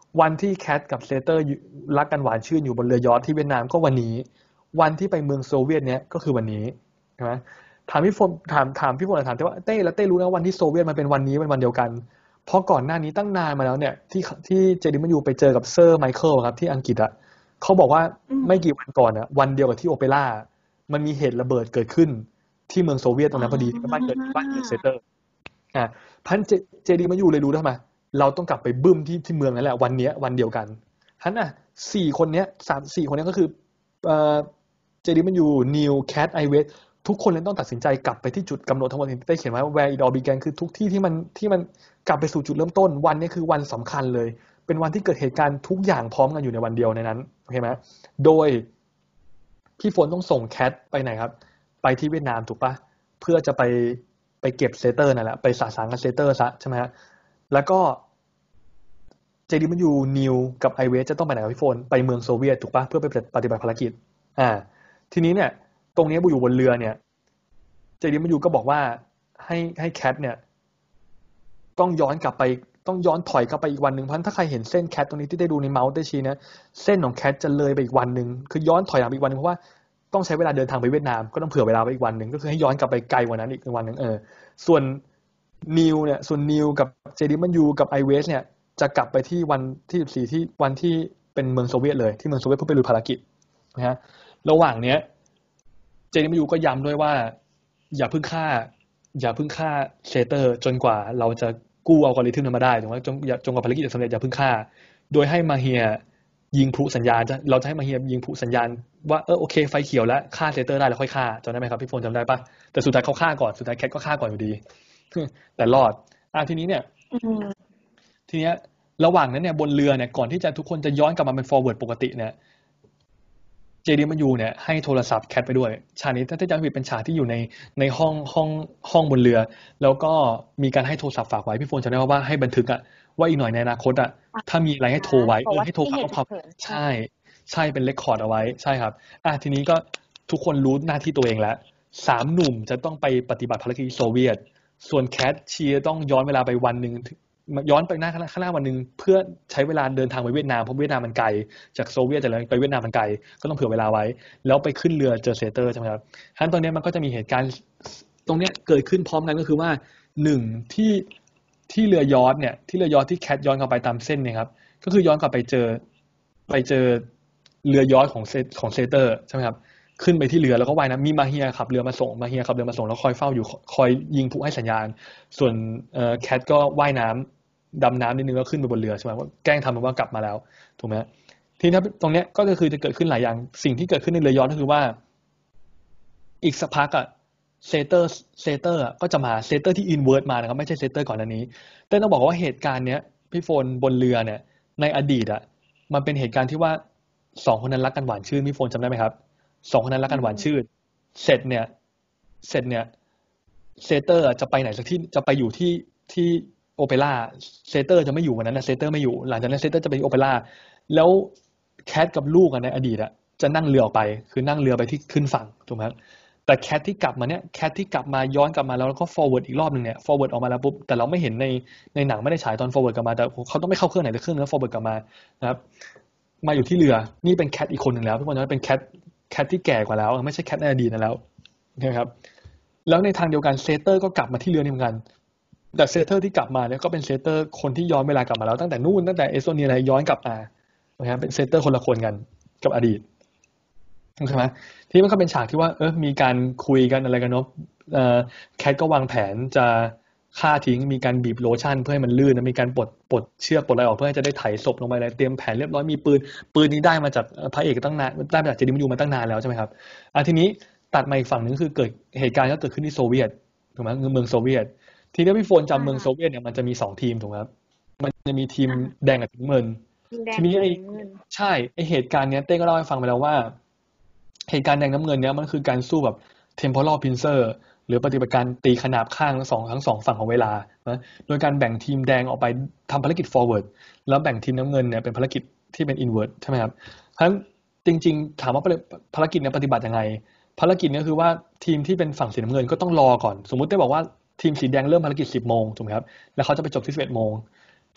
วันที่แคทกับเซเตอร์รักกันหวานชื่นอยู่บนเรือยอชท์ที่เวียดนามก็วันนี้วันที่ไปเมืองโซเวียตเนี้ยก็คือวันนี้ใช่ไหมถามพี่ฝนถามถามพี่ฝนถามแต่ว่าเต้แล้วเต้รู้นะวันที่โซเวียตมันเป็นวันนี้เป็นวันเดียวกันเพราะก่อนหน้านี้ตั้งนานมาแล้วเนี่ยที่ที่เจดิมันยูไปเจอกับเซอร์ไมเคิลครับที่อังกฤษอะเขาบอกว่าไม่กี่วันก่อนอะวันเดียวกับที่โอเปร่ามันมีเหตุระเบิดเกิดขึ้นที่เมืองโซเวียตตรงนั้นพอดีที่บ้านเกิดบ้านเกิดเซเตอร์อ่าพันเจเจดิมันยูเลยรู้ทำไมเราต้องกลับไปบึ้มที่ที่เมืองนั่นแหละวันนี้วันเดียวกันฮันน่ะสี่คนเนี้ยสามสี่คนเนี้ยก็คือเอ่อเจดิมันยูนิวแคทไอเวสทุกคนเลยต้องตัดสินใจกลับไปที่จุดกำหนดทั้งหมดที่ได้เขียนไว้ว่า where it all began คือทุกที่ที่มันที่มันกลับไปสู่จุดเริ่มต้นวันนี้คือวันสำคัญเลยเป็นวันที่เกิดเหตุการณ์ทุกอย่างพร้อมกันอยู่ในวันเดียวในนั้นโอเคไหมโดยพี่ฝนต้องส่งแคทไปไหนครับไปที่เวียดนามถูกปะเพื่อจะไปไปเก็บเซเตอร์นั่นแหละไปสะสางกับเซเตอร์ซะใช่ไหมฮะแล้วก็เจดีมันยูนิวกับไอเวสจะต้องไปไหนกับพี่โฟนไปเมืองโซเวียตถูกปะเพื่อไปปฏิบัติภารกิจอ่าทีนี้เนี่ยตรงนี้บูอยู่บนเรือเนี่ยเจดีมันยูก็บอกว่าให้ให้แคทเนี่ยต้องย้อนกลับไปต้องย้อนถอยกลับไปอีกวันหนึ่งเพราะถ้าใครเห็นเส้นแคทตรงนี้ที่ได้ดูในเมาส์ได้ชี้นะเส้นของแคทจะเลยไปอีกวันหนึ่งคือย้อนถอยหลังไปอีกวันนึงเพราะว่าต้องใช้เวลาเดินทางไปเวียดนามก็ต้องเผื่อเวลาไปอีกวันหนึ่งก็คือให้ย้อนกลับไปไกลกว่านั้นอีกวันหนึ่งเออส่วนนิวเนี่ยส่วนนิวกับเจดีมันยูกับไอเวสเนี่ยจะกลับไปที่วันที่สิบสี่ที่วันที่เป็นเมืองโซเวียตเลยที่เมืองโซเวียตเพื่อไปลุยภารกิจนะฮะระหว่างเนี้ยเจดีมันยูก็ย้ำด้วยว่าอย่าเพิ่งฆ่าอย่าเพิ่งฆ่าเซเตอร์จนกว่าเราจะกู้อัลกอริทึมนั้นมาได้ถูกไหมจนจนกว่าภารกิจจะสำเร็จอย่าเพิ่งฆ่าโดยให้มาเฮียยิงพลุสัญญาณจะเราจะให้มาเฮียยิงพลุสัญญาณว่าเออโอเคไฟเขียวแล้วฆ่าเซเตอร์ได้แล้วค่อยฆ่าจำได้ไหมครับพี่โฟนจำได้ปะแต่สุดท้ายเขาฆ่าก่อนสุดท้ายแคทก็ฆ่าก่อนอยู่ดีแต่รอดอ่ะทีนี้เนี่ยทีเนี้ยระหว่างนั้นเนี่ยบนเรือเนี่ยก่อนที่จะทุกคนจะย้อนกลับมาเป็น forward ปกติเนี่ยเจดีมันยูเนี่ยให้โทรศัพท์แคทไปด้วยฉากนี้ถ้าจะผิดเป็นฉากที่อยู่ในในห้องห้องห้องบนเรือแล้วก็มีการให้โทรศัพท์ฝากไว้พี่โฟนจำได้ว่าให้บันทึกอะว่าอีกหน่อยในอนาคตอะถ้ามีอะไรให้โทรไว้เออให้โทรฝากข้อความใช่ใช่เป็นเรคคอร์ดเอาไว้ใช่ครับอ่ะทีนี้ก็ทุกคนรู้หน้าที่ตัวเองแล้วสามหนุ่มจะต้องไปปฏิบัติภารกิจโซเวียตส่วนแคทเชียต้องย้อนเวลาไปวันนึงย้อนไปหน้าข้างหน้าวันนึงเพื่อใช้เวลาเดินทางไปเวียดนามเพราะเวียดนามมันไกลจากโซเวียตแต่ไปเวียดนามมันไกลก็ต้องเผื่อเวลาไว้แล้วไปขึ้นเรือเจอเซเตอร์ใช่ไหมครับทั้นตอนนี้มันก็จะมีเหตุการณ์ตรงนี้เกิดขึ้นพร้อมกันก็คือว่าหนึ่งที่ที่เรือยอชท์เนี่ยที่เรือยอชท์ที่แคทย้อนกลับไปตามเส้นเนี่ยครับก็คือย้อนกลับไปเจอไปเจอเรือยอชท์ของเซของเซเตอร์ใช่ไหมครับขึ้นไปที่เรือแล้วก็ว่ายน้ำมีมาเฮียขับเรือมาส่งมาเฮียขับเรือมาส่งแล้วคอยเฝ้าอยู่คอยยิงพลุให้สัญญาณส่วนแคทก็ว่ายน้ำดำน้ำนิดนึงแล้วขึ้นไปบนเรือใช่ไหมว่าแกล้งทำเหมือนว่ากลับมาแล้วถูกไหมทีนี้ตรงนี้ก็คือจะเกิดขึ้นหลายอย่างสิ่งที่เกิดขึ้นในเรือยอชท์ก็คือว่าอีกสักพักอะเซเตอร์เซเตอร์ก็จะมาเซเตอร์ที่อินเวิร์ตมานะครับไม่ใช่เซเตอร์ก่อนหน้านี้แต่ต้องบอกว่าเหตุการณ์เนี้ยพี่โฟนบนเรือเนี่ยในอดีตอะมันเป็นเหตุการณ์ที่ว่าสองคนนั้นรักกันหวานชื่นพี่โฟนจำได้ไหมครับสองคนนั้นรักกันหวานชื่นเสร็จเนี่ยเสร็จเนี่ยเซเตอร์จะไปไหนสักที่จะไปอยู่ที่ที่โอเปร่าเซเตอร์จะไม่อยู่วันนั้นนะเซเตอร์ไม่อยู่หลังจากนั้นเซเตอร์จะไปโอเปร่าแล้วแคทกับลูกในอดีตอะจะนั่งเรือออกไปคือนั่งเรือไปที่ขึ้นฝั่งถูกไหมครับแต่แคทที่กลับมาเนี่ยแคทที่กลับมาย้อนกลับมาแล้วก็ forward อีกรอบนึงเนี่ย forward ออกมาแล้วปุ๊บแต่เราไม่เห็นในในหนังไม่ได้ฉายตอน forward กลับมาแต่เขาต้องไม่เข้าเครื่องไหนแต่เครื่องนึง forward กลับมานะครับมาอยู่ที่เรือนี่เป็นแคทอีกคนหนึ่งแล้วทุกคนจะเป็นแคทแคทที่แก่กว่าแล้วไม่ใช่แคทในอดีตนะแล้วนะครับแล้วในทางเดียวกันเซเตอร์ก็กลับมาที่เรือนี่เหมือนกันแต่เซเตอร์ที่กลับมาเนี่ยก็เป็นเซเตอร์คนที่ย้อนเวลากลับมาแล้วตั้งแต่นู่นตั้งแต่เอสโตเนียอะไรย้อนกลับมานะครับเป็นเซเตอร์คนละคนกันกับอดีตใช่ไหมที่มันก็เป็นฉากที่ว่าเออมีการคุยกันอะไรกันเนาะแคทก็วางแผนจะฆ่าทิ้งมีการบีบโลชั่นเพื่อให้มันลื่นนะมีการปลดปลดเชือกปลดอะไรออกเพื่อจะได้ไถศพลงไปเลยเตรียมแผนเรียบร้อยมีปืนปืนนี้ได้มาจากพระเอกตั้งนานได้มาจากเจดิมันยูมาตั้งนานแล้วใช่ไหมครับอ่ะทีนี้ตัดมาอีกฝั่งนึงคือเกิดเหตุการณ์ก็เกิดขึ้นที่โซเวียตถูกไหมเมืองโซเวียตทีนี้พี่โฟนจำเมืองโซเวียตเนี่ยมันจะมีสองทีมถูกไหมครับมันจะมีทีมแดงกับทีมเงินทีนี้ไอ้ใช่ไอ้เหตุการณ์เนี้ยเต้ก็เล่าให้ฟังไปแล้วว่าเหตุการณ์แดงน้ำเงินเนี้ยมันคือการสู้แบบ temporal pincer หรือปฏิบัติการตีขนาบข้างทั้งสองทั้งสองฝั่งของเวลานะโดยการแบ่งทีมแดงออกไปทำภารกิจ forward แล้วแบ่งทีมน้ำเงินเนี่ยเป็นภารกิจที่เป็น inward ใช่ไหมครับเพราะฉะนั้นจริงๆถามว่าภารกิจเนี่ยปฏิบัติยังไงภารกิจเนี่ยคือว่าทีมที่เป็นฝั่งสีน้ำเงินก็ต้องรอก่อนสมมุติได้บอกว่าทีมสีแดงเริ่มภารกิจสิบโมงถูกไหมครับแล้วเขาจะไปจบที่สิบเอ็ดโมง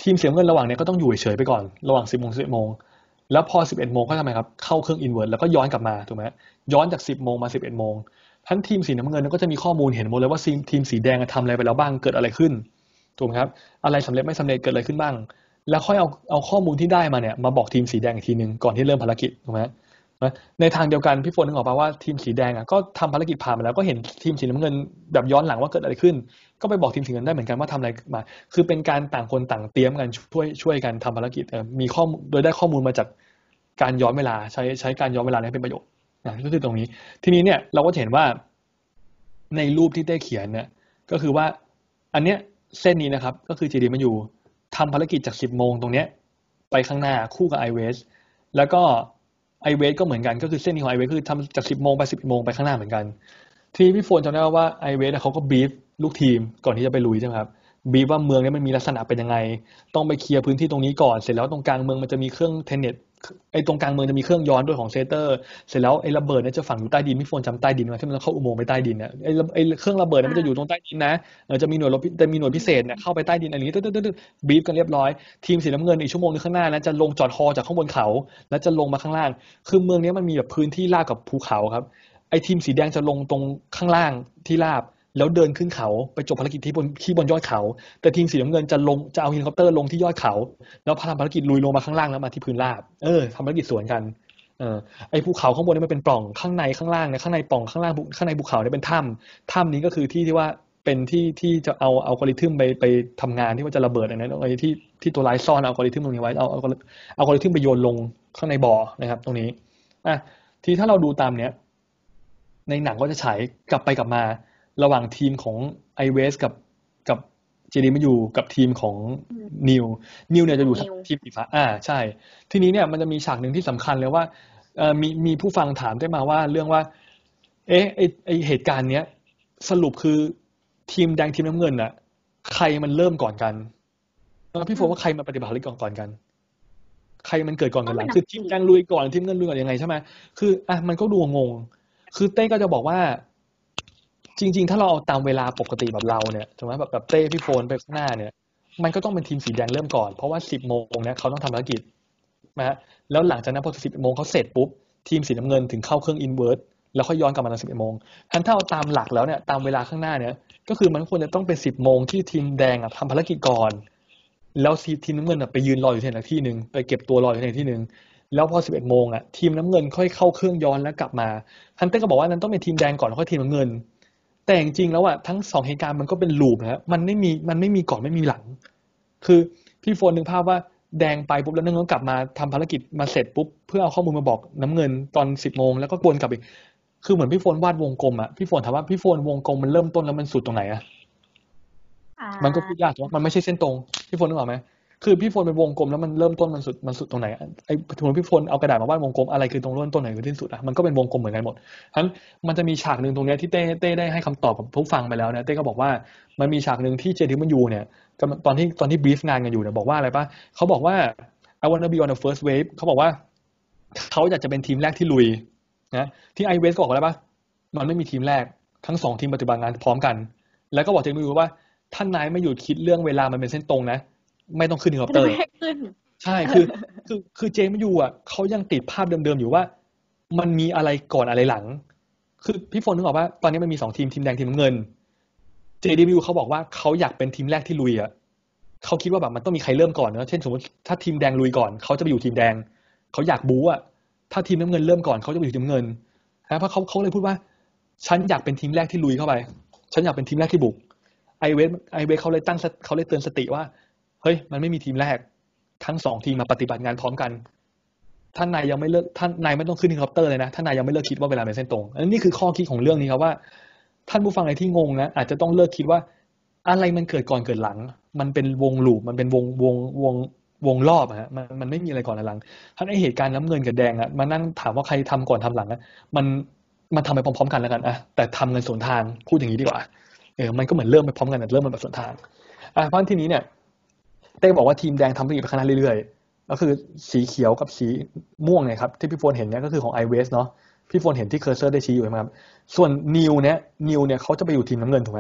ทีมสีน้ำเงินระหว่างเนี้ยก็ต้องอยู่เฉยๆไปก่อนระหว่างสิบโมงสิบเอ็ดโมงแล้วพอสิบเอ็ดโมงก็ทำไมครับเข้าเครื่องอินเวิร์ตแล้วก็ย้อนกลับมาถูกไหมย้อนจากสิบโมงมาสิบเอ็ดโมงทั้งทีมสีน้ำเงินก็จะมีข้อมูลเห็นหมดเลยว่าทีมสีแดงทำอะไรไปแล้วบ้างเกิดอะไรขึ้นถูกไหมครับอะไรสำเร็จไม่สำเร็จเกิดอะไรขึ้นบ้างแล้วค่อยเอาเอาข้อมูลที่ได้มาเนี่ยมาบอกทีมสีแดงอีกทีนึงก่อนที่เริ่มภารกิจถูกไหมในทางเดียวกันพี่ฝนนึกออกป่ะว่าทีมสีแดงอ่ะก็ทำภารกิจผ่านมาแล้วก็เห็นทีมสีน้ำเงินแบบย้อนหลังว่าเกิดอะไรขึ้นก็ไปบอกทีมสีน้ำเงินได้เหมือนกันว่าทำอะไรมาคือเป็นการต่างคนต่างเตรียมกันช่วยช่วยกันทำภารกิจมีข้อโดยได้ข้อมูลมาจากการย้อนเวลาใช้ใช้การย้อนเวลาให้เป็นประโยชน์นะก็คือตรงนี้ทีนี้เนี่ยเราก็เห็นว่าในรูปที่ได้เขียนเนี่ยก็คือว่าอันเนี้ยเส้นนี้นะครับก็คือ จี ดี มันอยู่ทำภารกิจจากสิบโมงตรงเนี้ยไปข้างหน้าคู่กับ ไอ วี เอส แล้วก็ไอเวสก็เหมือนกันก็คือเส้นนี้ของไอเวสคือทำจากสิบโมงไปสิบเอ็ดโมงไปข้างหน้าเหมือนกันที่พี่โฟนจำได้ว่าไอเวสเขาก็บีฟลูกทีมก่อนที่จะไปลุยใช่ไหมครับบีฟว่าเมืองนี้มันมีลักษณะเป็นยังไงต้องไปเคลียร์พื้นที่ตรงนี้ก่อนเสร็จแล้วตรงกลางเมืองมันจะมีเครื่องเทนเน็ตไอตรงกลางเมืองจะมีเครื่องย้อนด้วยของเซเตอร์เสร็จแล้วไอระเบิดเนี่ยจะฝังอยู่ใต้ดินพี่โฟนจำใต้ดินไว้ที่มันเข้าอุโมงค์ไปใต้ดินเนี่ยไอไอเครื่องระเบิดเนี่ยมันจะอยู่ตรงใต้ดินนะเออจะมีหน่วยรบจะมีหน่วยพิเศษเนี่ยเข้าไปใต้ดินอะไรอย่างนี้ตึ๊ดตึ๊ดตึ๊ดบีฟกันเรียบร้อยทีมสีน้ำเงินอีกชั่วโมงนึงข้างหน้านะจะลงจอดฮอจากข้างบนเขาแล้วจะลงมาข้างล่างคือเมืองนี้มันมีแบบพื้นที่ราบกับภูเขาครับไอทีมสีแดงจะลงตรงข้างล่างที่ราบแล้วเดินขึ้นเขาไปจบภารกิจที่บนที่บนยอดเขาแต่ทีมสีน้ำเงินจะลงจะเอาเฮลิคอปเตอร์ลงที่ยอดเขาแล้วทำภารกิจลุยลงมาข้างล่างแล้วมาที่พื้นราบเออทำภารกิจสวนกันเออไอภูเขาข้างบนนี่มันเป็นปล่องข้างในข้างล่างเนี่ยข้างในปล่องข้างล่างข้างในภูเขาเนี่ยเป็นถ้ำถ้ำนี้ก็คือที่ที่ว่าเป็นที่ที่จะเอาอัลกอริทึมไปไปทำงานที่ว่าจะระเบิดอันนั้นไอ้ที่ที่ตัวร้ายซ่อนอัลกอริทึมตรงนี้ไว้เอาเอาอัลกอริทึมไปโยนลงข้างในบ่อนะครับตรงนี้อ่ะทีถ้าเราดูตามเนี้ยในหนังก็จะฉายกลับไปกลับมาระหว่างทีมของไอเวสกับกับเจดีมาอยู่กับทีมของนิวนิวเนี่ยจะอยู่ทีมสีฟ้าอ่าใช่ทีนี้เนี่ยมันจะมีฉากหนึ่งที่สำคัญเลยว่าเอ่อมีมีผู้ฟังถามได้มาว่าเรื่องว่าเอ๊ะไอไอเหตุการณ์เนี้ยสรุปคือทีมแดงทีมน้ำเงินน่ะใครมันเริ่มก่อนกันแล้วพี่โฟว่าใครมาปฏิบัติภารกิจก่อนก่อนกันใครมันเกิดก่อนกันหลังคือทีมแดงลุยก่อนทีมเงินลุยก่อนยังไงใช่ไหมคืออ่ะมันก็ดูงงคือเต้ก็จะบอกว่าจริงๆถ้าเราเอาตามเวลาปกติแบบเราเนี่ยถูกไหมแบบแบบเต้พี่โฟนไปข้างหน้าเนี่ยมันก็ต้องเป็นทีมสีแดงเริ่มก่อนเพราะว่าสิบโมงเนี่ยเขาต้องทำภารกิจนะฮะแล้วหลังจากนั้นพอสิบโมงเขาเสร็จปุ๊บทีมสีน้ำเงินถึงเข้าเครื่องอินเวิร์ตแล้วค่อยย้อนกลับมาตอนสิบเอ็ดโมงทันถ้าเอาตามหลักแล้วเนี่ยตามเวลาข้างหน้าเนี่ยก็คือมันควรจะต้องเป็นสิบโมงที่ทีมแดงอ่ะทำภารกิจก่อนแล้วทีมน้ำเงินอ่ะไปยืนรออยู่ที่ไหนที่หนึ่งไปเก็บตัวรออยู่ที่ไหนที่หนึ่งแล้วพอสิบเอ็ดโมงอ่ะทีมน้ำเงินค่อยเข้าเครื่องย้อนแล้วกลับมาฮันเต้ก็บอกว่านั้นต้องเป็นทีมแดงก่อนแล้วค่อยทีมน้ำเงินแต่จริงๆแล้วอ่ะทั้งสองเหตุการณ์มันก็เป็นลูปนะมันไม่มีมันไม่มีก่อนไม่มีหลังคือพี่โฟนนึกภาพว่าแดงไปปุ๊บแล้วน้ำเงินกลับมาทำภารกิจมาเสร็จปุ๊บเพื่อเอาข้อมูลมาบอกน้ำเงินตอนสิบโมงแล้วก็วนกลับอีกคือเหมือนพี่โฟนวาดวงกลมอ่ะพี่โฟนถามว่าพี่โฟนวงกลมมันเริ่มต้นแล้วมันสุดตรงไหนอ่ะมันก็พูดยากถูกไหมมันไม่ใช่เส้นตรงพี่โฟนนึกออกไหมคือพี่โฟนเป็นวงกลมแล้วมันเริ่มต้นมันสุดมันสุดตรงไหนไอ้สมมติพี่โฟนเอากระดาษมาวาดวงกลมอะไรคือตรงเริ่มต้นไหนคือที่สุดอ่ะมันก็เป็นวงกลมเหมือนกันหมดฉะนั้นมันจะมีฉากหนึ่งตรงนี้ที่เต้เต้ได้ให้คำตอบกับผู้ฟังไปแล้วเนี่ยเต้ก็บอกว่ามันมีฉากหนึ่งที่เจดิมันยูเนี่ยตอนที่ตอนที่บรีฟงานกันอยู่เนี่ยบอกว่าอะไรป่ะเขาบอกว่า I wanna be on the first wave เขาบอกว่าเขาอยากจะเป็นทีมแรกที่ลุยนะที่ไอเวสก็บอกอะไรป่ะมันไม่มีทีมแรกทั้งสองทีมปฏิบัติงานพร้อมกันแล้วก็บอกเจดิมันยูว่าท่านนายไม่หยุดคิดเรื่องเวลามันเป็นเส้นตรงนะไม่ต้องขึ้นเฮลิคอปเตอร์ใช่คือคือคือเจมส์ยูอ่ะเขายังติดภาพเดิมๆอยู่ว่ามันมีอะไรก่อนอะไรหลังคือพี่โฟนนึกออกว่าตอนนี้มันมีสองทีมทีมแดงทีมน้ำเงิน เจ ดี บิ ยู เขาบอกว่าเขาอยากเป็นทีมแรกที่ลุยอ่ะเขาคิดว่าแบบมันต้องมีใครเริ่มก่อนนะเช่นสมมติถ้าทีมแดงลุยก่อนเขาจะไปอยู่ทีมแดงเขาอยากบู๊อ่ะถ้าทีมน้ำเงินเริ่มก่อนเขาจะไปอยู่ทีมน้ำเงินนะเพราะเขาเขาเลยพูดว่าฉันอยากเป็นทีมแรกที่ลุยเข้าไปฉันอยากเป็นทีมแรกที่บุกไอเวสไอเวสเขาเลยตั้งเขาเลยเตือนสติว่าเฮ้ยมันไม่มีทีมแรกทั้งสองทีมมาปฏิบัติงานพร้อมกันท่านนายยังไม่เลิกท่านนายไม่ต้องขึ้นเฮลิคอปเตอร์เลยนะท่านนายยังไม่เลิกคิดว่าเวลาเป็นเส้นตรงอันนี้คือข้อคิดของเรื่องนี้ครับว่าท่านผู้ฟังอะไรที่งงนะอาจจะต้องเลิกคิดว่าอะไรมันเกิดก่อนเกิดหลังมันเป็นวงลูปมันเป็นวงวงวงวงรอบอะฮะมันมันไม่มีอะไรก่อนอะไรหลังท่านไอเหตุการณ์น้ำเงินกับแดงอะมานั่งถามว่าใครทำก่อนทำหลังอะมันมันทำไปพร้อมๆกันแล้วกันอะแต่ทำกันสวนทางพูดอย่างนี้ดีกว่าเออมันก็เหมือนเริ่มไปพร้อมกันแต่เริ่มมันแบบสวนทางอ่ะเพราะทีนี้เนี่ยเต้บอกว่าทีมแดงทำธุรกิจไปข้างหน้าเรื่อยๆก็คือสีเขียวกับสีม่วงเนี่ยครับที่พี่โฟนเห็นเนี่ยก็คือของ ไอ วี เอส เนาะพี่โฟนเห็นที่เคอร์เซอร์ได้ชี้อยู่ไหมครับส่วนนิวเนี่ยนิวเนี่ยเขาจะไปอยู่ทีมน้ำเงินถูกไหม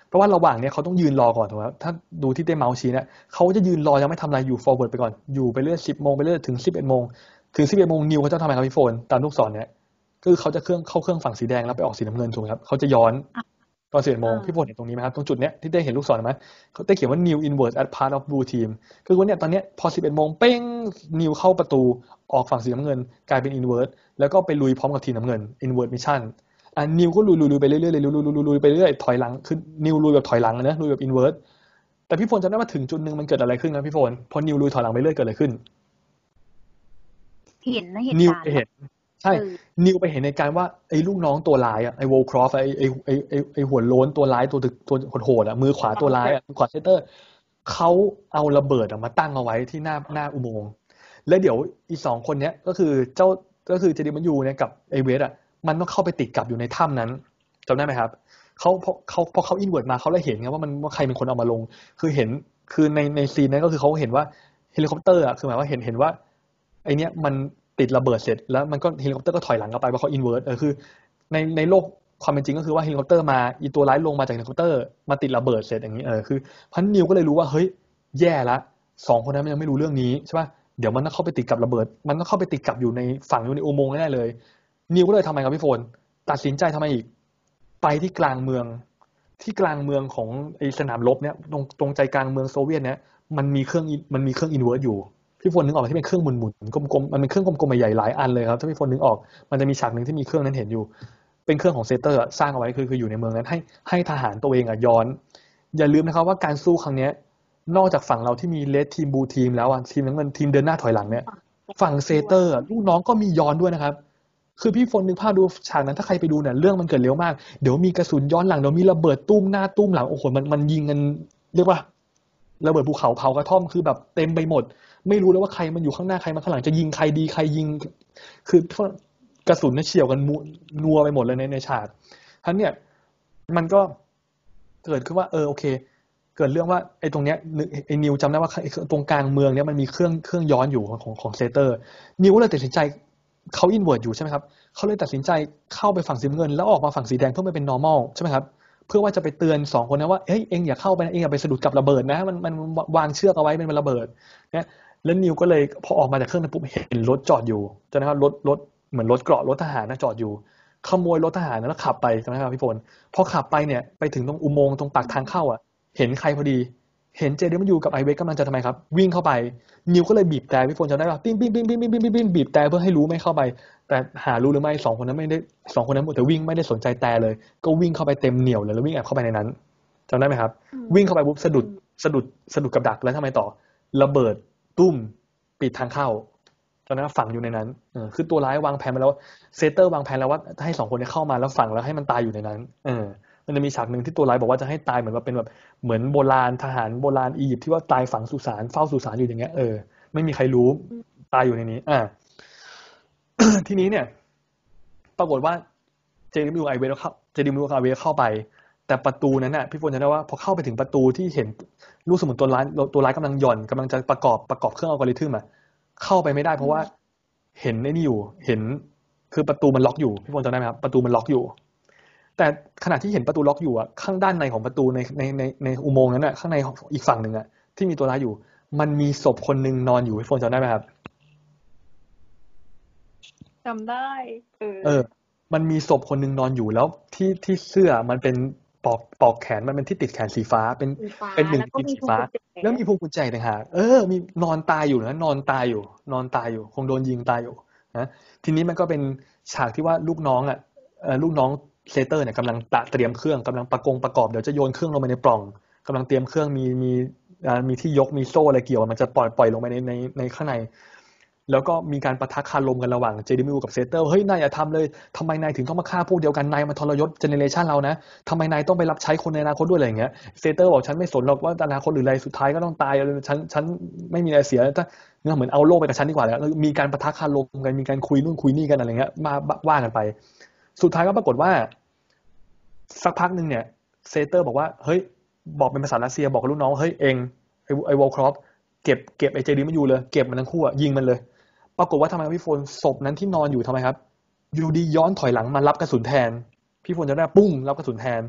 เพราะว่าระหว่างเนี้ยเขาต้องยืนรอก่อนถูกไหมถ้าดูที่เต้เมาส์ชี้เนี่ยเขาจะยืนรอยังไม่ทำอะไรอยู่ forward ไปก่อนอยู่ไปเรื่อยสิบโมงไปเรื่อยถึงสิบเอ็ดโมงถึงสิบเอ็ดโมงนิวเขาจะทำอะไรครับพี่โฟนตามลูกศรเนี่ยคือเขาจะเครื่องเข้าเครื่องฝั่งสีแดงแล้วไปออกสีน้ำเงินถูกไหมครับเขาจะย้อนตอนสิบเอ็ดโมงพี่โฟนเห็นตรงนี้ไหมครับตรงจุดเนี้ยที่ได้เห็นลูกศรไหมเขาได้เขียนว่า new invert at part of blue team คือว่าเนี่ยตอนเนี้ยพอสิบเอ็ดโมงเป้งนิวเข้าประตูออกฝั่งสีน้ำเงินกลายเป็น invert แล้วก็ไปลุยพร้อมกับทีมน้ำเงิน invert mission อ่ะนิวก็ลุยลุยลุยไปเรื่อยๆเลยลุยลุยลุยลุยไปเรื่อยถอยหลังคือนิวลุยแบบถอยหลังนะลุยแบบ invert แต่พี่โฟนจำได้ว่าถึงจุดนึงมันเกิดอะไรขึ้นนะพี่โฟนพอนิวลุยถอยหลังไปเรื่อยเกิดอะไรขึ้นเห็นนะเหตุนิวการไปณ์เห็นใช่นิวไปเห็นในการว่าไอ้ลูกน้องตัวร้ายอ่ะไอ้โวลครอฟไอ้ไอ้ไอ้ไอ้ไอ้หัวโล้นตัวร้ายตัวตัวโหดๆอ่ะมือขวาตัวร้ายอ่ะมือขวาเซนเตอร์เขาเอาระเบิดอ่ะมาตั้งเอาไว้ที่หน้าหน้าอุโมงค์แล้วเดี๋ยวอีสองคนเนี้ยก็คือเจ้าก็คือเจดีมันยูเนี่ยกับไอเวสอ่ะมันต้องเข้าไปติดกับอยู่ในถ้ำนั้นจำได้ไหมครับเขาพอเขาพอเขาอินเวิร์ดมาเขาเลยเห็นไงว่ามันว่าใครเป็นคนเอามาลงคือเห็นคือในในซีนนั้นก็คือเขาเห็นว่าเฮลิคอปเตอร์อ่ะคือหมายว่าเห็นเห็นว่าไอเนี้ยมันติดระเบิดเสร็จแล้วมันก็เฮลิคอปเตอร์ก็ถอยหลังกลับไปเพราะเขาอินเวิร์ดเออคือในในโลกความเป็นจริงก็คือว่าเฮลิคอปเตอร์มาอีตัวร้ายลงมาจากเฮลิคอปเตอร์มาติดระเบิดเสร็จอย่างนี้เออคือพันนิวก็เลยรู้ว่าเฮ้ยแย่ละสองคนนั้นมันยังไม่รู้เรื่องนี้ใช่ป่ะเดี๋ยวมันต้องเข้าไปติดกับระเบิดมันต้องเข้าไปติดกับอยู่ในฝั่งอยู่ในอุโมงค์แน่เลยนิวก็เลยทำไมครับพี่โฟนตัดสินใจทำไมอีกไปที่กลางเมืองที่กลางเมืองของไอสนามรบเนี่ยตรงตรงใจกลางเมืองโซเวียตเนี่ยมันมีเครื่องมันมีเครื่องอินเวอร์ตอยู่พี่ฝนนึกออกไหมที่เป็นเครื่องหมุนๆกลมๆมันเป็นเครื่องกลมๆใหญ่ๆหลายอันเลยครับถ้าพี่ฝนนึกออกมันจะมีฉากหนึ่งที่มีเครื่องนั้นเห็นอยู่เป็นเครื่องของเซเตอร์สร้างเอาไว้คือคืออยู่ในเมืองนั้นให้ให้ทหารตัวเองอ่ะย้อนอย่าลืมนะครับว่าการสู้ครั้งนี้นอกจากฝั่งเราที่มีเลดทีมบูทีมแล้วอ่ะทีมน้ำเงินทีมเดินหน้าถอยหลังเนี่ยฝั่งเซเตอร์ลูกน้องก็มีย้อนด้วยนะครับคือพี่ฝนนึกภาพดูฉากนั้นถ้าใครไปดูเนี่ยเรื่องมันเกิดเร็วมากเดี๋ยวมีกระสุนย้อนหลังเดี๋ยวมีระเบิดตุ้มหน้าตุ้มหลังโอ้โหมันมันยิงกันเรียกว่าระเบิดภูเขาเผากระท่อมคือแบบเต็มไปหมดไม่รู้เลยว่าใครมันอยู่ข้างหน้าใครมาข้างหลังจะยิงใครดีใครยิงคือกระสุนเนี่ยเฉี่ยวกันนัวไปหมดเลยในในฉากทั้งเนี่ยมันก็เกิดขึ้นว่าเออโอเคเกิดเรื่องว่าไอ้ตรงเนี้ยไอ้นิวจำได้ว่าตรงกลางเมืองเนี้ยมันมีเครื่องเครื่องย้อนอยู่ของของเซเตอร์นิวก็เลยตัดสินใจเขาอินเวิร์ดอยู่ใช่ไหมครับเขาเลยตัดสินใจเข้าไปฝั่งสีน้ำเงินแล้วออกมาฝั่งสีแดงเพื่อไปเป็น normal ใช่ไหมครับเพื่อว่าจะไปเตือนสองคนนั้นว่าเฮ้ยเองอย่าเข้าไปนะเองอย่าไปสะดุดกับระเบิดนะมันมันวางเชือกเอาไว้เป็นระเบิดเนี่ยแล้วนิวก็เลยพอออกมาจากเครื่องนั้นปุ๊บเห็นรถจอดอยู่จำได้ครับรถรถเหมือนรถเกราะรถทหารนะจอดอยู่ขโมยรถทหารแล้วขับไปจำได้ครับพี่ฝนพอขับไปเนี่ยไปถึงตรงอุโมงค์ตรงปากทางเข้าอ่ะเห็นใครพอดีเห็นเจเดมันอยู่กับไอเวกกำลังจะทำไมครับวิ่งเข้าไปนิวก็เลยบีบแต่พี่ฝนจำได้ป่ะปิ้งปิ้งปิ้งปิ้งปิ้งปิ้งปิ้งบีบแต่เพื่อให้รู้ไม่เข้าไปแต่หารู้หรือไม่สองคนนั้นไม่ได้สองคนนั้นแต่วิ่งไม่ได้สนใจแต่เลยก็วิ่งเข้าไปเต็มเหนี่ยวเลยแล้ววิ่งแอบเข้าไปในนั้นจำได้ไหมครับวิ่งเข้าไปปุ๊บสะดุดสะดุดสะดุดกับดักแล้วทำไมต่อระเบิดตุ้มปิดทางเข้าตอนนั้นฝังอยู่ในนั้นเออคือตัวร้ายวางแผนมาแล้วเซเตอร์วางแผนแล้วว่าให้สองคนนี้เข้ามาแล้วฝังแล้วให้มันตายอยู่ในนั้นเออมันจะมีฉากหนึ่งที่ตัวร้ายบอกว่าจะให้ตายเหมือนว่าเป็นแบบเหมือนโบราณทหารโบราณอียิปต์ที่ว่าตายฝังสุสานเฝ้าสุสานอยู่อย่างเงี้ยเออไม่มีใครรู้ตายอยู่ในนี้อ่า ทีนี้เนี่ยปรากฏว่าเจดิมิวไอเวลเข้าเจดิมิวไอเวลเข้าไปแต่ประตูนั้นน่ะพี่ฝนจะได้ว่าพอเข้าไปถึงประตูที่เห็นลูกสมุนตัวร้ายตัวร้ายกำลังหย่อนกำลังจะประกอบประกอบเครื่องอัลกอริทึมอ่ะเข้าไปไม่ได้เพราะว่าเห็นไอ้นี่อยู่เห็นคือประตูมันล็อกอยู่พี่ฝนจำได้ไหมครับประตูมันล็อกอยู่แต่ขณะที่เห็นประตูล็อกอยู่อ่ะข้างด้านในของประตูในในในในอุโมงค์นั้นอ่ะข้างในอีกฝั่งหนึ่งอ่ะที่มีตัวร้ายอยู่มันมีศพคนหนึ่งนอนอยู่พี่ฝนจำได้ไหมครับจำได้เออเออมันมีศพคนหนึ่งนอนอยู่แล้วที่ที่เสื้อมันเป็นปอกปอกแขนมันเป็นที่ติดแขนสีฟ้าเป็นเป็นหนึ่งติดสีฟ้าแล้วมีพวงกุญแจต่างหากเออมีนอนตายอยู่นะนอนตายอยู่นอนตายอยู่คงโดนยิงตายอยู่นะทีนี้มันก็เป็นฉากที่ว่าลูกน้องอ่ะเออลูกน้องเซเตอร์เนี่ยกำลังตะเตรียมเครื่องกำลังประกงประกอบเดี๋ยวจะโยนเครื่องลงไปในปล่องกำลังเตรียมเครื่องมีมีอ่ามีที่ยกมีโซ่อะไรเกี่ยวมันจะปล่อยปล่อยลงไปในในในข้างในแล้วก็มีการปะทะคารมกันระหว่างเจดิมิวกับเซเตอร์เฮ้ยนายอย่าทำเลยทำไมนายถึงต้องมาฆ่าพวกเดียวกันนายมาทรยศเจเนเรชันเรานะทำไมนายต้องไปรับใช้คนในอนาคตด้วยอะไรอย่างเงี้ยเซเตอร์บอกฉันไม่สนหรอกว่าอนาคตหรืออะไรสุดท้ายก็ต้องตายฉันฉันไม่มีอะไรเสียถ้าเงี้ยเหมือนเอาโลกไปกับฉันดีกว่าแล้วมีการปะทะคารมกันมีการคุยนู่นคุยนี่กันอะไรเงี้ยมาว่ากันไปสุดท้ายก็ปรากฏว่าสักพักนึงเนี่ยเซเตอร์บอกว่าเฮ้ยบอกเป็นภาษารัสเซียบอกกับลูกน้องเฮ้ยเองไอ้ไอ้วอลครอปเก็บเก็บไอ้เจดิมิวเลยเก็บมันทั้งคู่อ่ะยิงมันเลยปรากฏว่าทำไมพี่โฟนศพนั้นที่นอนอยู่ทำไมครับอยู่ดีย้อนถอยหลังมารับกระสุนแทนพี่โฟนจะได้ปุ้งรับกระสุนแทน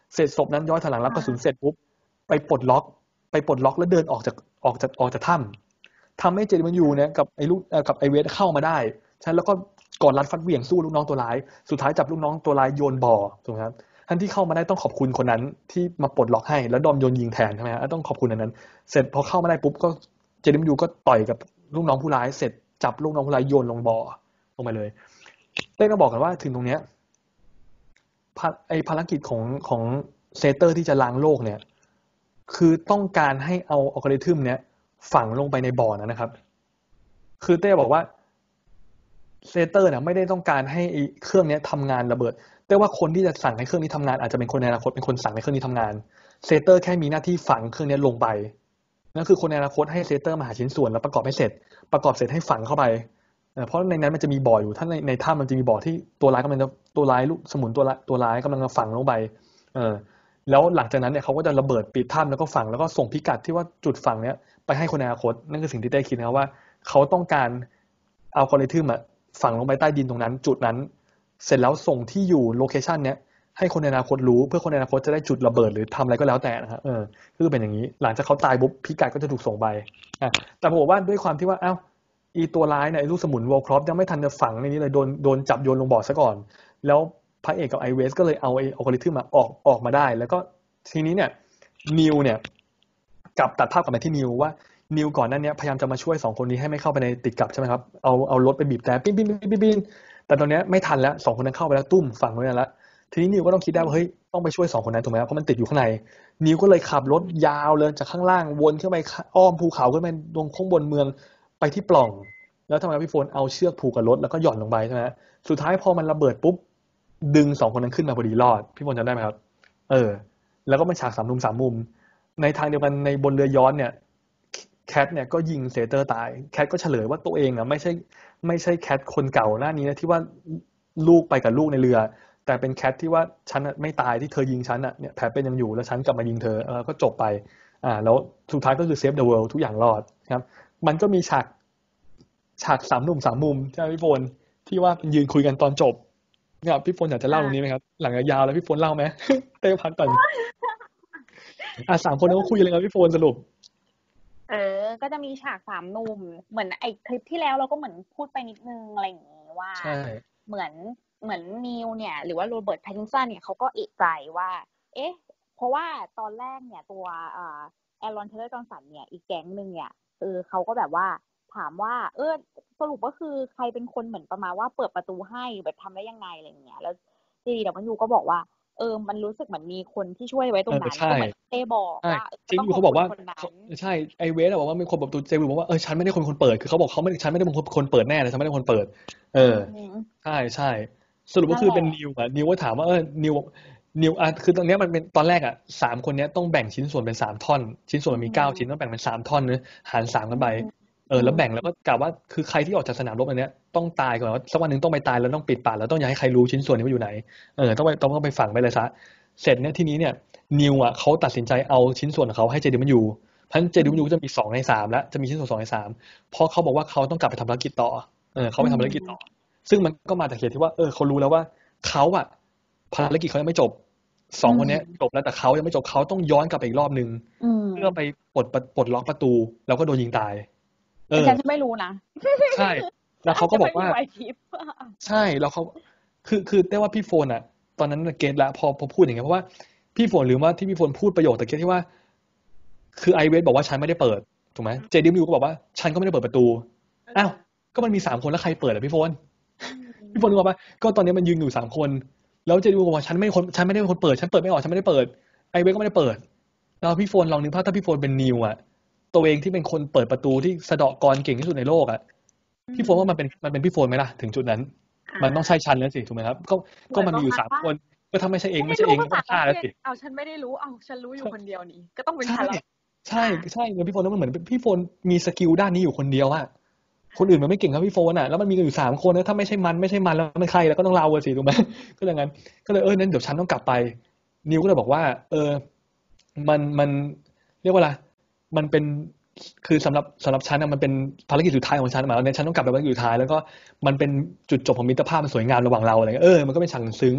เสร็จศพนั้นย้อยถอยหลังรับกระสุนเสร็จปุ๊บไปปลดล็อกไปปลดล็อกแล้วเดินออกจากออกจากออกจากถ้ำทำให้เจมันยูเนี่ยกับไอ้ลูกกับไอ้เวสเข้ามาได้ฉะนั้นแล้วก็กอดรัดฟัดเหวี่ยงสู้ลูกน้องตัวร้ายสุดท้ายจับลูกน้องตัวร้ายโยนบ่อถูกไหมครับท่านที่เข้ามาได้ต้องขอบคุณคนนั้นที่มาปลดล็อกให้แล้วดอมโยนยิงแทนใช่ไหมฮะต้องขอบคุณอันนั้นเสร็จพอเข้ามาได้ปุ๊บก็เจมันยูก็ต่อยกับลูกน้องผู้ร้ายเสร็จจับลูกน้องผู้ร้ายโยนลงบ่อลงไปเลยเต้ก็บอกกันว่าถึงตรงเนี้ยไอภารกิจของของเซเตอร์ที่จะล้างโลกเนี่ยคือต้องการให้เอาอัลกอริทึมเนี้ยฝังลงไปในบ่อนะครับคือเต้บอกว่าเซเตอร์เนี่ยไม่ได้ต้องการให้เครื่องนี้ทำงานระเบิดแต่ว่าคนที่จะสั่งให้เครื่องนี้ทำงานอาจจะเป็นคนในอนาคตเป็นคนสั่งให้เครื่องนี้ทำงานเซเตอร์แค่มีหน้าที่ฝังเครื่องนี้ลงไปนั่นคือคนในอนาคตให้เซเตอร์มาหาชิ้นส่วนแล้วประกอบให้เสร็จประกอบเสร็จให้ฝังเข้าไปเพราะในนั้นมันจะมีบ่ออยู่ถ้าในในถ้ำมันจะมีบ่อที่ตัวร้ายกำลังจะตัวร้ายลูกสมุนตัวตัวร้ายกำลังจะฝังลงไปเออแล้วหลังจากนั้นเนี่ยเขาก็จะระเบิดปิดถ้ำแล้วก็ฝังแล้วก็ส่งพิกัดที่ว่าจุดฝังเนี้ยไปให้คนในอนาคตนั่นคือสิ่งที่เต้คิดนะว่าเขาต้องการอัลกอริทึมอะฝังลงไปใต้ดินตรงนั้นจุดนั้นเสร็จแล้วส่งที่อยู่โลเคชันเนี้ยให้คนในอนาคตรู้เพื่อคนในอนาคตจะได้จุดระเบิดหรือทำอะไรก็แล้วแต่นะครับเออคือเป็นอย่างนี้หลังจากเขาตายปุ๊บพิกัดก็จะถูกส่งไปอ่ะแต่ผมบอกว่าด้วยความที่ว่าอ้าวอีตัวร้ายเนี่ยไอ้ลูกสมุนวอลครอปยังไม่ทันจะฝังในนี้เลยโดนโดนจับโยนลงบ่อซะก่อนแล้วพระเอกกับไอเวสก็เลยเอาไอ้อัลกอริทึมมาออกออกมาได้แล้วก็ทีนี้เนี่ยนิวเนี่ยกลับตัดภาพกลับมาที่นิวว่านิวก่อนหน้านี้พยายามจะมาช่วยสองคนนี้ให้ไม่เข้าไปในติดกับใช่ไหมครับเอาเอารถไปบีบแต่ปิ้นปิ้นปิ้นปิ้นแต่ตอนนี้ไม่ทันแล้วสองคนนั้นเข้าไปแล้วตุ้มฝังไว้แล้วทีนี้นิวก็ต้องคิดได้ว่าเฮ้ยต้องไปช่วยสองคนนั้นถูกไหมครับเพราะมันติดอยู่ข้างในนิวก็เลยขับรถยาวเลยจากข้างล่างวนขึ้นไปอ้อมภูเขาขึ้นไปลงข้างบนเมืองไปที่ปล่องแล้วทำไมพี่โฟนเอาเชือกผูกกับรถแล้วก็หย่อนลงไปใช่ไหมสุดท้ายพอมันระเบิดปุ๊บดึงสองคนนั้นขึ้นมาพอดีรอดพี่โฟนจำได้ไหมครับเออแล้วก็เป็นฉากสามมุมสามมุมในทางเดียวกันในบนเรือย้อนเนี่ยแคทเนี่ยก็ยิงเซเตอร์ตายแคทก็เฉลยว่าตัวเองอ่ะไม่ใช่ไม่ใช่แคทคนเก่าหน้านี้นะที่ว่าลูกไปกับลูกในเรือแต่เป็นแคทที่ว่าฉันไม่ตายที่เธอยิงฉันอ่ะเนี่ยแผลเป็นยังอยู่แล้วฉันกลับมายิงเธอเออก็จบไปอ่าแล้วสุดท้ายก็คือเซฟเดอะเวิลด์ทุกอย่างรอดครับมันก็มีฉากฉากสามหนุ่มสามมุมใช่ไหมพี่โฟนที่ว่ายืนคุยกันตอนจบเนี่ยพี่โฟนอยากจะเล่าตรงนี้ไหมครับหลังยาวแล้วพี่โฟนเล่าไหมเต้พักก่อนอ่ะสามคนนั้นก็คุยอะไรกันพี่โฟนสรุปเออก็จะมีฉากสามหนุ่มเหมือนไอ้คลิปที่แล้วเราก็เหมือนพูดไปนิดนึงอะไรอย่างงี้ว่าเหมือนเหมือนนิวเนี่ยหรือว่าโรเบิร์ตแพตตินสันเนี่ยเขาก็เอะใจว่าเอ๊ะเพราะว่าตอนแรกเนี่ยตัวเอ่อแอรอนเทเลอร์จอห์นสันเนี่ยอีกแก๊งนึงเนี่ยเออเขาก็แบบว่าถามว่าเออสรุปก็คือใครเป็นคนเหมือนประมาณว่าเปิดประตูให้แบบทำได้ยังไงอะไรอย่างเงี้ยแล้วจีดีดับเบิลยูก็บอกว่าเออมันรู้สึกเหมือนมีคนที่ช่วยไว้ตรงนั้นก็เหมือนเต้บอกว่าเจวิวเขาบอกว่าใช่ไอเวสบอกว่ามีคนแบบตัวเจวิวบอกว่าเออฉันไม่ได้คนคนเปิดคือเขาบอกเขาไม่ฉันไม่ได้เป็นคนเปิดแน่เลยฉันไม่ได้คนเปิดเออใช่ใช่สรุปก็คือเป็นนิวอ่ะนิวก็ถามว่าเออนิวนิวอ่ะคือตอนนี้มันเป็นตอนแรกอ่ะสามคนนี้ต้องแบ่งชิ้นส่วนเป็นสามท่อนชิ้นส่วนมันมีเก้าชิ้นต้องแบ่งเป็นสามท่อนเนอะหารสามกันไปเออแล้วแบ่งแล้วก็กล่าวว่าคือใครที่ออกจากสนามรบอันเนี้ยต้องตายก่อนว่าสักวันหนึ่งต้องไปตายแล้วต้องปิดปากแล้วต้องอย่าให้ใครรู้ชิ้นส่วนนี้ว่าอยู่ไหนเออต้องไปต้องไปฝังไปเลยซะเสร็จเนี่ยทีนี้เนี่ยนิวอ่ะเขาตัดสินใจเอาชิ้นส่วนของเขาให้เจดิมันยูเพราะฉะนั้นเจดิมันยูจะมีสองในสามแล้วจะมีชิ้นส่วนสองในสามเพราะเขาบอกว่าเขาต้องกลับไปทำภารกิจต่อเออเขาไปทำภารกิจต่อซึ่งมันก็มาจากเหตุที่ว่าเออเขารู้แล้วว่าเขาอ่ะภารกิจเขายังไม่จบสองคนนี้จบแล้วแต่เขายังไม่จบเขาต้องย้อนกลับไปอีกรอบนึงเพื่อไปปลดปลดล็อกประตูแล้วก็โดนยิงตายเออฉันไม่รู้นะใช่แล้วเขาก็บอกว่าใช่แล้วเขาคือคือได้ว่าพี่โฟนอ่ะตอนนั้นเกตแล้วพอพอพูดอย่างเงี้ยเพราะว่าพี่โฟนหรือว่าที่พี่โฟนพูดประโยคตะเกียบที่ว่าคือไอเวสบอกว่าฉันไม่ได้เปิดถูกไหมเจดิมิวก็บอกว่าฉันก็ไม่ได้เปิดประตูอ้าวก็มันมีสามคนแล้วใครเปิดอ่ะพี่โฟนพี่โฟนบอกว่าก็ตอนนี้มันยืนอยู่สามคนแล้วเจดิมิวบอกว่าฉันไม่คนฉันไม่ได้เป็นคนเปิดฉันเปิดไม่ออกฉันไม่ได้เปิดไอเวสก็ไม่ได้เปิดแล้วพี่โฟนลองนึกภาพถ้าพี่โฟนเป็นนิวอ่ะตัวเองที่เป็นคนเปิดประตูที่สะเดาะกรเก่งที่สุดในโลกอ่ะพี่โฟนว่ามันเป็นมันเป็นพี่โฟนไหมล่ะถึงจุดนั้นมันต้องใช่ฉันแล้วสิถูกไหมครับก็ก็มันมีอยู่สามคนก็ถ้าไม่ใช่เองไม่ใช่เองก็ฆ่าแล้วสิเอาฉันไม่ได้รู้เอาฉันรู้อยู่คนเดียวนี่ก็ต้องเป็นฉันแล้วใช่ใช่เงินพี่โฟนนั้นมันเหมือนพี่โฟนมีสกิลด้านนี้อยู่คนเดียวอะคนอื่นมันไม่เก่งเท่าพี่โฟนอ่ะแล้วมันมีกันอยู่สามคนนะถ้าไม่ใช่มันไม่ใช่มันแล้วมันใครแล้วก็ต้องเราสิถูกไหมก็อย่างนั้นก็เลยเออนั้นเดี๋ยวฉันต้องกลับไปนิวก็เลยบอกว่าเออมันมันเรียกว่าอะไรมันเป็นคือสำหรับสำหรับฉันมันเป็นภารกิจสุดท้ายของฉันหมายว่าฉันต้องกลับไปภารกิจสุดท้ายแล้วก็มันเป็นจุดจบของมิตรภาพมันสวยงามระหว่างเราอะไรเงี้ยเออมันก็เป็นฉากซึ้ง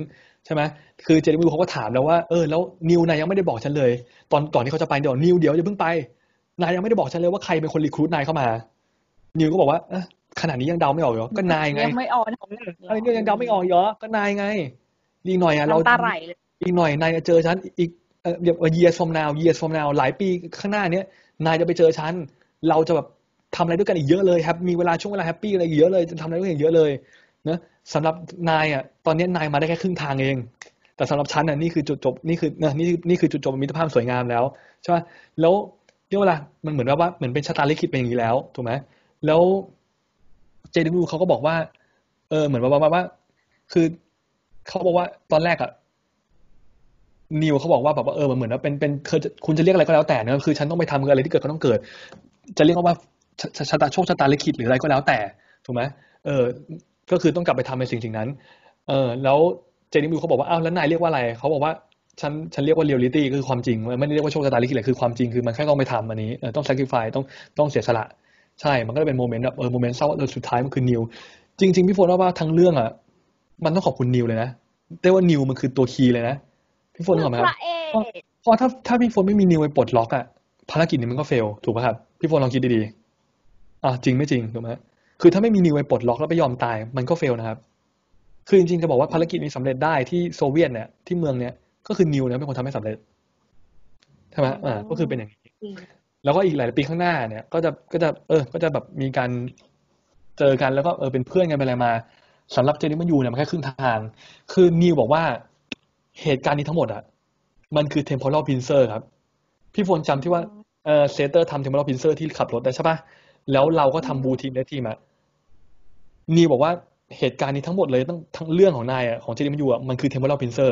ใช่ไหมคือเจนนิวเขาก็ถามแล้วว่าเออแล้วนิวนายยังไม่ได้บอกฉันเลยตอนก่อนที่เขาจะไปเดี๋ยวนิวเดี๋ยวอย่าเพิ่งไปนายยังไม่ได้บอกฉันเลยว่าใครเป็นคนรีครูทนายเข้ามานิวก็บอกว่าเออขนาดนี้ยังเดาไม่ออกเหรอก็นายไงยังไม่ออกนะเออเนี่ยยังเดาไม่ออกเหรอก็นายไงอีกหน่อยอ่ะเราน้ำตาไหลเลยอีกหน่อยนายจะเจอฉันอีกเอ่อเดี๋ยว years from now years from now หลายปีข้างหน้าเนี้ยนายจะไปเจอฉันเราจะแบบทำอะไรด้วยกันอีกเยอะเลยครับมีเวลาช่วงเวลาแฮปปี้อะไรอีกเยอะเลยจะทำอะไรด้วยกันอีกเยอะเลยนะสำหรับนายอ่ะตอนนี้นายมาได้แค่ครึ่งทางเองแต่สำหรับฉันน่ะนี่คือจุดจบนี่คือเนี่ยนี่นี่คือจุดจบมิตรภาพสวยงามแล้วใช่ไหมแล้วเรียกว่าอะไรมันเหมือนว่าเหมือนเป็นชะตาลิขิตเป็นอย่างนี้แล้วถูกไหมแล้วเจดวูเขาก็บอกว่าเออเหมือนว่าว่าว่าคือเขาบอกว่าตอนแรกอ่ะนิวเขาบอกว่าแบบว่าเออเหมือนว่าเป็นเป็นคุณจะเรียกอะไรก็แล้วแต่นะคือฉันต้องไปทำอะไรที่เกิดก็ต้องเกิดจะเรียกว่าชะตาโชคชะตาลิขิตหรืออะไรก็แล้วแต่ถูกไหมเออก็คือต้องกลับไปทำในสิ่งสิ่งนั้นเออแล้วเจนิวเขาบอกว่าอ้าวแล้วนายเรียกว่าอะไรเขาบอกว่าฉันฉันเรียกว่าเรียลลิตี้คือความจริงไม่ได้เรียกว่าโชคชะตาลิขิตเลยคือความจริงคือมันแค่ต้องไปทำอันนี้ต้อง sacrifice ต้องต้องเสียสละใช่มันก็เป็นโมเมนต์แบบเออโมเมนต์เศร้าเออสุดท้ายมันคือนิวจริงๆพี่โฟนว่าทั้งเรื่องอ่ะมันต้องขอบคุณนิวเลยนะแต่ว่านิวมันคือตัวคีย์เลยนะพี่โฟนนึกออกไหมครับเพราะถ้าถ้าพี่โฟนไม่มีนิวไปปลดล็อกอ่ะภารกิจนี้มันก็เฟลถูกป่ะครับพี่โฟนลองคิดดีๆอ่ะจริงไม่จริงถูกไหมคือถ้าไม่มีนิวไปปลดล็อกแล้วไปยอมตายมันก็เฟลนะครับคือจริงๆจะบอกว่าภารกิจนี้สำเร็จได้ที่โซเวียตเนี่ยที่เมืองเนี้ยก็คือนิวเนี่ยเป็นคนทำให้สำเร็จใช่ไหมอ่าก็คือเป็นอย่างนี้แล้วก็อีกหลายปีข้างหน้าเนี่ยก็จะก็จะเออก็จะแบบมีการเจอกันแล้วก็เออเป็นเพื่อนกันไปอะไรมาสำหรับเจนิมันยูเนี่ยมันแค่ครึ่งทางคือนิวบอกว่าเหตุการณ์นี้ทั้งหมดอ่ะมันคือ temporal pincer ครับพี่ฝนจำที่ว่าเออเซเตอร์ทำ temporal pincer ที่ขับรถได้ใช่ปะแล้วเราก็ทำบูทีมและทีมอ่ะนิวบอกว่าเหตุการณ์นี้ทั้งหมดเลยทั้งทั้งเรื่องของนายอ่ะของเจนิมันยูอ่ะมันคือ temporal pincer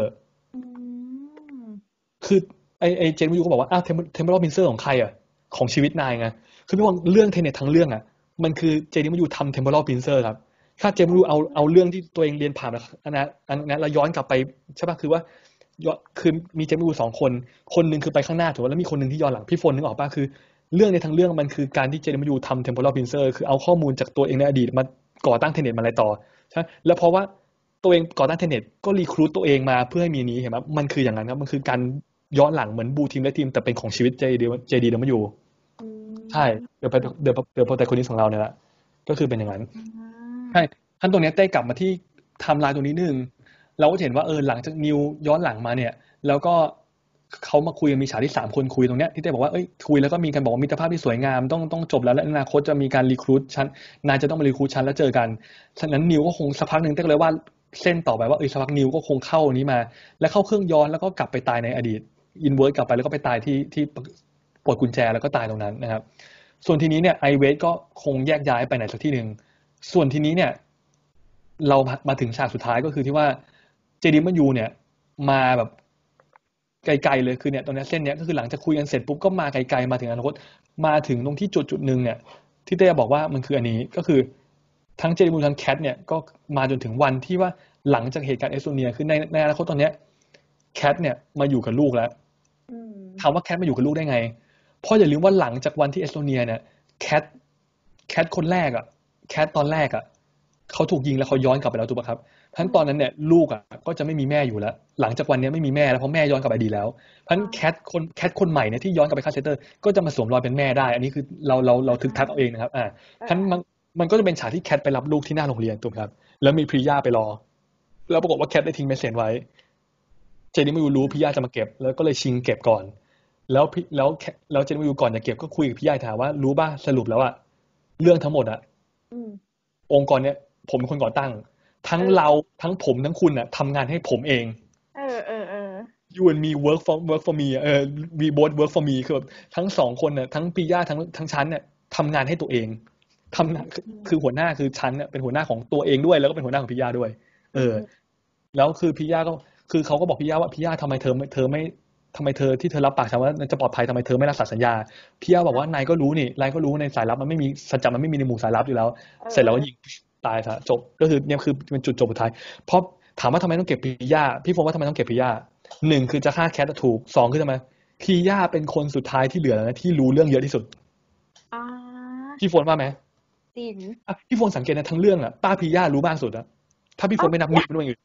คือไอไอเจนิมันยูก็บอกว่าอ้าว temporal pincer ของใครอ่ะของชีวิตนายไงคือพี่ว่าเรื่องเทเน็ตทั้งเรื่องอ่ะมันคือเจนิมันยูทำ temporal pincer ครับถ้าเจมิรูเอาเอาเรื่องที่ตัวเองเรียนผ่านมาอันนั้นอันนั้นเราย้อนกลับไปใช่ป่ะคือว่าคือมีเจมิรูสองคนคนหนึ่งคือไปข้างหน้าถูกป่ะแล้วมีคนหนึ่งที่ย้อนหลังพี่ฝนนึกออกป่ะคือเรื่องในทั้งเรื่องมันคือการที่เจมิรูทำ temporal pincer คือเอาข้อมูลจากตัวเองในอดีตมาก่อตั้งเทเน็ตมาอะไรต่อใช่แล้วเพราะว่าตัวเองก่อตั้งเทเน็ตก็รีครูทตัวเองมาเพื่อให้มีนี้เห็นไหมมันคืออย่างนั้นครับมันคือการย้อนหลังเหมือนบูทีมและทีมแต่เป็นของชีวิตเจดีเจดีเดมิรูใช่เดี๋ยวไปเดี๋ยวเดี๋ยวโปรเทคคนนี้ของเราเนี่ยแหละก็คือเป็นอย่างนั้นใช่ขั้นตรงนี้เต้กลับมาที่ไทม์ไลน์ตรงนี้นึงเราก็เห็นว่าเออหลังจากนิวย้อนหลังมาเนี่ยแล้วก็เขามาคุยมีฉากที่สามคนคุยตรงเนี้ยที่เต้บอกว่าเอ้ยคุยแล้วก็มีการบอกว่ามิตรภาพที่สวยงามต้องต้องจบแล้วและอนาคตจะมีการรีครูทชั้นนายจะต้องมารีครูทชั้นแล้วเจอกันฉะนั้นนิวก็คงสักพักนึงเต้ก็เลยว่าเส้นต่อไปว่าเออสักพักนิวก็คงเข้านี้มาแล้วเข้าเครื่องย้อนแล้วก็กลับไปตายในอดีตอินเวิร์สกลับไปแล้วก็ไปตายที่ที่ปลดกุญแจแล้วก็ตายตรงนั้นนะครับส่วนทีนี้เนี่ยไอเวสก็คงแยกย้ายไปไหนสักที่นึงส่วนทีนี้เนี่ยเรามาถึงฉากสุดท้ายก็คือที่ว่าเจดีมันยูเนี่ยมาแบบไกลๆเลยคือเนี่ยตรงนี้เส้นเนี้ยก็คือหลังจากคุยกันเสร็จปุ๊บก็มาไกลๆมาถึงอนาคตมาถึงตรงที่จุดจุดหนึ่งเนี่ยที่เต้บอกว่ามันคืออันนี้ก็คือทั้งเจดีมูทั้งแคทเนี่ยก็มาจนถึงวันที่ว่าหลังจากเหตุการณ์เอสโตเนียคือในในอนาคตตอนเนี้ยแคทเนี่ยมาอยู่กับลูกแล้วถามว่าแคทมาอยู่กับลูกได้ไงเพราะอย่าลืมว่าหลังจากวันที่เอสโตเนียเนี่ยแคทแคทคนแรกอ่ะแคทตอนแรกอ่ะเขาถูกยิงแล้วเขาย้อนกลับไปแล้วถูกป่ะครับเพราะฉะนั้นตอนนั้นเนี่ยลูกอ่ะก็จะไม่มีแม่อยู่แล้วหลังจากวันนี้ไม่มีแม่แล้วเพราะแม่ย้อนกลับไปดีแล้วเพราะฉะนั้นแคทคนแคทคนใหม่เนี่ยที่ย้อนกลับไปฆ่าเซเตอร์ก็จะมาสวมรอยเป็นแม่ได้อันนี้คือเราเราเราทึกทักเอาเองนะครับอ่าเพราะฉะนั้นมันมันก็จะเป็นฉากที่แคทไปรับลูกที่หน้าโรงเรียนถูกครับแล้วมีพริยาไปรอแล้วปรากฏว่าแคทได้ทิ้งเมสเซจไว้เจนี่ไม่รู้พริยาจะมาเก็บแล้วก็เลยชิงเก็บก่อนแล้วแล้วแล้วเจนวิวก่อนจะเก็บก็คุยกับพี่ใหญ่ถามว่ารู้ป่ะสรุปแล้วอะเรื่องทั้งหมดอะองค์กรเนี้ยผมเป็นคนก่อตั้งทั้งเราทั้งผมทั้งคุณอะทำงานให้ผมเองเออเออเออ you and me work for work for me เออ we both work for me คือแบบทั้งสองคนเนี่ยทั้งพี่ย่าทั้งทั้งชั้นเนี่ยทำงานให้ตัวเองทำคือหัวหน้าคือชั้นเนี่ยเป็นหัวหน้าของตัวเองด้วยแล้วก็เป็นหัวหน้าของพี่ย่าด้วยเออแล้วคือพี่ย่าก็คือเขาก็บอกพี่ย่าว่าพี่ย่าทำไมเธอเธอไม่ทำไมเธอที่เธอรับปากฉันว่าจะปลอดภัยทำไมเธอไม่รักษาสัญญาพี่ย่าบอกว่านายก็รู้นี่นายก็รู้ในสายลับมันไม่มีสัจจะมันไม่มีในหมู่สายลับอยู่แล้วเสร็จแล้วก็ยิงตายซะจบก็คือเนี่ยคือเป็นจุดจบสุดท้ายเพราะถามว่าทำไมต้องเก็บพี่ย่าพี่โฟมว่าทำไมต้องเก็บพี่ย่าหนึ่งคือจะฆ่าแคทถูกสองคือทำไมพี่ย่าเป็นคนสุดท้ายที่เหลือนะที่รู้เรื่องเยอะที่สุดพี่โฟนว่าไหมจริงพี่โฟนสังเกตในทั้งเรื่องอ่ะป้าพี่ย่ารู้มากสุดอะถ้าพี่โฟนไม่นับนิวด้วยอื่น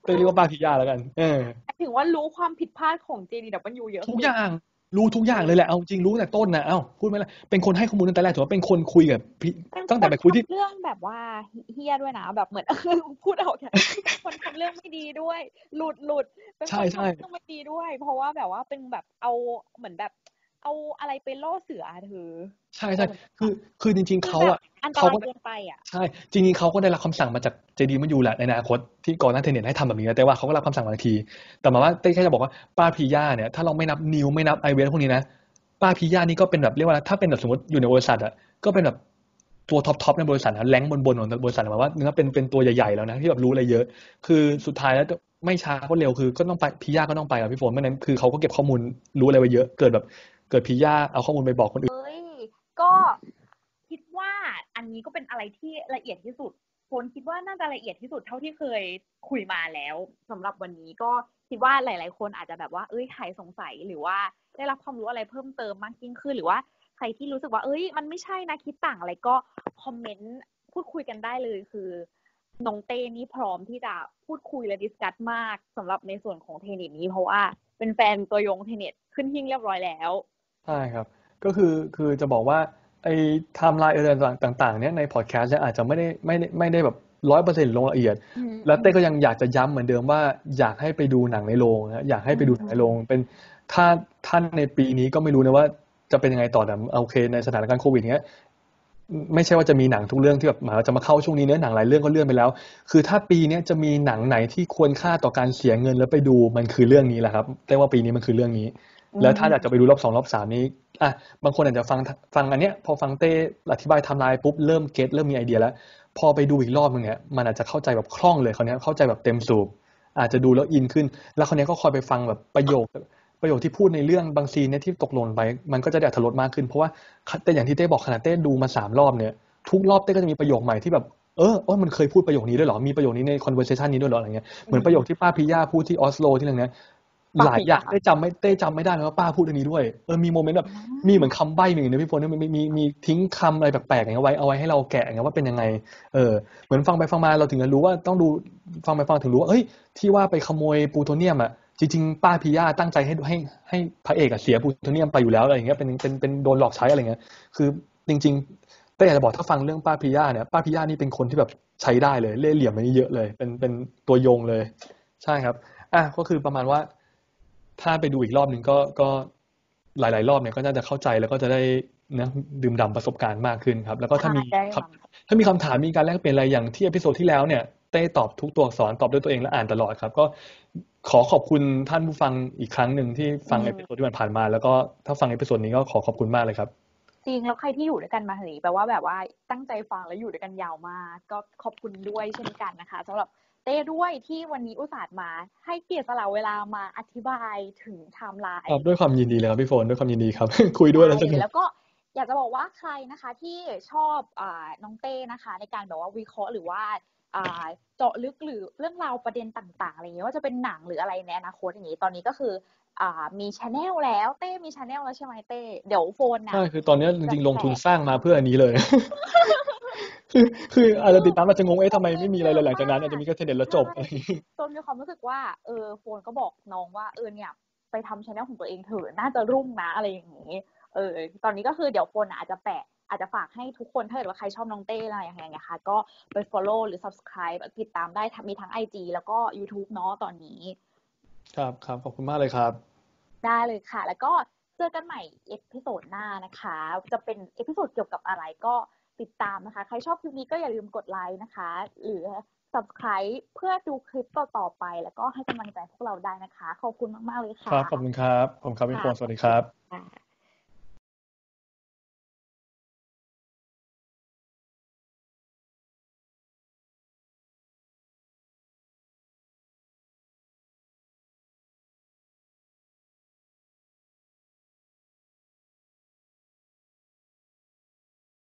เรียกว่าป้าพิยาแล้วกันเออถึงว่ารู้ความผิดพลาดของ เจ ดี ดับเบิลยู เยอะทุกอย่างรู้ทุกอย่างเลยแหละเอาจริงรู้แต่ต้นนะเอ้าพูดไหมล่ะเป็นคนให้ข้อมูลตั้งแต่แรกถือว่าเป็นคนคุยกับตั้งแต่ไปคุยที่เรื่องแบบว่าเฮี้ยด้วยนะแบบเหมือนพูดเอาแค่คนทำเรื่องไม่ดีด้วยหลุดหลุดเป็นคนทำเรื่องไม่ดีด้วยเพราะว่าแบบว่าเป็นแบบเอาเหมือนแบบเอาอะไรไปล่อเสือเธอใช่ใช่คือคือจริงๆเขาอ่ะเขาเกินไปอ่ะใช่จริงๆเขาก็ได้รับคำสั่งมาจาก เจ ดี มันอยู่แหละในอนาคตที่ก่อนหน้าเทเน็ตให้ทำแบบนี้แต่ว่าเขาก็รับคำสั่งบางทีแต่หมายว่าเต้แค่จะบอกว่าป้าพีย่าเนี่ยถ้าเราไม่นับนิวไม่นับไอเวสพวกนี้นะป้าพีย่านี่ก็เป็นแบบเรียกว่าถ้าเป็นแบบสมมติอยู่ในบริษัทอ่ะก็เป็นแบบตัวท็อปท็อปในบริษัทนะแรงบนบนของบริษัทหมายว่าเนื้อเป็นเป็นตัวใหญ่ๆแล้วนะที่แบบรู้อะไรเยอะคือสุดท้ายแล้วไม่ช้าก็เร็วคือก็ต้องไปพีย่าก็ต้องไปอ่ะพี่ฝนไม่นั้นคือเขาก็เก็บข้อมูลรู้อะไรไว้เยอะเกิดแบบเกิดพีย่าเอาข้อมูลไปบอกคนอื่นก็คิดว่าอันนี้ก็เป็นอะไรที่ละเอียดที่สุดโฟนคิดว่าน่าจะละเอียดที่สุดเท่าที่เคยคุยมาแล้วสำหรับวันนี้ก็คิดว่าหลายๆคนอาจจะแบบว่าเอ้ยหายสงสัยหรือว่าได้รับความรู้อะไรเพิ่มเติมมากยิ่งขึ้นหรือว่าใครที่รู้สึกว่าเอ้ยมันไม่ใช่นะคิดต่างอะไรก็คอมเมนต์พูดคุยกันได้เลยคือน้องเต้นี่พร้อมที่จะพูดคุยและดิสคัสมากสำหรับในส่วนของเทนนิสนี้เพราะว่าเป็นแฟนตัวยงเทนนิสขึ้นหิ้งเรียบร้อยแล้วใช่ครับก็คือคือจะบอกว่าไอ้ไทม์ไลน์อะไรต่างๆเนี้ยในพอดแคสต์เนี่ยอาจจะไม่ได้ไม่ได้ไม่ได้แบบร้อยเปอร์เซ็นต์ลงละเอียดแล้วเต้ก็ยังอยากจะย้ำเหมือนเดิมว่าอยากให้ไปดูหนังในโรงนะอยากให้ไปดูหนังในโรงเป็นถ้าท่านในปีนี้ก็ไม่รู้นะว่าจะเป็นยังไงต่อแต่โอเคในสถานการณ์โควิดเนี้ยไม่ใช่ว่าจะมีหนังทุกเรื่องที่แบบมาจะมาเข้าช่วงนี้เนื้อหนังหลายเรื่องก็เลื่อนไปแล้วคือถ้าปีนี้จะมีหนังไหนที่ควรค่าต่อการเสียเงินแล้วไปดูมันคือเรื่องนี้แหละครับเต้ว่าปีนี้มันคือเรื่องนี้แล้วถ้าอยากจะไปดูรอบสองรอบสามนี้อ่ะบางคนอาจจะฟังฟังอันเนี้ยพอฟังเต้อธิบายไทม์ไลน์ปุ๊บเริ่มเก็ตเริ่มมีไอเดียแล้วพอไปดูอีกรอบนึงเนี่ยมันอาจจะเข้าใจแบบคล่องเลยคราวนี้เข้าใจแบบเต็มสูบอาจจะดูแล้วอินขึ้นแล้วคราวนี้ก็คอยไปฟังแบบประโยคประโยคที่พูดในเรื่องบางซีนเนี่ยที่ตกหล่นไปมันก็จะได้อรรถรสมากขึ้นเพราะว่าแต่อย่างที่เต้บอกขนาดเต้ดูมาสามรอบเนี่ยทุกรอบเต้ก็จะมีประโยคใหม่ที่แบบเออโอ้มันเคยพูดประโยคนี้ด้วยเหรอมีประโยคนี้ใน conversation นี้ด้วยเหรออะไรเงี้ยเหมือนประโยคที่ป้าพิยาพูดที่ออสโลที่อะไรเงี้ยหลายอย่างได้จำไม่ได้จำไม่ได้เลยว่าป้าพูดอันนี้ด้วยเออมีโมเมนต์แบบมีเหมือนคำใบ้หนึ่งนะพี่ฝนมีมีมีทิ้งคำอะไรแปลกๆอย่างเงี้ยไว้เอาไว้ให้เราแกะอย่างเงี้ยว่าเป็นยังไงเออเหมือนฟังไปฟังมาเราถึงจะรู้ว่าต้องดูฟังไปฟังถึงรู้ว่าเฮ้ยที่ว่าไปขโมยปูโตเนียมอ่ะจริงๆป้าพิยาตั้งใจให้ให้ให้พระเอกเสียปูโตเนียมไปอยู่แล้วอะไรอย่างเงี้ยเป็นเป็นเป็นโดนหลอกใช้อะไรเงี้ยคือจริงๆแต่อยากจะบอกถ้าฟังเรื่องป้าพิยาเนี่ยป้าพิยานี่เป็นคนที่แบบใช้ได้เลยเล่ห์เหลี่ยมอันนี้เยอะเลยเป็นเป็นตัวยงเลยใช่ครับอ่ะก็คือประมาณว่าถ้าไปดูอีกรอบหนึ่งก็ก็หลายๆรอบเนี่ยก็น่าจะเข้าใจแล้วก็จะได้นะดื่มด่ำประสบการณ์มากขึ้นครับแล้วก็ถ้ามีถ้ามีคำถามมีการแลกเปลี่ยนอะไรอย่างที่เอพิโซดที่แล้วเนี่ยเต้ตอบทุกตัวอักษรตอบด้วยตัวเองและอ่านตลอดครับก็ขอขอบคุณท่านผู้ฟังอีกครั้งหนึ่งที่ฟังเอพิโซดที่ผ่านมาแล้วก็ถ้าฟังเอพิโซดนี้ก็ขอขอบคุณมากเลยครับจริงแล้วใครที่อยู่ด้วยกันมาถึงแปลว่าแบบว่าตั้งใจฟังแล้วอยู่ด้วยกันยาวมากก็ขอบคุณด้วยเช่นกันนะคะสำหรับเต้ด้วยที่วันนี้อุตส่าห์มาให้เกียรติสละเวลามาอธิบายถึงไทม์ไลน์ครับด้วยความยินดีเลยครับพี่โฟนด้วยความยินดีครับ คุยด้วยแล้วสนุกแล้วก็อยากจะบอกว่าใครนะคะที่ชอบอ่าน้องเต้นะคะในการแบบว่าวิเคราะห์หรือว่าอ่าเจาะลึกหรือเรื่องราวประเด็นต่างๆอะไรอย่างเงี้ยว่าจะเป็นหนังหรืออะไรในอนาคตอย่างงี้ตอนนี้ก็คืออ่ามี channel แล้วเต้มี channel แล้วใช่ไหมเต้เดี๋ยวโฟนนะใช่คือตอนนี้จริงๆลงทุนสร้างมาเพื่ออันนี้เลย คือคืออาจจะติดตามอาจจะงงเอ๊ะทำไมไม่มีอะไรเลยหลังจากนั้นอาจจะมีแค่เทรนเน็ตแล้วจบอะไรจนมีความรู้สึกว่าเออโฟนก็บอกน้องว่าเออเนี่ยไปทำ channel ของตัวเองเถอะน่าจะรุ่งนะอะไรอย่างงี้เออตอนนี้ก็คือเดี๋ยวโฟนอาจจะแปะอาจจะฝากให้ทุกคนถ้าเกิดว่าใครชอบน้องเต้อะไรอย่างเงี้ยค่ะก็ไป follow หรือ subscribe ติดตามได้มีทั้ง ไอ จี แล้วก็ YouTube เนาะตอนนี้ครับครับขอบคุณมากเลยครับได้เลยค่ะแล้วก็เจอกันใหม่เอพิโซดหน้านะคะจะเป็นเอพิโซดเกี่ยวกับอะไรก็ติดตามนะคะใครชอบคลิปนี้ก็อย่าลืมกดไลค์นะคะหรือ subscribe เพื่อดูคลิปต่อๆไปแล้วก็ให้กำลังใจพวกเราได้นะคะขอบคุณมากๆเลยค่ะครับขอบคุณครับผมครับพี่โฟนสวัสดีครับ